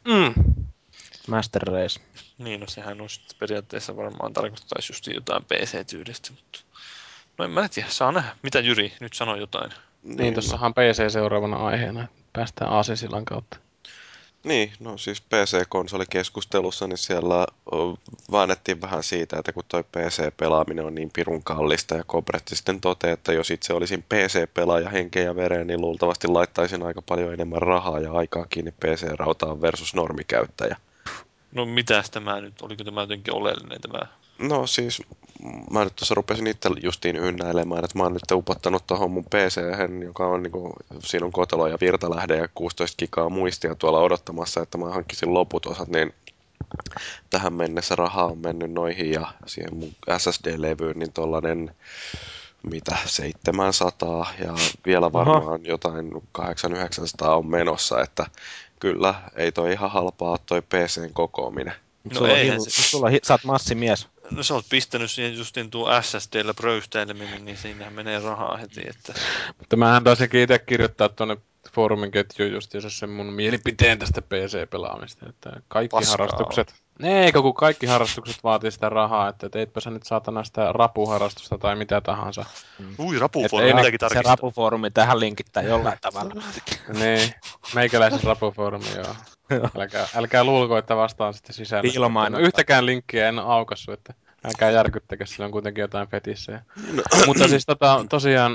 Master Race. Niin, no sehän on sitten periaatteessa varmaan tarkoittaisi just jotain PC-tyylistä, mutta. No en mä tiedä, saa nähdä. Mitä Jyri nyt sanoi jotain? Niin, tossahan PC seuraavana aiheena. päästään Aasisillan kautta. Niin, no siis PC-konsolikeskustelussa, niin siellä väännettiin vähän siitä, että kun toi PC-pelaaminen on niin pirun kallista, ja Kobretti sitten toteaa, että jos itse olisin PC-pelaaja henkeä ja vereen, niin luultavasti laittaisin aika paljon enemmän rahaa ja aikaa kiinni PC-rautaan versus normikäyttäjä. No mitäs tämä nyt, oliko tämä jotenkin oleellinen tämä? No siis, mä nyt tuossa rupesin itse justiin ynnäilemään, että mä oon nyt upottanut tuohon mun PC:hen, joka on niinku, siinä on kotelo ja virtalähde ja 16 gigaa muistia tuolla odottamassa, että mä hankkisin loput osat, niin tähän mennessä rahaa on mennyt noihin ja siihen mun SSD-levyyn, niin tollanen mitä 700 ja vielä varmaan jotain 800-900 on menossa, että kyllä ei toi ihan halpaa ole toi PC:n kokoaminen. No eihän se. Sä oot massimies. No sä oot pistänyt siihen justiin tuo SSD:llä pröystäileminen, niin siinähän menee rahaa heti, että... Mutta mähän taisinkin itse kirjoittaa tuonne foorumin ketjuun justiinsa sen mun mielipiteen tästä PC-pelaamista, että kaikki Paskaa harrastukset... Eikö kun kaikki harrastukset vaatii sitä rahaa, että teitpä sä nyt saatana sitä rapuharrastusta tai mitä tahansa. Ui, rapufoorumi, ei pitääkin Se tarkistaa. rapufoorumi tähän linkittää jollain tavalla. Niin, meikäläisen rapufoorumi, joo. Älkää luulko, että vastaan sitten sisällöstä. Piilomainonta. No, yhtäkään linkkiä en aukassu, että älkää järkyttäkö, sillä on kuitenkin jotain fetissejä. Mutta siis tosiaan,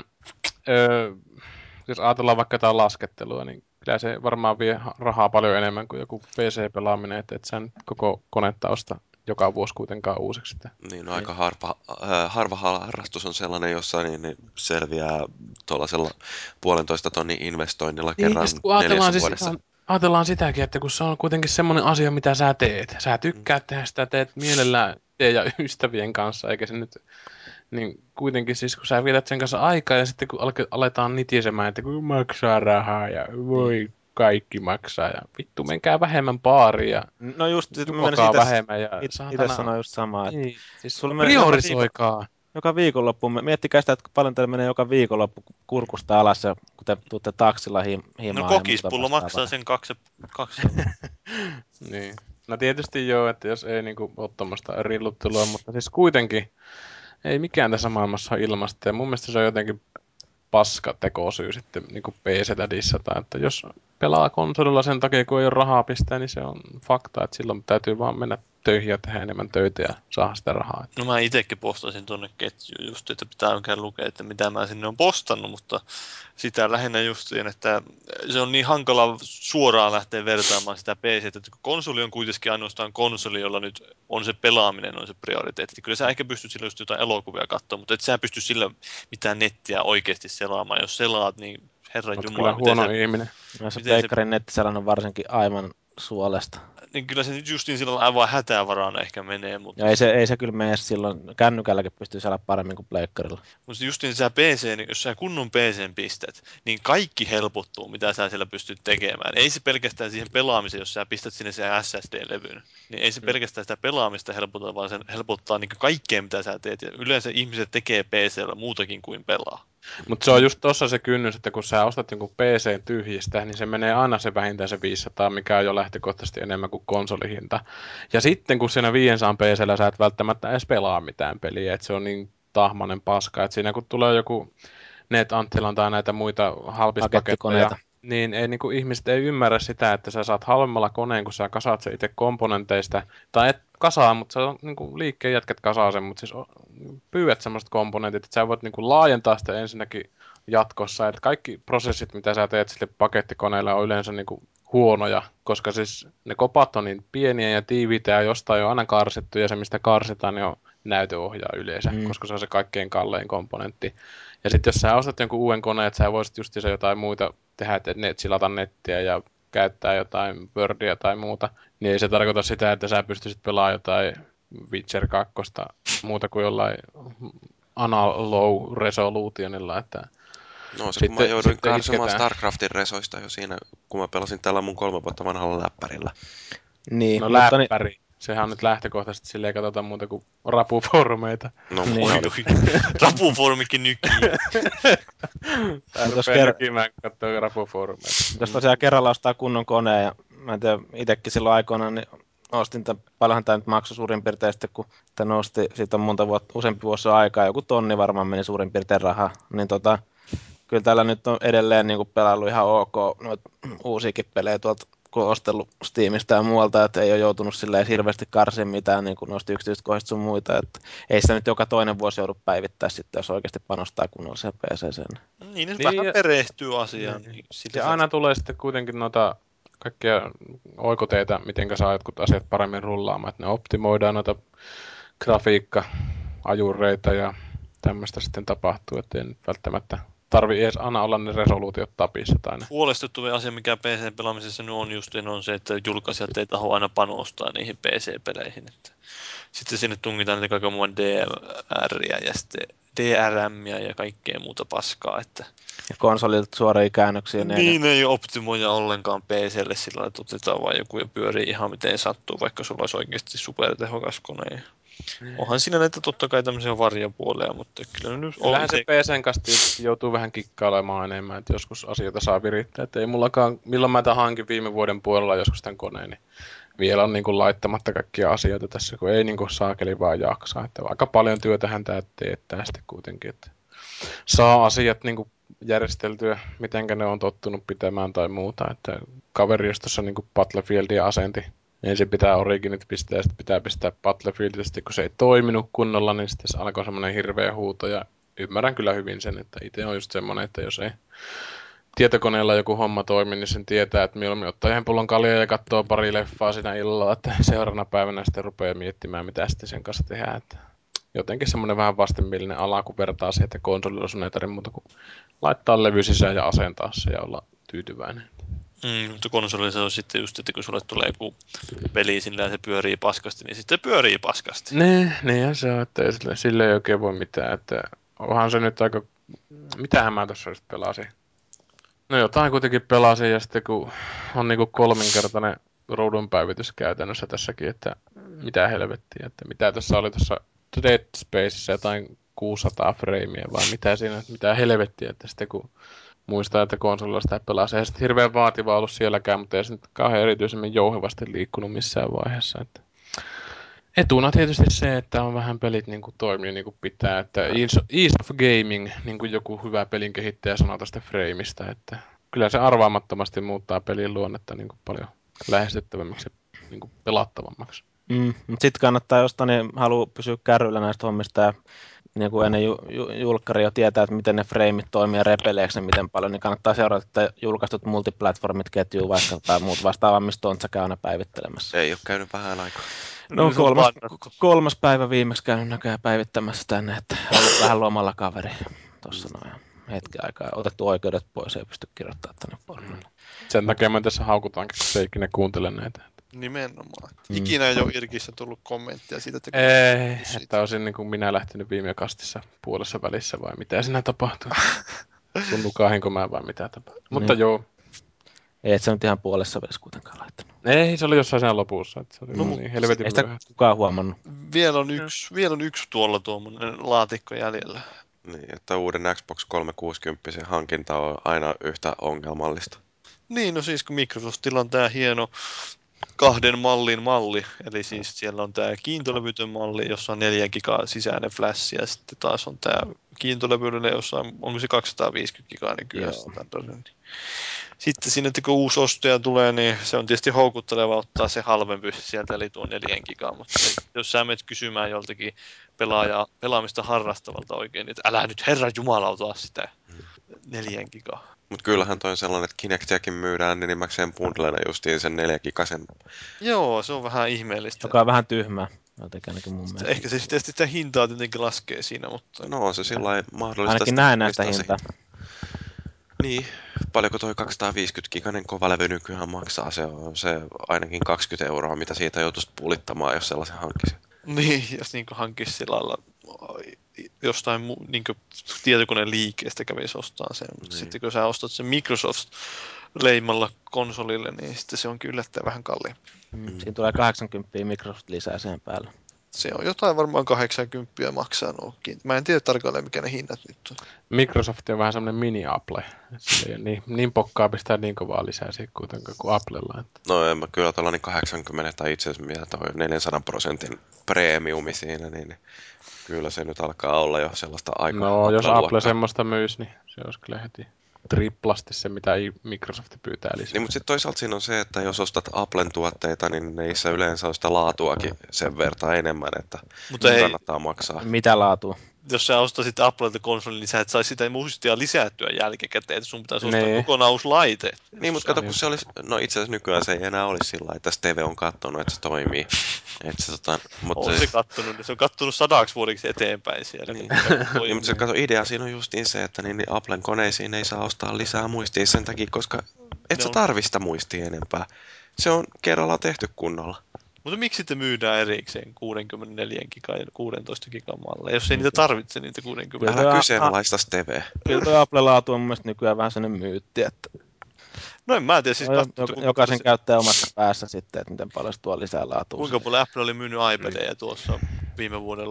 jos ajatellaan vaikka jotain laskettelua, niin kyllä se varmaan vie rahaa paljon enemmän kuin joku PC-pelaaminen, että et sä nyt koko konetta osta joka vuosi kuitenkaan uusiksi. Niin, no aika harva harrastus on sellainen, jossa niin selviää tuollaisella 1,5 tonnin investoinnilla kerran neljässä vuodessa. Ajatellaan sitäkin, että kun se on kuitenkin semmoinen asia, mitä sä teet. Sä tykkäät tehdä sitä, teet mielellään ja ystävien kanssa, eikä se nyt... Niin kuitenkin siis, kun sä vietät sen kanssa aikaa ja sitten kun aletaan nitisemään, että kun maksaa rahaa ja voi kaikki maksaa ja vittu menkää vähemmän baariin ja No just, juokaa vähemmän ja itse sanoin just samaa. Niin, siis Sulla menee priorisoikaa. joka viikonloppu, miettikää sitä, että paljon teillä menee joka viikonloppu kurkusta alas ja kun te tuutte taksilla himaan. No kokispullo maksaa sen 2. Niin. No tietysti joo, että jos ei niinku ole tommoista rilluttelua, mutta siis kuitenkin ei mikään tässä maailmassa ole ilmasta ja mun mielestä se on jotenkin paska tekosyy sitten niinku PC:tä dissata, että jos pelaa konsolilla sen takia, kun ei ole rahaa pistää, niin se on fakta, että silloin täytyy vaan mennä töihin ja tehdä enemmän töitä ja saada sitä rahaa. No mä itsekin postasin tuonne ketjuun just, että pitää oikein lukea, että mitä mä sinne on postannut, mutta sitä lähinnä justiin, että se on niin hankala suoraan lähteä vertaamaan sitä PC:tä, että konsoli on kuitenkin ainoastaan konsoli, jolla nyt on se pelaaminen, on se prioriteetti. Kyllä sä ehkä pystyt sillä just jotain elokuvia katsomaan, mutta et sä pysty sillä mitään nettiä oikeasti selaamaan. Jos selaat, niin herran Oot jumala, kyllä huono ihminen. No se miten pleikkarin nettiselän on varsinkin aivan suolesta. niin kyllä se nyt justiin silloin aivan hätävarana ehkä menee, mutta... Ja ei se kyllä mene silloin, kännykälläkin pystyy saada paremmin kuin pleikkarilla. Mutta justiin sä PC, niin jos sä kunnon PCn pistät, niin kaikki helpottuu, mitä sä siellä pystyt tekemään. Ei se pelkästään siihen pelaamiseen, jos sä pistät sinne sen SSD-levyn. Niin ei se pelkästään sitä pelaamista helpota, vaan se helpottaa niin kaikkea, mitä sä teet. Ja yleensä ihmiset tekee PC:llä muutakin kuin pelaa. Mutta se on just tossa se kynnys, että kun sä ostat jonkun PC tyhjistä, niin se menee aina se vähintään se 500, mikä on jo lähtökohtaisesti enemmän kuin konsolihinta. Ja sitten kun siinä 500 PC:llä sä et välttämättä edes pelaa mitään peliä, että se on niin tahmanen paska, että siinä kun tulee joku NetAnttilan tai näitä muita halpispaketteja, niin ei, niin kuin ihmiset ei ymmärrä sitä, että sä saat halvemmalla koneen, kun sä kasaat sen itse komponenteista. Tai et kasaa, mutta se on niin kuin liikkeen jätkät kasaa sen, mutta siis pyydät semmoiset komponentit, että sä voit niin kuin laajentaa sitä ensinnäkin jatkossa. Että kaikki prosessit, mitä sä teet sille pakettikoneelle, on yleensä niin kuin huonoja, koska siis ne kopat on niin pieniä ja tiiviitä ja jostain on aina karsittu ja se mistä karsitaan, niin on näytöohjaa yleensä, koska se on se kaikkein kallein komponentti. Ja sitten jos sä ostat jonkun uuden koneen, että sä voisit justiinsa jotain muita tehdä, että silata nettiä ja käyttää jotain Wordia tai muuta, niin ei se tarkoita sitä, että sä pystyisit pelaamaan jotain Witcher 2 muuta kuin jollain low resolutionilla, että No se, kun mä jouduin karsimaan StarCraftin resoista jo siinä, kun mä pelasin tällä mun 3 vuotta vanhalla läppärillä. Niin, no läppäri. Sehän on nyt lähtökohtaisesti silleen katsota muuta kuin rapufoorumeita. No niin. Rapufoorumikin nykii. Tää rupeaa nykimään katsoa rapufoorumeita. Jos tosiaan kerralla ostaa kunnon koneen, ja mä en tiedä, itsekin silloin aikoinaan, niin ostin paljonhan tämä nyt maksoi suurin piirtein sitten, kun tämä nosti, siitä on monta vuotta, useampi vuosi aikaa, joku tonni varmaan meni suurin piirtein rahaa, niin kyllä täällä nyt on edelleen niin kuin pelaillut ihan ok noita uusiakin pelejä tuolta, kun on ostellut Steamista ja muualta, että ei ole joutunut silleen hirveästi karsimaan mitään niin kuin noista yksityiskohdista sun muita, että ei sitä nyt joka toinen vuosi joudu päivittää sitten, jos oikeasti panostaa kunnolliseen PC:seen. Niin, ne Niin, vähän ja- perehtyy asiaan. Niin. Niin sillä Ja aina tulee sitten kuitenkin noita kaikkia oikoteitä, miten saa jotkut asiat paremmin rullaamaan. Että ne optimoidaan noita grafiikka-ajureita ja tämmöistä sitten tapahtuu, ettei nyt välttämättä tarvi edes aina olla ne resoluutiot tapissa tai ne. huolestuttava asia, mikä PC-pelaamisessa nyt on justiin, on se, että julkaisijat ei taho aina panostaa niihin PC-peleihin. Että sitten sinne tungitaan niitä kaiken muun DRiä ja sitten DRMiä ja kaikkea muuta paskaa. Että Ja konsolilta suoria käännöksiä. niin ei optimoida ollenkaan PClle sillä lailla, että otetaan vaan joku ja pyörii ihan miten sattuu, vaikka sulla olisi oikeasti supertehokas kone. Onhan siinä näitä totta kai tämmöisiä varjopuolia, mutta kyllä nyt Kyllähän se PCn kanssa tietysti joutuu vähän kikkailemaan enemmän, että joskus asioita saa virittää. Että ei mullakaan, milloin mä tämän hankin viime vuoden puolella joskus tämän koneen, niin vielä on niin kuin laittamatta kaikkia asioita tässä, kun ei niin kuin saakeli vaan jaksaa. Että aika paljon työtähän tää teettää sitten kuitenkin, että saa asiat niin kuin järjesteltyä, mitenkä ne on tottunut pitämään tai muuta. Että kaveri, jos tuossa niin kuin Battlefieldia asenti, ensin pitää Originit pistää ja sitten pitää pistää Battlefield, ja sitten kun se ei toiminut kunnolla, niin sitten se alkoi semmoinen hirveä huuto, ja ymmärrän kyllä hyvin sen, että itse on just semmoinen, että jos ei tietokoneella joku homma toimi, niin sen tietää, että mieluummin ottaa yhden pullon kaljaa ja katsoo pari leffaa siinä illalla, että seuraavana päivänä sitten rupeaa miettimään, mitä sitten sen kanssa tehdään. Että jotenkin semmoinen vähän vastenmielinen ala, kun vertaa siihen, että konsolilla sun ei tarvitse muuta kuin laittaa levy sisään ja asentaa se ja olla tyytyväinen. mutta konsolissa on sitten just, että kun sulle tulee joku peli sillä ja se pyörii paskasti, niin sitten pyörii paskasti. Niinhän se on, että ei sille ei oikein voi mitään, että onhan se nyt aika... Mitähän mä tuossa just pelasin? No jotain kuitenkin pelasin ja sitten kun on niinku kolminkertainen ruudunpäivitys käytännössä tässäkin, että mitä helvettiä, että mitä tässä oli tuossa Dead Spaceissa jotain 600 freimiä vai mitä siinä, mitä helvettiä, että sitten kun muistaa, että konsolilla sitä pelasi, ei sitten hirveän vaativa ollut sielläkään, mutta ei se nyt kauhean erityisemmin jouhevasti liikkunut missään vaiheessa, että etuna tietysti se, että on vähän pelit niin kuin toimii niin kuin pitää, että ease of gaming, niin kuin joku hyvä pelin kehittäjä sanoo tästä frameista, että kyllä se arvaamattomasti muuttaa pelin luonnetta niin kuin paljon lähestyttävämmäksi ja niin kuin pelattavammaksi. Mutta sitten kannattaa jostain, niin haluaa pysyä kärryillä näistä hommista ja niin kuin ennen julkkari jo tietää, että miten ne frameit toimii ja repeleekö ne miten paljon, niin kannattaa seurata, että julkaistut multiplatformit ketjuu vaikka tai muut vastaavaa, mistä on käy aina päivittelemässä. Ei ole käynyt vähän aikaa. No kolmas päivä viimeksi käynyt näköjään päivittämässä tänne, että on ollut vähän lomalla kaveri tuossa noin hetken aikaa. Otettu oikeudet pois, ei pysty kirjoittamaan tänne foorumille. Sen takia me tässä haukutaankin, kun se ei ikinä kuuntele näitä. Nimenomaan. Ikinä ei ole Irkissä tullut kommenttia siitä, että... Ei, että olisin niin kuin minä lähtenyt viime kastissa puolessa välissä vai mitä siinä tapahtui. Sunnukaahinko mä vai mitä tapahtui. Mutta joo. Ei, et sä nyt ihan puolessa välissä kuitenkaan laittanut. Ei, se oli jossain siinä lopussa. Että se oli niin helvetin ei sitä myöhä. kukaan huomannut. Vielä on yksi tuolla tuommoinen laatikko jäljellä. Niin, että uuden Xbox 360 hankinta on aina yhtä ongelmallista. Niin, no siis kun Microsoftilla on tää hieno 2 mallin malli, eli siis siellä on tää kiintolevytön malli, jossa on 4 gigaa sisäinen flash, ja sitten taas on tää kiintolevyydelle, jossa on, onko se 250 gigaa nykyään standardin. Sitten sinne, että kun uusi ostaja tulee, niin se on tietysti houkutteleva ottaa se halvempi sieltä, eli tuo 4 gigaa, mutta jos sä menet kysymään joltakin pelaamista harrastavalta oikein, niin että älä nyt herran jumala ota sitä 4 gigaa. Mutta kyllähän toi on sellainen, että Kinectiakin myydään enimmäkseen bundlena justiin sen 4-gigasen. Joo, se on vähän ihmeellistä. Joka on vähän tyhmää, jotenkin ainakin mun mielestä. Ehkä se sitten sitä hintaa tietenkin laskee siinä, mutta... No se sillä lailla mahdollista. Ainakin näen näistä hintaa. Niin, paljonko toi 250-giganen kovalevy nykyään maksaa? Se on se ainakin 20 €, mitä siitä joutuisi pulittamaan, jos sellaisen hankkisi. Niin, jos niin hankkisi sillä lailla jostain niin tietokoneen liikkeestä kävisi ostaa sen. Mutta Niin. sitten kun sä ostat sen Microsoft-leimalla konsolille, niin sitten se onkin yllättäen vähän kalliimpi. Siinä tulee 80 Microsoft lisää sen päälle. Se on jotain varmaan 80 maksaa nuokin. Mä en tiedä tarkalleen mikä ne hinnat nyt on. Microsoft on vähän semmoinen mini-Apple. Se ei ole niin pokkaa pistää niin kovaa lisää siihen kuitenkaan kuin Applella. Että. No en mä kyllä tuollainen 80 tai itse asiassa mitä toi 400% preemiumi siinä, niin kyllä se nyt alkaa olla jo sellaista aika No, jos Apple Apple-luokkaa. semmoista myys, niin se olisi kyllä heti triplasti se, mitä Microsoft pyytää lisää. Niin, mutta sitten toisaalta siinä on se, että jos ostat Applen tuotteita, niin niissä yleensä on sitä laatuakin sen verran enemmän, että Mutta hei, kannattaa maksaa. Mitä laatua? jos sä ostasit Applelta konsolin, niin sä et saisi sitä muistia lisättyä jälkikäteen, että sun pitäisi ostaa Nee. kokonaan uusi laite. Niin, mutta kato, kun se olisi, no itse asiassa nykyään se ei enää olisi sillä lailla, että Steve on katsonut, että se toimii. Että se, mutta On se kattonut, se on kattonut 100 vuodeksi eteenpäin siellä. Niin. Niin. Niin, mutta se kato, idea siinä on justiin se, että niin Applen koneisiin ei saa ostaa lisää muistia sen takia, koska et Ne sä on- tarvi sitä muistia enempää. Se on kerralla tehty kunnolla. Mutta miksi sitten myydään erikseen 64 gigan ja 16 gigan malleja, jos ei niitä tarvitse niitä 60? Kyllä Älä toi kyseenalaista Steveä. Kyllä tuo Apple-laatu on mun mielestä nykyään vähän sellainen myytti, että No en mä tiedä, siis jokaisen käyttää omassa päässä sitten, että miten paljon se tuo lisää laatua. kuinka paljon Apple oli myynyt iPadeja tuossa viime vuoden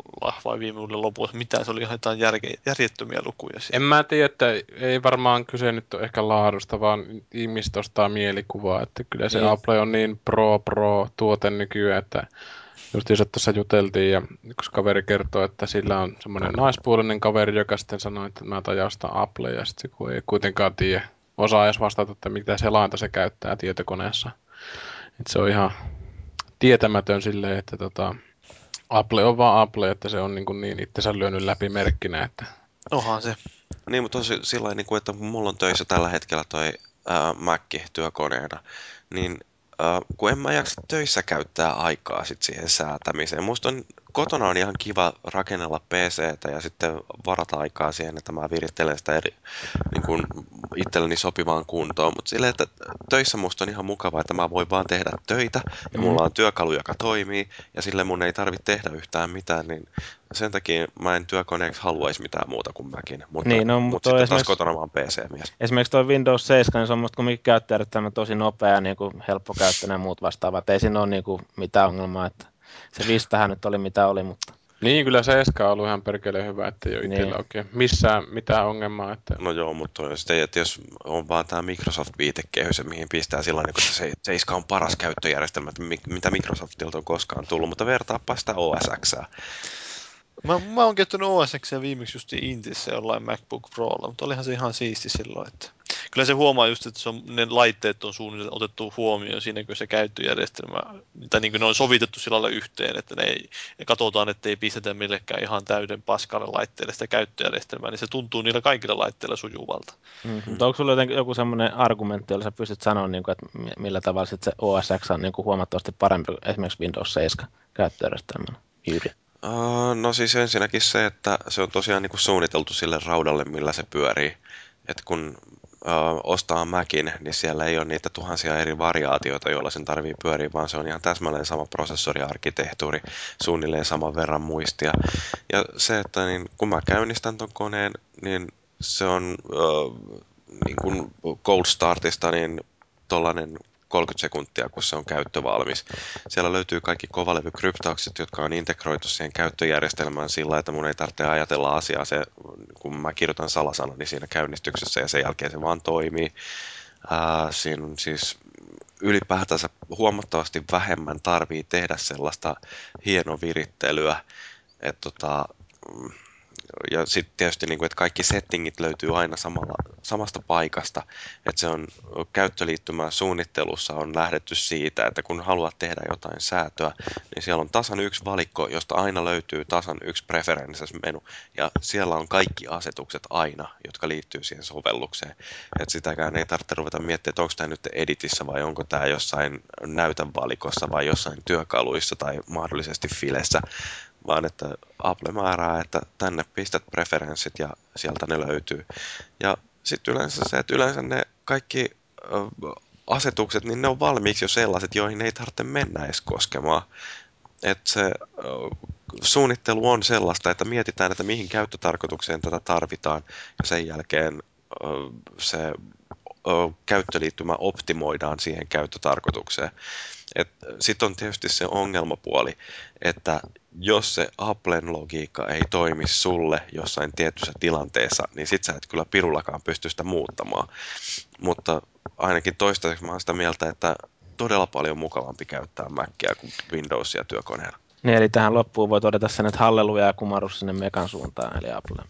lopussa. Mitä se oli ihan jotain järjettömiä lukuja siellä. En mä tiedä, että ei varmaan kyse nyt ole ehkä laadusta, vaan ihmiset ostaa mielikuvaa, että kyllä se Apple on niin pro-tuote nykyään, että just tuossa juteltiin ja yksi kaveri kertoo, että sillä on semmoinen naispuolinen kaveri, joka sitten sanoi, että mä ostan Apple ja sitten kun ei kuitenkaan tiedä, osaa edes vastata, että mitä selainta se käyttää tietokoneessa. Että se on ihan tietämätön silleen, että Apple on vaan Apple, että se on niin itsensä lyönyt läpi merkkinä, että Onhan se. Niin, mutta tosi sillä lailla, niin että kun mulla on töissä tällä hetkellä toi Mac työkoneena, niin kun en mä jaksa töissä käyttää aikaa sit siihen säätämiseen. Musta on, kotona on ihan kiva rakennella PC:tä ja sitten varata aikaa siihen, että mä virittelen sitä niin kuin itselleni sopivaan kuntoon. Mutta silleen, että töissä musta on ihan mukavaa, että mä voin vaan tehdä töitä ja mulla on työkalu, joka toimii ja sille mun ei tarvitse tehdä yhtään mitään, niin sen takia mä en työkoneeksi haluaisi mitään muuta kuin Macin, mutta, Niin, no, mutta sitten taas kotona mä oon PC-mies. Esimerkiksi tuo Windows 7, niin se on musta kumminkin käyttäjärjestelmä tosi nopea, niin kuin helppo käyttöinen ja muut vastaavat. Ei siinä ole niin kuin mitään ongelmaa, että se Vistahän nyt oli mitä oli, mutta niin kyllä se Eska on ollut ihan perkeleen hyvä, että ei ole Niin. itsellä oikein missään mitään ongelmaa. Että. No joo, mutta on sitten, että jos on vaan tämä Microsoft-viitekehys, ja mihin pistää sillä tavalla, että se 7 on paras käyttöjärjestelmä, että mitä Microsoftilta on koskaan tullut, mutta vertaappa sitä OS X:ää. Mä oon käyttänyt OS X:ää viimeksi just Intissä jollain MacBook Prolla, mutta olihan se ihan siisti silloin, että kyllä se huomaa just, että ne laitteet on suunnilleen otettu huomioon siinä, kun se käyttöjärjestelmä, tai niin kuin ne on sovitettu sillä lailla yhteen, että ne katsotaan, että ei pistetä millekään ihan täyden paskalle laitteelle sitä käyttöjärjestelmää, niin se tuntuu niillä kaikilla laitteilla sujuvalta. Mutta onko sulla jotenkin joku semmoinen argumentti, jolla sä pystyt sanoa, niin kuin, että millä tavalla sit se OS X on niin kuin huomattavasti parempi esimerkiksi Windows 7 käyttöjärjestelmänä? Jyri. No siis ensinnäkin se, että se on tosiaan niin kuin suunniteltu sille raudalle, millä se pyörii. Että kun ostaa Macin, niin siellä ei ole niitä tuhansia eri variaatioita, joilla sen tarvii pyöriä, vaan se on ihan täsmälleen sama prosessoriarkkitehtuuri, suunnilleen saman verran muistia. Ja se, että niin, kun mä käynnistän ton koneen, niin se on niin kuin cold startista niin tollanen 30 sekuntia, kun se on käyttövalmis. Siellä löytyy kaikki kovalevykryptaukset, jotka on integroitu siihen käyttöjärjestelmään sillä, että mun ei tarvitse ajatella asiaa se, kun mä kirjoitan salasanani siinä käynnistyksessä ja sen jälkeen se vaan toimii. Siinä on siis ylipäätänsä huomattavasti vähemmän tarvii tehdä sellaista hienovirittelyä, että ja sitten tietysti, niin kuin, että kaikki settingit löytyy aina samasta paikasta. Että se on käyttöliittymän suunnittelussa on lähdetty siitä, että kun haluat tehdä jotain säätöä, niin siellä on tasan yksi valikko, josta aina löytyy tasan yksi preferences-menu. Ja siellä on kaikki asetukset aina, jotka liittyy siihen sovellukseen. Että sitäkään ei tarvitse ruveta miettimään, että onko tämä nyt editissä vai onko tämä jossain näytönvalikossa vai jossain työkaluissa tai mahdollisesti filessä. Vaan että Apple määrää, että tänne pistät preferenssit ja sieltä ne löytyy. Ja sitten yleensä se, että yleensä ne kaikki asetukset, niin ne on valmiiksi jo sellaiset, joihin ei tarvitse mennä edes koskemaan. Että se suunnittelu on sellaista, että mietitään, että mihin käyttötarkoitukseen tätä tarvitaan ja sen jälkeen se käyttöliittymä optimoidaan siihen käyttötarkoitukseen. Sitten on tietysti se ongelmapuoli, että jos se Applen logiikka ei toimi sulle jossain tietyssä tilanteessa, niin sit sä et kyllä pirullakaan pysty sitä muuttamaan. Mutta ainakin toistaiseksi mä oon sitä mieltä, että todella paljon mukavampi käyttää Macia kuin Windowsia työkoneella. Niin, eli tähän loppuun voi todeta sen, että halleluja ja kumarus sinne Mekan suuntaan, eli Apple.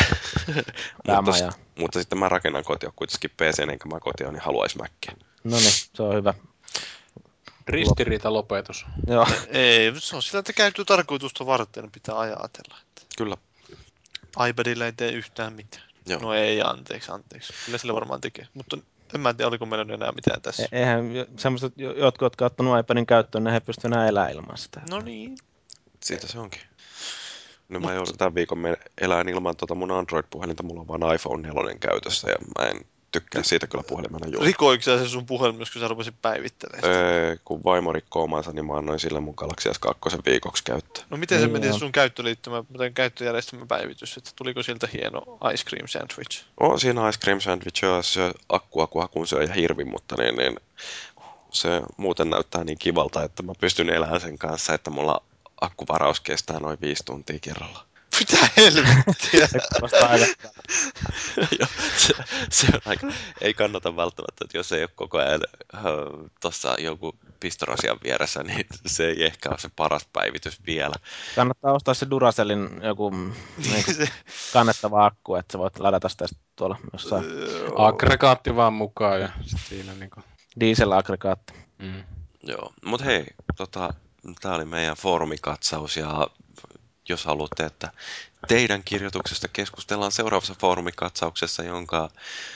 Mutta sitten mä rakennan kotia kuitenkin PC, enkä mä kotia, niin haluais Macia. No niin, se on hyvä. Ristiriita lopetus. Joo. Ei, se on sillä, että käytyy tarkoitusta varten, pitää ajatella. Kyllä. iPadilla ei tee yhtään mitään. Joo. No ei, anteeksi. Kyllä sillä varmaan tekee. Mutta en mä tiedä, oliko meillä enää mitään tässä. Eihän semmoiset jotkut, jotka ovat ottanut iPadin käyttöön, ne he pystyvät enää elämään ilman sitä. No niin. Siitä se onkin. No mä joudun tämän viikon elään ilman mun Android-puhelinta, mulla on vaan iPhone 4 käytössä ja mä en tykkää siitä kyllä puhelimena juuri. Rikoiko sä se sun puhelin, kun sä rupesit päivittelemään sitä? Kun vaimo rikkoo omansa, niin mä annoin sille mun Galaxy S2 viikoksi käyttöön. No miten se Niin meni on. sun käyttöliittymä, käyttöjärjestelmän päivitys, että tuliko siltä hieno ice cream sandwich? On siinä ice cream sandwich, jos syö akkua kun hakun syö ja hirvi, mutta niin se muuten näyttää niin kivalta, että mä pystyn elämään sen kanssa, että mulla akkuvaraus kestää noin 5 tuntia kerralla. Mitä helvettiä? Se kuulostaa aika. Joo, se on aika, ei kannata välttämättä, että jos ei ole koko ajan tuossa joku pistorasian vieressä, niin se ei ehkä ole se paras päivitys vielä. Kannattaa ostaa se Duracellin joku kannettava akku, että sä voit ladata sitä tuolla jossain Aggregaatti vaan mukaan ja sit siinä niinku. diesel-aggregaatti. Joo, mutta hei, tämä oli meidän foorumikatsaus ja jos haluatte, että teidän kirjoituksesta keskustellaan seuraavassa foorumikatsauksessa, jonka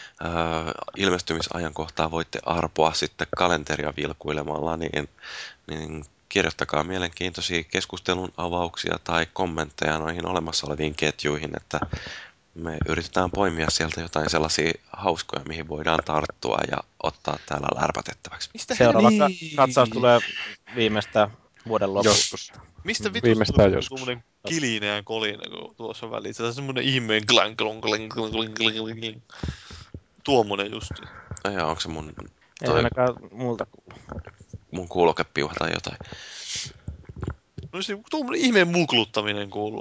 ilmestymisajankohtaa voitte arpoa sitten kalenteria vilkuilemalla, niin kirjoittakaa mielenkiintoisia keskustelun avauksia tai kommentteja noihin olemassa oleviin ketjuihin, että me yritetään poimia sieltä jotain sellaisia hauskoja, mihin voidaan tarttua ja ottaa täällä lärpätettäväksi. Seuraava katsaus tulee viimeistään vuoden lopussa. Joskus. Mistä Viimeistään vitusta joskus. tuommoinen kilinä ja kolina tuossa välissä? Se on semmoinen ihmeen klang. Tuommoinen justi. Ja onko se mun, Ei ainakaan multa kuulu. mun kuulokepiuha tai jotain? No se tuommoinen ihmeen mukluttaminen kuuluu.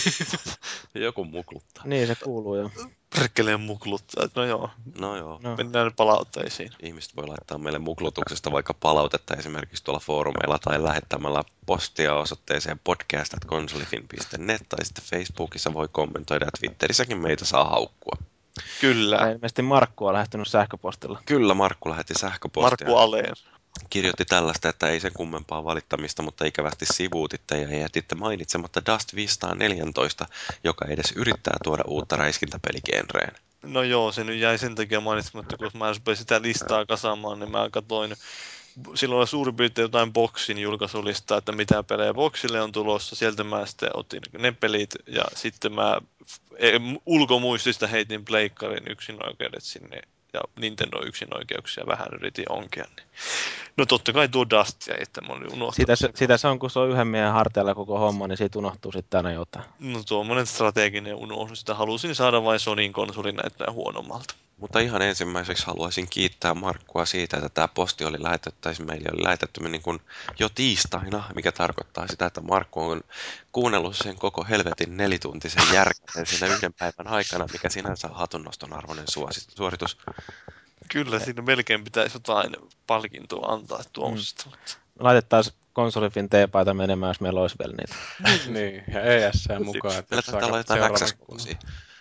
Joku mukluttaa. Niin se kuuluu jo. Perkeleen mukluttaa. No joo, No joo. No. mennään nyt palautteisiin. Ihmiset voi laittaa meille muklutuksesta vaikka palautetta esimerkiksi tuolla foorumeilla tai lähettämällä postia osoitteeseen podcast@konsolifin.net tai sitten Facebookissa voi kommentoida ja Twitterissäkin meitä saa haukkua. Kyllä. Ja ilmeisesti Markku on lähtenyt sähköpostilla. Kyllä, Markku lähetti sähköpostia. Markku Aleen. Kirjoitti tällaista, että ei sen kummempaa valittamista, mutta ikävästi sivuutitte ja jätitte mainitsematta Dust 514, joka edes yrittää tuoda uutta räiskintäpeligenreen. No joo, se nyt jäi sen takia mainitsematta, kun mä rupesin sitä listaa kasaamaan, niin mä katsoin silloin oli suurin piirtein jotain Boxin julkaisulistaa, että mitä pelejä Boxille on tulossa. Sieltä mä sitten otin ne pelit ja sitten mä ulkomuistista heitin Pleikkarin yksinoikeudet sinne ja Nintendo yksinoikeuksia vähän yritin onkea. Niin. No totta kai tuo Dust jäi, että mä olin unohtanut Sitä se on, kun se on yhden miehen harteilla koko homma, niin siitä unohtuu sitten aina jotain. No tuommoinen strateginen unohdus. Sitä halusin saada vain Sonyin konsoli näyttää huonommalta. Mutta ihan ensimmäiseksi haluaisin kiittää Markkua siitä, että tämä posti oli lähetetty, tai meille oli lähetetty niin kuin jo tiistaina, mikä tarkoittaa sitä, että Markku on kuunnellut sen koko helvetin 4-tuntisen järkäisen siinä yhden päivän aikana, mikä sinänsä on hatunnoston arvoinen suoritus. Kyllä, siinä melkein pitäisi jotain palkintoa antaa tuommoisesta. Laitettaisiin konsolifin teepaita menemään, jos meillä olisi vielä niitä. Niin, ja ES mukaan. Että Meillä taitaa olla jotain XS-kokoisia.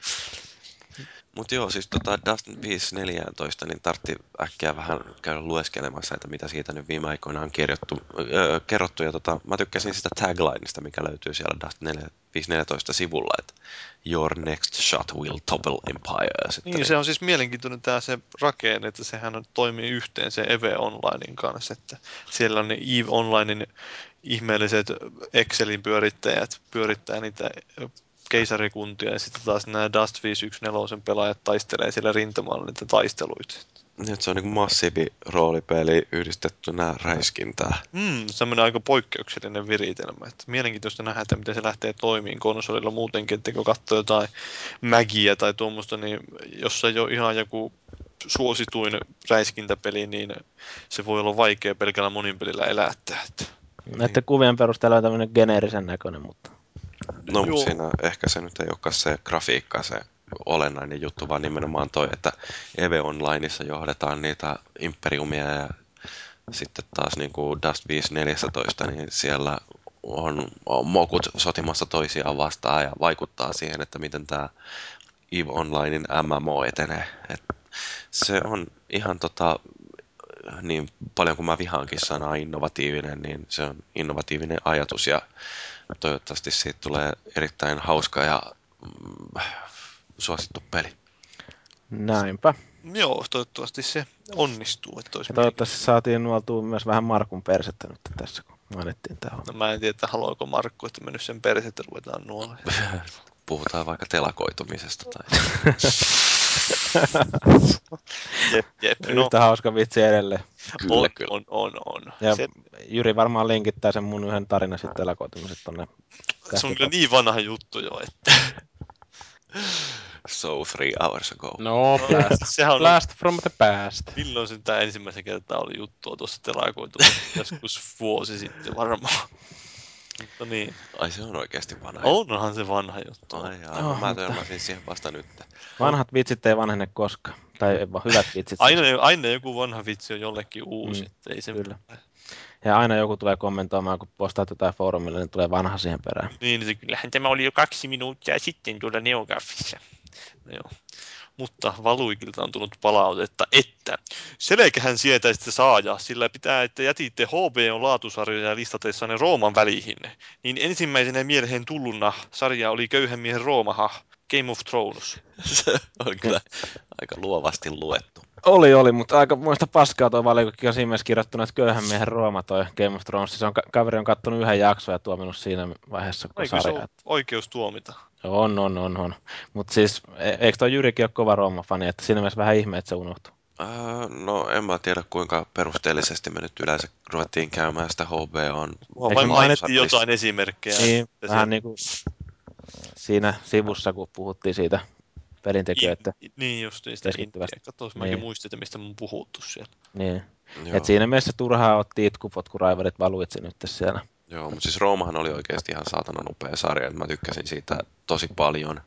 Mutta joo, siis Dust 514, niin tartti äkkiä vähän käydä lueskelemassa, että mitä siitä nyt viime aikoina on kerrottu. Ja mä tykkäsin sitä taglineista, mikä löytyy siellä Dust 514 sivulla, että Your next shot will topple empires. Niin, se on siis mielenkiintoinen tämä se rakenne, että sehän toimii yhteen se EVE Onlinein kanssa, että siellä on ne EVE Onlinein ihmeelliset Excelin pyörittäjät pyörittää niitä keisarikuntia ja sitten taas nämä Dust 514 pelaajat taistelee siellä rintamalla niitä taisteluita. Niin, se on niin massiivi roolipeli yhdistettynä räiskintään. Sellainen aika poikkeuksellinen viritelmä. Että mielenkiintoista nähdä, että miten se lähtee toimimaan konsolilla muutenkin, että kun katsoo jotain Magia tai tuommoista, niin jos ei ole ihan joku suosituin räiskintäpeli, niin se voi olla vaikea pelkällä moninpelillä elättää. Että. Näiden kuvien perusteella on tämmöinen geneerisen näköinen, mutta... No, mutta siinä ehkä se nyt ei olekaan se grafiikka se olennainen juttu, vaan nimenomaan toi, että EVE Onlineissa johdetaan niitä Imperiumia ja sitten taas niin kuin Dust 514, niin siellä on mokut sotimassa toisiaan vastaan ja vaikuttaa siihen, että miten tämä EVE Onlinein MMO etenee. Et se on ihan niin paljon kuin mä vihaankin sanaa innovatiivinen, niin se on innovatiivinen ajatus ja toivottavasti siitä tulee erittäin hauska ja suosittu peli. Näinpä. Joo, toivottavasti se onnistuu. Että Ja toivottavasti saatiin nuoltua myös vähän Markun persettä nyt tässä, kun mainittiin tämä. No, mä en tiedä, että haluaako Markku, että mennyt sen persettä ruvetaan nuoleen. Puhutaan vaikka telakoitumisesta tai... Jep, Yhtä hauska vitsi edelleen. Kyllä. On. Ja Jyri varmaan linkittää sen mun yhden tarinan sitten telakoitumiset tonne. Se on kyllä niin vanha juttu jo, että... So 3 hours ago. No, blast from the past. Milloin se tämä ensimmäisen kertaa oli juttua tuossa telakoitumisessa? Joskus vuosi sitten varmaan. Mutta niin. Ai se on oikeasti vanha. Onhan se vanha juttu. Mä törmäsin siihen vasta nyt. Vanhat vitsit ei vanhene koskaan. Tai vaan hyvät vitsit. Aina joku vanha vitsi on jollekin uusi. Ei se kyllä. Ja aina joku tulee kommentoimaan, kun postaat jotain foorumille, niin tulee vanha siihen perään. Niin, se kyllähän tämä oli jo 2 minuuttia sitten tuolla Neogafissa. No joo. Mutta Valuikilta on tullut palautetta, että selkähän sietäisitte saada, sillä pitää, että jätitte HBO-laatusarjoja listatessanne Rooman väliin. Niin ensimmäisenä mieleen tulluna sarja oli Köyhän miehen Roomaha, Game of Thrones. Se on kyllä aika luovasti luettu. Oli, mutta aika muista paskaa tuo valikokin on siinä mielessä kirjoittanut, että Köyhän miehen Rooma toi Game of Thrones. Se on, kaveri on kattonut yhden jakson ja tuominut siinä vaiheessa, kun Eikö sarja. se oikeus tuomita? On. Mutta siis, eikö toi Jyrikin ole kova Rooma-fani, että siinä mielessä vähän ihme, että se unohtuu. No en mä tiedä kuinka perusteellisesti me nyt yleensä ruvettiin käymään sitä HBOn. Vai mainittiin jotain esimerkkejä? Niin, vähän niin kuin siinä sivussa, kun puhuttiin siitä pelintekijöiden niin justiin sitä keskittyvästä. Katsotaan, mäkin niin. Muistin, että mistä mun puhuttu siellä. Niin. Et siinä mielessä turhaa otti itkupot, kun raivarit valuitse nyt siellä. Joo, mutta siis Roomahan oli oikeasti ihan saatanan upea sarja. Mä tykkäsin siitä tosi paljon.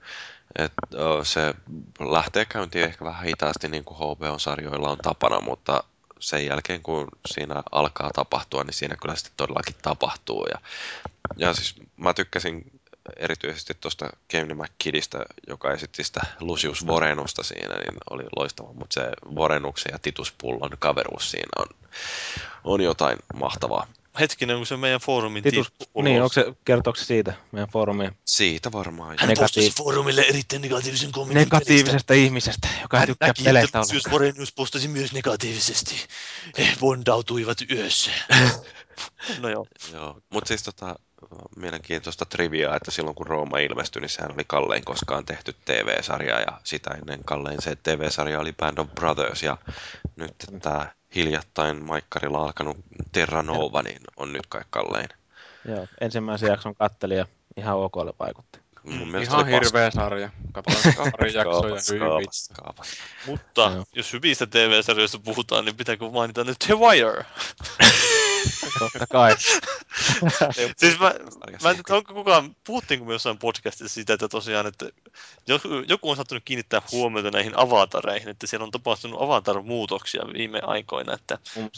Se lähtee käyntiin ehkä vähän hitaasti, niin kuin HBO-sarjoilla on tapana, mutta sen jälkeen, kun siinä alkaa tapahtua, niin siinä kyllä sitten todellakin tapahtuu. Ja siis mä tykkäsin erityisesti tuosta Kevin McKiddistä, joka esitti sitä Lucius Vorenusta siinä, niin oli loistava, mutta se Vorenuksen ja Titus Pullon kaveruus siinä on jotain mahtavaa. Hetkinen, onko se meidän foorumin Titus Pullo? Niin, kertooko se siitä meidän foorumin? Siitä varmaan. Hän postasi foorumille erittäin negatiivisen kommentin. Negatiivisesta ihmisestä, joka ei tykkää peleistä ollenkaan. Lucius Vorenus postasi myös negatiivisesti. He bondautuivat yössä. No joo. Mutta siis mielenkiintoista triviaa, että silloin kun Rooma ilmestyi, niin sehän oli kallein koskaan tehty TV-sarja, ja sitä ennen kallein se TV-sarja oli Band of Brothers, ja nyt tämä hiljattain maikkarilla alkanut Terra Nova, niin on nyt kai kallein. Joo, ensimmäisen jakson kattelin ja ihan OKlle vaikutti. Ihan hirveä sarja. Katsotaan pari jaksoja hyvin. Mutta jos hyvistä TV-sarjoista puhutaan, niin pitääkö mainita nyt The Wire? Totta kai. Siis mä en tiedä, onko kukaan, puhuttiinko me jossain podcastissa siitä, että tosiaan, että joku on saattanut kiinnittää huomiota näihin avatareihin, että siellä on tapahtunut avatar-muutoksia viime aikoina, että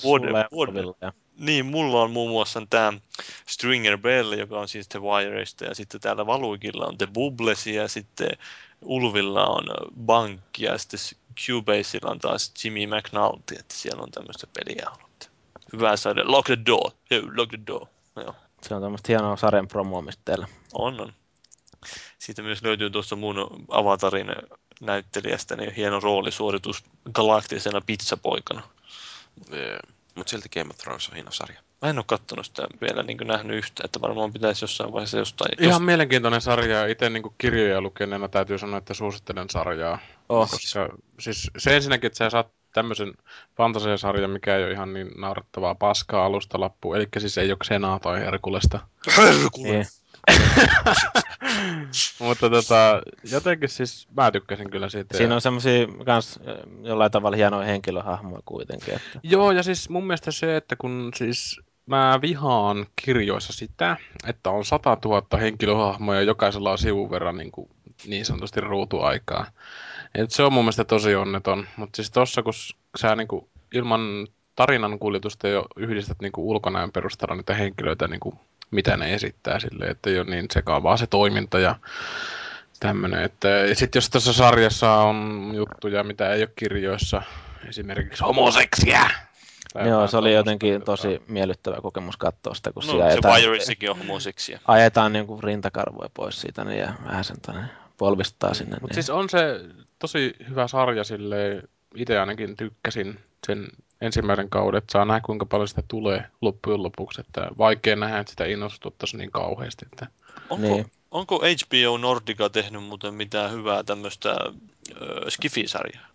niin, mulla on muun muassa tämä Stringer Bell, joka on siis The Wireista, ja sitten täällä Valuikilla on The Bubbles, ja sitten Ulvilla on Bank, ja sitten Cubaseilla on taas Jimmy McNulty, että siellä on tämmöistä peliä ollut. Hyvä saada. Lock the door. Lock the door. Joo. Se on tämmöistä hienoa sarjan promoamista teillä. On. Siitä myös löytyy tuossa mun Avatarin näyttelijästä niin hieno roolisuoritus galaktisena pizzapoikana. Mutta silti Game of Thrones on hieno sarja. Mä en ole kattonut sitä vielä nähnyt yhtään, että varmaan pitäisi jossain vaiheessa jostain... Ihan mielenkiintoinen sarja. Itse kirjoja lukeneena täytyy sanoa, että suosittelen sarjaa. Koska siis se ensinnäkin, että sä saat tämmöisen fantasiasarjan, mikä ei ole ihan niin naurettavaa paskaa alusta lappuun. Eli siis ei ole Xenaa tai Herkulesta. Herkules! Mutta jotenkin siis mä tykkäsin kyllä siitä. Siinä on semmosia kans jollain tavalla hienoja henkilöhahmoja kuitenkin. Että... Joo, ja siis mun mielestä se, että kun siis mä vihaan kirjoissa sitä, että on 100 000 henkilöhahmoja ja jokaisella on sivun verran niin sanotusti ruutuaikaa. Et se on mun mielestä tosi onneton, mutta siis tossa kun sä ilman tarinan kuljetusta jo yhdistät ulkonäön perusteella niitä henkilöitä, mitä ne esittää silleen, että ei ole niin sekaavaa se toiminta ja tämmönen. Että sit jos tässä sarjassa on juttuja, mitä ei ole kirjoissa, esimerkiksi homoseksia. Joo, se oli jotenkin tosi miellyttävä kokemus katsoa sitä, kun No, siellä se ajetaan, Wiressakin on homoseksia. ajetaan niinku rintakarvoja pois siitä niin, ja vähän sen polvistaa sinne. Mutta Niin. siis on se tosi hyvä sarja silleen, itse ainakin tykkäsin sen ensimmäisen kauden, että saa nähdä kuinka paljon sitä tulee loppujen lopuksi, että vaikea nähdä, että sitä innostuttaisiin niin kauheasti. Että... Onko HBO Nordica tehnyt muuten mitään hyvää tämmöistä Skifi-sarjaa?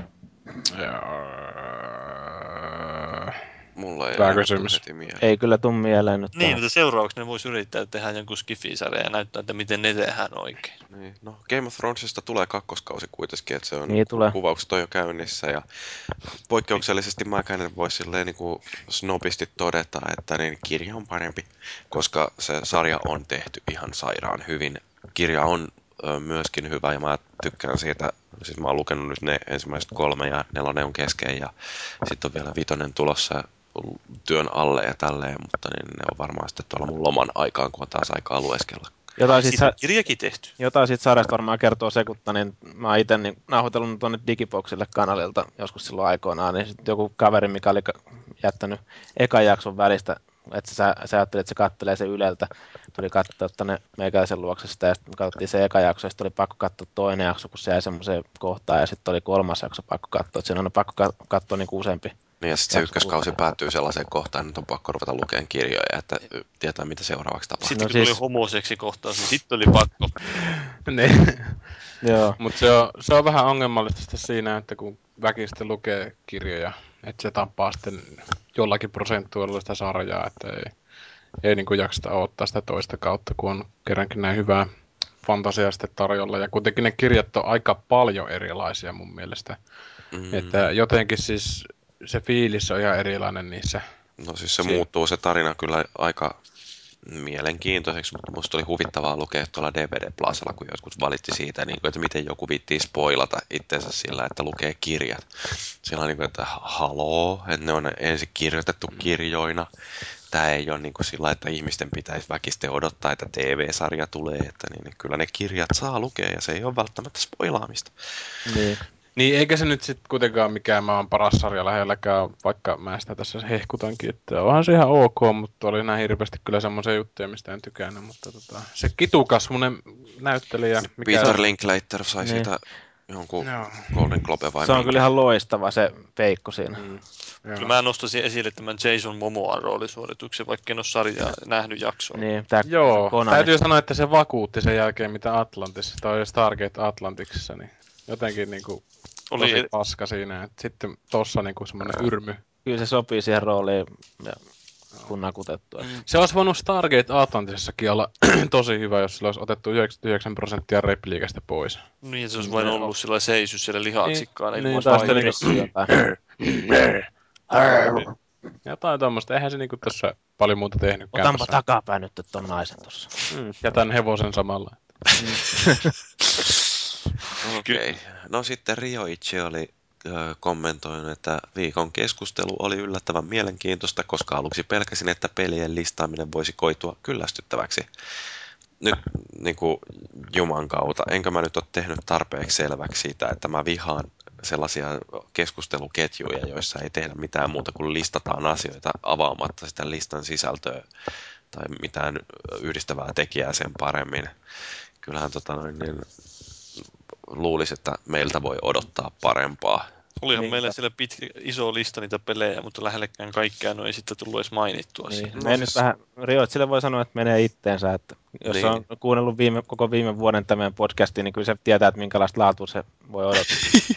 Mulla ei Hyvä ainakaan kysymys. tule heti mieleen. Ei kyllä tuu mieleen nyt. Niin, että seuraavaksi ne voisi yrittää tehdä jonkun Skifi-sarja ja näyttää, että miten ne tehdään oikein. Niin. No, Game of Thronesista tulee kakkoskausi kuitenkin, että se on Niin tulee. kuvaukset on jo käynnissä ja poikkeuksellisesti mäkäinen voi silleen niin kuin snobisti todeta, että niin kirja on parempi, koska se sarja on tehty ihan sairaan hyvin. Kirja on myöskin hyvä ja mä tykkään siitä, siis mä oon lukenut nyt ne ensimmäiset 3 ja 4 on kesken ja sitten on vielä 5 tulossa työn alle ja tälleen, mutta niin ne on varmaan sitten tuolla mun loman aikaan, kun on taas aikaa lueskella. Kirjakin tehty. Jotain siitä sarjasta varmaan kertoo Sekutta, niin mä oon itse nauhoitellut tuonne Digiboxille kanalilta joskus silloin aikoinaan, niin sitten joku kaveri, mikä oli jättänyt ekan jakson välistä, että sä ajattelit, että se kattelee sen Yleltä, tuli katsoa tänne meikäläisen luokse sitä, ja sitten katsottiin se eka jakso, ja sitten oli pakko katsoa toinen jakso, kun se jäi semmoiseen kohtaan, ja sitten oli 3. jakso pakko katsoa, että siinä on pakko katsoa niin kuin useampi. Niin ja sitten se ykköskausi päättyy sellaiseen kohtaan, että nyt on pakko ruveta lukemaan kirjoja, että tietää mitä seuraavaksi tapahtuu. Sitten kun tuli homoseksikohtaus, niin sitten oli pakko. Joo. Mutta se on vähän ongelmallista siinä, että kun väki sitten lukee kirjoja, että se tappaa sitten jollakin prosentuaalilla sitä sarjaa, että ei jakseta odottaa sitä toista kautta, kun on kerrankin näin hyvää fantasiaa sitten tarjolla. Ja kuitenkin ne kirjat on aika paljon erilaisia mun mielestä. Että jotenkin siis se fiilis on ihan erilainen niissä. No siis se muuttuu se tarina kyllä aika mielenkiintoiseksi, mutta musta oli huvittavaa lukea tuolla DVD Plasalla, kun joskus valitti siitä, että miten joku viittii spoilata itsensä sillä, että lukee kirjat. Siellä on että haloo, että ne on ensin kirjoitettu kirjoina. Tämä ei ole sillä, että ihmisten pitäisi väkisten odottaa, että TV-sarja tulee, että niin kyllä ne kirjat saa lukea ja se ei ole välttämättä spoilaamista. Niin, eikä se nyt sitten kuitenkaan mikään maan paras sarja lähelläkään, vaikka mä sitä tässä hehkutankin, että onhan se ihan ok, mutta oli näin hirveästi kyllä semmoisia juttuja, mistä en tykännyt, mutta se kitukasvunen näyttelijä... Peter Linklater sai siitä jonkun Golden Globe vai se on kyllä ihan loistava se peikko siinä. Kyllä mä nostaisin esille tämän Jason Momoan roolisuorituksen, vaikka en ole sarjaa nähnyt jaksoa. Niin, täytyy sanoa, että se vakuutti sen jälkeen, mitä Atlantis, tai Stargate Atlantiksessa, niin jotenkin oli tosi paska siinä. Et sitten tossa semmoinen yrmy. Kyllä se sopii siihen rooliin ja kun nakutettu. Se olisi voinut Stargate Atlantisessakin olla tosi hyvä, jos sillä olisi otettu 99% repliikasta pois. Niin, se olisi vain ollut sillä seisy siellä lihaksikkaan. Niin, tai jotain tommoista. Eihän se tässä paljon muuta tehnytkään. Otanpa takapäin nyt ton naisen tossa. Jätän hevosen samalla. Okei. No sitten Rio itse oli kommentoinut, että viikon keskustelu oli yllättävän mielenkiintoista, koska aluksi pelkäsin, että pelien listaaminen voisi koitua kyllästyttäväksi. Nyt Juman kautta, enkä mä nyt ole tehnyt tarpeeksi selväksi siitä, että mä vihaan sellaisia keskusteluketjuja, joissa ei tehdä mitään muuta kuin listataan asioita avaamatta sitä listan sisältöä tai mitään yhdistävää tekijää sen paremmin. Kyllähän luulisi, että meiltä voi odottaa parempaa. Olihan meillä siellä iso lista niitä pelejä, mutta lähellekään kaikkea ei sitten tullut edes mainittua. Niin. Rioitsille voi sanoa, että menee itteensä, että jos on kuunnellut koko viime vuoden tämän podcastin, niin kyllä se tietää, että minkälaista laatua se voi odottaa.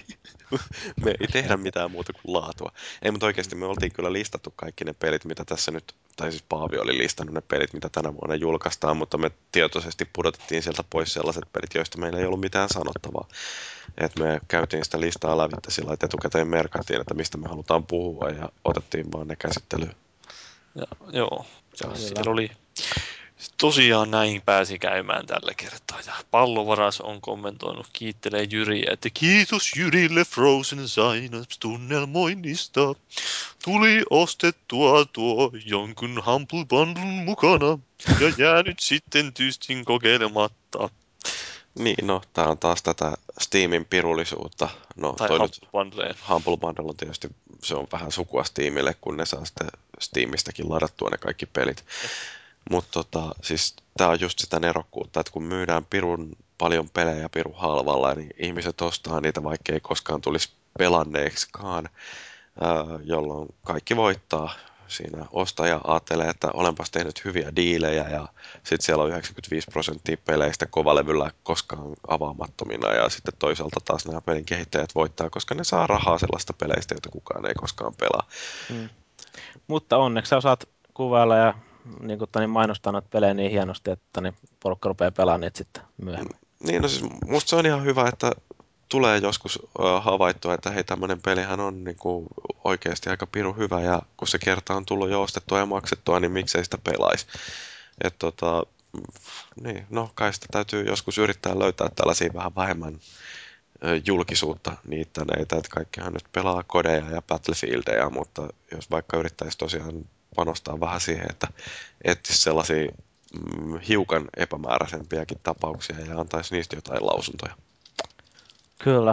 Me ei tehdä mitään muuta kuin laatua. Ei, mutta oikeasti me oltiin kyllä listattu kaikki ne pelit, mitä tässä nyt, tai siis Paavi oli listannut ne pelit, mitä tänä vuonna julkaistaan, mutta me tietoisesti pudotettiin sieltä pois sellaiset pelit, joista meillä ei ollut mitään sanottavaa. Et me käytiin sitä listaa lävitse sillä, että etukäteen merkattiin, että mistä me halutaan puhua ja otettiin vaan ne käsittelyyn. Ja, joo, ja Kyllä. siellä oli tosiaan näin pääsi käymään tällä kertaa. Ja Pallovaras on kommentoinut, kiittelee Jyriä, että kiitos Jyrille Frozen Synapse tunnelmoinnista. Tuli ostettua tuo jonkun Humble Bundlen mukana ja jäänyt sitten tystin kokeilematta. Niin, no, tää on taas tätä Steamin pirullisuutta. No, Tai toi Humble nyt Bundleen. Humble Bundle on tietysti, se on vähän sukua Steamille, kun ne saa sitten Steamistäkin ladattua ne kaikki pelit. Mutta siis tää on just sitä nerokkuutta, että kun myydään pirun paljon pelejä pirun halvalla, niin ihmiset ostaa niitä, vaikka ei koskaan tulisi pelanneeksikaan, jolloin kaikki voittaa. Siinä ostaja ajattelee, että olenpas tehnyt hyviä diilejä ja sitten siellä on 95% peleistä kovalevyllä koskaan avaamattomina ja sitten toisaalta taas nämä pelin kehittäjät voittaa, koska ne saa rahaa sellaista peleistä, joita kukaan ei koskaan pelaa. Mutta onneksi sä osaat kuvailla ja niin kuin, niin mainostaa noita pelejä niin hienosti, että niin porukka rupeaa pelaamaan niitä sitten myöhemmin. Niin, no siis musta se on ihan hyvä, että tulee joskus havaittua, että hei, tämmöinen pelihän on niinku oikeasti aika pirun hyvä ja kun se kerta on tullut jo ostettua ja maksettua, niin miksei sitä pelaisi. Et niin, no kai sitä täytyy joskus yrittää löytää tällaisia vähän vähemmän julkisuutta niittäneitä, että kaikkihan nyt pelaa kodeja ja Battlefieldeja, mutta jos vaikka yrittäisi tosiaan panostaa vähän siihen, että etsisi sellaisia hiukan epämääräisempiäkin tapauksia ja antaisi niistä jotain lausuntoja. Kyllä.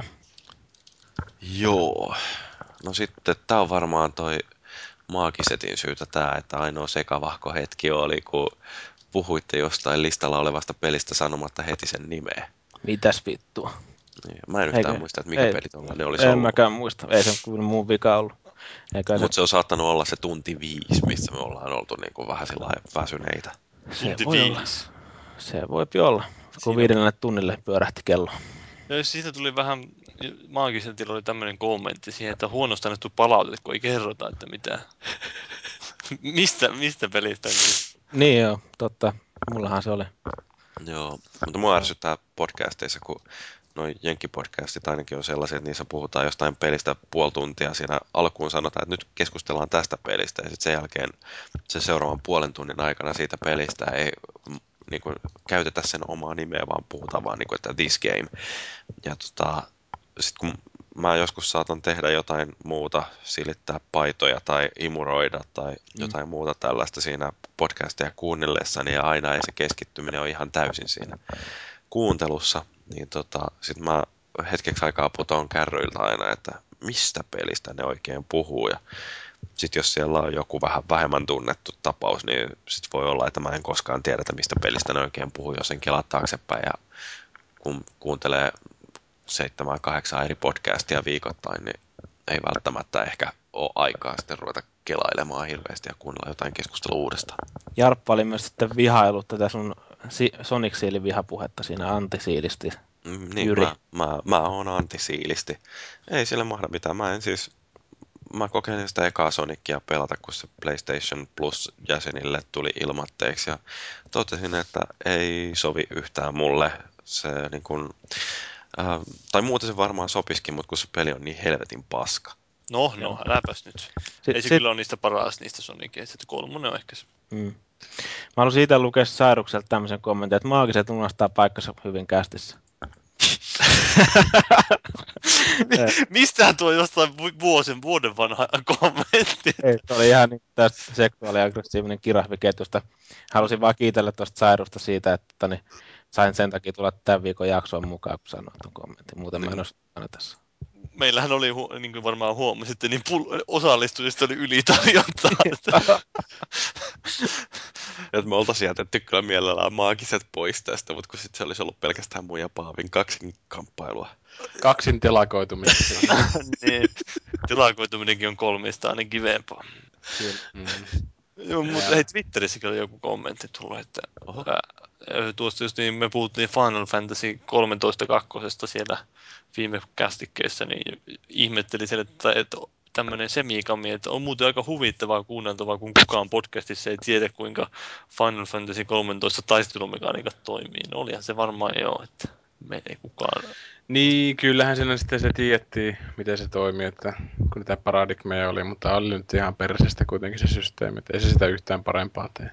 Joo. No sitten tää on varmaan toi Maagisetin syytä tää, että ainoa sekavahko hetki oli, kun puhuitte jostain listalla olevasta pelistä sanomatta heti sen nimeä. Mitäs vittua? Niin, mä en yhtään muista, että mikä peli tuollainen olisi en ollut. mäkään muista. Ei se kyllä mun vika ollut. Mutta se on saattanut olla se tunti 5, missä me ollaan oltu niinku vähän sellainen väsyneitä. Tunti voi olla. 5. Se voipi olla, kun 5 tunnille pyörähti kello. Ja siitä tuli vähän, Maagiseltilla oli tämmöinen kommentti siihen, että huonosti annettu palautetta, kun ei kerrota, että mitä. mistä pelistä on kyse? Niin joo, totta. Mullahan se oli. Joo, mutta mua ärsyttää podcasteissa, kun noi jenkkipodcastit ainakin on sellaisia, että niissä puhutaan jostain pelistä puoli tuntia. Siinä alkuun sanotaan, että nyt keskustellaan tästä pelistä ja sitten sen jälkeen sen seuraavan puolen tunnin aikana siitä pelistä ei niin kuin, käytetä sen omaa nimeä, vaan puhutaan vaan niin kuin, että this game. Ja sitten kun mä joskus saatan tehdä jotain muuta, silittää paitoja tai imuroida tai jotain muuta tällaista siinä podcastia kuunnellessani ja aina ei se keskittyminen ole ihan täysin siinä kuuntelussa, niin sit mä hetkeksi aikaa putoon kärryiltä aina, että mistä pelistä ne oikein puhuu ja sitten jos siellä on joku vähän vähemmän tunnettu tapaus, niin sit voi olla, että mä en koskaan tiedä, että mistä pelistä ne oikein puhuu, jos en kelaa taaksepäin ja kun kuuntelee 7-8 eri podcastia viikoittain, niin ei välttämättä ehkä ole aikaa sitten ruveta kelailemaan hirveästi ja kuunnella jotain keskustelua uudestaan. Jarppa oli myös sitten vihailut tätä sun Sonic Sealin vihapuhetta siinä antisiilisti. Niin, Jyri. mä oon antisiilisti. Ei sille mahda mitään. Mä kokeilin sitä ekaa Sonicia pelata, kun se PlayStation Plus-jäsenille tuli ilmatteeksi ja totesin, että ei sovi yhtään mulle. Se niin kun, tai muuten se varmaan sopisikin, mutta kun se peli on niin helvetin paska. No, äläpäs nyt. Ei se kyllä ole niistä paras niistä Soniceista, että 3 on ehkä se. Mä haluaisin itse lukea Sairukselta tämmöisen kommentin, että Maagiset lunastaa paikkansa hyvin kästissä. Mistähän tuo jostain vuoden vanha kommentti? Ei, se oli ihan niin tästä seksuaaliaggressiivinen kirahviketjusta. Halusin vaan kiitellä tuosta Sairusta siitä, että niin sain sen takia tulla tämän viikon jaksoon mukaan, kun sanoin tuon kommentin. Muuten mä en olisi aina tässä. Meillähän oli, niin kuin varmaan huomasitte, niin osallistujista oli ylitarjontaa. Että me oltaisiin jätetty kyllä mielellään Maagiset pois tästä, mutta kun sitten se olisi ollut pelkästään mun ja Paavin kaksinkamppailua. Kaksin telakoitumista. Niin, tilakoituminenkin on 300 niin kivempaa. Mm. Joo, mutta hei, Twitterissäkin oli joku kommentti tullut, että tuosta just niin me puhuttiin Final Fantasy 13 kakkosesta siellä viime kästikkeessä, niin ihmettelin sen, että tämmöinen semikami, että on muuten aika huvittavaa kuunneltavaa, kun kukaan podcastissa ei tiedä, kuinka Final Fantasy 13 taistelumekaniikat toimii. No olihan se varmaan joo, että me ei kukaan... Niin, kyllähän siinä sitten se tiedettiin, miten se toimii, että kun niitä paradigmeja oli, mutta oli nyt ihan persestä kuitenkin se systeemi, että ei se sitä yhtään parempaa tee.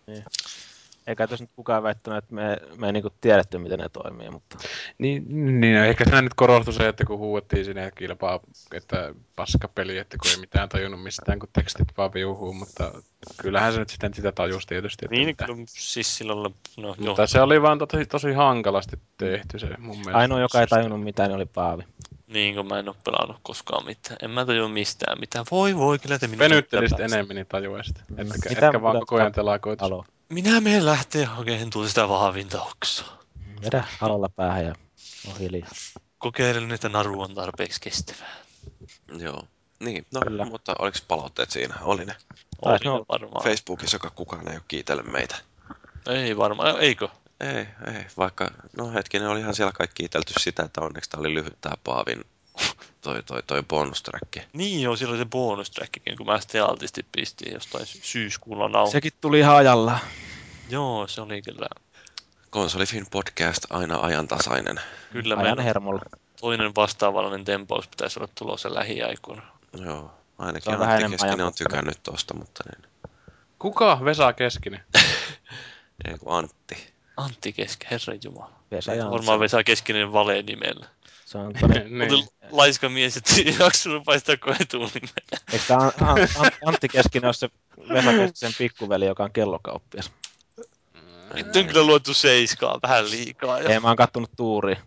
Eikä tässä nyt kukaan väittänyt, että me ei niinku tiedetty, miten ne toimii, mutta... Niin, ehkä siinä nyt korostui se, että kun huuettiin sinne kilpaa, että paskapeli, että kun ei mitään tajunnut mistään, kun tekstit vaan viuhuu, mutta kyllähän se nyt sitten sitä tajusi tietysti. Että Niin, kyllä siis silloin... No, mutta se oli vaan tosi hankalasti tehty se mun mielestä. Ainoa, joka ei tajunnut mitään, niin oli Paavi. Niin, kun mä en oo pelannut koskaan mitään. En mä tajua mistään mitään. Voi, kyllä te minun... Venyttelisit enemmän, niin tajuaisit. Etkä vaan koko ajan telakoitus. Minä menen lähteä hakemaan sitä vahvinta oksaa. Vedä halolla päähän ja on hiljaa. Kokeilen, että naru on tarpeeksi kestävää. Joo. Niin, no, Kyllä. mutta oliko palautteet siinä? Oli ne. Oli no, ne varmaan. Facebookissa kukaan ei ole kiitellyt meitä. Ei varmaan, eikö? Ei, vaikka, no hetkinen, olihan siellä kaikki kiitelty sitä, että onneksi tää oli lyhyt tää Paavin toi bonustrack. Niin joo, siellä oli se bonustrackikin, kun mä sitten altisti pistiin jostain syyskuulla nauhoittaa. Sekin tuli ihan ajallaan. Joo, se oli kyllä. Konsolifin podcast aina ajantasainen. Kyllä Ajan hermolla. toinen vastaavallinen tempaus pitäisi olla tulossa lähiaikoina. Joo, ainakin Se on vähän Antti enemmän Keskinen on ajankohtainen. tykännyt tosta, mutta niin. Kuka? Vesa Keskinen. Ei kun Antti. Antti Keski, herranjumala. Vesa ja Varmaan Vesa Keskinen valeen nimellä. Se on Oli laiska mies, että ei jaksanut paistaa koetuunimellä. Eikö tämä Antti Keskinen ole se Vesa Keskisen pikkuveli, joka on kellokauppias? Nyt on kyllä luettu seiskaa vähän liikaa. Ei, mä oon kattonut tuuria.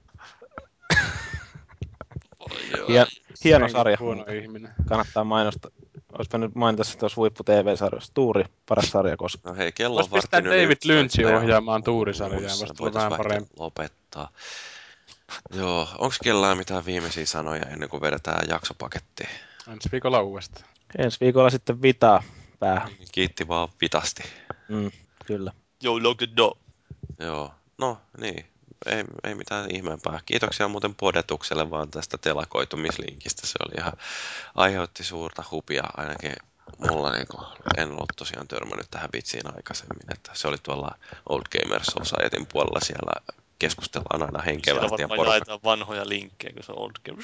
Joo. Hieno sarja. Huono ihminen. Kannattaa mainostaa. Olisi mennyt mainita se tuossa huippu-TV-sarjassa. Tuuri, paras sarja koskaan. No hei, kello Vois on pistää vartin yli David 11 Lynchin ja ohjaamaan tuurisarjaa, kuussa voisi tulla vähän voitais parempi. lopettaa. Joo, onks kellään mitään viimeisiä sanoja ennen kuin vedetään jaksopakettiin? Ensi viikolla uudestaan. Ensi viikolla sitten Vitaa päähän. Kiitti vaan vitasti. Kyllä. Joo, lock the door. Joo, no niin. Ei mitään ihmeempää. Kiitoksia muuten Podetukselle vaan tästä telakoitumislinkistä. Se oli ihan, aiheutti suurta hupia ainakin mulla en ollut tosiaan törmännyt tähän vitsiin aikaisemmin. Että se oli tuolla Old Gamers Societyn puolella siellä keskustellaan aina henkeä Siellä lähtien varmaan porukka. jaetaan vanhoja linkkejä, kun se on old game.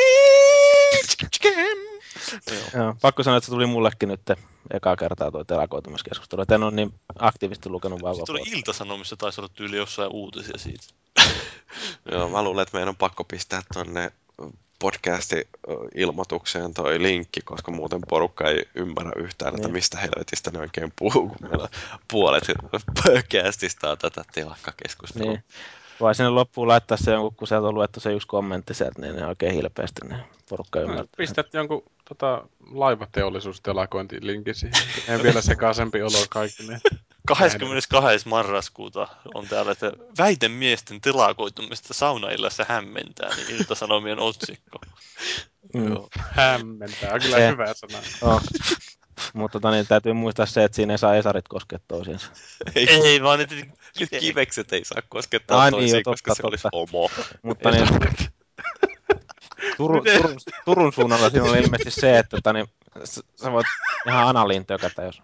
Joo, pakko sanoa, että se tuli mullekin nyt ekaa kertaa tuo telakoitumiskeskustelu. En ole niin aktiivisesti lukenut vaan Sitten oli Ilta-Sanomissa, taisi olla tyyli jossain uutisia siitä. Joo, mä luulen, että meidän on pakko pistää tonne podcast-ilmoitukseen toi linkki, koska muuten porukka ei ymmärrä yhtään, että mistä helvetistä ne oikein puhuu, kun meillä puolet podcastista on tätä telakkakeskustelua. Niin. Vai sinne loppuun laittaa se jonkun, kun sieltä on luettu se yksi kommentti sieltä, niin ne oikein hilpeästi ne porukka ymmärtää. Pistät jonkun laivateollisuustelakointilinkin siihen. En vielä sekaisempi olo kaikille. 22. marraskuuta on täällä, että väitemiesten telakoitumista saunaillassa hämmentää, niin Ilta-Sanomien otsikko. Joo. Hämmentää, on kyllä Se- hyvä sana. Oh. Mutta niin, täytyy muistaa se, että siinä ei saa esarit koskea toisiinsa. Ei vaan, että Nyt kivekset ei saa koskettaa Ai toisiin, niin, jo, koska se olisi homo. Mutta niin, Turun suunnalla siinä oli ilmeisesti se, että niin, sä voit ihan analiin tökätä, jos...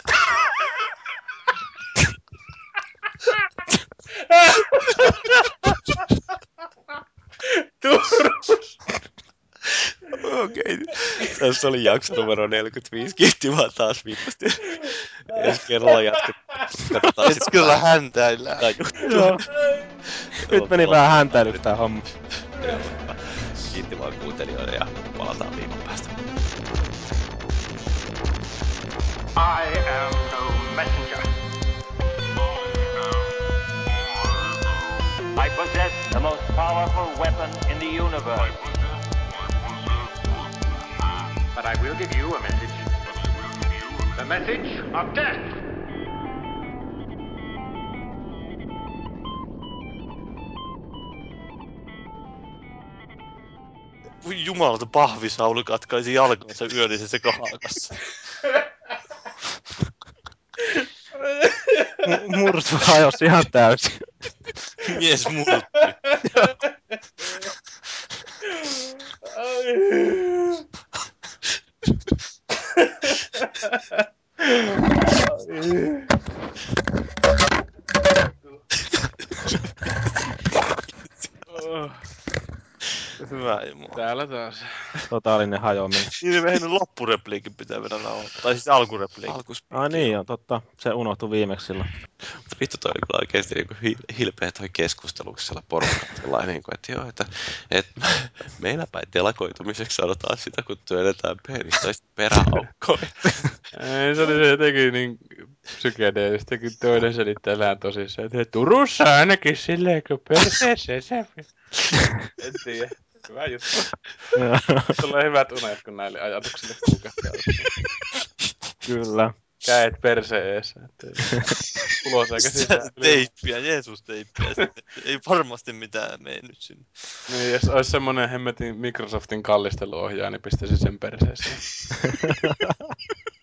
Okei. Tässä oli jakso numero 45. Kiitti vaan taas viittasti. Ensi kerralla jatketaan. Katsotaan et kyllä häntäillään. sitä juttua. Joo. Nyt meni vähän häntäilyksi tää homma. Kiitti vaan kuuntelijoille ja palataan viikon päästä. I am no messenger. I possess the most powerful weapon in the universe. But I will give you a message. The message of death. Voi jumalauta, pahvisauli katkaisi jalkansa yöllisessä kahakassa. Mursu hajosi ihan täysin. Mies murutti. Hyvä Jumala. Täällä taas. Totaalinen hajoaminen. Niin ei loppurepliikin pitää vielä nauhoittaa. Tai siis alkurepliikin. Ai niin, on totta. Se unohtui viimeksi silloin. Vittu toi oli kyllä oikeesti niinku hilpeä toi keskustelu siellä porukalla. Niinku, että joo, että meillä päin telakoitumiseksi sanotaan sitä, kun työnnetään penistä peräaukkoon. Ei, se oli se jotenkin niin psykedeellistä, kun toinen selittää vähän tosissaan, että Turussa ainakin silleen, kun perseeseen se. En tiedä. Hyvä juttu. Tulee hyvät unet, kun näille ajatuksille kuukahtaa. Kyllä. Käet perseessä. Ulos eikä sisään. Teippiä, Jeesus-teippiä. Ei varmasti mitään mennyt sinne. Niin, jos olisi semmonen hemmetin Microsoftin kallisteluohjaaja, niin pistäisi sen perseeseen.